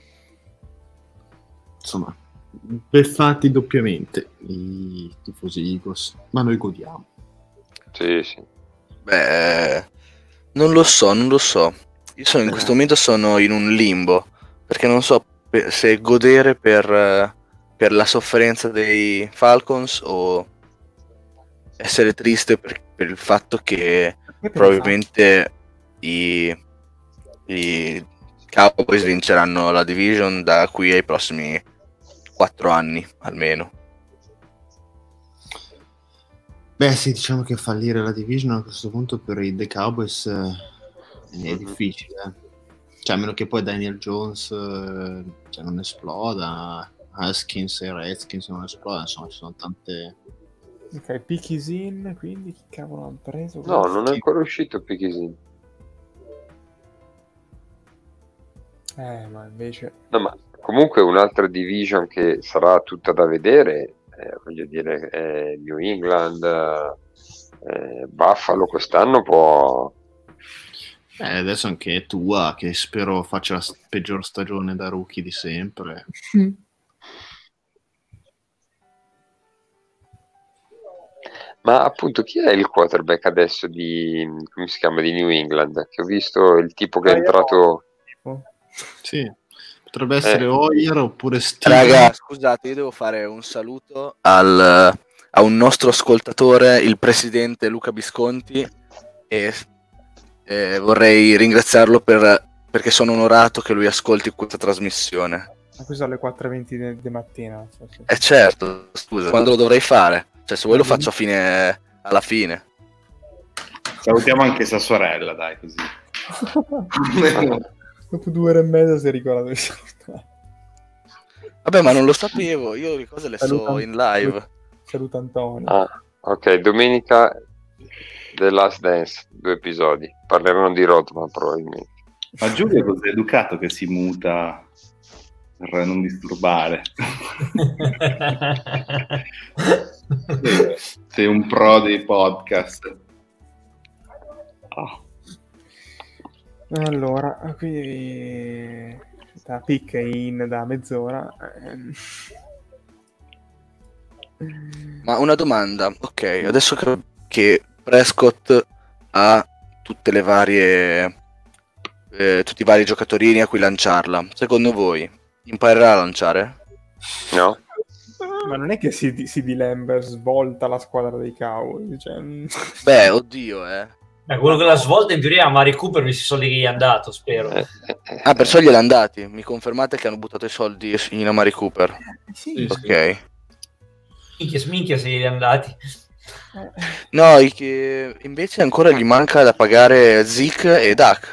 Insomma, beffati doppiamente i tifosi Eagles, ma noi godiamo. sì, sì. Beh, non lo so, non lo so. Io sono in questo momento sono in un limbo, perché non so pe- se godere per, eh, per la sofferenza dei Falcons o essere triste per- per il fatto che probabilmente i, i Cowboys vinceranno la division da qui ai prossimi quattro anni almeno. Beh sì, diciamo che fallire la division a questo punto per i The Cowboys eh, è difficile, eh. Cioè a meno che poi Daniel Jones eh, cioè, non esploda, Haskins e Redskins non esploda, insomma ci sono tante... Ok, Pikisin, quindi chi cavolo hanno preso? No, non è ancora uscito Pikisin. Eh, ma invece... No, ma comunque un'altra division che sarà tutta da vedere, eh, voglio dire, è New England, eh, Buffalo quest'anno può... Eh, adesso anche Tua, che spero faccia la peggior stagione da rookie di sempre. Ma appunto chi è il quarterback adesso di, come si chiama, di New England? Che ho visto il tipo che è entrato... Sì, potrebbe essere Eh. Hoyer oppure Steve. Raga, scusate, io devo fare un saluto al, a un nostro ascoltatore, il presidente Luca Visconti, e eh, vorrei ringraziarlo per, perché sono onorato che lui ascolti questa trasmissione. Ma questo alle quattro e venti di mattina. Eh certo, scusa, quando lo dovrei fare? Cioè, se vuoi lo faccio a fine, alla fine. Salutiamo anche sua sorella, dai, così. Dopo due ore e mezza si è ricordato di salutare. Vabbè, ma non lo sapevo, io le cose le Saluta- so in live. Saluta Antonio. Ah, ok, domenica The Last Dance, due episodi. Parleranno di Rodman probabilmente. Ma Giulio è così educato che si muta per non disturbare. Sei un pro dei podcast. Oh. Allora, qui da pick in da mezz'ora. ehm. Ma una domanda, ok, adesso che, che Prescott ha tutte le varie eh, tutti i vari giocatori a cui lanciarla, secondo voi imparerà a lanciare? No? Ma non è che si, si di Lamber svolta la squadra dei Cowboys, cioè... Beh, oddio, eh. Beh, quello che l'ha svolta in teoria a Mari Cooper, visti i soldi che gli è andato, spero. Eh, eh, eh. Ah, perciò gliel'è andati. Mi confermate che hanno buttato i soldi in Amari Cooper? Sì, Ok. Minchia, sminchia se gli è andati. No, i che invece ancora gli manca da pagare Zeke e Dak.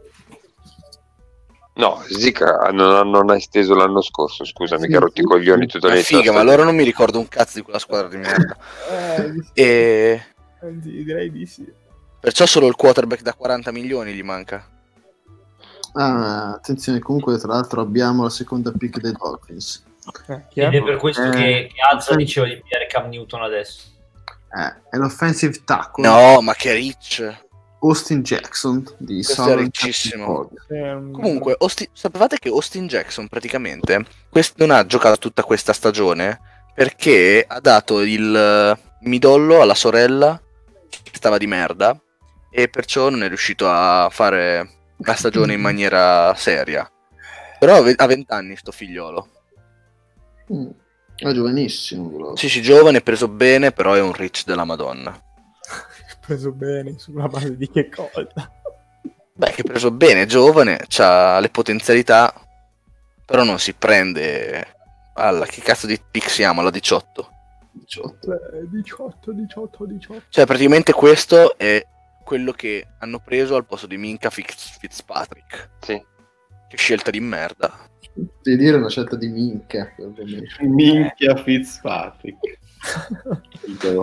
No, Zika non ha, non ha esteso l'anno scorso, scusami, che ha rotto i coglioni tutto Ma l'inizio. figa, ma allora non mi ricordo un cazzo di quella squadra di merda. Eh, di sì. E Anzi, direi di sì. perciò solo il quarterback da quaranta milioni gli manca. Ah, attenzione, comunque tra l'altro abbiamo la seconda pick dei Dolphins. Eh, chi è? Ed è per questo Eh. che, che Alza diceva di pigliare Cam Newton adesso. Eh, è l'offensive tackle No, ma che rich. Austin Jackson di Questo è Southern riccissimo. California. È un- Comunque, Austin- sapevate che Austin Jackson praticamente quest- non ha giocato tutta questa stagione perché ha dato il eh, midollo alla sorella che stava di merda e perciò non è riuscito a fare la stagione in maniera seria. Però ave- ha vent'anni sto figliolo. Mm, è giovanissimo però. Sì, sì, giovane, preso bene, però è un rich della Madonna. preso bene sulla base di che cosa? Beh, che preso bene, giovane, ha le potenzialità, però non si prende alla che cazzo di pick siamo, alla diciotto. diciotto. Eh, diciotto, diciotto, diciotto. Cioè, praticamente questo è quello che hanno preso al posto di Minka Fitz- Fitzpatrick. Sì. Che scelta di merda. Devi dire una scelta di minchia. ovviamente. Minchia Fitzpatrick. Titolo.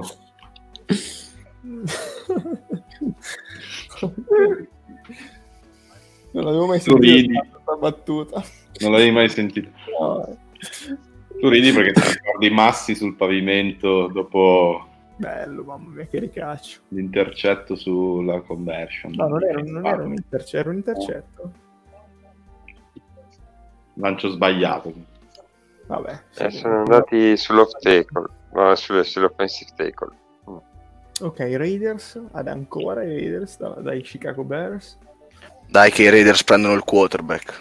Non l'avevo mai Tu ridi. sentita questa battuta. Non l'avevi mai sentito. No. Tu ridi perché ti ricordi Massi sul pavimento dopo Bello, mamma mia, che ricaccio. l'intercetto sulla conversion. No, non era, non era un intercetto, era un intercetto. Lancio sbagliato. Vabbè. Eh, sì. sono andati sull'off tackle, no, sull- sull'offensive tackle. Ok, Raiders, ad ancora i Raiders da- dai Chicago Bears. Dai che i Raiders prendono il quarterback.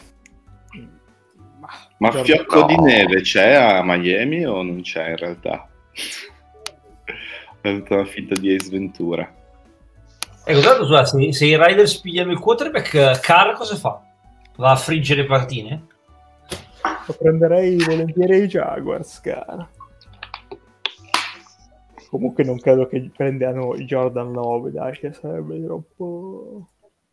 Ma Guarda- Fiocco no. di neve c'è a Miami o non c'è in realtà? È tutta una finta di Ace Ventura. Ecco, tanto, scusate, se, se i Riders pigliano il quarterback, Carr cosa fa? Va a friggere partine? Lo prenderei volentieri i Jaguars, cara. Comunque non credo che prendiano il Jordan nove, dai, che sarebbe troppo...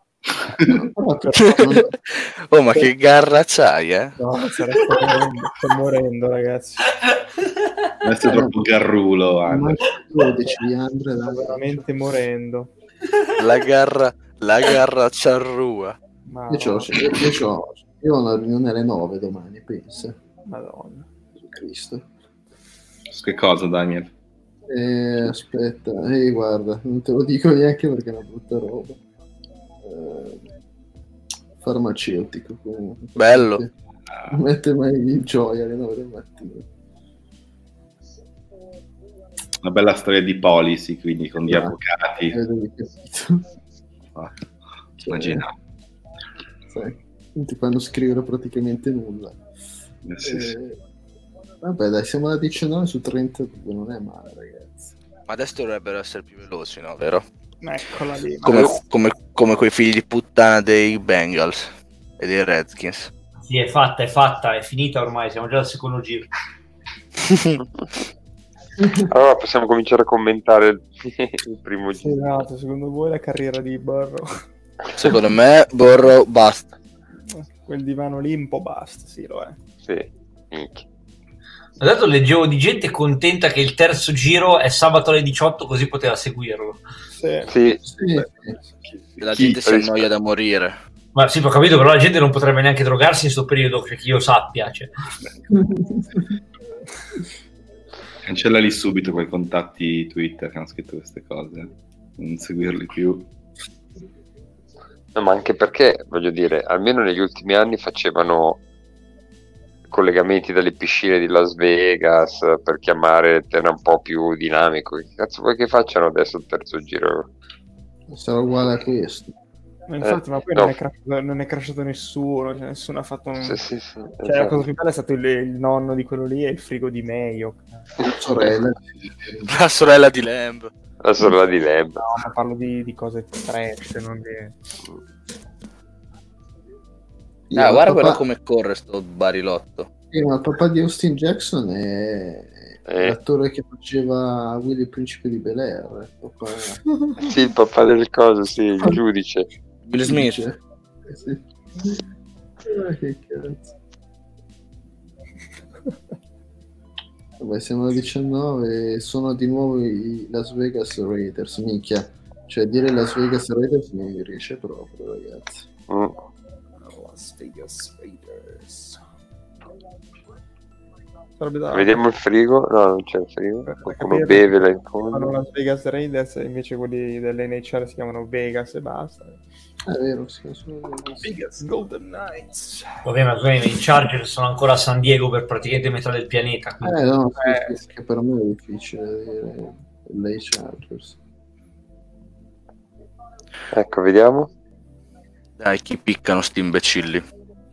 Oh, ma che garra c'hai, eh? No, sto morendo, sto morendo, ragazzi. Questo è troppo garrulo. Ma dodici Andre, Sto veramente morendo. La garra, la garra ciarrua. Ma io c'ho, io, io, c'ho, io ho una riunione alle nove domani, pensa. Madonna. Cristo. Che cosa, Daniel? Eh, aspetta, eh, guarda, non te lo dico neanche perché è una brutta roba. Eh, farmaceutico comunque. Bello. Non mette mai in gioia alle nove del mattino. Una bella storia di policy, quindi con gli Ah, avvocati. avevi capito. Ah, Cioè, immagina. sai, non ti fanno scrivere praticamente nulla. Eh, sì, sì. Eh, vabbè, dai, siamo alla diciannove su trentadue, non è male, ragazzi. Ma adesso dovrebbero essere più veloci, no? Vero? Eccola lì. Come, come, come quei figli di puttana dei Bengals e dei Redskins. Sì, è fatta, è fatta, è finita ormai, siamo già al secondo giro. Allora possiamo cominciare a commentare il, il primo Sì, giro. esatto, secondo voi la carriera di Burrow? Secondo me Burrow basta. Quel divano lì un po' basta, sì, lo è. Sì, minchia. Dato leggevo di gente contenta che il terzo giro è sabato alle diciotto, così poteva seguirlo. Sì. Sì, Sì, La Chi? gente si annoia da morire. Ma sì, ho capito, però la gente non potrebbe neanche drogarsi in questo periodo, che io sappia. Cioè. Cancellali subito quei contatti Twitter che hanno scritto queste cose. Non seguirli più. no, ma anche perché, voglio dire, almeno negli ultimi anni facevano collegamenti dalle piscine di Las Vegas per chiamare, era un po' più dinamico. Che cazzo vuoi che facciano adesso il terzo giro? sarà uguale a questo. Ma infatti, Eh, ma poi no. non, è crashato, non è crashato nessuno, cioè nessuno ha fatto un... Sì, sì, sì, Cioè, la esatto. cosa più bella è stato il, il nonno di quello lì e il frigo di Mayo. La sorella. La sorella di Lamb. La sorella di Lamb. No, ma parlo di, di cose trash, non di... Io, Ah, il guarda papà, però come corre sto barilotto. io, ma il papà di Austin Jackson è Eh. l'attore che faceva Willy il principe di Bel-Air. Il papà... Sì, il papà del coso, sì, il giudice. Will Smith. Eh, sì. Ah, che cazzo. Vabbè, siamo alla diciannove e sono di nuovo i Las Vegas Raiders, minchia. Cioè, dire Las Vegas Raiders mi riesce proprio, ragazzi. Mm. Las Vegas Raiders. Sarebbe da... Vediamo il frigo. No, non c'è il frigo. Per Qualcuno capire beve là perché in fanno fondo. Las Vegas Raiders e invece quelli dell'N H L si chiamano Vegas e basta. È vero, sì, sono Vegas. Vegas Golden Knights. Vabbè, ma scusami, i Chargers sono ancora a San Diego per praticamente metà del pianeta. quindi- Eh no, Eh, sì, sì, che per me è difficile dire lei Chargers. Ecco, vediamo. Dai, chi piccano sti imbecilli?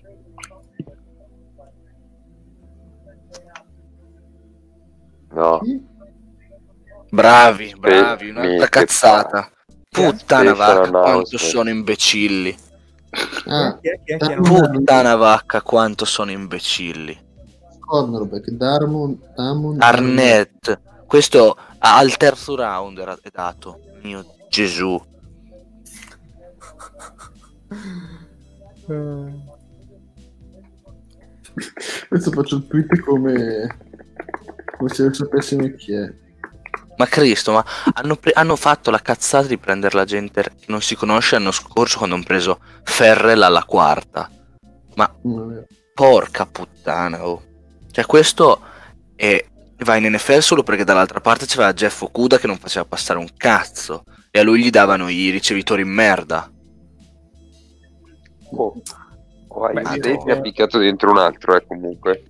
No. Bravi, bravi, Minchia, un'altra cazzata. Puttana Special vacca, quanto announcement. sono imbecilli. Ah, chi è, chi è, chi è? Puttana vacca, quanto sono imbecilli. cornerback, Darmon, Damon, Arnett, questo al terzo round era è dato. Mio Gesù. Eh, Adesso faccio il tweet come, come se sapessimo chi è. Ma Cristo, ma hanno, pre- hanno fatto la cazzata di prendere la gente che non si conosce l'anno scorso quando hanno preso Ferrell alla quarta. Ma Non è- porca puttana, oh. Cioè questo è... va in N F L solo perché dall'altra parte c'era Jeff Okuda che non faceva passare un cazzo e a lui gli davano i ricevitori in merda. Oh. Ohio Beh, State io- ne ha picchiato dentro un altro, eh, comunque.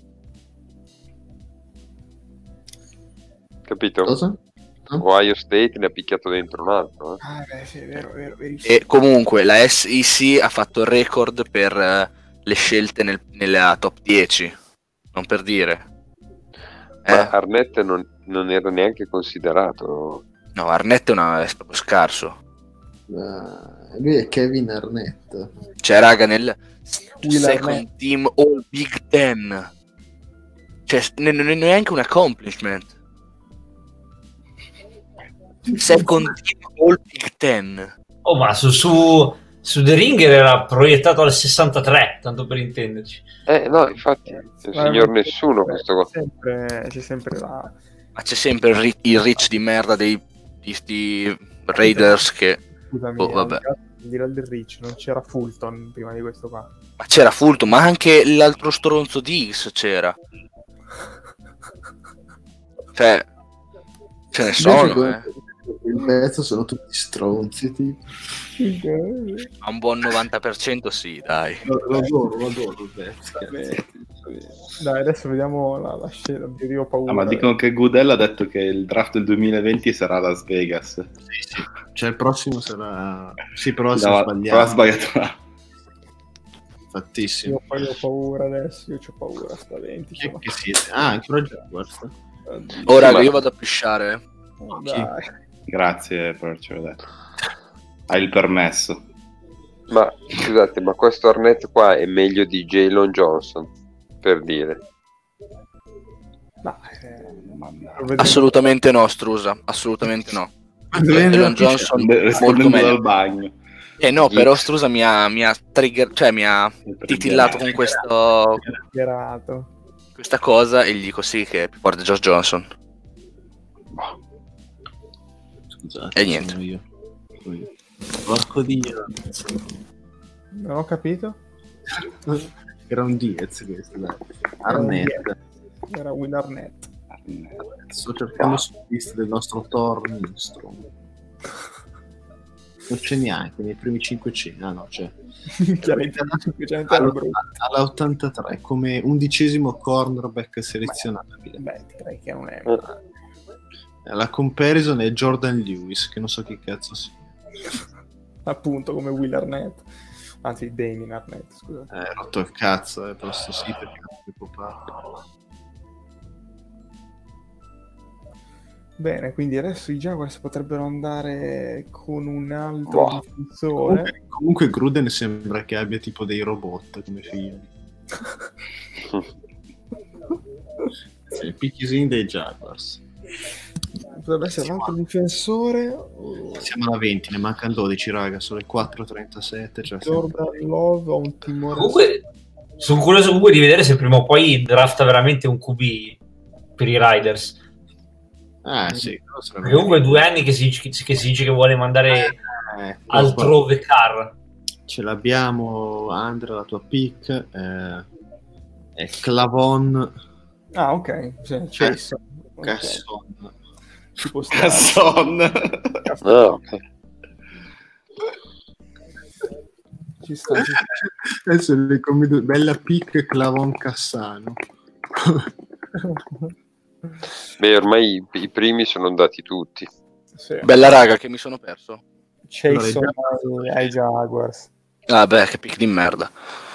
Capito? Cosa? Ohio State ne ha picchiato dentro un altro. Eh. Ah, beh, sì, è vero, vero, verissimo. E comunque la S E C ha fatto il record per eh, le scelte nel- nella top dieci, non per dire. Ma Eh, Arnett non, non era neanche considerato. no, Arnett è, una, è proprio scarso. Uh, lui è Kevin Arnett. Cioè, raga, nel Will second Arnett. team All Big Ten. Cioè, n- non è neanche un accomplishment. Second team All Big Ten. Oh, ma su, su, su The Ringer era proiettato al sessantatré, tanto per intenderci. Eh, no, infatti, è un signor nessuno questo qua. C'è sempre, c'è sempre la... Ma c'è sempre il, ri- il rich di merda dei di sti Raiders che... Scusami, Oh, vabbè. al di là del Rich, non c'era Fulton prima di questo qua. Ma c'era Fulton, ma anche l'altro stronzo Diggs c'era. Cioè, ce ne sono, eh. Il pezzo sono tutti stronzi, tipo. A un buon novanta per cento sì, dai. Lo lo adoro, lo adoro il pezzo. Dai, adesso vediamo la, la scena. Io ho paura. Ah, ma dicono che Goodell ha detto che il draft del duemilaventi sarà a Las Vegas. Sì, sì. Cioè il prossimo sarà... Sì, però si No, è però ha sbagliato. sbagliato. Fattissimo. Io poi ho paura adesso, io ho paura, spaventi. Che, che siete? Ah, ancora Jaguars. Oh, raga, io vado a pisciare. eh. Oh, dai. Grazie per avercelo detto. Hai il permesso. Ma scusate, ma questo Arnett qua è meglio di Jalen Johnson, per dire. Ma, eh, Mamma. lo vedremo. Assolutamente no, Strusa, assolutamente no. Dovendo Jalen pisciare. Johnson molto Rispondendo meglio. dal bagno. Eh no, però Strusa mi ha, mi ha trigger, cioè mi ha titillato con questo, Chiarato. questa cosa e gli dico sì che è più forte Josh Johnson. Scusate, E niente. sono io. Sono io. Porco Dio. Non ho capito. Era un Diez questo, dai. Arnett. Era Will Arnett. Sto cercando su lista del nostro Thor Lindstrom. Non c'è neanche nei primi cinquecento. Ah no, c'è. Chiaramente cinquecento era brutto. Alla ottantatré come undicesimo cornerback selezionabile. Beh, direi che non è. La comparison è Jordan Lewis, che non so che cazzo sia. Appunto come Will Arnett. Anzi, Damien Arnett, scusa. Eh, rotto il cazzo, eh, per sto sito che non può fare. Bene, quindi adesso i Jaguars potrebbero andare con un altro Boh. difensore. Comunque, comunque Gruden sembra che abbia tipo dei robot come figli. Sì, picchiosini dei Jaguars. Potrebbe essere un altro difensore. Siamo alla venti, ne mancano dodici, raga, sono le quattro e trentasette. Cioè Jordan Love o un timore. Comunque, sono curioso comunque di vedere se prima o poi drafta veramente un Q B per i Riders. Ah, sì, però sarebbe- Perché comunque due anni che si, dice- che si dice che vuole mandare Eh, altrove Carr. ce l'abbiamo, Andrea, la tua pick. Eh, è Clavon Ah, ok. Sì, Chase. Ok, Casson. ci può stare. Casson. Ah, ok. Ci sta, ci sta. Adesso le combino- bella pick Clavon Cassano. Beh, ormai i, i primi sono andati tutti. Sì. Bella raga che mi sono perso. Chase Allora, ai- ai Jaguars. Ah beh, che pick di merda.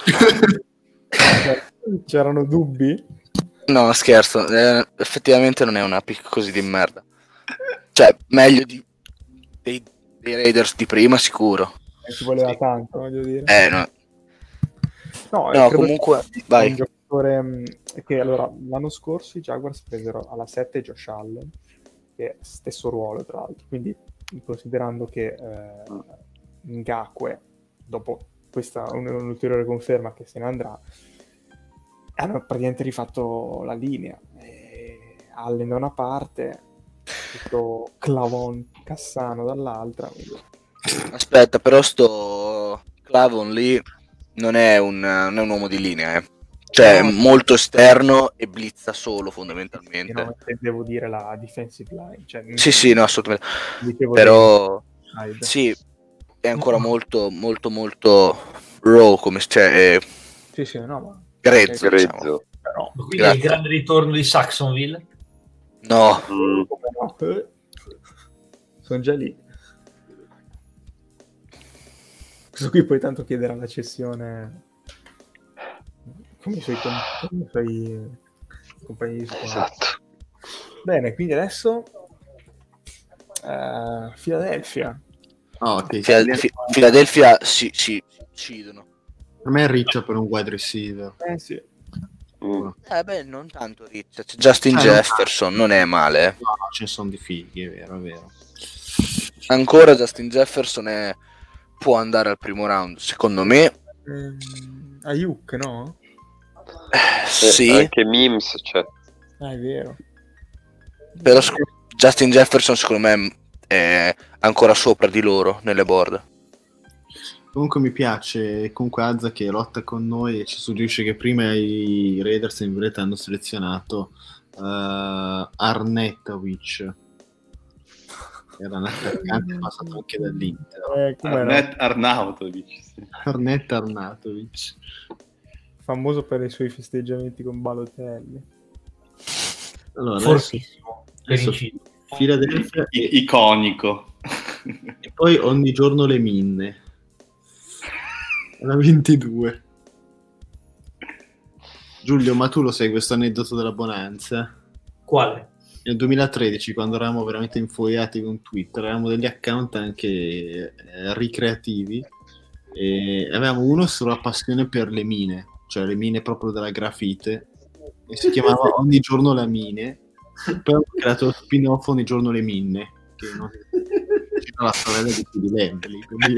C'erano dubbi? No, scherzo, eh, effettivamente non è una pick così di merda. Cioè, meglio di, dei, dei Raiders di prima, sicuro. Eh, Ci voleva tanto, voglio dire. Eh, no, No, eh, no credo comunque, sia un vai. giocatore mh, che allora l'anno scorso i Jaguars presero alla sette Josh Allen, che è stesso ruolo tra l'altro, quindi considerando che eh, Ngakwe dopo questa un- un'ulteriore conferma che se ne andrà, hanno praticamente rifatto la linea. E Allen da una parte, questo Clavon Cassano dall'altra. quindi- Aspetta, però sto Clavon lì non è un, non è un uomo di linea, eh. Cioè, è No. molto esterno e blizza solo, Io fondamentalmente. non intendevo dire la defensive line, cioè, Sì, sì, no, assolutamente. dicevo Però, dei side. sì, è ancora molto, molto, molto raw, come cioè, è Sì, sì, no, ma grezzo, diciamo. Grezzo. però Quindi Grazie. il grande ritorno di Saxonville. No, Mm. come no? Eh, sono già lì. Questo qui poi tanto chiederà la cessione come i suoi, com- come i suoi compagni di squadra. Esatto. Bene, quindi adesso eh, Philadelphia. Oh, okay. Fila- Fi- Philadelphia si, si uccidono. Per me è riccia per un wide receiver. Eh sì. Mm. Eh beh, non tanto riccia. C'è Justin Cioè, Jefferson, non è male. eh. No, ce ne sono di fighi, è vero, è vero. Ancora Justin Jefferson è... può andare al primo round, secondo me. Ehm, Ayuk, no? Eh, Eh, sì, Anche Mims c'è. Ah, è vero. però sc- Justin Jefferson secondo me è ancora sopra di loro nelle board. Comunque mi piace comunque Azza che lotta con noi e ci suggerisce che prima i Raiders in verità hanno selezionato uh, Arnetovic. Era un attaccante passato anche dall'Inter. Eh, com'era? Arnett Arnautovic. Sì. Arnett Arnatovic. Famoso per i suoi festeggiamenti con Balotelli. Allora, adesso, Fortissimo. Per adesso inciso. Philadelphia e, I- iconico. e poi ogni giorno le minne. La ventidue. Giulio, ma tu lo sai questo aneddoto della Bonanza? Quale? Nel duemilatredici, quando eravamo veramente infoiati con Twitter, avevamo degli account anche eh, ricreativi e avevamo uno sulla passione per le mine, cioè le mine proprio della grafite, e si chiamava Ogni giorno la mine. Poi abbiamo creato lo spin-off Ogni giorno le minne, che non c'era la sorella di Pidi Lemberly, quindi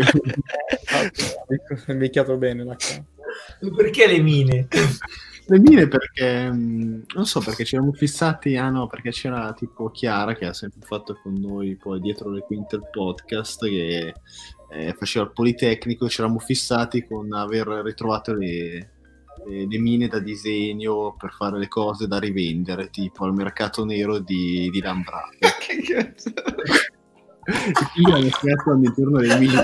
È invecchiato bene la casa. Perché le mine? le mine perché mh, non so, perché ci eravamo fissati, ah no, perché c'era tipo Chiara che ha sempre fatto con noi poi dietro le quinte il podcast che eh, faceva il Politecnico, ci eravamo fissati con aver ritrovato le, le, le mine da disegno per fare le cose da rivendere, tipo al mercato nero di, di Lambrate. Che cazzo? E quindi hanno creato ogni giorno le mine.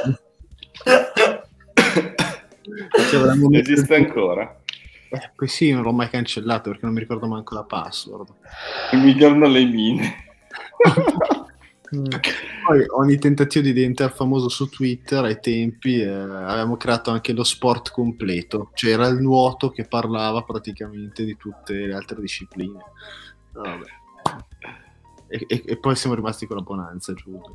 Cioè, avremmo messo- Esiste ancora? Eh, poi sì, non l'ho mai cancellato perché non mi ricordo manco la password. Mi chiamano le mine. Mm. Poi ogni tentativo di diventare famoso su Twitter ai tempi eh, avevamo creato anche lo sport completo, cioè era il nuoto che parlava praticamente di tutte le altre discipline. Vabbè. E, e- e poi siamo rimasti con la Bonanza, giusto?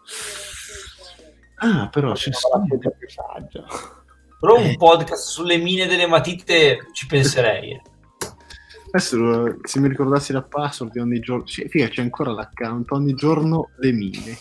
Ah, però ci La sono. scelta più saggia. Però un podcast sulle mine delle matite ci penserei. eh. Adesso se mi ricordassi la password di ogni giorno, sì, figa, c'è ancora l'account ogni giorno le mine.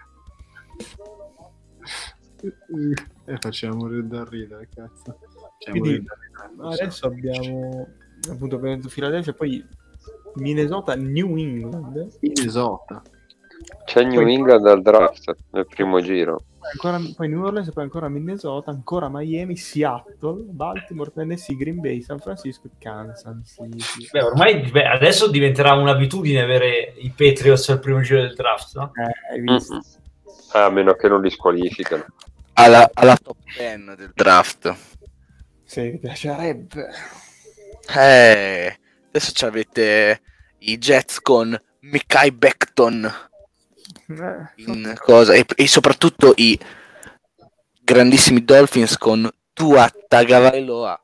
E facciamo morire da ridere, cazzo. Facciamo Quindi, morire da ridere, non so. Adesso abbiamo appunto per esempio Philadelphia, poi Minnesota, New England, Minnesota. C'è New Poi- England al draft nel primo giro. ancora, poi New Orleans, poi ancora Minnesota, ancora Miami, Seattle, Baltimore, Tennessee, Green Bay, San Francisco e Kansas City. Beh, ormai beh, adesso diventerà un'abitudine avere i Patriots al primo giro del draft, no? Eh, hai visto? Mm-mm. A meno che non li squalificano. Alla, alla top dieci del draft. Se vi piacerebbe. Eh, adesso avete i Jets con Mekhi Becton Eh, in cosa e, e soprattutto i grandissimi Dolphins con Tua Tagovailoa.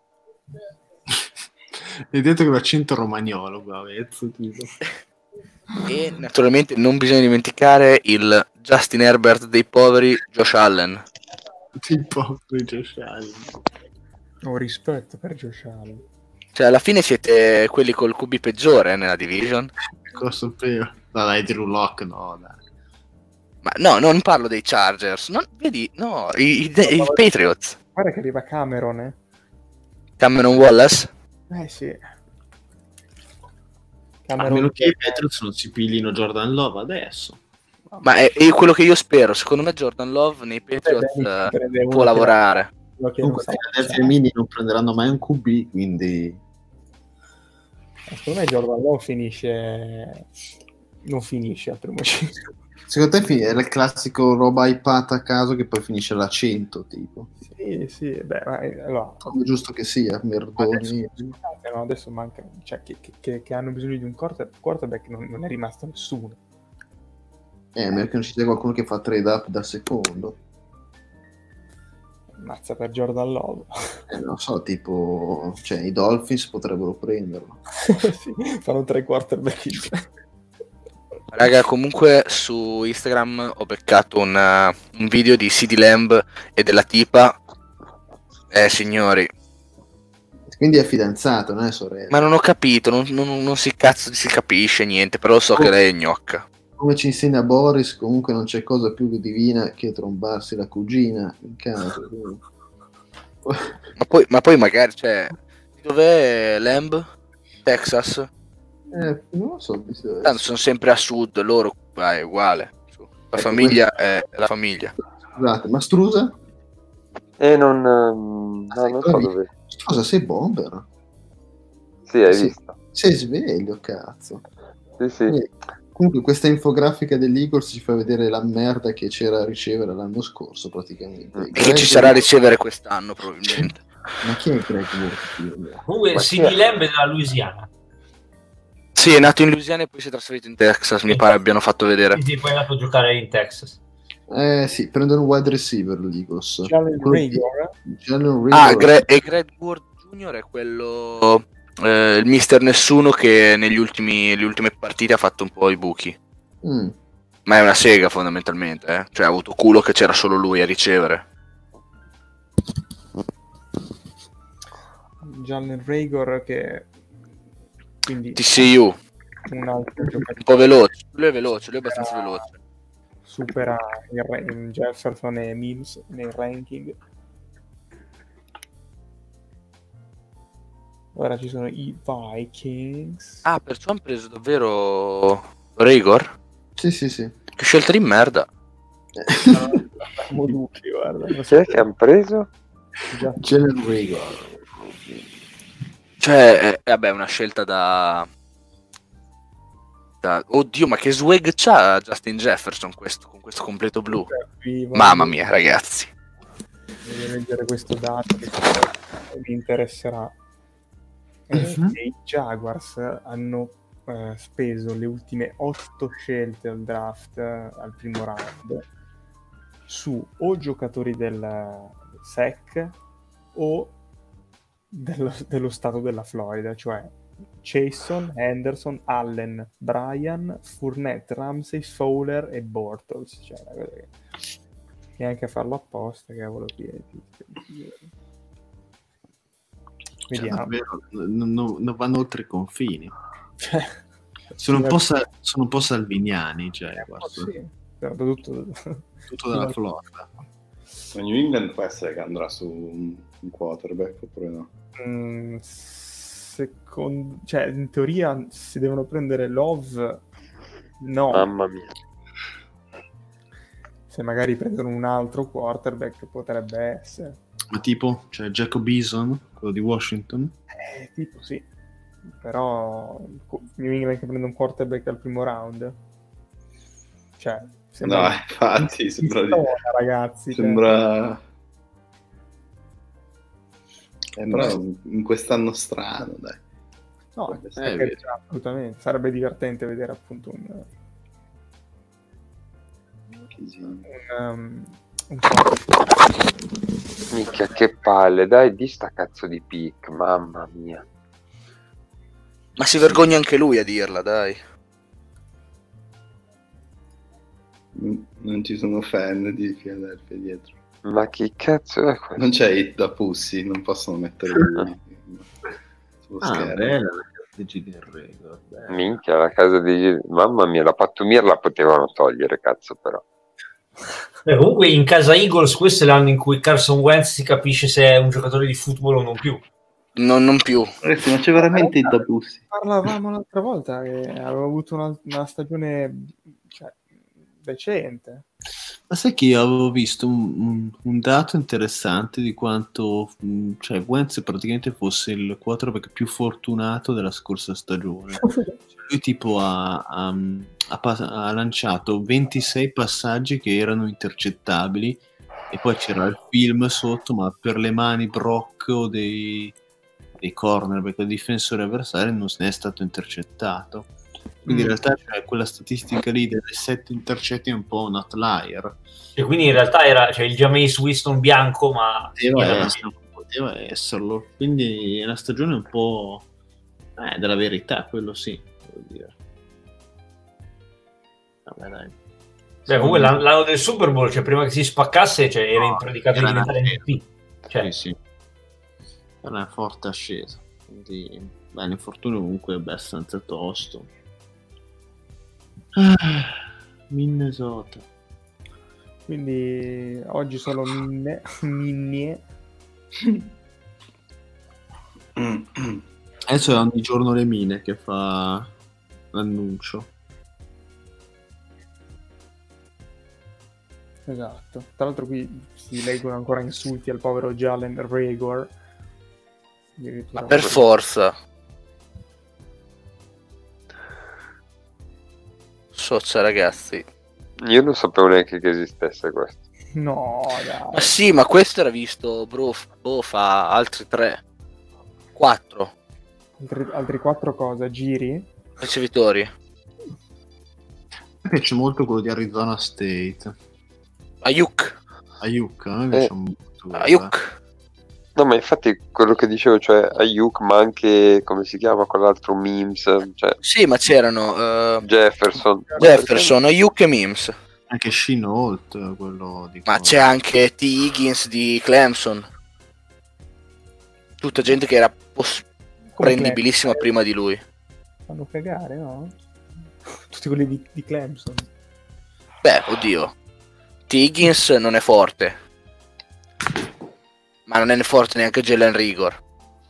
Hai detto che l'accento romagnolo, Bavezzo, tipo. E naturalmente non bisogna dimenticare il Justin Herbert dei poveri Josh Allen. Tipo Josh Allen. ho rispetto per Josh Allen. Cioè alla fine siete quelli col Q B peggiore eh, nella division. Cosa sapevo? No, dai, Drew Lock, no, dai. Ma no, non parlo dei Chargers, non, vedi, no, i, i- i Patriots. Guarda che arriva Cameron, eh. Cameron Wallace. Eh sì. A meno che i Patriots non si piglino Jordan Love adesso. Ma è, è quello che io spero. Secondo me Jordan Love nei Patriots Beh, eh, prende uno può che- lavorare. quello che non Comunque, sta Philadelphia e Mini non prenderanno mai un Q B, quindi Secondo me Jordan Love finisce non finisce al primo giro. secondo te fi- è il classico roba hypata a caso che poi finisce alla cento, tipo. Sì, sì, beh, ma, eh, allora, Come giusto che sia, Merdoni. adesso, no, adesso manca, cioè che, che- che, che hanno bisogno di un quarter- quarterback non, non è rimasto nessuno. Eh, a meno che non ci sia qualcuno che fa trade up da secondo. Mazza per Jordan Love. Eh, non so, tipo, cioè i Dolphins potrebbero prenderlo. Sì, fanno tre quarterback in Raga, comunque su Instagram ho beccato un, uh, un video di CeeDee Lamb e della tipa. Eh, signori. Quindi è fidanzato, non è sorella. Ma non ho capito, non, non, non si cazzo si capisce niente, però so oh. che lei è gnocca. Come ci insegna Boris, comunque non c'è cosa più divina che trombarsi la cugina in casa. ma, poi, ma poi magari, cioè, dov'è Lamb? Texas? Eh, non lo so. Tanto sono sempre a sud, loro ah, è uguale. La ecco, famiglia è la famiglia. Scusate, ma Strusa? E non... Um, no, non so dove... Strusa, sei bomber? Sì, hai sei, visto. Sei sveglio, cazzo. Sì, sì. E, comunque questa infografica dell'Eagles ci fa vedere la merda che c'era a ricevere l'anno scorso, praticamente. E che ci sarà a ricevere quest'anno, probabilmente. Ma chi è Greg Worth? Comunque, CeeDee Lamb è della Louisiana. Sì, è nato in Louisiana e poi si è trasferito in Texas, mi pare abbiano fatto vedere. Sì, sì, poi è andato a giocare in Texas. Eh sì, prendono un wide receiver l'Eagles. Jalen Reagor. Jalen Reagor. Ah, Gre- e Greg Ward Junior è quello... Eh, il mister Nessuno che negli ultimi le ultime partite ha fatto un po' i buchi. Mm. Ma è una sega fondamentalmente, eh? Cioè ha avuto culo che c'era solo lui a ricevere. Jalen Reagor che quindi T C U un altro giocatore un po' veloce, lui è veloce, lui è abbastanza supera, veloce. Supera il Jefferson e Mills nel ranking. Ora ci sono i Vikings. Ah, perciò hanno preso davvero Reagor? Sì, sì, sì. Che scelta di merda. Siamo duchi, guarda. Chi è che hanno preso? Jalen Reagor. Cioè, eh, vabbè, una scelta da... da... Oddio, ma che swag c'ha Justin Jefferson questo, con questo completo blu? Mamma mia, ragazzi. Devo leggere questo dato che mi interesserà. Uh-huh. E i Jaguars hanno eh, speso le ultime otto scelte al draft eh, al primo round su o giocatori del, del S E C o dello, dello stato della Florida, cioè Chason, Henderson, Allen, Bryan, Fournette, Ramsey, Fowler e Bortles. Cioè, una cosa che neanche a farlo apposta, cavolo, piedi. Vediamo. Cioè, non, non, non vanno oltre i confini. sono, un po sa- sono un po' salviniani, cioè, eh, guarda. Sì, tutto, tutto dalla Florida. Ma New England può essere che andrà su un quarterback oppure no? Mm, secondo, cioè, in teoria si devono prendere Love, no. Mamma mia. Se magari prendono un altro quarterback potrebbe essere. Ma tipo, cioè Jacob Eason, quello di Washington? Eh, tipo sì. Però New England che prende un quarterback al primo round. Cioè, sembra... No, infatti, sembra di... ragazzi. Sembra... Cioè... Sembra in quest'anno strano, dai. No, eh, assolutamente. Sarebbe divertente vedere appunto un... un, um, un Minchia, che palle, dai, di sta cazzo di pick, mamma mia. Ma si vergogna anche lui a dirla, dai. Non ci sono fan di Philadelphia dietro. Ma che cazzo è questo? Non c'è hit da Pussy, non possono mettere lui sullo ah, schermo. Bella la casa di G D R. Minchia, la casa di... Mamma mia, la Pattumir la potevano togliere, cazzo, però. Beh, comunque in casa Eagles questo è l'anno in cui Carson Wentz si capisce se è un giocatore di football o non più. No, non più. Ragazzi, ma c'è veramente il da Pussy. Parlavamo l'altra volta che aveva avuto una, una stagione, cioè, decente. Ma sai che io avevo visto un, un, un dato interessante di quanto, cioè, Wentz praticamente fosse il quarterback più fortunato della scorsa stagione. Lui tipo ha, ha, ha, ha lanciato ventisei passaggi che erano intercettabili e poi c'era il film sotto, ma per le mani Brock o dei, dei cornerback o difensori avversari non se ne è stato intercettato. Quindi mm. in realtà cioè, quella statistica lì delle sette intercetti è un po' un outlier. E quindi in realtà era cioè, il Jameis Winston bianco, ma poteva, essere, poteva esserlo. Quindi è una stagione un po' eh, della verità, quello sì, devo dire. Vabbè, dai. Beh, comunque l'anno, l'anno del Super Bowl, cioè prima che si spaccasse, cioè, era No, impredicato di era diventare una- M V P. Cioè, Sì, sì. Era una forte ascesa. Quindi, beh, l'infortunio comunque è abbastanza tosto. Ah, Minnesota. Quindi oggi solo minne, minnie. Adesso è ogni giorno le mine che fa l'annuncio. Esatto. Tra l'altro qui si leggono ancora insulti al povero Jalen Reagor. Ma per forza. Sozza, ragazzi. Io non sapevo neanche che esistesse questo. No, dai. Ma sì, ma questo era visto, bro, boh, fa altri tre. Quattro Altri, altri quattro cosa? Giri? ricevitori. Mi piace molto quello di Arizona State. Ayuk. Ayuk, a me piace Eh. molto. Ayuk. No, ma infatti quello che dicevo, cioè Ayuk, ma anche, come si chiama, quell'altro Mims, cioè Sì, ma c'erano uh, Jefferson. Jefferson, Ayuk e Mims. Anche Shenault, quello di... Ma c'è anche T. Higgins di Clemson. Tutta gente che era poss- Come prendibilissima Clemson. prima di lui. Fanno cagare, no? Tutti quelli di, di Clemson. Beh, oddio. T. Higgins non è forte. Ma non è forte neanche Jalen Rigor.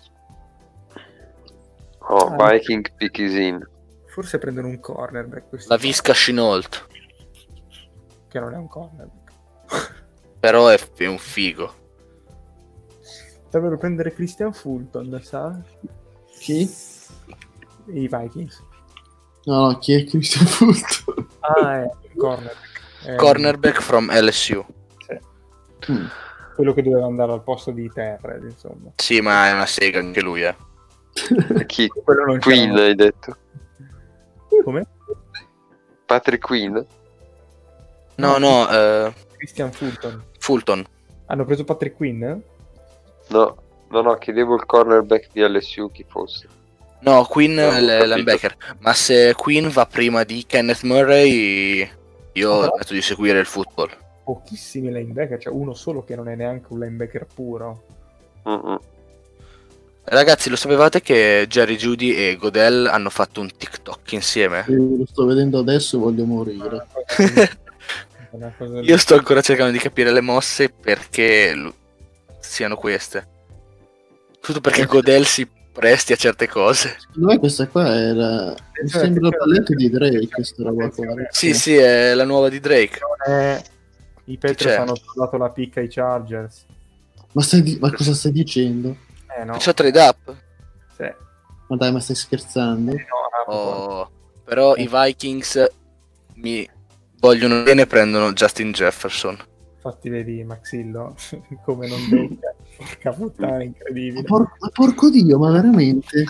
Oh, Viking pick is in. Forse prendono un cornerback questi La qua, Visca Shenault. che non è un cornerback. Però è, è un figo. Dovrebbero prendere Christian Fulton, sa? Chi? I Vikings. No, no, chi è Christian Fulton? Ah, è il cornerback. Eh, Cornerback from L S U. sì. Mm. Quello che doveva andare al posto di Terred, insomma. Sì, ma è una sega anche lui, eh. Chi? Quello non Queen c'era. hai detto? Come? Patrick Queen? No, no, eh, Christian Fulton. Fulton. Hanno preso Patrick Quinn? No, no, no, chiedevo il cornerback di L S U chi fosse. No, Queen No, ho è l- capito. linebacker. Ma se Queen va prima di Kenneth Murray, io Ah. smetto di seguire il football. Pochissimi linebacker, cioè uno solo che non è neanche un linebacker puro. Mm-mm. Ragazzi, lo sapevate che Jerry Jeudy e Godell hanno fatto un TikTok insieme? Lo sto vedendo adesso e voglio morire. Una cosa Io sto ancora cercando di capire le mosse perché lu- siano queste. Tutto perché Godell si presti a certe cose. Secondo me questa qua era... Mi sembra il balletto di Drake, questa roba qua. Sì, sì, è la nuova di Drake. Eh, I Patriots c'è? hanno trovato la picca ai Chargers. Ma, stai di- ma cosa stai dicendo? Eh no, C'ho trade up. sì. Ma dai, ma stai scherzando? No, ah, Oh, però i Vikings mi vogliono bene e prendono Justin Jefferson. infatti vedi Maxillo come non becca. Porca puttana, Ma, incredibile. por- ma porco Dio, ma veramente?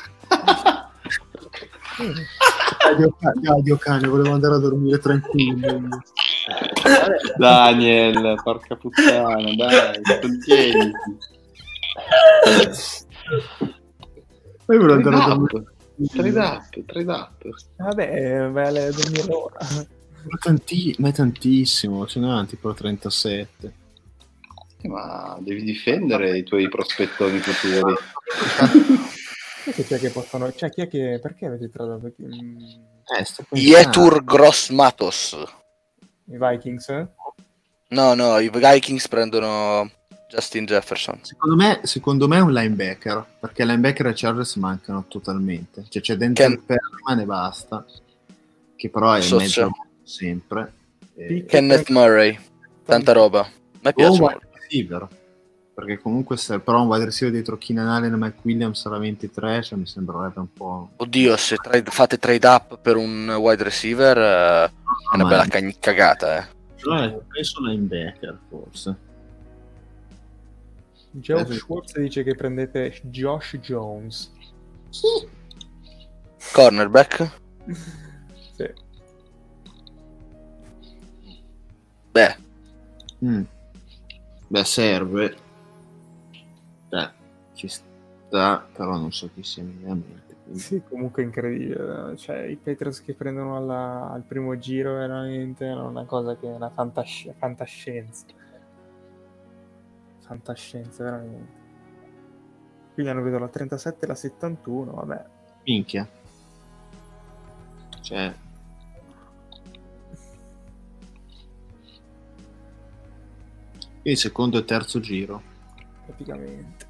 Adio, adio cane, volevo andare a dormire tranquillo. Daniel, porca puttana, dai, contieniti. Poi volevo andare a Trade dormire. up, trade up, trade up. Vabbè, vai a dormire ora. Ma, tanti- ma è tantissimo, ce n'è tipo trentasette. Eh, Ma devi difendere i tuoi prospettoni futuri. Chi è che c'è che possono... Cioè, chi è che... Perché avete tradotto? Perché, mm, Eh, sto pensando. Yetur Gross Matos. I Vikings? No, no, i Vikings prendono Justin Jefferson. Secondo me, secondo me è un linebacker, perché linebacker e Chargers mancano totalmente. Cioè c'è Denzel Ken- Perryman e basta, che però è in So mezzo c'è. a sempre. E... Pick- Kenneth Murray. Tanta roba. A me O piace un molto. wide receiver, perché comunque se però un wide receiver dietro Keenan Allen e Mike Williams alla ventitré, cioè mi sembrerebbe un po'... Oddio, se trade- fate trade up per un wide receiver eh, è una ma- bella cagn- cagata, eh. Cioè, penso linebacker forse. Joe Eh, sì. Schwartz dice che prendete Josh Jones. Cornerback? Sì. Beh, Mm. Beh, serve. Beh, ci st- Da, però non so chi sia minimamente. Quindi... Sì, comunque incredibile. Cioè, i Patriots che prendono alla, al primo giro veramente è una cosa che è una fantasci- fantascienza. Fantascienza, veramente. Quindi hanno vedo la trentasette e la settantuno, vabbè. Minchia. Cioè... il secondo e terzo giro. Praticamente.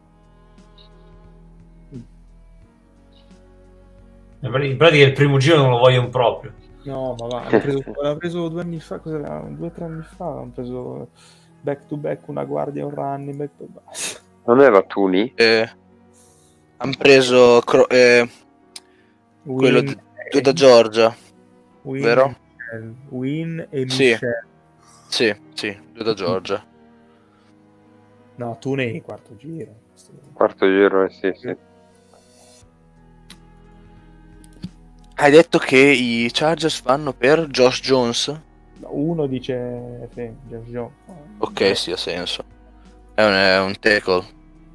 In pratica il primo giro non lo vogliono proprio. No, ma va, l'ha preso, l'ha preso due anni fa, cos'era? Due o tre anni fa, hanno preso back to back una guardia e un running back to back. Non era Tuni? Eh, hanno preso cro- eh, quello Win, d- da Georgia, Win vero? e Michel. Win e Sì. Michel. Sì, sì, due da Georgia. No, tu nei quarto giro. Quarto giro, eh, sì, sì. Hai detto che i Chargers vanno per Josh Jones? No, uno dice sì, Josh Jones. Ok, sì, ha senso. È un, è un tackle.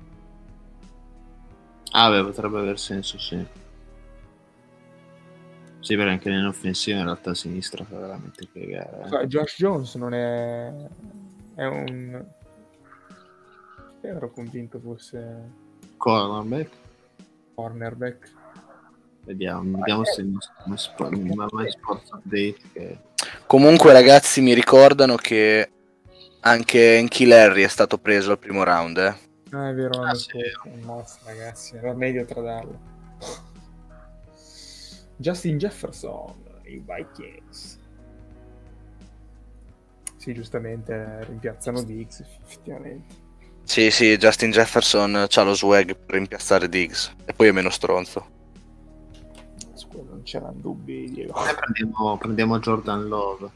Ah, beh, potrebbe aver senso, sì. Sì, perché anche nell'offensiva in realtà a sinistra fa veramente cagare. Eh. So, Josh Jones non è... è un... ero convinto fosse Cornerback? cornerback. Vediamo, vediamo se mi mai sport update che... Comunque, ragazzi, mi ricordano che anche N'Keal Harry è stato preso al primo round, eh. Ah, è vero, Ah, ah, sì. Mazza, ragazzi, era meglio tradarlo. Justin Jefferson, i Vikings. Sì, giustamente rimpiazzano Diggs, effettivamente. Sì, sì, Justin Jefferson c'ha lo swag per rimpiazzare Diggs. E poi è meno stronzo. Su quello non c'erano dubbi, Diego. Eh, prendiamo, prendiamo Jordan Love.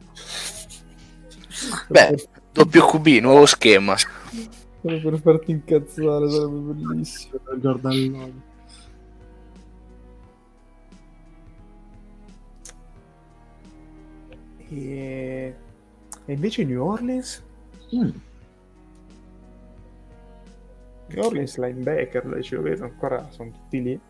Beh, doppio Q B, nuovo schema. Solo per farti incazzare, sarebbe bellissimo. Jordan Love. E... e invece New Orleans? Mm. New Orleans linebacker, dai, ce lo vedo ancora, sono tutti lì.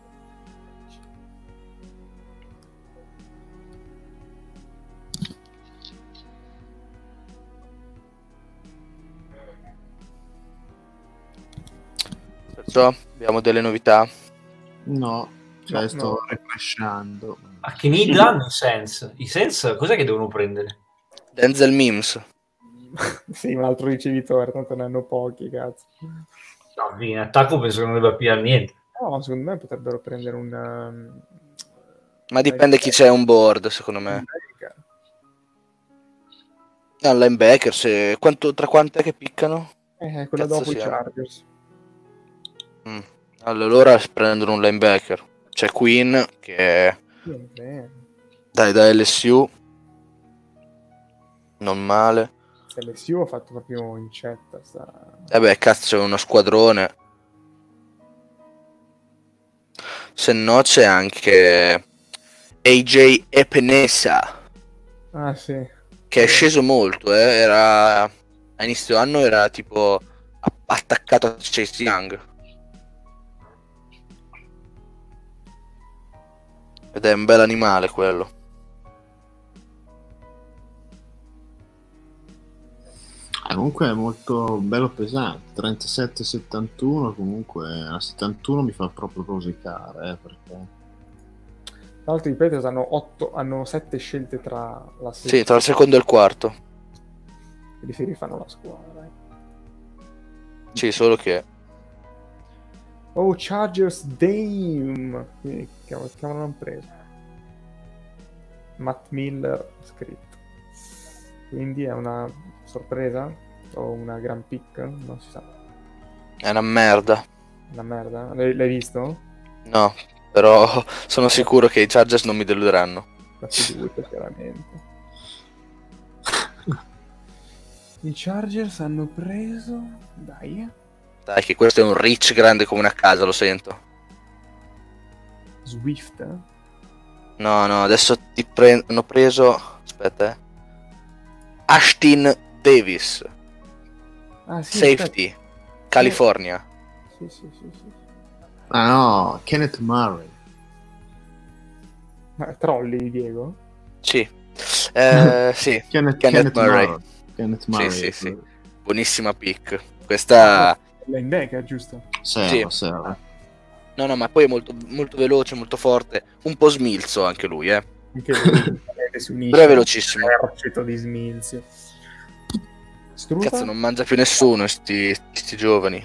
Perciò abbiamo delle novità. No, cioè No, sto no. refreshando. A che need hanno i Sense? I Sense cos'è che devono prendere? Denzel Mims. Sì, un altro ricevitore, tanto ne hanno pochi, cazzo. No, in attacco penso che non debba pigliare niente. No, secondo me potrebbero prendere un... um, Ma dipende chi c'è on board, secondo me. linebacker. Ah, un linebacker, se... Quanto, tra quante che piccano? Eh, quella Cazzo dopo i siamo? Chargers. Mm. Allora prendono un linebacker. C'è Queen che è... Bene, bene. Dai, da L S U. Non male. L S U ha fatto proprio incetta. Sta... E beh, cazzo, è uno squadrone. Se no c'è anche A J Epinesa, Ah, sì. che è sceso molto, eh. Era... a inizio anno era tipo a- attaccato a Chase Young. Ed è un bel animale quello. Ah, comunque è molto bello pesante. trentasette settantuno, comunque la settantuno mi fa proprio rosicare, eh, perché... Tra l'altro i Patriots hanno, otto, hanno sette scelte tra la Sì, tra il secondo e il quarto. Quindi si rifanno la squadra. eh. Sì, solo che... Oh, Chargers Dame! Quindi, che cavolo che cavolo hanno preso? Matt Miller scritto. Quindi è una sorpresa? O una gran pick? Non si sa. è una merda. Una merda. L'hai, l'hai visto? No, però sono sicuro che i Chargers non mi deluderanno. La fiducia, chiaramente. I Chargers hanno preso... Dai. eh. Dai, che questo è un reach grande come una casa, lo sento. Swift, eh? No, no, adesso ti pre- hanno preso... Aspetta, eh. Ashton Davis, Ah, sì, safety, California. Sì, sì, sì, sì. Ah no, Kenneth Murray. Ma trolli, Diego? Sì. Eh, sì. Kenneth, Kenneth Kenneth Murray. Murray. Kenneth Murray. Sì, sì, sì. Buonissima pick. Questa... Linebacker, giusto? Serra, Sì. serra. No, no, ma poi è molto, molto veloce, molto forte. Un po' smilzo anche lui, eh. Anche lui si unisce. Però è velocissimo. Esercito di smilzi. Strusa? Cazzo, non mangia più nessuno, sti, sti giovani.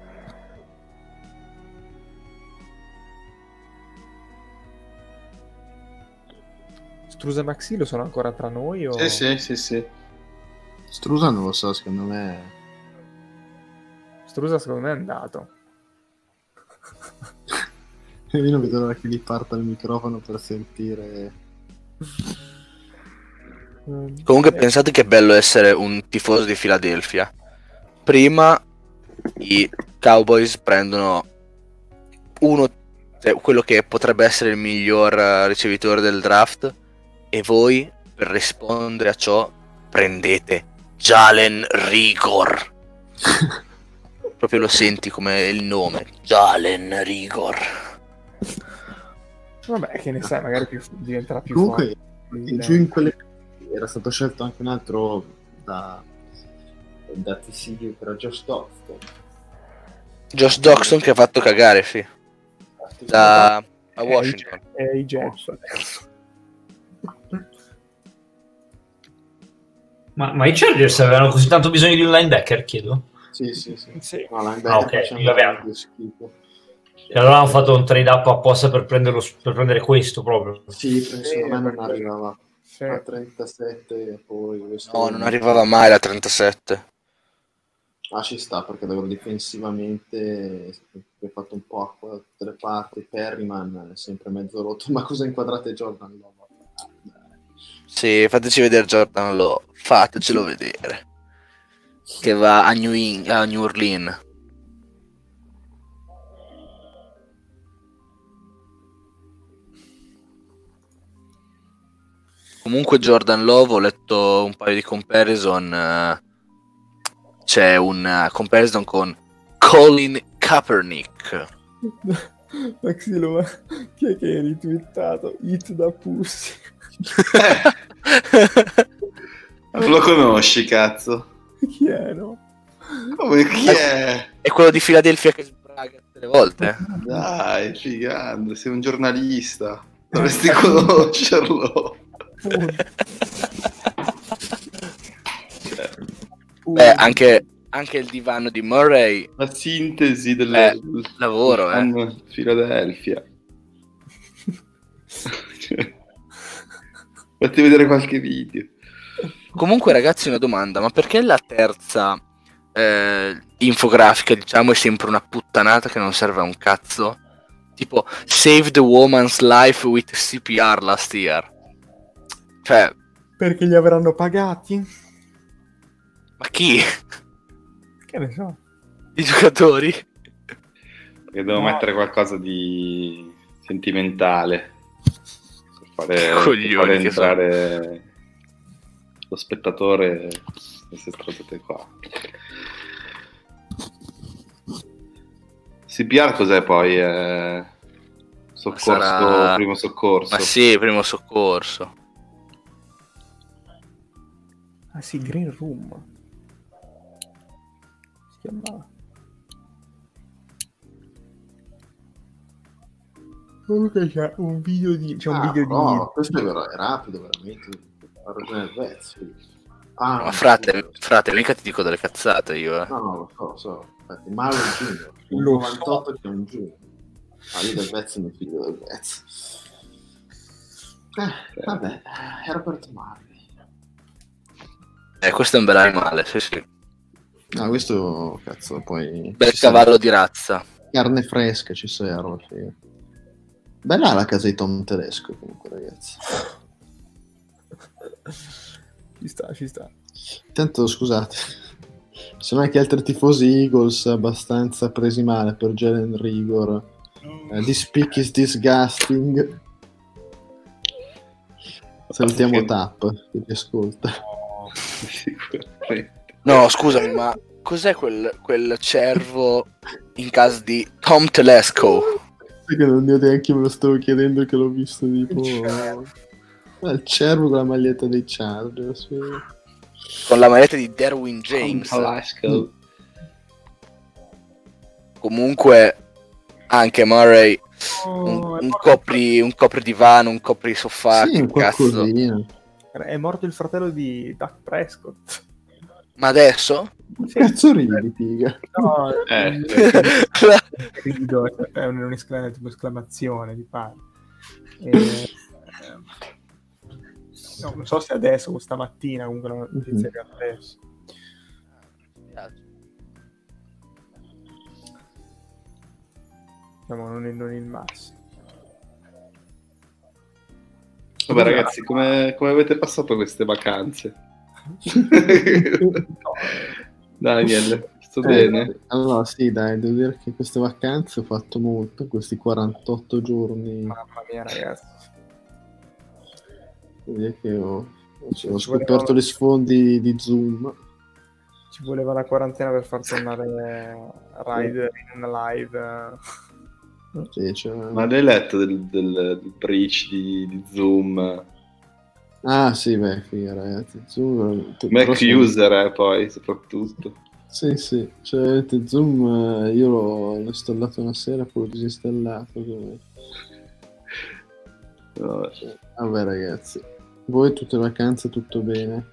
Strusa e Maxilo sono ancora tra noi? O... Sì, sì, sì, sì. Strusa non lo so, secondo me... Strusa secondo me è andato. Io non vedo l'ora che gli parta il microfono per sentire... Comunque pensate che bello essere un tifoso di Philadelphia. Prima i Cowboys prendono uno, cioè, quello che potrebbe essere il miglior uh, ricevitore del draft, e voi per rispondere a ciò prendete Jalen Rigor. Proprio lo senti come il nome, Jalen Rigor. Vabbè, che ne sai, magari più, diventerà più Comunque, forte. giù in quelle... era stato scelto anche un altro da, da T C U, che era Josh Doxson. Josh Doxson che ha fatto cagare, sì. Da a Washington. E i Jets. Ma, ma i Chargers avevano così tanto bisogno di un linebacker, chiedo? Sì, sì, sì. Sì. No, Ah, ok, facciamo l'avevano. più schifo. E allora hanno fatto un trade up apposta per, prenderlo, per prendere questo proprio. Sì, secondo me non perché- arrivava Sì. a trentasette e poi questo... No, non arrivava mai alla trentasette. Ah, ci sta, perché davvero difensivamente ha fatto un po' acqua da tutte le parti. Perryman è sempre mezzo rotto. Ma cosa inquadrate Jordan Love? Ah, dai. Sì, fateci vedere Jordan Love, fatecelo vedere. Che va a New, In- a New Orleans. Comunque Jordan Love, ho letto un paio di comparison, eh, c'è un uh, comparison con Colin Kaepernick. Maxilo, ma chi è che hai ritwittato? Hit da Pussy. Non lo conosci, cazzo. Chi è, no? Come chi è? È quello di Philadelphia che sbraga tutte le volte. Dai, figando, sei un giornalista. Dovresti conoscerlo. Beh, anche, anche il divano di Murray, La sintesi del Eh, lavoro, eh. fan Philadelphia. Fatti vedere qualche video. Comunque ragazzi, una domanda, ma perché la terza eh, infografica, diciamo, è sempre una puttanata che non serve a un cazzo? Tipo, save the woman's life with C P R last year. Cioè, Perché li avranno pagati? ma chi? Che ne so. I giocatori? Perché devo No. mettere qualcosa di sentimentale per fare, per Coglioni fare che entrare lo spettatore queste stronzate qua. C P R cos'è poi? Eh, soccorso, Sarà- primo soccorso. Ma sì, primo soccorso. Ah sì, Green Room. Si chiama... Comunque c'è un video di... C'è un Ah, video no, di... questo è, vero, è rapido, veramente. Ha ragione il Vezzi. Ah, Ma frate, frate, mica ti dico delle cazzate io, eh. No, no, lo so, lo so. Infatti, Marlon Junior un Lo novantotto che è un Junior. Ah, lì del Vezzi non figlio del Vezzi. Eh, vabbè, era per tomarli. Eh, questo è un bel animale, sì sì. Ah, questo, cazzo, poi... Bel ci cavallo serve. di razza. Carne fresca ci serve, sì. Bella la casa di Tom Tedesco, comunque, ragazzi. Ci sta, ci sta. Intanto, scusate, ci sono anche altri tifosi Eagles abbastanza presi male per Jalen Rigor. Uh, this pick is disgusting. Salutiamo Che- Tap che ti ascolta. Sicuramente. No, scusami, ma cos'è quel, quel cervo in casa di Tom Telesco? Sai che non io neanche me lo stavo chiedendo, che l'ho visto tipo... Ma il cervo con la maglietta dei Chargers. Con la maglietta di Derwin James. Telesco. Comunque anche Murray Oh, un, è, un morto, copri un copri divano, un copri sofà, Sì, che un cazzo. qualcosina. è morto il fratello di Dak Prescott. Ma adesso? Sì. Cazzo ridi, figa. No, Eh. rido, è un'esclamazione, tipo esclamazione di pane. E, eh, no, non so se adesso o stamattina, comunque la notizia che adesso. Diciamo, non, il, non il massimo. Vabbè ragazzi, come, come avete passato queste vacanze? Daniel, sto Eh, bene? Allora, sì, dai, devo dire che queste vacanze ho fatto molto, questi quarantotto giorni. Mamma mia, ragazzi. Devo dire che ho, ho Ci scoperto volevano- le sfondi di Zoom. Ci voleva la quarantena per far tornare Ryder in live. Sì, cioè... Ma l'hai letto del, del, del breach di, di Zoom? Ah, sì, beh, figa, ragazzi. Zoom, te- Mac però sono- user, eh, poi, soprattutto. Sì, sì, cioè te- Zoom eh, io l'ho, l'ho installato una sera, poi l'ho disinstallato. Come... Vabbè. Vabbè, ragazzi, voi tutte le vacanze, tutto bene?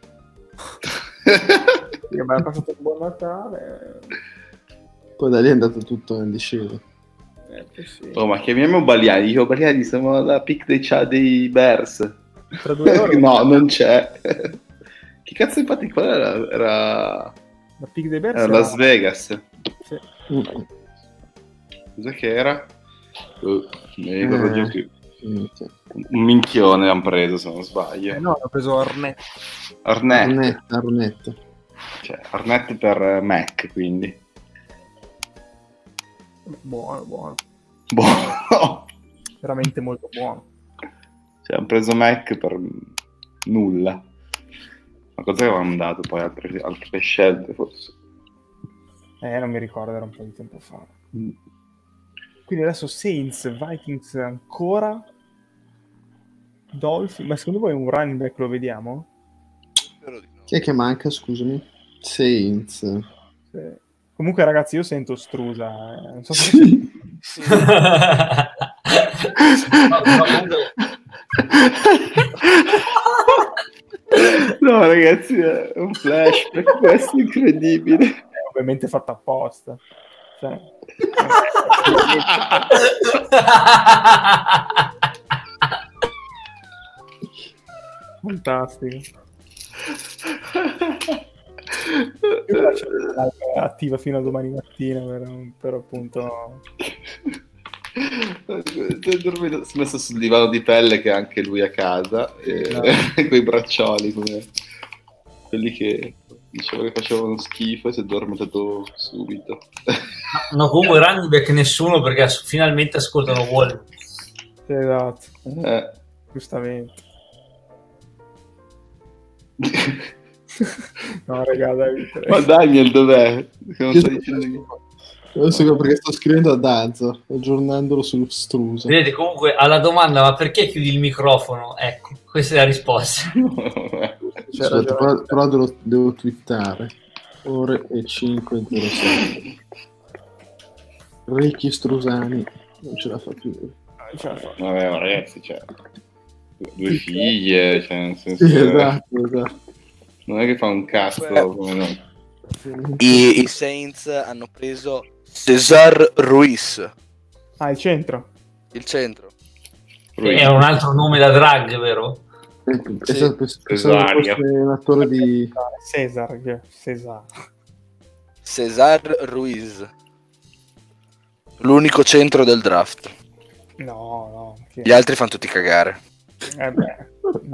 Io abbiamo passato un buon Natale. Poi da lì è andato tutto in discesa. Eh, sì, sì. Oh, ma chiamiamo Baliani. Io Baliani siamo alla pick dei, Cia- dei Bears. Tra due ore No, non c'è. Che cazzo, infatti, qual era? Era, la pick dei Bears era era- Las Vegas. sì. Cos'è che era? Uh, non mi ricordo Eh. già più. Minchia. Un minchione hanno preso, se non sbaglio. Eh, no, ho preso Ornette. Arnett. Arnett, Arnett. Cioè, Arnett per eh, Mac, quindi. Buono, buono. Boh. Veramente molto buono. Cioè, hanno preso Mac per nulla. Ma cosa avevamo dato poi? Altre, altre scelte, forse. Eh, non mi ricordo, era un po' di tempo fa. Quindi adesso Saints, Vikings ancora, Dolphins. Ma secondo voi un running back lo vediamo? Chi è che manca, scusami? Saints. Sì. Comunque ragazzi, io sento Strusa. Eh. Non so se... No, no, comunque- No, ragazzi, è un flashback questo incredibile. è ovviamente fatto apposta. Cioè, fantastico. Io lascio la live attiva fino a domani mattina per, per appunto... Si è dormito- si è messo sul divano di pelle che ha anche lui a casa e No. quei braccioli come quelli che diceva che facevano schifo e si è addormentato subito. no, comunque running back nessuno perché as- finalmente ascoltano Wall. Sì, esatto, Eh. giustamente. No, raga, dai. Ma Daniel dov'è? Che non sta dicendo niente. Adesso perché sto scrivendo a Danzo, aggiornandolo su Strusa. Vedete, comunque alla domanda ma perché chiudi il microfono? Ecco, questa è la risposta. C'era Aspetta, già- però, però devo, devo twittare. Ore e cinque e zero sette. Ricky Strusani non ce la fa più. ce la fa. Vabbè, ma ragazzi, cioè, due figlie, cioè, nel senso, Sì, esatto, esatto. non è che fa un cazzo Beh. come noi. I, i Saints hanno preso Cesar Ruiz, Ah, il centro. il centro. È un altro nome da drag, vero? Pensavo, pensavo Cesario. fosse un attore di... Cesar, che- Cesar. Cesar Ruiz, l'unico centro del draft. No, no. Che... Gli altri fanno tutti cagare. Eh beh.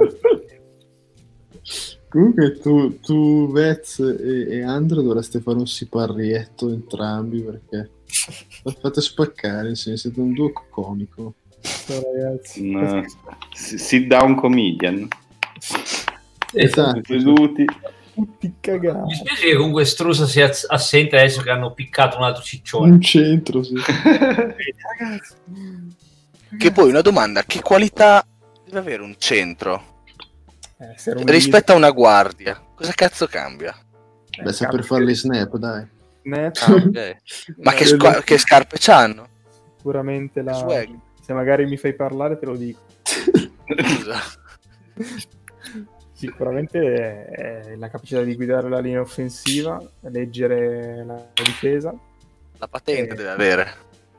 Comunque tu, tu Vez e, e Andro dovreste fare un siparrietto entrambi perché fate spaccare, nel senso, siete un duo comico. No, ragazzi. Un, uh, sit down comedian. Esatto. Seduti. tutti cagati. Mi spiace che comunque Strusa sia assente adesso che hanno piccato un altro ciccione. Un centro, sì. Ragazzi. Che poi una domanda, che qualità deve avere un centro Eh, essere un rispetto a una guardia? Cosa cazzo cambia? leader, Beh, eh, saper cambia fare le che- snap, dai. Snap, Ah, ok. Ma che, eh, squa- che scarpe c'hanno? sicuramente la... Swag. Se magari mi fai parlare te lo dico. Scusa. Sicuramente è la capacità di guidare la linea offensiva, leggere la difesa. La patente Eh. deve avere.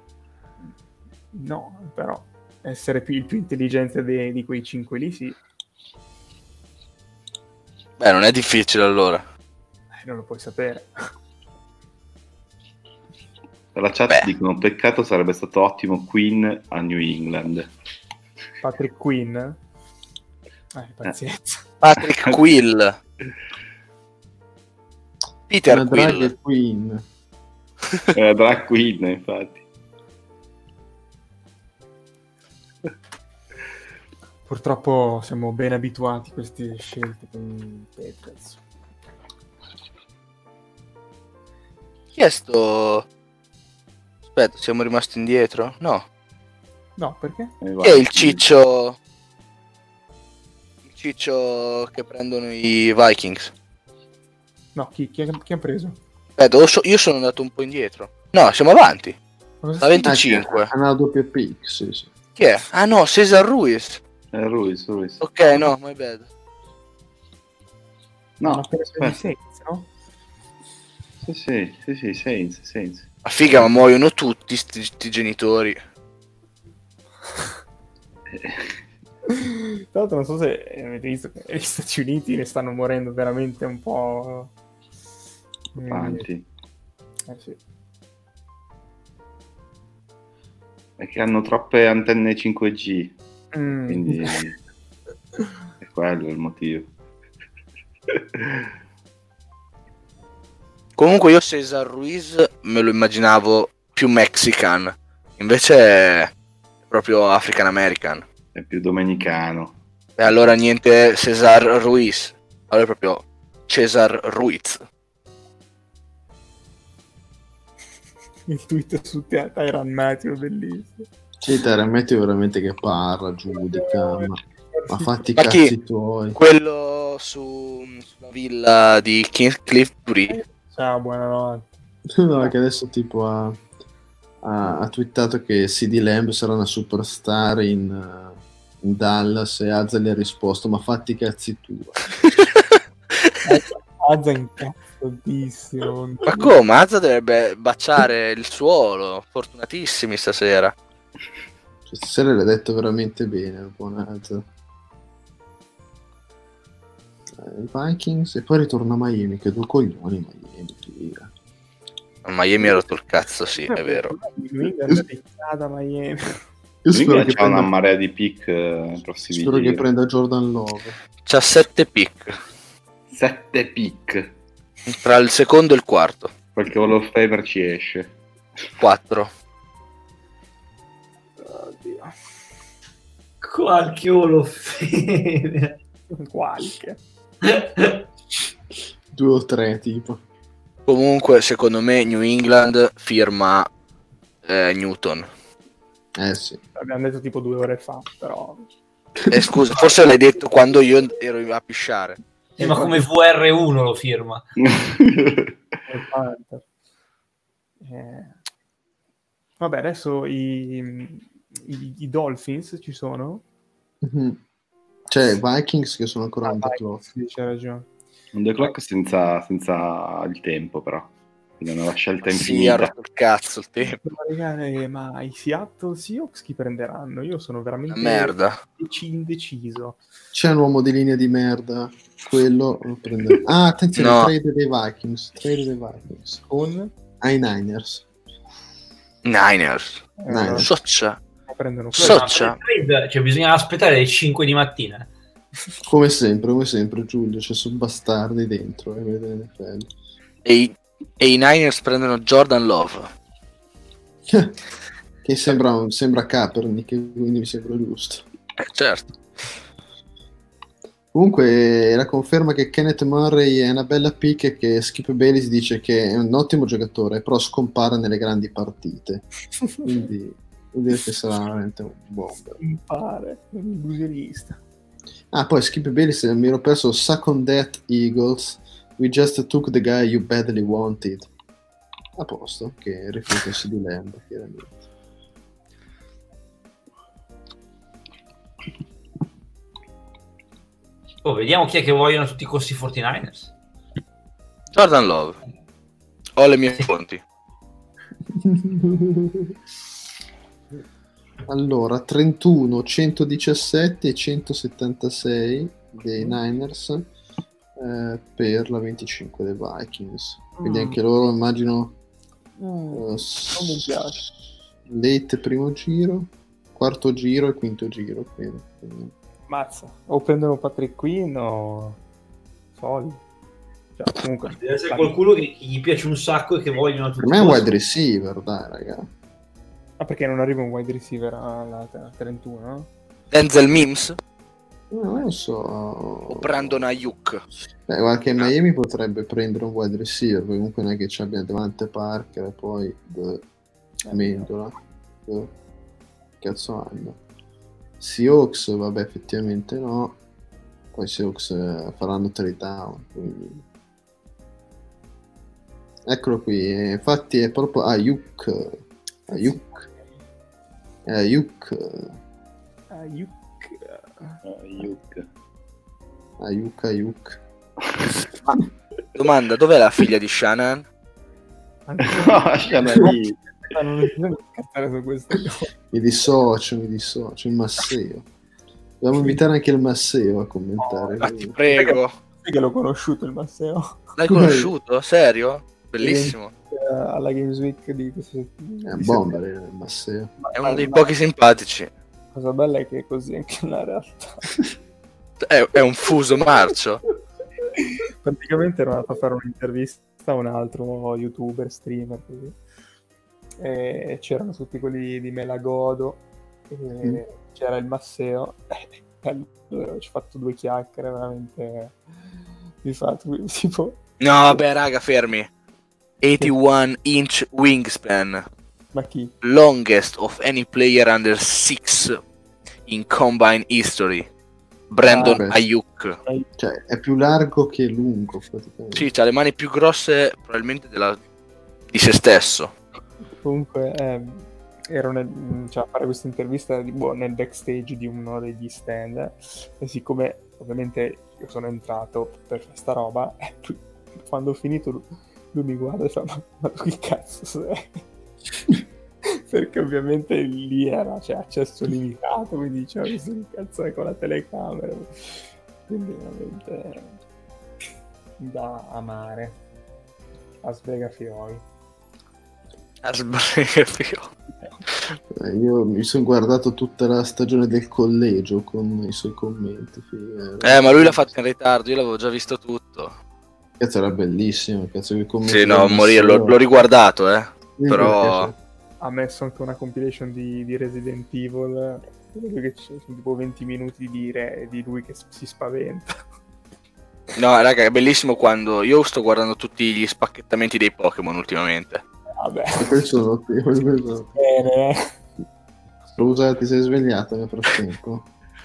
No, però essere più, il più intelligente de- di quei cinque lì, sì, Beh, non è difficile allora. eh, non lo puoi sapere. Dalla chat Beh. dicono peccato sarebbe stato ottimo Queen a New England. Patrick Quinn, eh, pazienza. Patrick Quill. Peter Una drag Quill. queen. Era drag Queen, infatti. Purtroppo siamo ben abituati a queste scelte con i Patriots. Chi è sto... Aspetta, siamo rimasti indietro? No. No, perché? E Chi vai. è il ciccio... Il ciccio che prendono i Vikings? No, chi, chi, ha, chi ha preso? Aspetta, io so- io sono andato un po' indietro. No, siamo avanti. Ma cosa La stai- venticinque. Ha una doppia pick, sì, sì. Chi è? Ah no, Cesar Ruiz. Eh, Ruiz, Ruiz. Ok, no, my bad. No, hanno preso i aspetta. Saints, no? Sì, sì, sì, sì, Saints, Saints. Ma figa, ma muoiono tutti sti, sti genitori. Tra l'altro non so se avete visto che gli Stati Uniti ne stanno morendo veramente un po'. Mm, Quanti? eh sì. È che hanno troppe antenne cinque G, Mm. quindi è quello il motivo. Comunque io Cesar Ruiz me lo immaginavo più Mexican. Invece è proprio African American. È più domenicano. E allora niente Cesar Ruiz. Allora è proprio Cesar Ruiz. Il tweet su Ty- Tyrann Matthew, bellissimo. Sì, te ne metti veramente che parla, giudica, ma, ma fatti i Ma chi? cazzi tuoi. Quello su, sulla villa di Kingscliff Bree. Ciao, buonanotte. No, che adesso tipo ha, ha, ha twittato che C D Lamb sarà una superstar in, uh, in Dallas e Azza gli ha risposto ma fatti i cazzi tuoi. Azza incazzatissimo. Ma come? Azza dovrebbe baciare il suolo. Fortunatissimi stasera. Cioè, stasera l'ha detto veramente bene il buon Azza. Eh, I Vikings e poi ritorna a Miami, che due coglioni Miami, figa. A Miami ha rotto il cazzo, sì, è vero. New England è picchiata a Miami. Io spero Quindi che, c'ha una prenda, marea di pick eh, prossimi spero che giri. prenda Jordan Love. C'ha sette pick. Sette pick. Tra il secondo e il quarto. Qualche Hall of Famer ci esce. Quattro. Oddio. Qualche olofene. Qualche. Due o tre tipo. Comunque, secondo me, New England firma eh, Newton. Eh sì. Abbiamo detto tipo due ore fa, però. Eh, scusa, forse l'hai detto quando io ero a pisciare. Eh, ma come V R uno lo firma. il Panther. Eh, Vabbè, adesso i, i, i Dolphins ci sono. Mhm. Cioè Vikings che sono ancora Ah, on the vai, clock. sì, c'è ragione. Un The Clock senza, senza il tempo, però. Quindi è una scelta Sì, ha infinita. rotto il cazzo il tempo. Ma, ragazzi, ma i Seattle Seahawks chi prenderanno? Io sono veramente Merda. dec- indeciso. C'è un uomo di linea di merda, quello lo prende. Ah, attenzione, No. trade dei Vikings, trade dei Vikings Con ai Niners. Niners. eh, Dai, Soccia. la prendono So- quelli. Soccia. Trade, cioè bisogna aspettare le cinque di mattina. Come sempre, come sempre, Giulio, c'è su bastardi dentro, eh, vede N F L. E i, e i Niners prendono Jordan Love. Che sembra, sembra Kaepernick, quindi mi sembra giusto. Eh, certo. Comunque la conferma che Kenneth Murray è una bella pick e che Skip Bayless dice che è un ottimo giocatore, però scompare nelle grandi partite. Quindi vuol dire che sarà veramente un bomber. Impare, è un illusionista. Ah, poi Skip Bayless mi ero perso Suck on That Eagles. We just took the guy you badly wanted. A posto, che rifiutasi di Lamb, chiaramente. Oh, vediamo chi è che vogliono tutti i costi quarantanovers. Jordan Love. Ho le mie fonti. Allora, trentuno, centodiciassette e centosettantasei dei Niners eh, per la venticinque dei Vikings. Quindi anche loro immagino Mm, uh, non mi piace. late primo giro, quarto giro e quinto giro. Quindi, quindi. Mazza. O prendono Patrick Quinn o Folli. Cioè, comunque, Deve essere qualcuno che gli piace un sacco e che vogliono tutti Per me è i un costi. wide receiver, dai, raga. ah, perché non arriva un wide receiver alla trentuno, no? Denzel Mims No, non lo so. o Brandon Ayuk? Beh, guarda che Miami potrebbe prendere un wide receiver, perché comunque non è che ci abbia Devante Parker e poi beh, Mendola. Beh, che cazzo hanno? Seahawks, vabbè, effettivamente no. Poi Seahawks eh, faranno trade down, quindi... Eccolo qui, eh, infatti è proprio Ayuk. Ayuk. È Ayuk. Ayuk. Ayuk. Ayuk, Ayuk. Domanda, dov'è la figlia di Shannon? No, lasciala lì. Ah, non bisogna scattare su queste cose. Mi dissocio, mi dissocio, il Masseo. Dobbiamo invitare anche il Masseo a commentare. Ma ti prego. Sai che l'ho conosciuto il Masseo? L'hai conosciuto? Serio? Bellissimo. Eh, alla Games Week di questa È settimana. un bomber il Masseo. È uno dei pochi simpatici. La cosa bella è che è così anche nella realtà. È, è un fuso marcio. Praticamente ero andato a fare un'intervista a un altro youtuber, streamer, così. E c'erano tutti quelli di Melagodo, e Mm. c'era il Masseo, e allora ci ho fatto due chiacchiere, veramente mi fa tipo, No, vabbè, raga, fermi. ottantuno inch wingspan. ma chi? Longest of any player under six in combine history. Brandon Ah, beh. Ayuk. Cioè, è più largo che lungo, praticamente. Sì, c'ha le mani più grosse probabilmente della... di se stesso. Comunque ehm, ero nel, cioè, a fare questa intervista di- boh, nel backstage di uno degli stand, e siccome ovviamente io sono entrato per questa roba, lui- quando ho finito lui, lui mi guarda e fa ma, ma tu che cazzo sei? Perché ovviamente lì era, cioè, accesso limitato, quindi diceva questo che cazzo è con la telecamera, quindi veramente da amare a Sbregafiori. A sbrigio. Eh, Io mi sono guardato tutta la stagione del collegio con i suoi commenti. figa, era- Eh, ma lui l'ha fatto in ritardo, io l'avevo già visto tutto. Cazzo, era bellissimo. Cazzo, i commenti Sì, no, del morire, l'ho, Masseo. l'ho riguardato, eh. Sì, Però... perché Ha messo anche una compilation di, di Resident Evil, vedo che ci sono tipo venti minuti di, re, di lui che s- si spaventa. No, raga, è bellissimo quando... Io sto guardando tutti gli spacchettamenti dei Pokémon ultimamente. Vabbè, c'è- questo sono questo- bene. eh. Scusa, ti sei svegliato nel frattempo?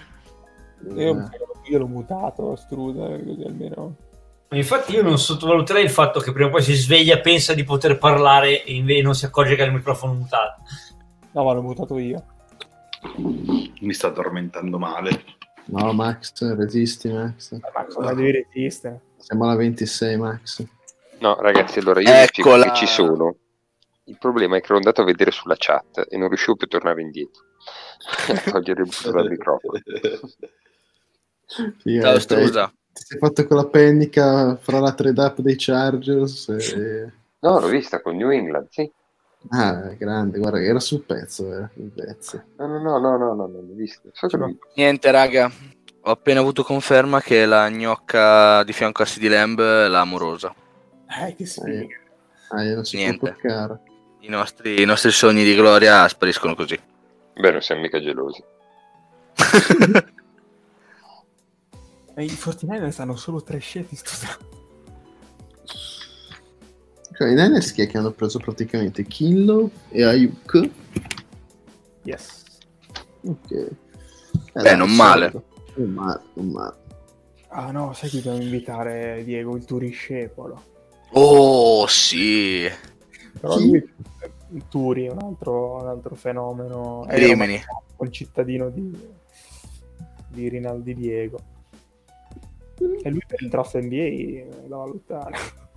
Io, Eh, io l'ho mutato, Struda, così almeno... Infatti io non sottovaluterei il fatto che prima o poi si sveglia, pensa di poter parlare e invece non si accorge che ha il microfono mutato. No, ma l'ho mutato io. Mi sto addormentando male. No, Max, resisti, Max. Ma come devi resistere? Siamo alla ventisei, Max. No, ragazzi, allora io vi spiego Eccola. che ci sono. Il problema è che ero andato a vedere sulla chat e non riuscivo più a tornare indietro. Togliere il botto dal microfono. Figa, Ciao, te- Strusa. Ti sei fatto quella pennica fra la trade up dei Chargers e... No, l'ho vista con New England, sì. Ah, grande, guarda, era sul pezzo, eh, il pezzo. No, no, no, no, no, no, non l'ho vista. So che l'ho vista. Niente, raga. Ho appena avuto conferma che la gnocca di fianco a C D Lamb è la amorosa. Eh, che sfiga. Ah, non si Niente. può toccare. I nostri, i nostri sogni di gloria spariscono così. Beh, non siamo mica gelosi. E i quarantanovers hanno solo tre scelte in sto draft. Cioè, i Niners che hanno preso praticamente Kinlaw e Ayuk. Yes. Ok. Eh, Beh, dai, non male. Non male, non male. Ah no, sai chi dobbiamo invitare, Diego? Il tuo discepolo. Oh, sì. Però Chi? lui, Turi, un altro, un altro fenomeno. È Rimini. un cittadino di, di Rinaldi Diego. E lui per il draft N B A è da valutare.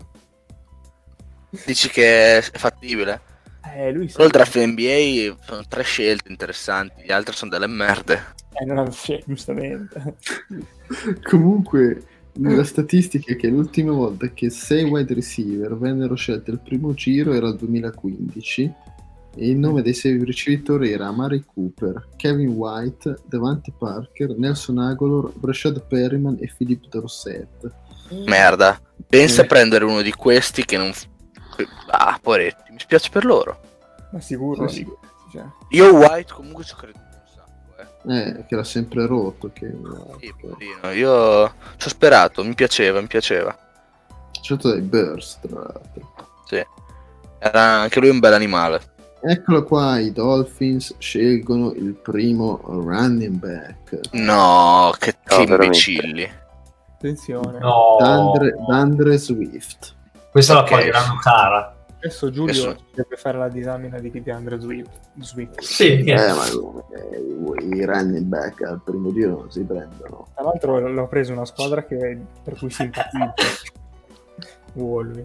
Dici che è fattibile? Eh, lui sì. Però il draft N B A sono tre scelte interessanti, gli altri sono delle merde. Eh, non ha scelto, giustamente. Comunque, nella statistica è che l'ultima volta che sei wide receiver vennero scelti al primo giro era il duemilaquindici e il nome dei sei ricevitori era Amari Cooper, Kevin White, Devante Parker, Nelson Agholor, Rashad Perryman e Philip Dorsett. Merda. Pensa Eh. a prendere uno di questi che non... Ah, poveretti, mi spiace per loro. Ma sicuro, Sì, sì. dico, cioè. Io White comunque ci ho creduto un sacco, eh. Eh, che era sempre rotto. Che... Sì, poverino. Io ci ho sperato, mi piaceva, mi piaceva. Scelto dai Bears, tra l'altro. Sì. Era anche lui un bel animale. Eccolo qua, i Dolphins scelgono il primo running back. No, che, che No, veramente. imbecilli. Attenzione. No, Dandre, Dandre Swift. questa Ok. la pagheranno cara. Adesso Giulio Adesso- deve fare la disamina di di Andre Swift. Swift. Sì, Eh, ma eh, i running back al primo giro non si prendono. Tra l'altro l'ho preso una squadra che, per cui simpatizzo. Wolvi.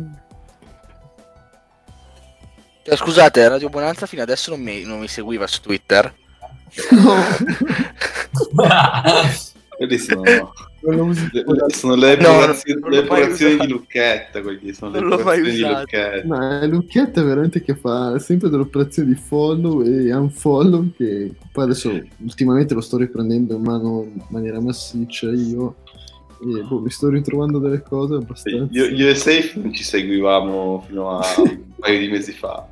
Cioè, scusate, Radio Bonanza fino adesso non mi, non mi seguiva su Twitter. Quelli sono, Non lo usi le, più da- le- sono le No, epurazioni, non le l'ho mai epurazioni usato. di Lucchetta, quelli sono le Non l'ho mai epurazioni di usato. Lucchetta. Ma è Lucchetta veramente che fa sempre delle operazioni di follow e unfollow che poi adesso ultimamente lo sto riprendendo in mano in maniera massiccia io e boh, mi sto ritrovando delle cose abbastanza... Io, io e Safe non ci seguivamo fino a un paio di mesi fa.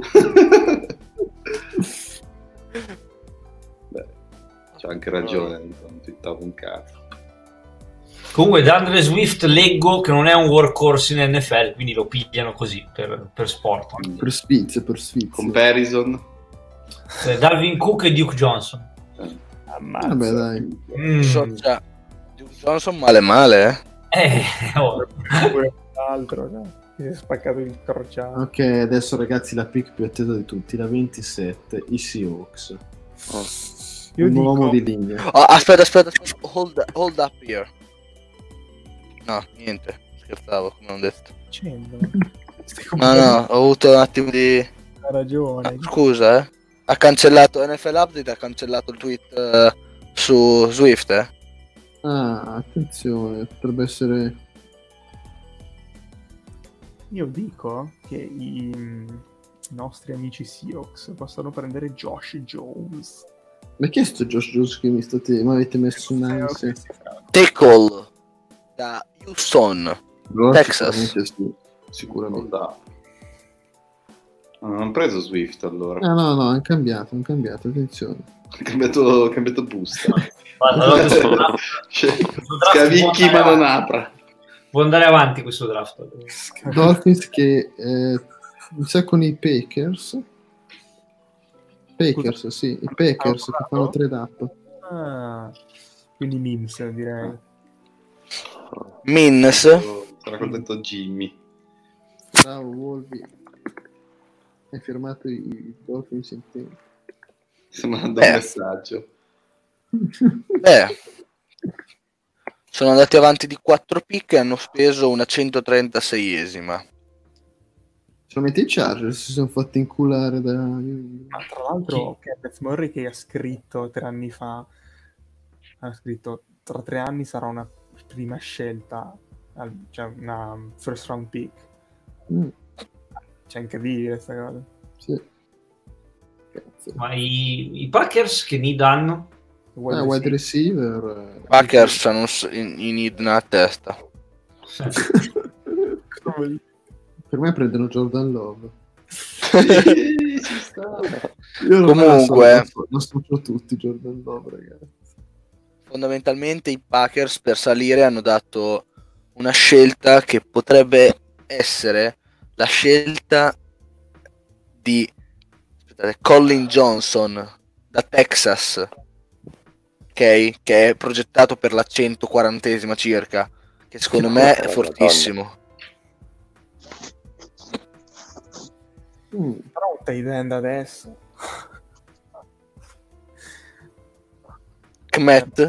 Beh, c'ha anche ragione, non twittavo un cazzo. Comunque D'Andre Swift leggo che non è un workhorse in N F L, quindi lo pigliano così per, per sport. per sfizia, per sfizia. Comparison. Eh, Dalvin Cook e Duke Johnson. Ammazza. Vabbè dai, Mm. So, cioè, Duke Johnson male male, eh. Eh, oh. Pure l'altro, cioè, si è spaccato il crociato. ok, adesso ragazzi la pick più attesa di tutti, la ventisette, i Seahawks. Io Un dico, uomo di linea. Oh, aspetta, aspetta, aspetta. Hold, hold up here. No, niente, scherzavo, come ho detto. dicendo, stai No, comprando- no, ho avuto un attimo di... ha ragione. Scusa, eh. Ha cancellato, N F L Update ha cancellato il tweet eh, su Swift, eh. Ah, attenzione, potrebbe essere... Io dico che i, i nostri amici Seahawks possono prendere Josh Jones. Ma che è sto Josh Jones che mi state... mi avete messo in ansia? Tackle da Houston. Allora, Texas. sicuramente sì, sicuramente. Ah, non ho preso Swift allora. Ah no, no, hanno cambiato, hanno cambiato, attenzione. Ho cambiato, ho cambiato busta. Guarda, allora, questo draft- Cioè, questo draft scavicchi può ma andare non avanti. apra. Può andare avanti questo draft. Dolphins che eh, mi sa con i Packers. Packers, sì, i Packers che fanno trade up. Ah, quindi Mims, direi. Minnes. Sarà contento Jimmy. Bravo, Wolvi. Hai firmato i Dolphins in tempo. Sto mandando Eh. un messaggio. Beh, sono andati avanti di quattro pick e hanno speso una centotrentaseiesima. Solamente i Chargers si sono fatti inculare da... Ma tra l'altro Kenneth Murray che ha scritto tre anni fa, ha scritto tra tre anni sarà una prima scelta, al- cioè una first round pick. Mm, C'è incredibile questa cosa. sì. Cazzo. Ma i, i Packers che need hanno? Ah, wide receiver. eh, Packers hanno i need nella testa. Per me prendono Jordan Love. Sì, ci sta. Io non Comunque- lo so, lo so tutti Jordan Love, ragazzi. fondamentalmente i Packers per salire hanno dato una scelta che potrebbe essere la scelta di aspettate, Colin Johnson da Texas, ok? Che è progettato per la centoquarantesima circa, che secondo me è fortissimo. Mm, però un tight end adesso. Kmet?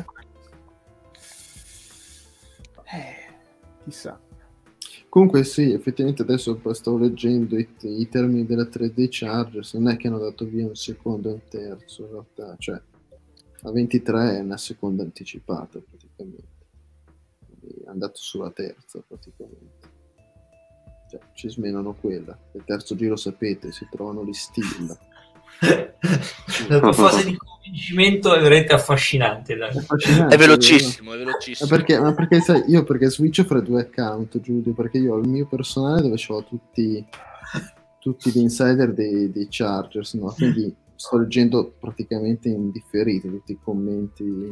Eh, chissà. Comunque sì, effettivamente adesso poi stavo leggendo i, i termini della tre D Chargers, non è che hanno dato via un secondo e un terzo in realtà, cioè a ventitré è una seconda anticipata praticamente, quindi è andato sulla terza praticamente, cioè ci smenano quella, il terzo giro sapete, si trovano gli Steel. La tua fase di convincimento è veramente affascinante, dai. È, affascinante, è velocissimo, è velocissimo. Ma perché, ma perché sai, io perché switcho fra due account, Giulio, perché io ho il mio personale dove ho tutti, tutti gli insider dei, dei Chargers, no? Quindi sto leggendo praticamente in differito tutti i commenti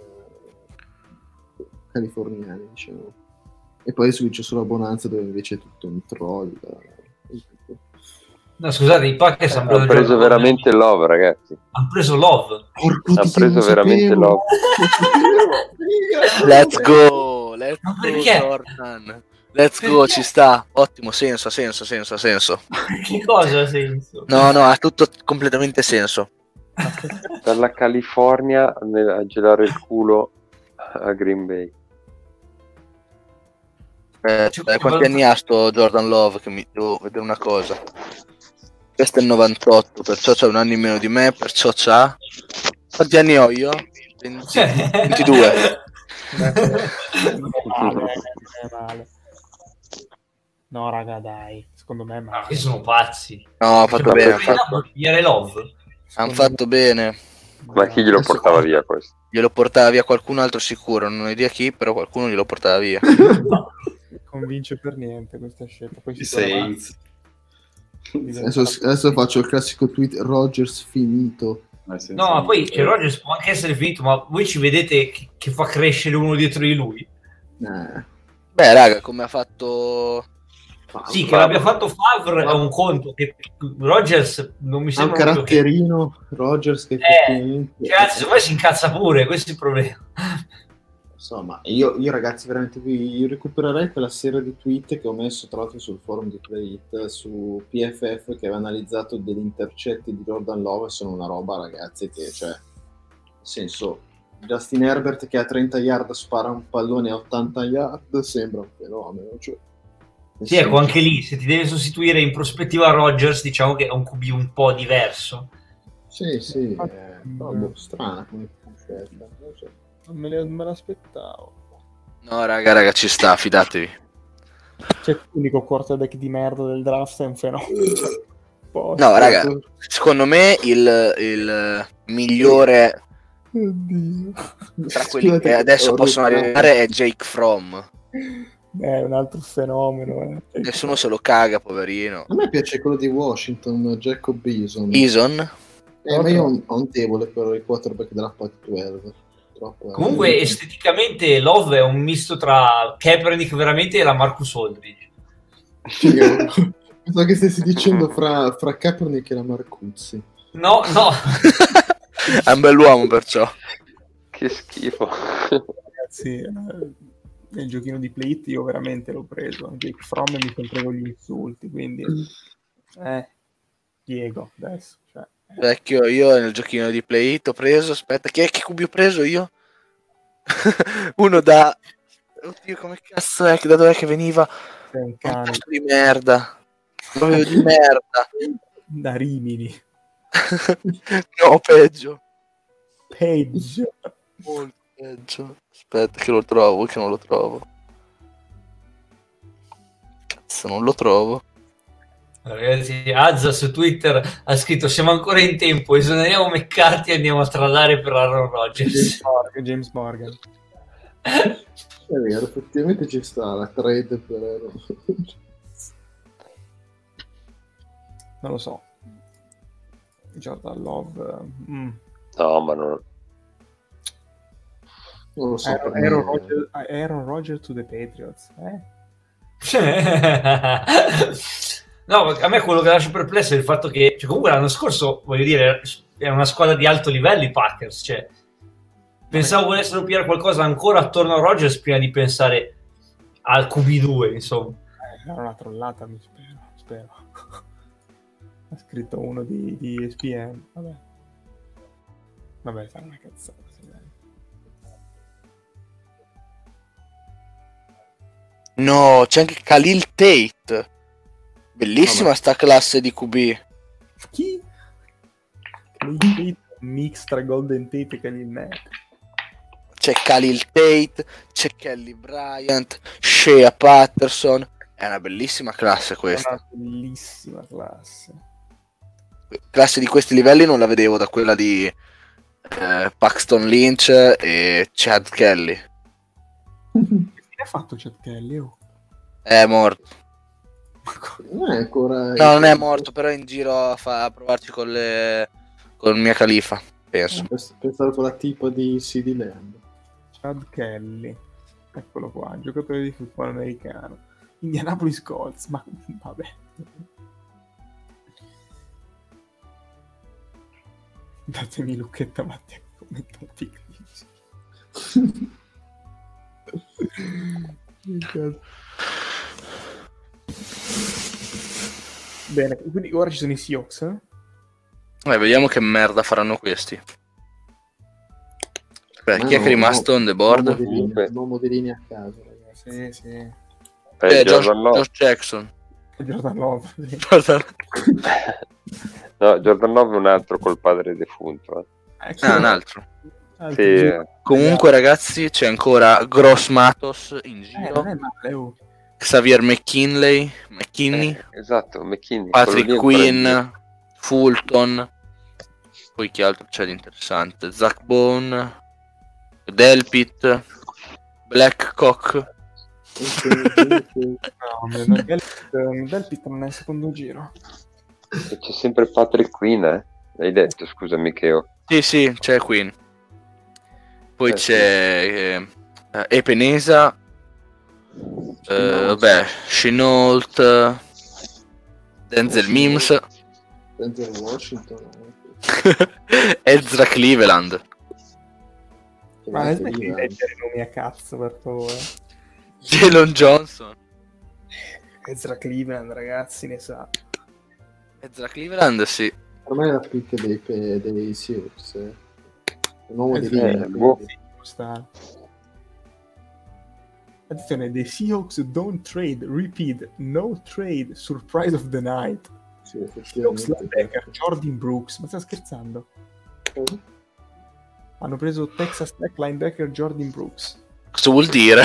eh, californiani, diciamo. E poi switcho sulla Bonanza dove invece è tutto un troll. Eh, No, scusate, i Packers Eh, hanno hanno preso, preso veramente Love, ragazzi. hanno preso Love. Porco Hanno preso veramente Love. Let's go, let's Ma go perché? Jordan. Let's go, Perché? ci sta. Ottimo, senso, ha senso, senso, ha senso. Che cosa ha senso? No, no, ha tutto completamente senso. Dalla California a gelare il culo a Green Bay. Eh, eh, quanti anni ha sto Jordan Love? Che mi devo vedere una cosa. Questo è il novantotto, perciò c'ha un anno in meno di me, perciò c'ha... Quanti anni ho io? venti, ventidue. Male, è male. No, raga, dai. Secondo me è Ma male. questi sono pazzi. No, ha fatto Cioè, bene, ma ha fatto, vogliamo pigliare Love? han fatto bene. Ma chi glielo portava via questo? Glielo portava via qualcun altro sicuro, non ho idea chi, però qualcuno glielo portava via. Non convince per niente questa scelta. Poi I sicuramente- Saints. Adesso, adesso faccio il classico tweet Rodgers finito. Eh, senza- No, ma poi c'è Rodgers può anche essere finito, ma voi ci vedete che, che fa crescere uno dietro di lui? Eh, Beh, raga, come ha fatto... Sì, che l'abbia fatto Favre è un conto, che Rodgers non mi ha un sembra proprio che... caratterino Rodgers che Eh, effettivamente Cioè, anzi, secondo me si incazza pure, questo è il problema. insomma io, io ragazzi veramente vi recupererei quella serie di tweet che ho messo tra l'altro sul forum di Playit su P F F che aveva analizzato degli intercetti di Jordan Love, sono una roba ragazzi che cioè nel senso Justin Herbert che a trenta yard spara un pallone a ottanta yard sembra un fenomeno, cioè, nel Sì, ecco, senso- anche lì, se ti deve sostituire in prospettiva Rodgers, diciamo che è un Q B un po' diverso. sì sì è proprio strana come scelta, non so. Non me, le- me l'aspettavo. No, raga, raga, ci sta, fidatevi. C'è l'unico quarterback di merda del draft, è un fenomeno. Cioè, posto. No, raga, secondo me il, il migliore Oddio. tra quelli che adesso possono arrivare è Jake Fromm. È un altro fenomeno. Eh. Nessuno se lo caga, poverino. A me piace quello di Washington, Jacob Eason. Eason? Eh, ma io ho un, ho un debole per i quarterback della Pac dodici. Troppo, eh. Comunque, esteticamente, Love è un misto tra Kaepernick veramente e la Marcus Aldridge. So che stessi dicendo fra, fra Kaepernick e la Marcuzzi. No, no. È un bell'uomo, perciò. Che schifo. Ragazzi, eh, nel giochino di Play io veramente l'ho preso. Jake Fromm mi sono preso gli insulti, quindi... Eh, Diego, adesso. Cioè, Vecchio, io nel giochino di Play It ho preso, aspetta, che, che cubi ho preso io? Uno da... Oddio, come cazzo è? Da dov'è che veniva? sei un Un cane posto di merda. Proprio di merda. da Rimini. No, peggio. Peggio. Molto peggio. Aspetta che lo trovo, che non lo trovo. Cazzo, non lo trovo. Ragazzi, Azza su Twitter ha scritto siamo ancora in tempo, esoneriamo McCarthy e andiamo a tradare per Aaron Rodgers. James Morgan. James Morgan. È vero, effettivamente ci sta la trade per... Non lo so. Jordan Love. mm. No, ma non... Non lo so. Aaron, per me- Aaron Rodgers, Aaron Rodgers to the Patriots. Eh? No, a me quello che lascia perplesso è il fatto che, cioè, comunque l'anno scorso, voglio dire, era una squadra di alto livello i Packers, cioè pensavo volessero pigliare qualcosa ancora attorno a Rodgers prima di pensare al Q B due, insomma. Eh, era una trollata, mi spero, spero. Ha scritto uno di, di E S P N, vabbè. Vabbè, sarà una cazzata. Sì, dai. No, c'è anche Khalil Tate. Bellissima Vabbè. sta classe di Q B. Chi? Khalil Tate, mix tra Golden Tate e Khalil Mack. C'è Khalil Tate, c'è Kelly Bryant, Shea Patterson. È una bellissima classe È questa. una bellissima classe. Classe di questi livelli non la vedevo da quella di eh, Paxton Lynch e Chad Kelly. Che fine ha fatto Chad Kelly? Oh? È morto. Non è ancora... No, non è morto, però è in giro a, fa- a provarci con le con Mia Khalifa, penso. Pensavo con la tipa di C D Lamb. Chad Kelly, eccolo qua, giocatore di football americano. Indianapolis Colts, ma vabbè. Datemi Lucchetta Mattia commenti. Bene, quindi ora ci sono i Seahawks, eh? Eh, vediamo che merda faranno questi. Beh, chi è che è rimasto on the board? L'uomo di linea a caso, ragazzi. Sì, sì. Eh, Eh, Josh, Jordan Love. Josh Jackson. Jordan Love, sì. Jordan- No, Jordan Love è un altro col padre defunto. Eh. Ecco, Ah, un altro. altri Sì, giocatori. Comunque, ragazzi, c'è ancora Gross Matos in Eh, giro. non è male, oh. Xavier McKinley, McKinney, eh, esatto, McKinney. Patrick quello lì è Quinn, ancora Fulton. Poi chi altro c'è di interessante? Zach Bone, Delpit, Blackcock. No, Del- Del- Delpit non è il secondo giro. lì. E c'è sempre Patrick Quinn, eh? L'hai detto, scusami, Cheo. Sì, sì, c'è Quinn. Poi Eh, c'è eh, Epenesa, eh, vabbè, Chenault, Denzel Mims, Denzel Washington. Ezra Cleveland. Che Ma vai smetti che di viva. leggere i nomi a cazzo, per favore. Jalen Johnson. Ezra Cleveland, ragazzi, ne sa. Ezra Cleveland, sì. Per me è la pick dei, pe- dei Seahawks. eh. Un uomo di Eh, linea. eh, boh. quindi. Sta. Attenzione, the Seahawks don't trade, repeat, no trade, surprise of the night. Sì, Seahawks effettivamente. linebacker, Jordan Brooks, ma stai scherzando? Hanno preso Texas Tech linebacker Jordan Brooks. Cosa vuol dire?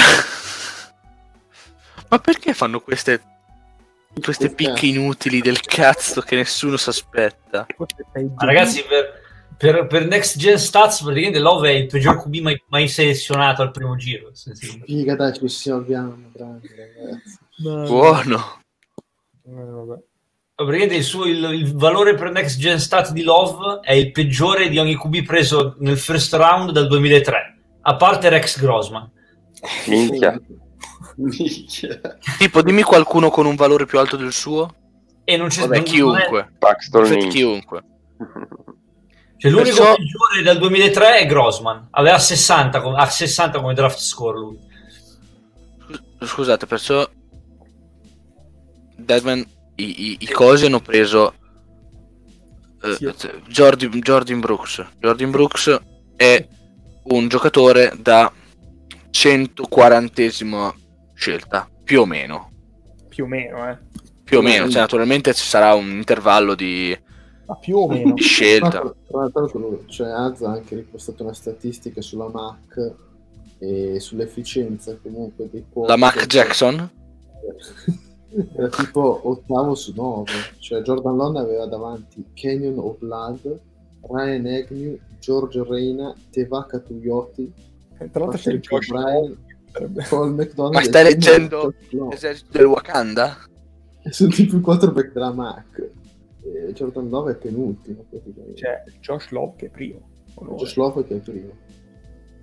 Ma perché fanno queste queste picche inutili del cazzo che nessuno si aspetta? Ma ragazzi, per, per, per Next Gen Stats praticamente Love è il peggior Q B mai, mai selezionato al primo giro. Sì, sì. Figa, dai, ci salviamo, bravi ragazzi. Buono. Eh, vabbè. Praticamente il, suo, il, il valore per Next Gen Stat di Love è il peggiore di ogni Q B preso nel first round dal duemilatré, a parte Rex Grossman. Minchia. Minchia. Tipo, dimmi qualcuno con un valore più alto del suo. E non c'è Vabbè, non- chiunque. Paxton Infatti, Lynch. chiunque. Cioè, l'unico Perciò- peggiore dal duemilatré è Grossman. Aveva sessanta, com- ha sessanta come draft score lui. Scusate, perciò Deadman, i, i, i cosi hanno preso eh, Sì. Jordan, Jordan Brooks. Jordan Brooks è un giocatore da centoquarantesima scelta, più o meno. Più o meno, eh. Più o meno, cioè naturalmente ci sarà un intervallo di, Ma più o meno. di scelta. Tra tra l'altro, cioè, Azza ha anche ripostato una statistica sulla Mac e sull'efficienza comunque dei quote. La Mac Jackson? Era tipo ottavo su nove, cioè Jordan Love aveva davanti Kenyon O'Blood, Ryan Agnew, George Reina, Tevaka Tuyoti, Eh, Tra l'altro c'è il Patrick Josh O'Brien, sarebbe- Paul McDonald. Ma e stai Timo leggendo Josh Love. Esercito del Wakanda? Sono tipo i quarterback della Mac. E Jordan Love è penultimo praticamente. C'è Josh Love che è primo. O no? Josh Love che è primo.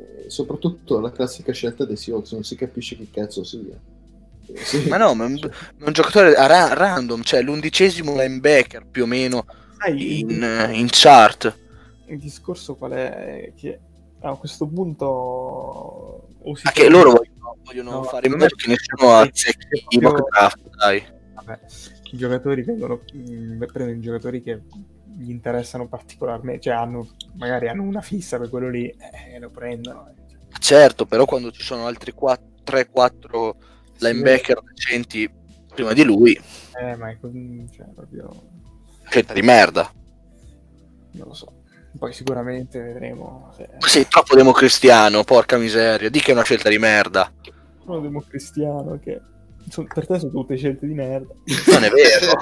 E soprattutto la classica scelta dei Seahawks, non si capisce chi cazzo sia. Sì. Ma no, ma è un, è un giocatore a ra- random, cioè l'undicesimo linebacker più o meno Sai, in, il, in chart. il discorso qual è? Che a questo punto o si Perché trova- loro vogliono, vogliono No, fare in non modo è- che nessuno azzecchi è i proprio- mock draft, dai. Vabbè, i giocatori vengono mh, prendono i giocatori che gli interessano particolarmente, cioè hanno magari hanno una fissa per quello lì e eh, lo prendono. Certo, però quando ci sono altri tre quattro Sì, linebacker decenti prima di lui, eh, ma è così, cioè proprio scelta di merda. non lo so. Poi sicuramente vedremo se Ma sei troppo democristiano, porca miseria, di che è una scelta di merda. sono democristiano che sono- per te sono tutte scelte di merda. Non è vero.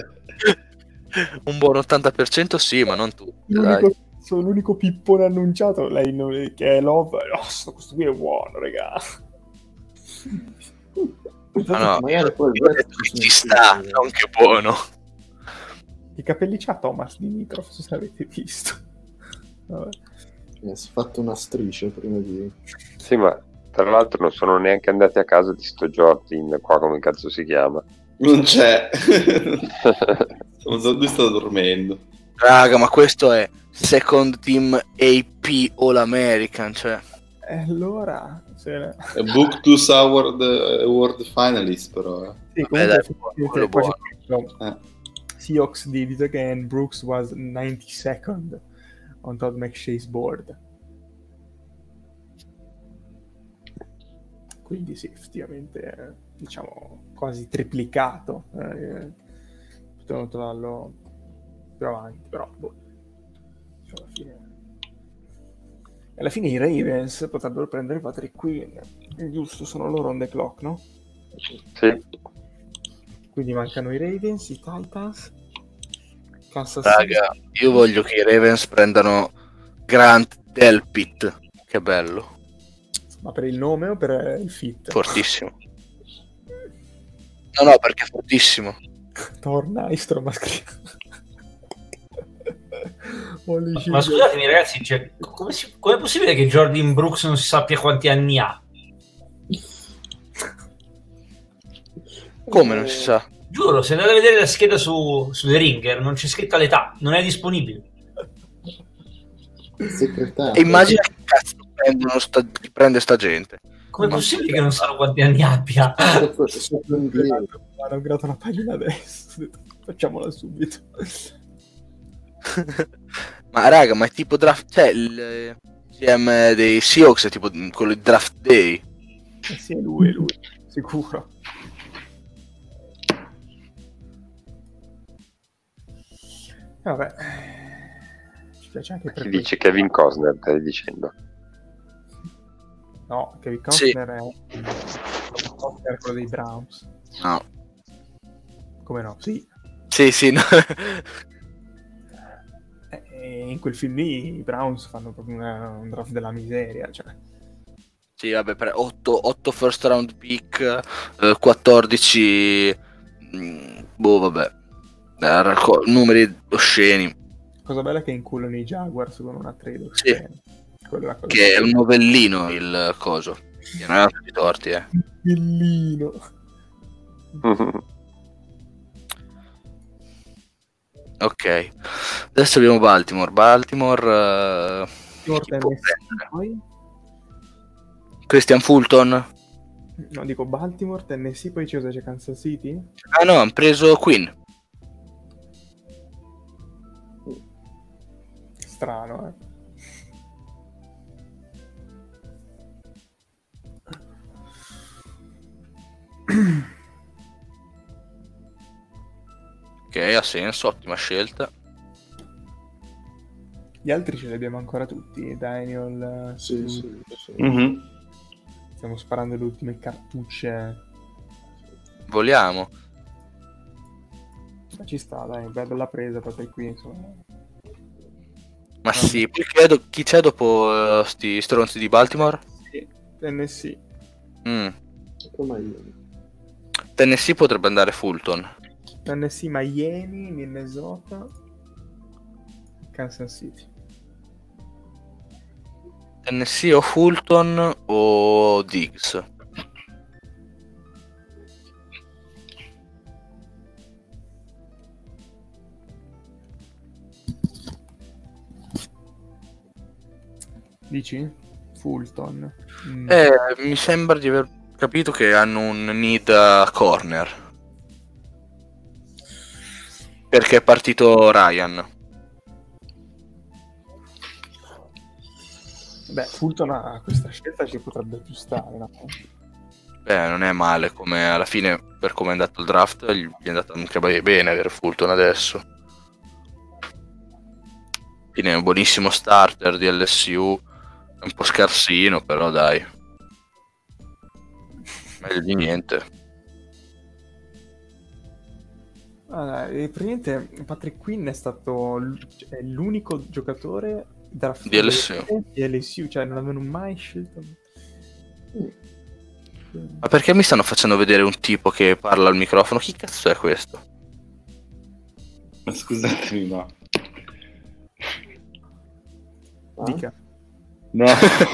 Un buon ottanta per cento sì, ma non tutti, dai. L'unico, sono l'unico pippone annunciato lei non- che è Love. Oh, sto- questo qui è buono, raga. Ma no, Magari poi il io ho resto detto che sono ci sta, tutti- non che buono. I capelli c'ha Thomas Dimitrov, non so se avete visto. Vabbè. Eh, si è fatto una striscia prima di... Sì, ma tra l'altro non sono neanche andati a casa di sto Jordan qua, come cazzo si chiama. Non c'è. Lui sta dormendo. Raga, ma questo è second team A P All American, cioè. E allora... se- È Book to Award, award finalist, però. Eh. Sì, Vabbè, comunque, dai, effettivamente, quello poi buono. c'è scritto, Eh. Seahawks did it again, Brooks was ninety-second on Todd McShay's board. Quindi sì, effettivamente, eh, diciamo, quasi triplicato. Eh, potevano trovarlo più avanti, però boh. Cioè, alla fine... alla fine i Ravens potrebbero prendere Patrick Queen. Giusto, sono loro on the clock, no? Sì. Quindi mancano i Ravens, i Titans, Kansas Raga, io voglio che i Ravens prendano Grant Delpit. Che bello, Ma per il nome o per il fit? fortissimo. No, no, perché è fortissimo. Torna Istrom a scrivere. Holy shit. Ma scusatemi ragazzi, cioè, come è possibile che Jordan Brooks non si sappia quanti anni ha? Come non si sa? Giuro, se andate a vedere la scheda su, su The Ringer non c'è scritta l'età, non è disponibile. Segretario. E immagina che cazzo prendono sta, chi prende sta gente. Com'è possibile che non sanno quanti anni abbia? Sopra- sopra un video. Hanno creato una pagina adesso. Ho detto, facciamola subito. Ma raga, ma è tipo draft, cioè il G M dei Seahawks è tipo quello di draft day. Eh sì, è lui, è lui, sicuro. E vabbè, ci piace anche per Chi questo. dice Kevin Costner, stai dicendo? No, Kevin Sì. Costner è Costner, quello dei Browns. No. Come no? Sì. Sì, sì, no. E in quel film lì i Browns fanno proprio una- un draft della miseria, cioè. Sì, vabbè, per otto first round pick, eh, quattordici mm, boh, vabbè. Eh, racco- numeri osceni. Cosa bella è che inculano i Jaguars con una trade. Sì. Quella è la cosa Che è un novellino il coso. Che non è tutti torti, eh. bellino. Ok. Adesso abbiamo Baltimore. Baltimore. eh, Baltimore, chi può Tennessee, prendere? poi? Christian Fulton. No, dico Baltimore, Tennessee, poi c'è, c'è Kansas City. Ah no, hanno preso Queen. Strano, eh. Ok, ha senso, ottima scelta. Gli altri ce li abbiamo ancora tutti. Daniel, eh, Sì, Stu- sì, sì. Mhm. stiamo sparando le ultime cartucce. Voliamo. Ma ci sta, dai, be- bella presa proprio qui, insomma. Ma sì, poi credo chi c'è dopo eh, sti stronzi di Baltimore? Sì, Tennessee. Mm. Come io. Tennessee potrebbe andare Fulton. Tennessee, Miami, Minnesota, Kansas City. Tennessee o Fulton o Diggs. Dici? Fulton. Mm. Eh, mi sembra di aver capito che hanno un need a corner. Perché è partito Ryan. Beh, Fulton a questa scelta ci potrebbe più stare, no? Beh, non è male, come alla fine, per come è andato il draft, gli è andato anche bene avere Fulton adesso. Quindi è un buonissimo starter di L S U, è un po' scarsino, però dai. Meglio di niente. Allora, e praticamente Patrick Quinn è stato l- è l'unico giocatore draft Di L S U. di L S U, cioè non avevano mai scelto. Ma perché mi stanno facendo vedere un tipo che parla al microfono? Chi cazzo è questo? Ma scusatemi, ma... Dica. No.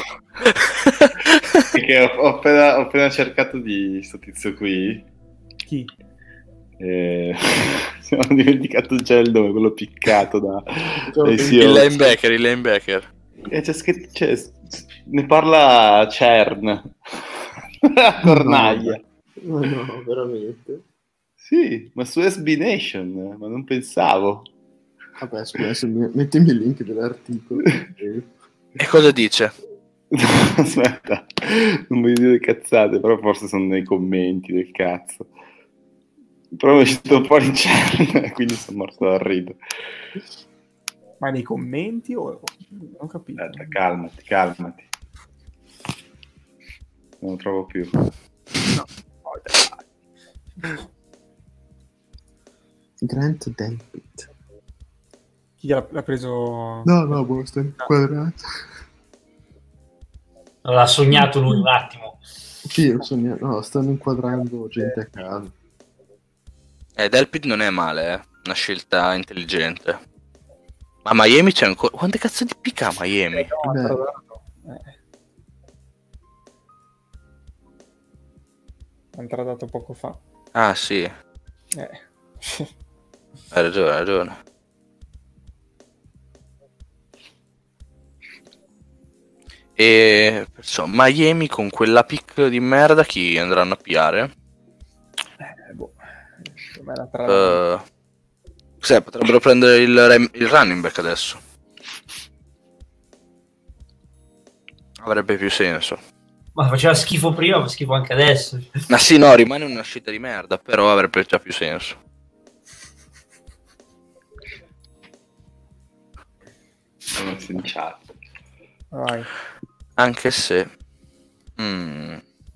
Perché ho, ho, appena, ho appena cercato di sto tizio qui. Chi? E... ho dimenticato già il nome, quello piccato da... dai Il Seahawks. linebacker, il linebacker. E c'è scritto... C'è, ne parla Cern. Cornaglia. No, no, veramente. Sì, ma su S B Nation, ma non pensavo. Vabbè, adesso mettimi il link dell'articolo. E cosa dice? Aspetta, non voglio dire cazzate, però forse sono nei commenti del cazzo. Però mi è uscito fuori in chat, quindi sono morto dal ridere. Ma nei commenti o... non ho capito. Aspetta, calmati, calmati. Non lo trovo più. No. Grant Delpit. Chi l'ha, l'ha preso? No, no, boh, sta inquadrato. L'ha sognato lui un attimo. Sì, ho sognato. No, stanno inquadrando gente a caso. Eh, Delpit non è male, eh. Una scelta intelligente. Ma Miami c'è ancora... Quante cazzo di picca a Miami? No, Beh. però- eh. Ha intradato poco fa. Ah, sì. Eh. Hai ragione, hai ragione. E perciò Miami con quella pick di merda chi andranno a piare? Eh, boh. Com'è la trada? Uh, cos'è, potrebbero prendere il, rem- il running back adesso. Avrebbe più senso. Ma faceva schifo prima, fa schifo anche adesso. Ma sì, no, rimane una scelta di merda, però avrebbe già più senso. Sono messo in chat. Vai. Anche se mm,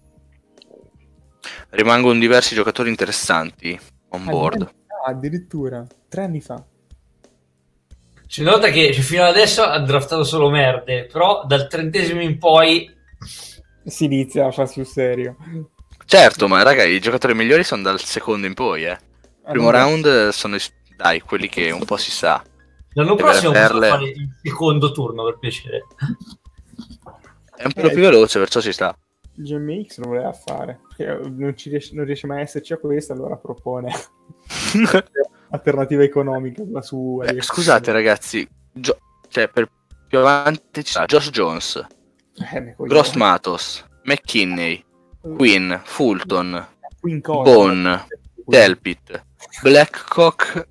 rimangono diversi giocatori interessanti on board. Ah, addirittura tre anni fa. Si nota che cioè, fino ad adesso ha draftato solo merde, però dal trentesimo in poi Si inizia a farsi sul serio. Certo, ma raga, i giocatori migliori sono dal secondo in poi, eh. Primo Ah, no, round sono i, dai, quelli che un po' si sa. l'anno Le prossimo vere possiamo perle. fare il secondo turno per piacere. È un po' più veloce, perciò si sta. il G M X non voleva fare. Perché non, ci riesce, non riesce mai a esserci a questo, allora propone alternativa economica la sua. Beh, scusate ragazzi, Gio- cioè per più avanti ci sta Josh Jones, Eh, ne coglione. Gross Matos, McKinney, Quinn, Fulton, Quinn cosa? Bone, Delpit, Blackcock,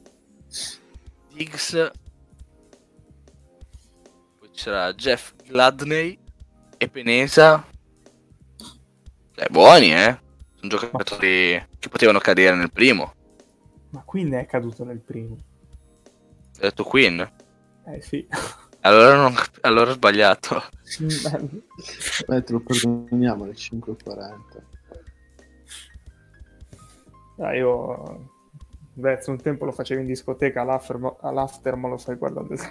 Diggs, poi c'era Jeff Gladney e Penesa. Eh, buoni, eh? Sono giocatori che potevano cadere nel primo. Ma Quinn è caduto nel primo. Ho detto Quinn. Eh sì. Allora, non, allora ho sbagliato. Beh, te lo perdoniamo alle cinque e quaranta. Ah, io beh, se un tempo lo facevo in discoteca all'after, all'after ma lo fai guardando il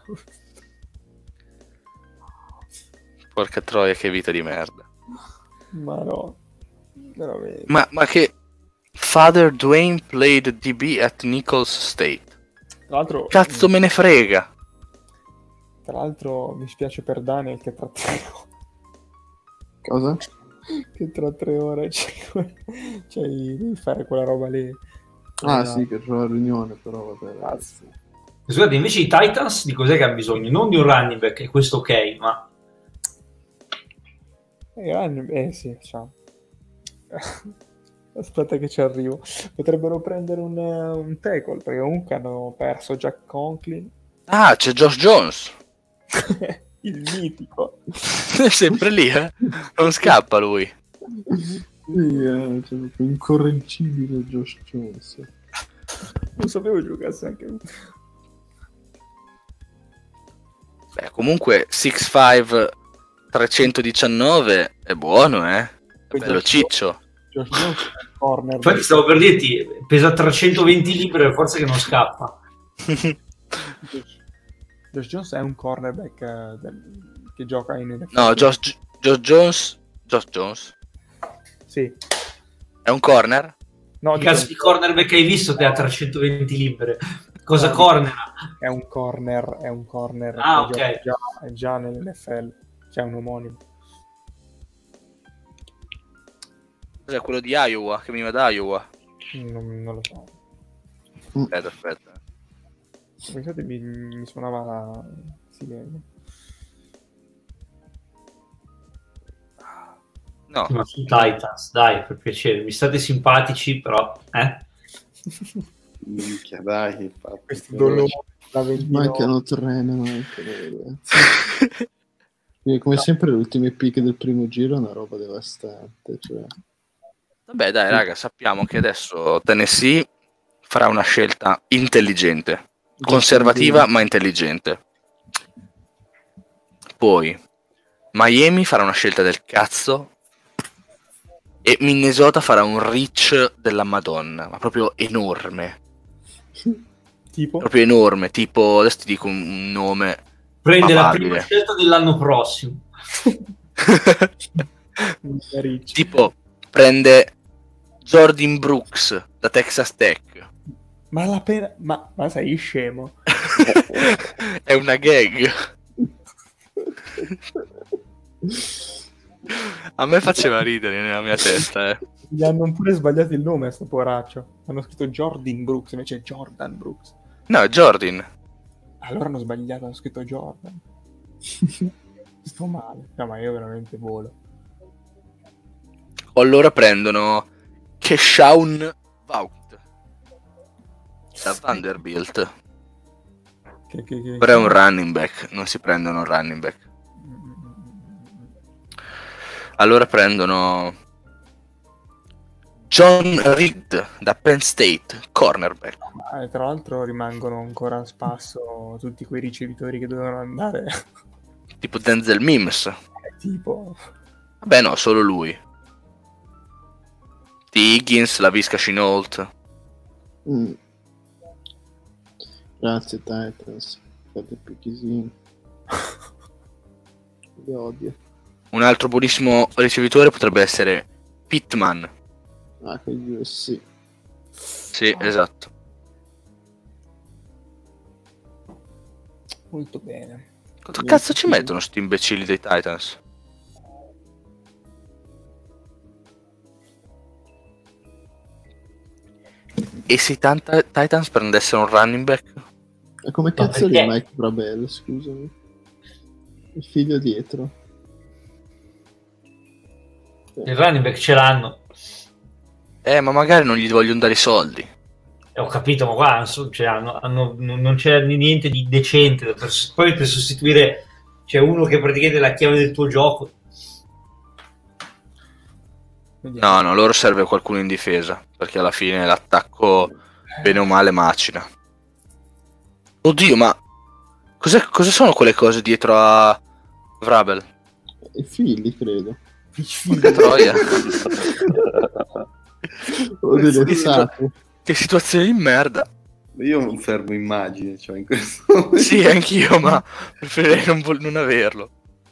Porca troia, che vita di merda. ma no, veramente. Ma, ma che Father Dwayne played D B at Nichols State. Tra l'altro Cazzo me ne frega. Tra l'altro mi spiace per Daniel che tra tre Cosa? che tra tre ore c'è, c'è devi fare quella roba lì. Ah Eh, sì, che c'ho la riunione, però vabbè. Cazzo. Scusate, invece i Titans di cos'è che hanno bisogno? Non di un running back, e questo ok, ma Eh, running- eh, sì, ciao. Aspetta che ci arrivo. Potrebbero prendere un, eh, un tackle, perché comunque hanno perso Jack Conklin. Ah, c'è Josh Jones. Il mitico. È sempre lì, eh? Non scappa lui. Sì, eh, cioè, incorreggibile Josh Jones. Non sapevo giocasse anche lui. Beh, comunque sei cinque trecentodiciannove è buono, eh? È bello ciccio. Josh Jones è un corner. infatti stavo per dirti, pesa trecentoventi libbre, per forza che non scappa. Josh, Josh Jones è un cornerback eh, del- che gioca in N F L. No, Josh, Josh Jones. Josh Jones Sì. è un corner? No, Che dico, cazzo di cornerback hai visto te a trecentoventi libbre? Cosa corner? è un corner, è un corner Ah, che ok. gioca già, è già nell'N F L. C'è un omonimo. Cos'è quello di Iowa? Che veniva da Iowa? Non, non lo so. Aspetta, aspetta. Pensate, mi, mi suonava la sirena. No, Ma su Titans, dai, per piacere, mi state simpatici, però, eh? Minchia, dai, infatti. Questi dolori da ventinove. Mancano tre, ne mancano, ragazzi. Quindi, come sempre le ultime pick del primo giro è una roba devastante, cioè. vabbè, dai, raga, sappiamo che adesso Tennessee farà una scelta intelligente, conservativa ma intelligente. Poi Miami farà una scelta del cazzo e Minnesota farà un reach della Madonna, ma proprio enorme, Tipo proprio enorme, tipo, adesso ti dico un, un nome. Prende la Papabile. prima scelta dell'anno prossimo. Ricci. Tipo prende Jordan Brooks da Texas Tech. Ma la pena. Ma, ma sei scemo? È una gag. A me faceva ridere nella mia testa, eh. Gli hanno pure sbagliato il nome a sto poraccio. Hanno scritto Jordan Brooks invece Jordan Brooks. No, è Jordan. Allora hanno sbagliato, hanno scritto Jordan. Sto male. No, ma io veramente volo. O allora prendono Keshawn Vaught da Vanderbilt. Che, che, che... Però è un running back, non si prendono un running back. Allora prendono John Reed da Penn State, cornerback. Ma, eh, tra l'altro rimangono ancora a spasso tutti quei ricevitori che dovevano andare. Tipo Denzel Mims. Tipo... Vabbè no, solo lui. T. Higgins, la Visca Chenault. Mm. Grazie Titans, fate pichisini. Li odio. Un altro buonissimo ricevitore potrebbe essere Pittman. Ah, con gli U S C. Sì, esatto. Molto bene. Cosa cazzo ci mettono sti imbecilli dei Titans? E se i tanta- Titans prendessero un running back? E come cazzo perché? è Mike Brabel, scusami? Il figlio dietro. Il running back ce l'hanno. Eh, ma magari non gli vogliono dare i soldi. Eh, ho capito, ma qua non so, cioè, hanno- hanno- non non c'è niente di decente. Per, poi per sostituire c'è uno che praticamente è la chiave del tuo gioco. Vediamo. No, no, loro serve qualcuno in difesa, perché alla fine l'attacco, bene o male, macina. Oddio, ma cos'è, cosa sono quelle cose dietro a Vrabel? I figli, credo. Che troia. O delle Che situa- sacre. Che situazione di merda. Io non fermo immagine, cioè in questo momento. Sì, anch'io, ma preferirei non, vol- non averlo.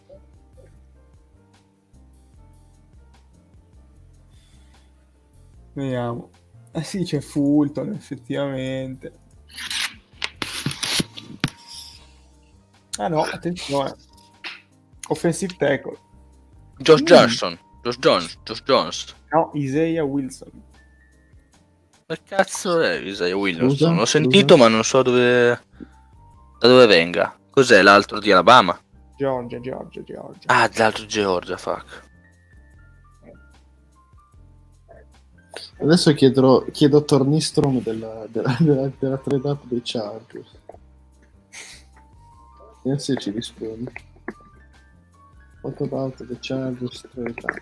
Vediamo. Eh sì, c'è Fulton, effettivamente. Ah no, attenzione. Offensive tackle. Josh Mm. Johnson. Josh Jones. Josh Jones. No, Isaiah Wilson. Che cazzo è Isaiah Wilson? Scusa, L'ho sentito, scusa. ma non so dove. Da dove venga. Cos'è l'altro di Alabama? Georgia, Georgia, Georgia. Ah, l'altro Georgia, fuck. Adesso chiederò, chiedo Tornistrom della, della, della, della trade up dei Chargers. Vediamo se ci risponde. What about the Chargers trade up?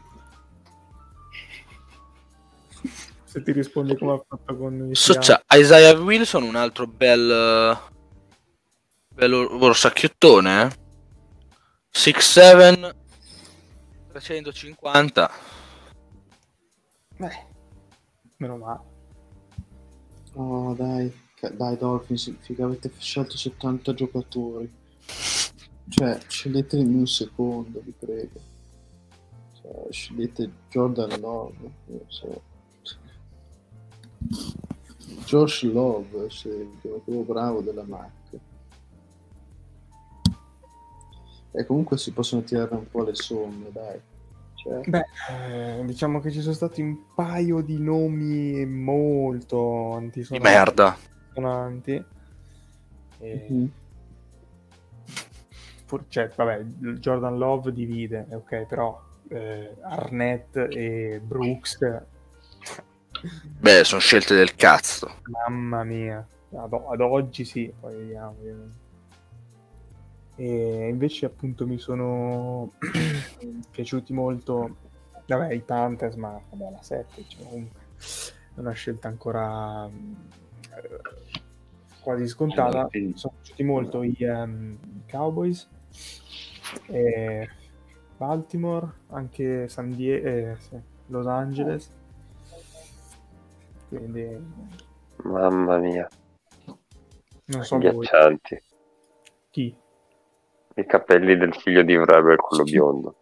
Se ti rispondi come ha fatto con i So, Seattle. c'è Isaiah Wilson, un altro bel. Bello borsacchiottone, eh? sei sette trecentocinquanta. Beh, meno male. Oh dai, ca- dai Dolphins, figa, avete scelto settanta giocatori. Cioè, scegliete in un secondo, vi prego. Cioè, scegliete Jordan Love, non so. Josh Love, se quello bravo della Mac. E comunque si possono tirare un po' le somme, dai. Cioè, Beh, eh, diciamo che ci sono stati un paio di nomi molto Di antisonanti. merda. Sonanti. E... mhm. pur- cioè, vabbè, il Jordan Love divide, ok, però eh, Arnett e Brooks, Beh, sono scelte del cazzo. mamma mia, ad, ad oggi sì, poi vediamo. vediamo. E invece appunto mi sono piaciuti molto, vabbè, i Panthers, ma vabbè, la sette, cioè, comunque è una scelta ancora eh, quasi scontata. Mi sono piaciuti molto i ehm, Cowboys, e Baltimore, anche San Diego, eh, sì, Los Angeles, quindi Mamma mia, non so voi ghiaccianti. chi. I capelli del figlio di Vrabel, quello biondo.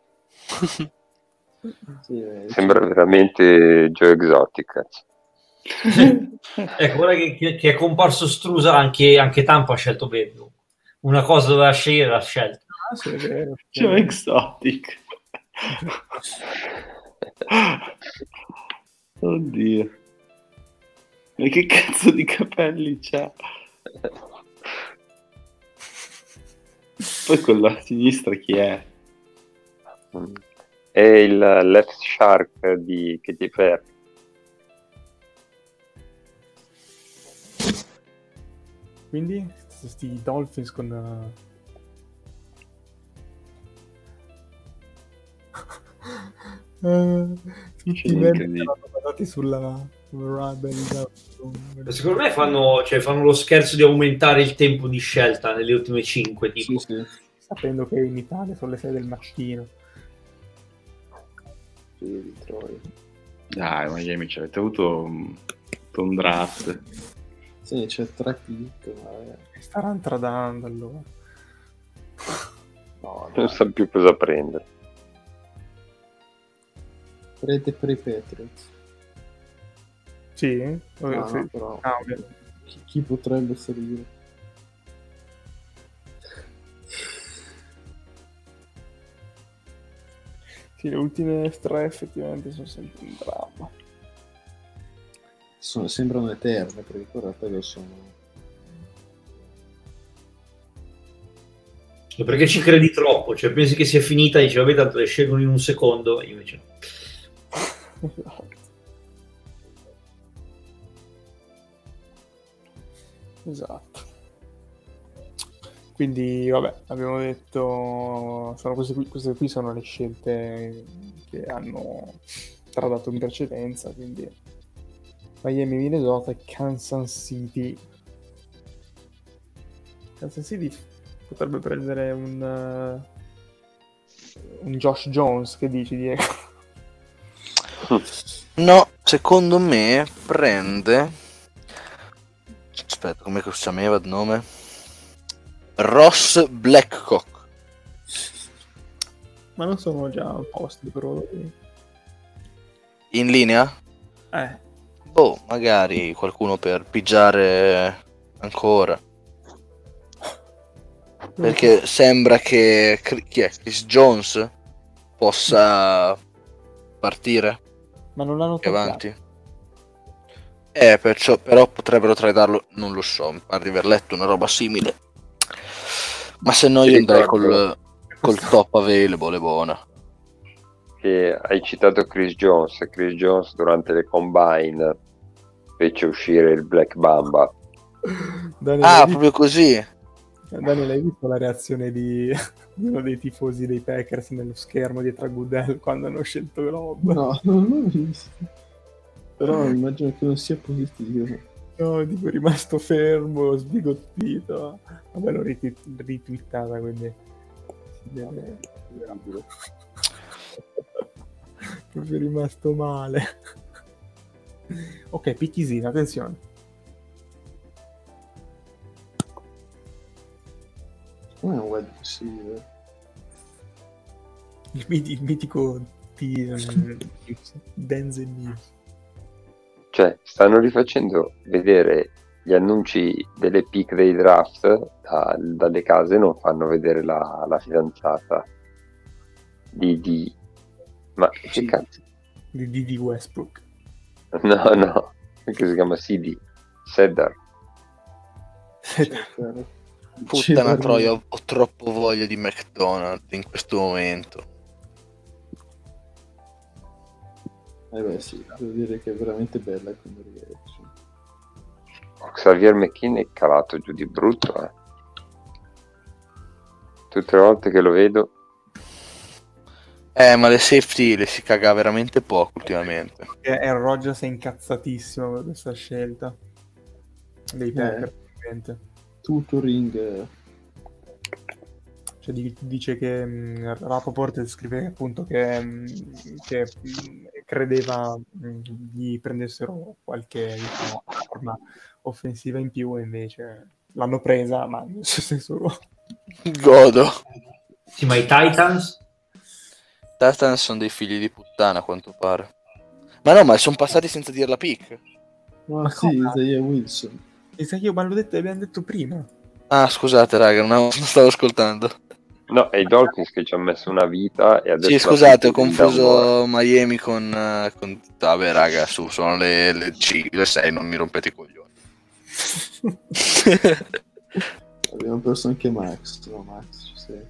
Sì, eh, Sembra veramente Joe Exotic. cazzo. Ecco, guarda che, che- che è comparso Strusa, anche, anche Tampa ha scelto bene. Una cosa doveva scegliere, l'ha scelta. Ah, sì, è vero. Joe Exotic. Oddio. Ma che cazzo di capelli c'ha? Poi con la sinistra chi è? È il left shark di Katy Perry. Quindi questi Dolphins con uh, eh, tutti i membri Incredibile. erano basati sulla Rabel. Secondo me fanno, cioè, fanno lo scherzo di aumentare il tempo di scelta nelle ultime cinque, sì, tipo. sì, Sapendo che in Italia sono le sei del mattino. sì, di Troia. Dai, Miami, ci avete avuto un, un draft. Sì, c'è tre pick, ma eh, E staranno tradando allora. no, Non dai, sa più cosa prendere. prende per i Patriots. Sì? No, Oh, sì. no, però Ah, ok. chi, chi potrebbe salire? Sì, le ultime tre effettivamente sono sempre un dramma. Sono- sembrano eterne, perché poi in realtà lo sono. Perché ci credi troppo, cioè pensi che sia finita e dici vabbè tanto le scelgono in un secondo, io invece no. Esatto. Quindi, vabbè, abbiamo detto, sono queste, qui, queste qui sono le scelte che hanno tradato in precedenza, quindi Miami, Minnesota e Kansas City. Kansas City potrebbe prendere un, uh, un Josh Jones, che dici, Diego? No, secondo me prende. Aspetta, come si chiamava il nome? Ross Blackcock. Ma non sono già a posto per loro lì. In linea? Eh, Boh, magari qualcuno per pigiare ancora. Perché sembra che chi è? Chris Jones possa partire Ma non l'hanno più toccato. avanti. Eh, perciò, però potrebbero tradarlo, non lo so, mi pare di aver letto una roba simile. Ma se no Ti io andrei ricordo col, col top available, è buona. che hai citato Chris Jones. Chris Jones durante le combine fece uscire il Black Mamba. Daniel, Ah, hai proprio così? visto, Daniel, hai visto la reazione di, di uno dei tifosi dei Packers nello schermo dietro a Goodell quando hanno scelto Glob? No, non l'ho visto. Però immagino che non sia positivo. No, tipo è rimasto fermo, sbigottito. Vabbè, l'ho ritwi- ritwittata, quindi si deve... proprio rimasto male. Ok, picchisi, attenzione. Come è un wide receiver? Il, miti- il mitico T- Denzel Mills. Cioè, stanno rifacendo vedere gli annunci delle pick dei draft da- dalle case, non fanno vedere la, la fidanzata di, di... Ma che Sì. cazzo? Di D D Westbrook. No, no, che si chiama C D, Cedar. Puttana troia, ho, ho troppo voglia di McDonald's in questo momento. Eh beh sì, devo dire che è veramente bella come reaction. Xavier McKinney è calato giù di brutto, eh. Tutte le volte che lo vedo. Eh, ma le safety le si caga veramente poco ultimamente. E Aaron Rodgers è incazzatissimo per questa scelta dei Packers, ovviamente. Tutoring. eh, Cioè, di- dice che mh, Rapoport scrive appunto che, mh, che mh, credeva mh, gli prendessero qualche, diciamo, arma offensiva in più e invece l'hanno presa, ma nel suo stesso Godo. Sì, ma i Titans? Titans sono dei figli di puttana a quanto pare. Ma no, ma sono passati senza dire la pick. No, Ma sì, come? Isaiah Wilson. E sai io, ma l'ho detto, l'abbiamo detto prima. Ah, scusate raga, non, non stavo ascoltando. No, è i Dolphins che ci hanno messo una vita e adesso... Sì, la scusate, ho pick di Dunmore. confuso Miami con, eh, con... Vabbè raga, su, sono le, le, cinque, le sei, non mi rompete i coglioni. Abbiamo perso anche Max. No, Max, ci sei.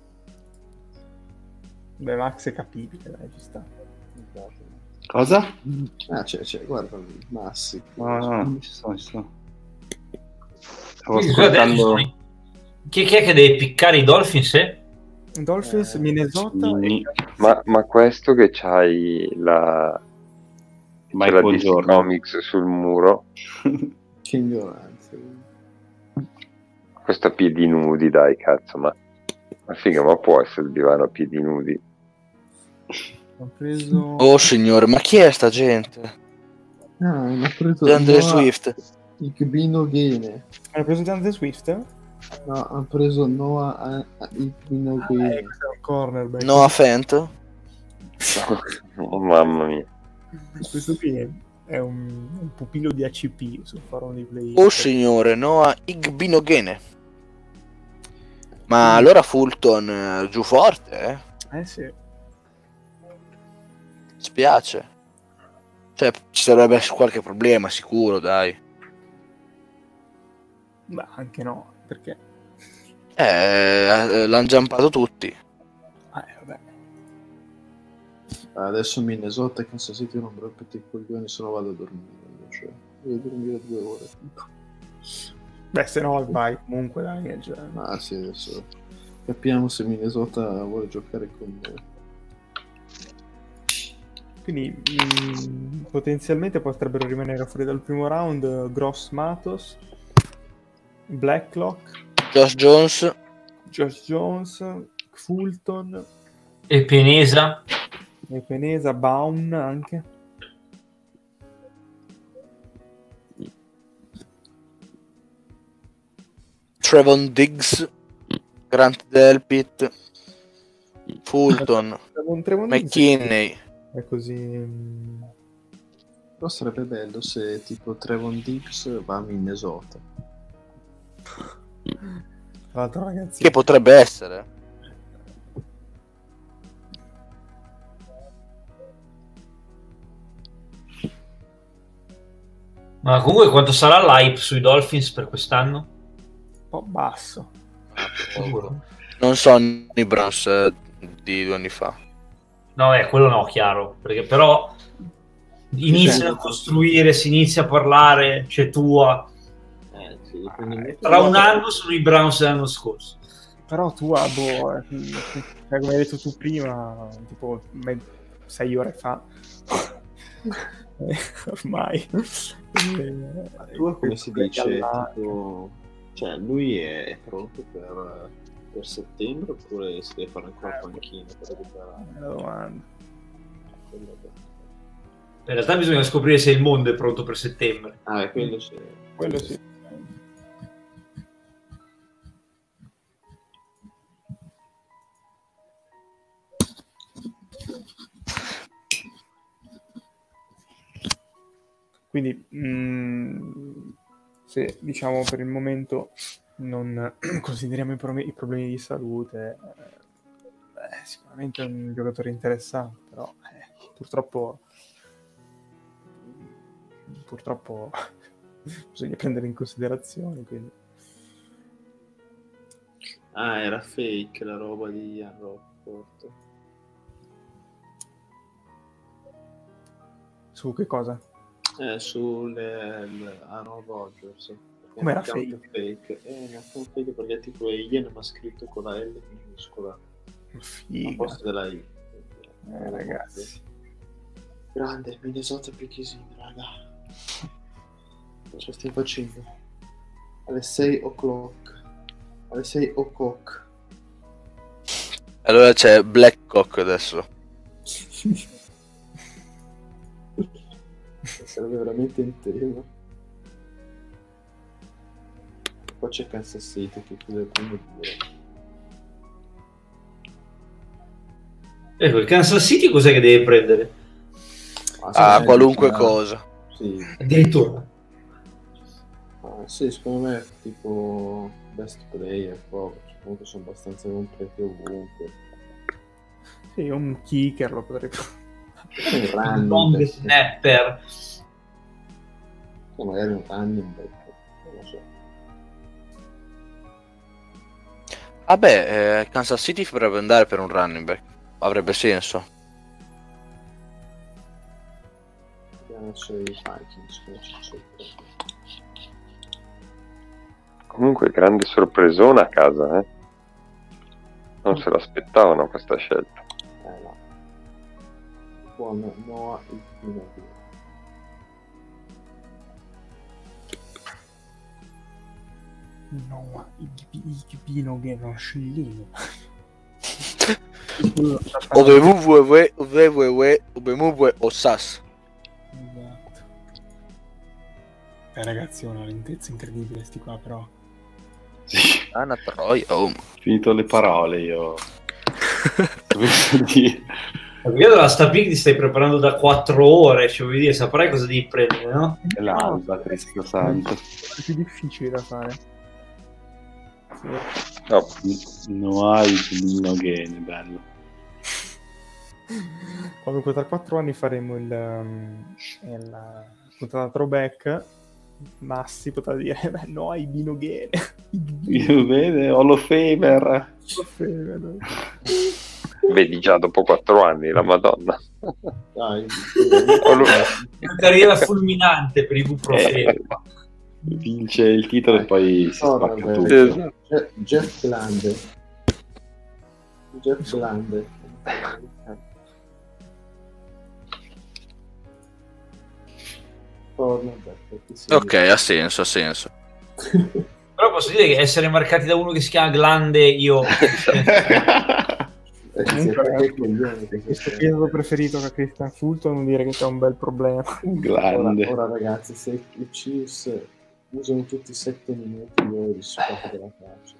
Beh, Max è capibile, dai, ci sta. Cosa? Ah, c'è, c'è, guarda, Massi. No, no, no, ci sono, ci sono. Stavo Quindi, scusate, adesso ascoltando... sono- chi, chi è che deve piccare i Dolphins? Eh? Dolphins, Eh, Minnesota sì. e... Ma, ma questo che c'hai la... c'è la Michael D C Jordan. Comics sul muro, Che ignoranza. questo a piedi nudi, dai, cazzo, ma... Ma figa, ma può essere il divano a piedi nudi? Ho preso... Oh signore, ma chi è sta gente? Ah, hanno preso DeAndre Noah Swift. Igbino Gene. Hanno preso DeAndre Swift? Eh? No, hanno preso Noah Igbino Eh, Gene. questo è un cornerback. Noah Fent. Oh, mamma mia. Questo qui è, è un, un pupillo di A C P sul farone di play. Oh signore, Noah Igbinogene. Ma allora Fulton eh, giù forte, eh? Eh sì. Spiace. Cioè, ci sarebbe qualche problema, sicuro, dai. Ma anche no, perché... Eh, l'hanno giampato tutti. Ah, eh, vabbè. Adesso Minnesota e Kansas City non mi rompete i coglioni, se no vado a dormire. Cioè, devo dormire due ore. Beh, se no vai comunque, dai. Cioè... Ah sì, adesso capiamo se Minnesota vuole giocare con me. Quindi mh, potenzialmente potrebbero rimanere fuori dal primo round uh, Gross Matos, Blacklock, Josh Jones. Josh Jones, Fulton E Penesa? e Penesa, Baum anche. Trevon Diggs. Grant Delpit. Fulton. Trevon- Trevon McKinney. È così... mh, Però sarebbe bello se tipo Trevon Diggs va a Minnesota. Tra l'altro, ragazzi, Che potrebbe essere. Ma comunque quanto sarà l'hype sui Dolphins per quest'anno? un po' basso. Non so i Browns eh, di due anni fa. No, eh, quello no, chiaro, perché però iniziano a costruire, si inizia a parlare, c'è tua. Eh, sì, quindi... Tra un anno sono i Browns dell'anno scorso. Però tu, ah, boh, eh, come hai detto tu prima, tipo me- sei ore fa, eh, ormai. Eh, Tu come si dice? alla- Tipo... Cioè, lui è, è pronto per, per settembre oppure si deve fare ancora panchina per recuperare? è la domanda. Quello che- In realtà bisogna scoprire se il mondo è pronto per settembre. Ah, è quello sì. Quello sì. Quindi, mh, se diciamo per il momento non consideriamo i, pro- i problemi di salute, eh, beh, sicuramente è un giocatore interessante, però eh, purtroppo purtroppo bisogna prendere in considerazione, quindi. Ah, era fake la roba di Ian Rockford. Su che cosa? Eh, sulle l- Aaron Rodgers. Come era Account fake? fake? Eh, un account fake perché tipo Ian mi ha scritto con la L minuscola a Figa. posto della I. Eh, ragazzi. Grande, Minnesota Pichisini, raga. Cosa stiamo facendo? Alle sei o'clock. Alle sei o'clock. Allora c'è Blackcock adesso. Sarebbe veramente in tema. Poi c'è Kansas City che chiude il primo giro. Ecco, il Kansas City cos'è che deve prendere? Ah, sì, qualunque eh, cosa. Sì. Addirittura. Ah, sì, secondo me tipo best player, poi comunque sono abbastanza completi ovunque. Sì, un kicker lo potrei Un Un running long back, snapper. sì, magari un running back, non lo so. Vabbè, eh, Kansas City potrebbe andare per un running back. Avrebbe senso. Vediamo se i Vikings come ci cercano. Comunque grande sorpresona a casa, eh? Non se l'aspettavano questa scelta. Eh no. Buon Noah il primo. No, il, il pino che è uno scellino. Ovevue, ovevue, ovevue, ossas. Esatto. Eh, ragazzi, ho una lentezza incredibile sti qua, però. Sì, Ah, una troia. Oh. finito le parole io. Dovessi dire. Io dalla sta pick ti stai preparando da quattro ore, cioè vuol dire, saprai cosa devi prendere, no? È l'alba, Cristo santo. È più difficile da fare. Sì. No, Non hai il Noghen, bello. Comunque tra quattro anni faremo il, um, il la puntata throwback. Massi potrà dire beh, no, i binogene. Io vede, Hall of Famer. vedi già dopo quattro anni, la Madonna. Dai, Una carriera fulminante per i ibuprofeno. Eh, vince il titolo e poi si no, spacca vabbè. tutto. Je- Jeff Glande. Jeff Glande. Cornerback, perché sì. Ok, ha senso, ha senso. Però posso dire che essere marcati da uno che si chiama Glande, io... Eh, sì, Comunque, perché coglione che Questo sei. periodo preferito che Christian Fulton non dire che c'è un bel problema. Grande. Ora, ora ragazzi, se i Chiefs usano tutti i sette minuti io li spacco della faccia.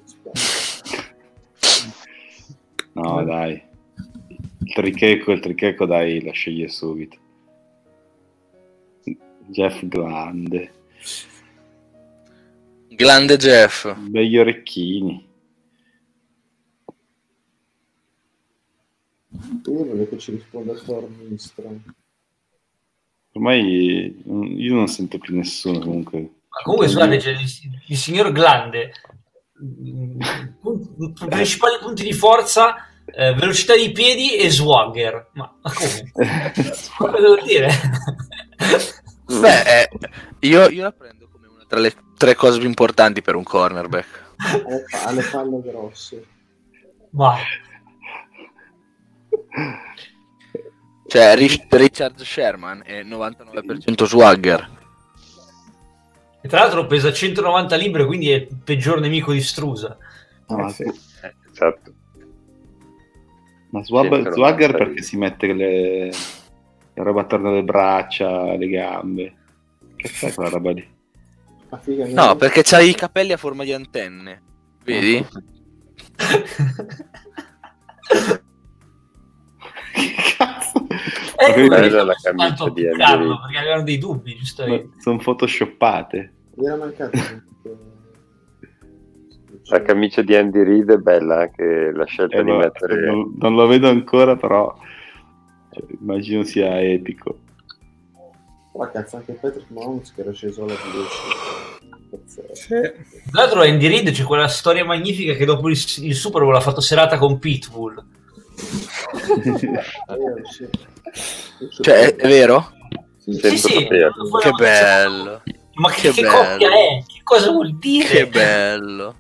No, dai. Il tricheco, il tricheco, dai, la sceglie subito. Jeff Glande. Grande Jeff. Begli orecchini. Io voglio che ci risponda Tornistra. Ormai io non sento più nessuno comunque. Ma comunque scusate, c'è il, il signor Glande, i principali punti di forza, eh, velocità di piedi e swagger. Ma, ma come? Cosa devo dire? Beh, eh, io, io la prendo come una tra le tre cose più importanti per un cornerback. Ha pa- le palle grosse. Ma Cioè, Rich- Richard Sherman è novantanove per cento swagger. e tra l'altro pesa centonovanta libbre, quindi è il peggior nemico di Strusa. Ah, Eh, sì. Eh, esatto. Ma Swab- Sì, Swagger però- perché si mette le, le roba attorno alle braccia, le gambe. Che fai quella roba lì? Ma figa, No, perché c'ha i capelli a forma di antenne. Vedi? Che cazzo? Eh, Ma quella come era la tanto camicia di appiccarlo, Andy. perché avevano dei dubbi, giustamente. sono photoshoppate. mi era mancato. La camicia di Andy Reid è bella, anche la scelta Eh, di ma- mettere... non, non lo vedo ancora, però cioè, immagino sia epico. Ma cazzo, anche Patrick Mahomes che era sceso alla dieci. Sì. Tra l'altro Andy Reid c'è quella storia magnifica che dopo il, il Super Bowl ha fatto serata con Pitbull. Eh, sì. Cioè, è, è vero? Sì, Sì, Senza sì, saperlo. Che bello. Ma che, Che che bello. coppia è? Che cosa vuol dire? Che bello.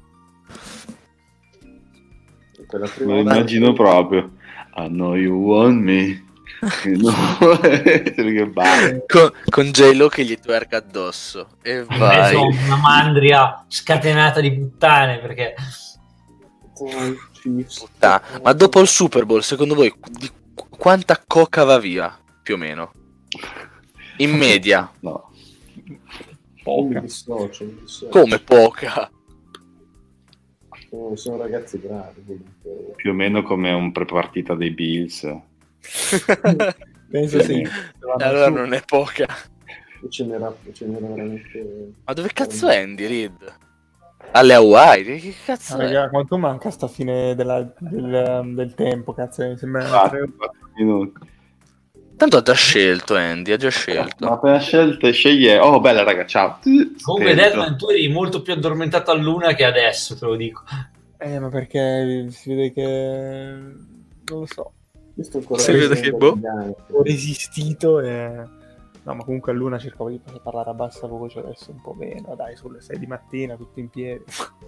per la Me prima lo volta- immagino proprio. I know you want me. No. Che bello. Con, con J-Lo che gli twerca addosso. E vai. Preso una mandria scatenata di puttane, perché Oh, Chiefs. Puttana. Ma dopo il Super Bowl, secondo voi, di qu- quanta coca va via? Più o meno. In media. No. Mi dissocio, mi dissocio. Come poca? Sono, sono ragazzi bravi. comunque. Più o meno come un pre-partita dei Bills. Penso sì. Allora non è poca. E ce n'era, ce n'era veramente. Ma dove cazzo è Andy Reid? Alle Hawaii? Che cazzo Ah, è? raga, quanto manca sta fine della- del, del tempo, cazzo, mi sembra quattro tre- minuti. Tanto ha già scelto Andy, ha già scelto. Ma appena scelte sceglie. Oh, bella raga, ciao. comunque Spento. Deadman tu eri molto più addormentato a Luna che adesso, te lo dico. Eh, ma perché si vede che non lo so, Questo ancora Si vede che, boh. ho resistito e no, ma comunque a Luna cercavo di parlare a bassa voce, adesso un po' meno, dai, sulle sei di mattina, tutto in piedi.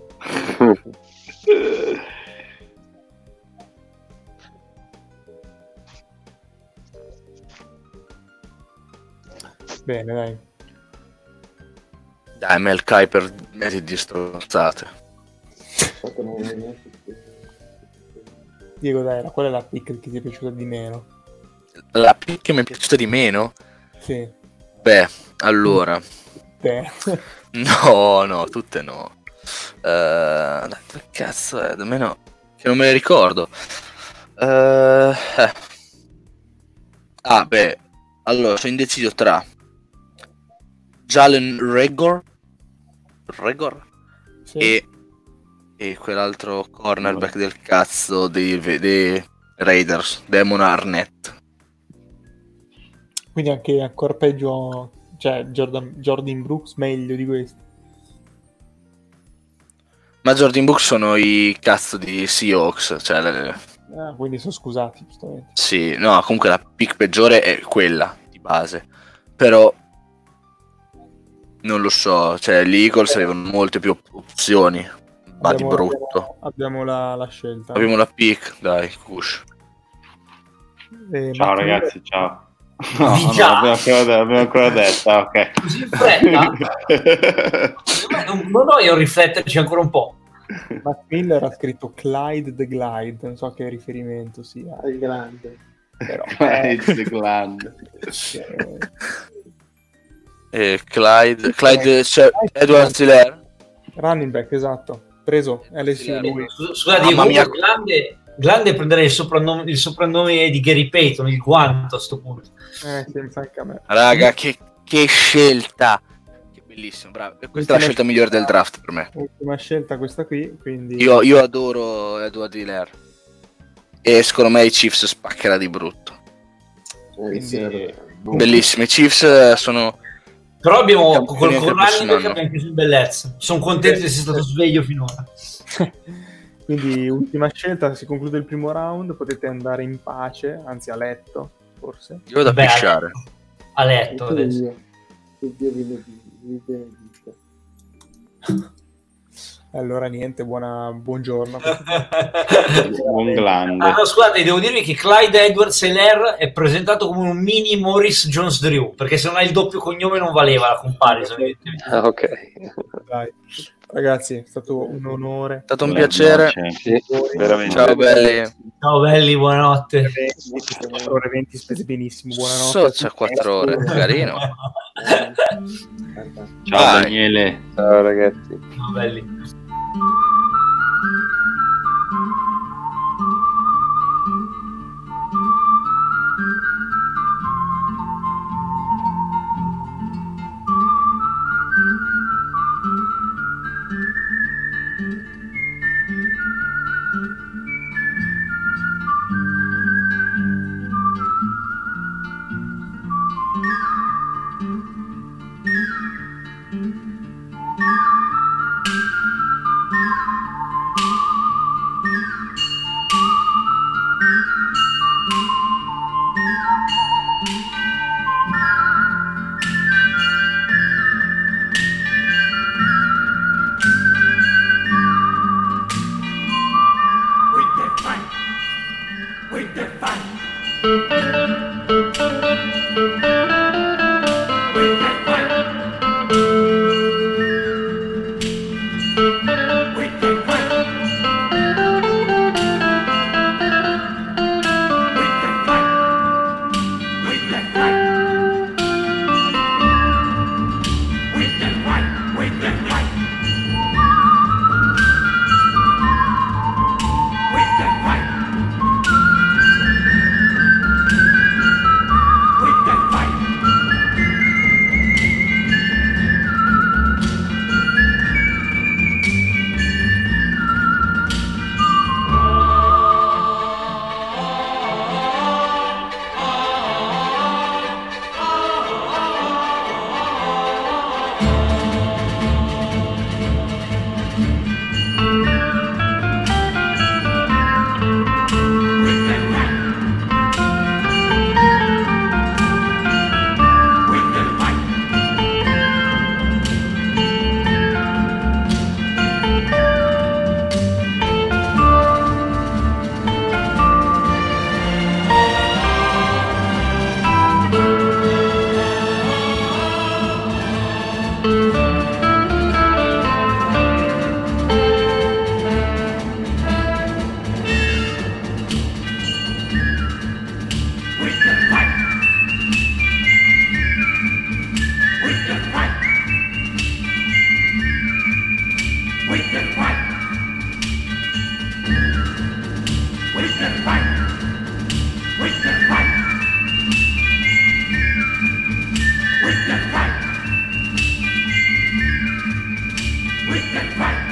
Bene, dai. Dai, Mel Kiper, mesi di stronzate. Diego, dai, qual è la pick che ti è piaciuta di meno? La pick che mi è piaciuta di meno? Sì, Beh, allora... te. No, no, tutte no. Eh, dai, che cazzo è? Almeno che non me le ricordo. Eh, eh. Ah, beh, allora sono indeciso tra Jalen Reagor Reagor Sì. e, e quell'altro cornerback del cazzo dei, dei Raiders, Damon Arnett. Quindi anche ancora peggio, cioè Jordan, Jordan Brooks meglio di questo. Ma Jordan Brooks sono i cazzo di Seahawks, cioè le- Ah, quindi sono scusati, giustamente. sì, no, comunque la pick peggiore è quella di base. Però non lo so, cioè gli Eagles avevano molte più op- opzioni. Va di Abbiamo- brutto. Abbiamo, abbiamo la, la scelta. Abbiamo la pick, dai, Kush. Eh, Ciao ma- ragazzi, ciao. No, Di no, già. l'abbiamo ancora, l'abbiamo ancora detto, ok. Così in fretta? non, non voglio rifletterci ancora un po'. Matt Miller ha scritto Clyde the Glide, non so che riferimento sia, È grande. però Clyde the Glad. eh, E Clyde, Clyde, cioè, Edward Helaire. running back, esatto, preso L S U lui. Scus- Scusate, Mamma comunque mia. Glande, Glande prenderei il soprannome, il soprannome di Gary Payton, il guanto a sto punto. Eh, sì, mi sa anche a me. Raga, che, che scelta! Che bellissimo, bravo. E questa è la scelta migliore del draft per me. Ultima scelta questa qui, quindi Io, io adoro Edward Helaire. e secondo me i Chiefs spaccherà di brutto. Quindi, bellissimi. I Chiefs sono... Però abbiamo col Campioni anche il prossimo Corrado che anno. abbiamo chiuso in bellezza. Sono contento di essere stato sveglio finora. quindi ultima scelta, si conclude il primo round, potete andare in pace, anzi a letto, forse. Io vado a Beh, pisciare. A letto adesso. Che Dio vi benedica, vi benedica. Allora niente, buona, buongiorno. Buon glande. Ah, no, scusate, devo dirvi che Clyde Edwards-Helaire è presentato come un mini Morris Jones-Drew, perché se non hai il doppio cognome non valeva la comparison. evidentemente. Ah, ok. Dai. Ragazzi, è stato un onore. È stato un Buona piacere. notte. Sì, veramente. Ciao belli. Ciao belli, buonanotte. quattro ore e venti spese benissimo, buonanotte. So, c'è quattro ore, carino. Ciao Vai. Daniele. Ciao ragazzi. Ciao belli. We can fight.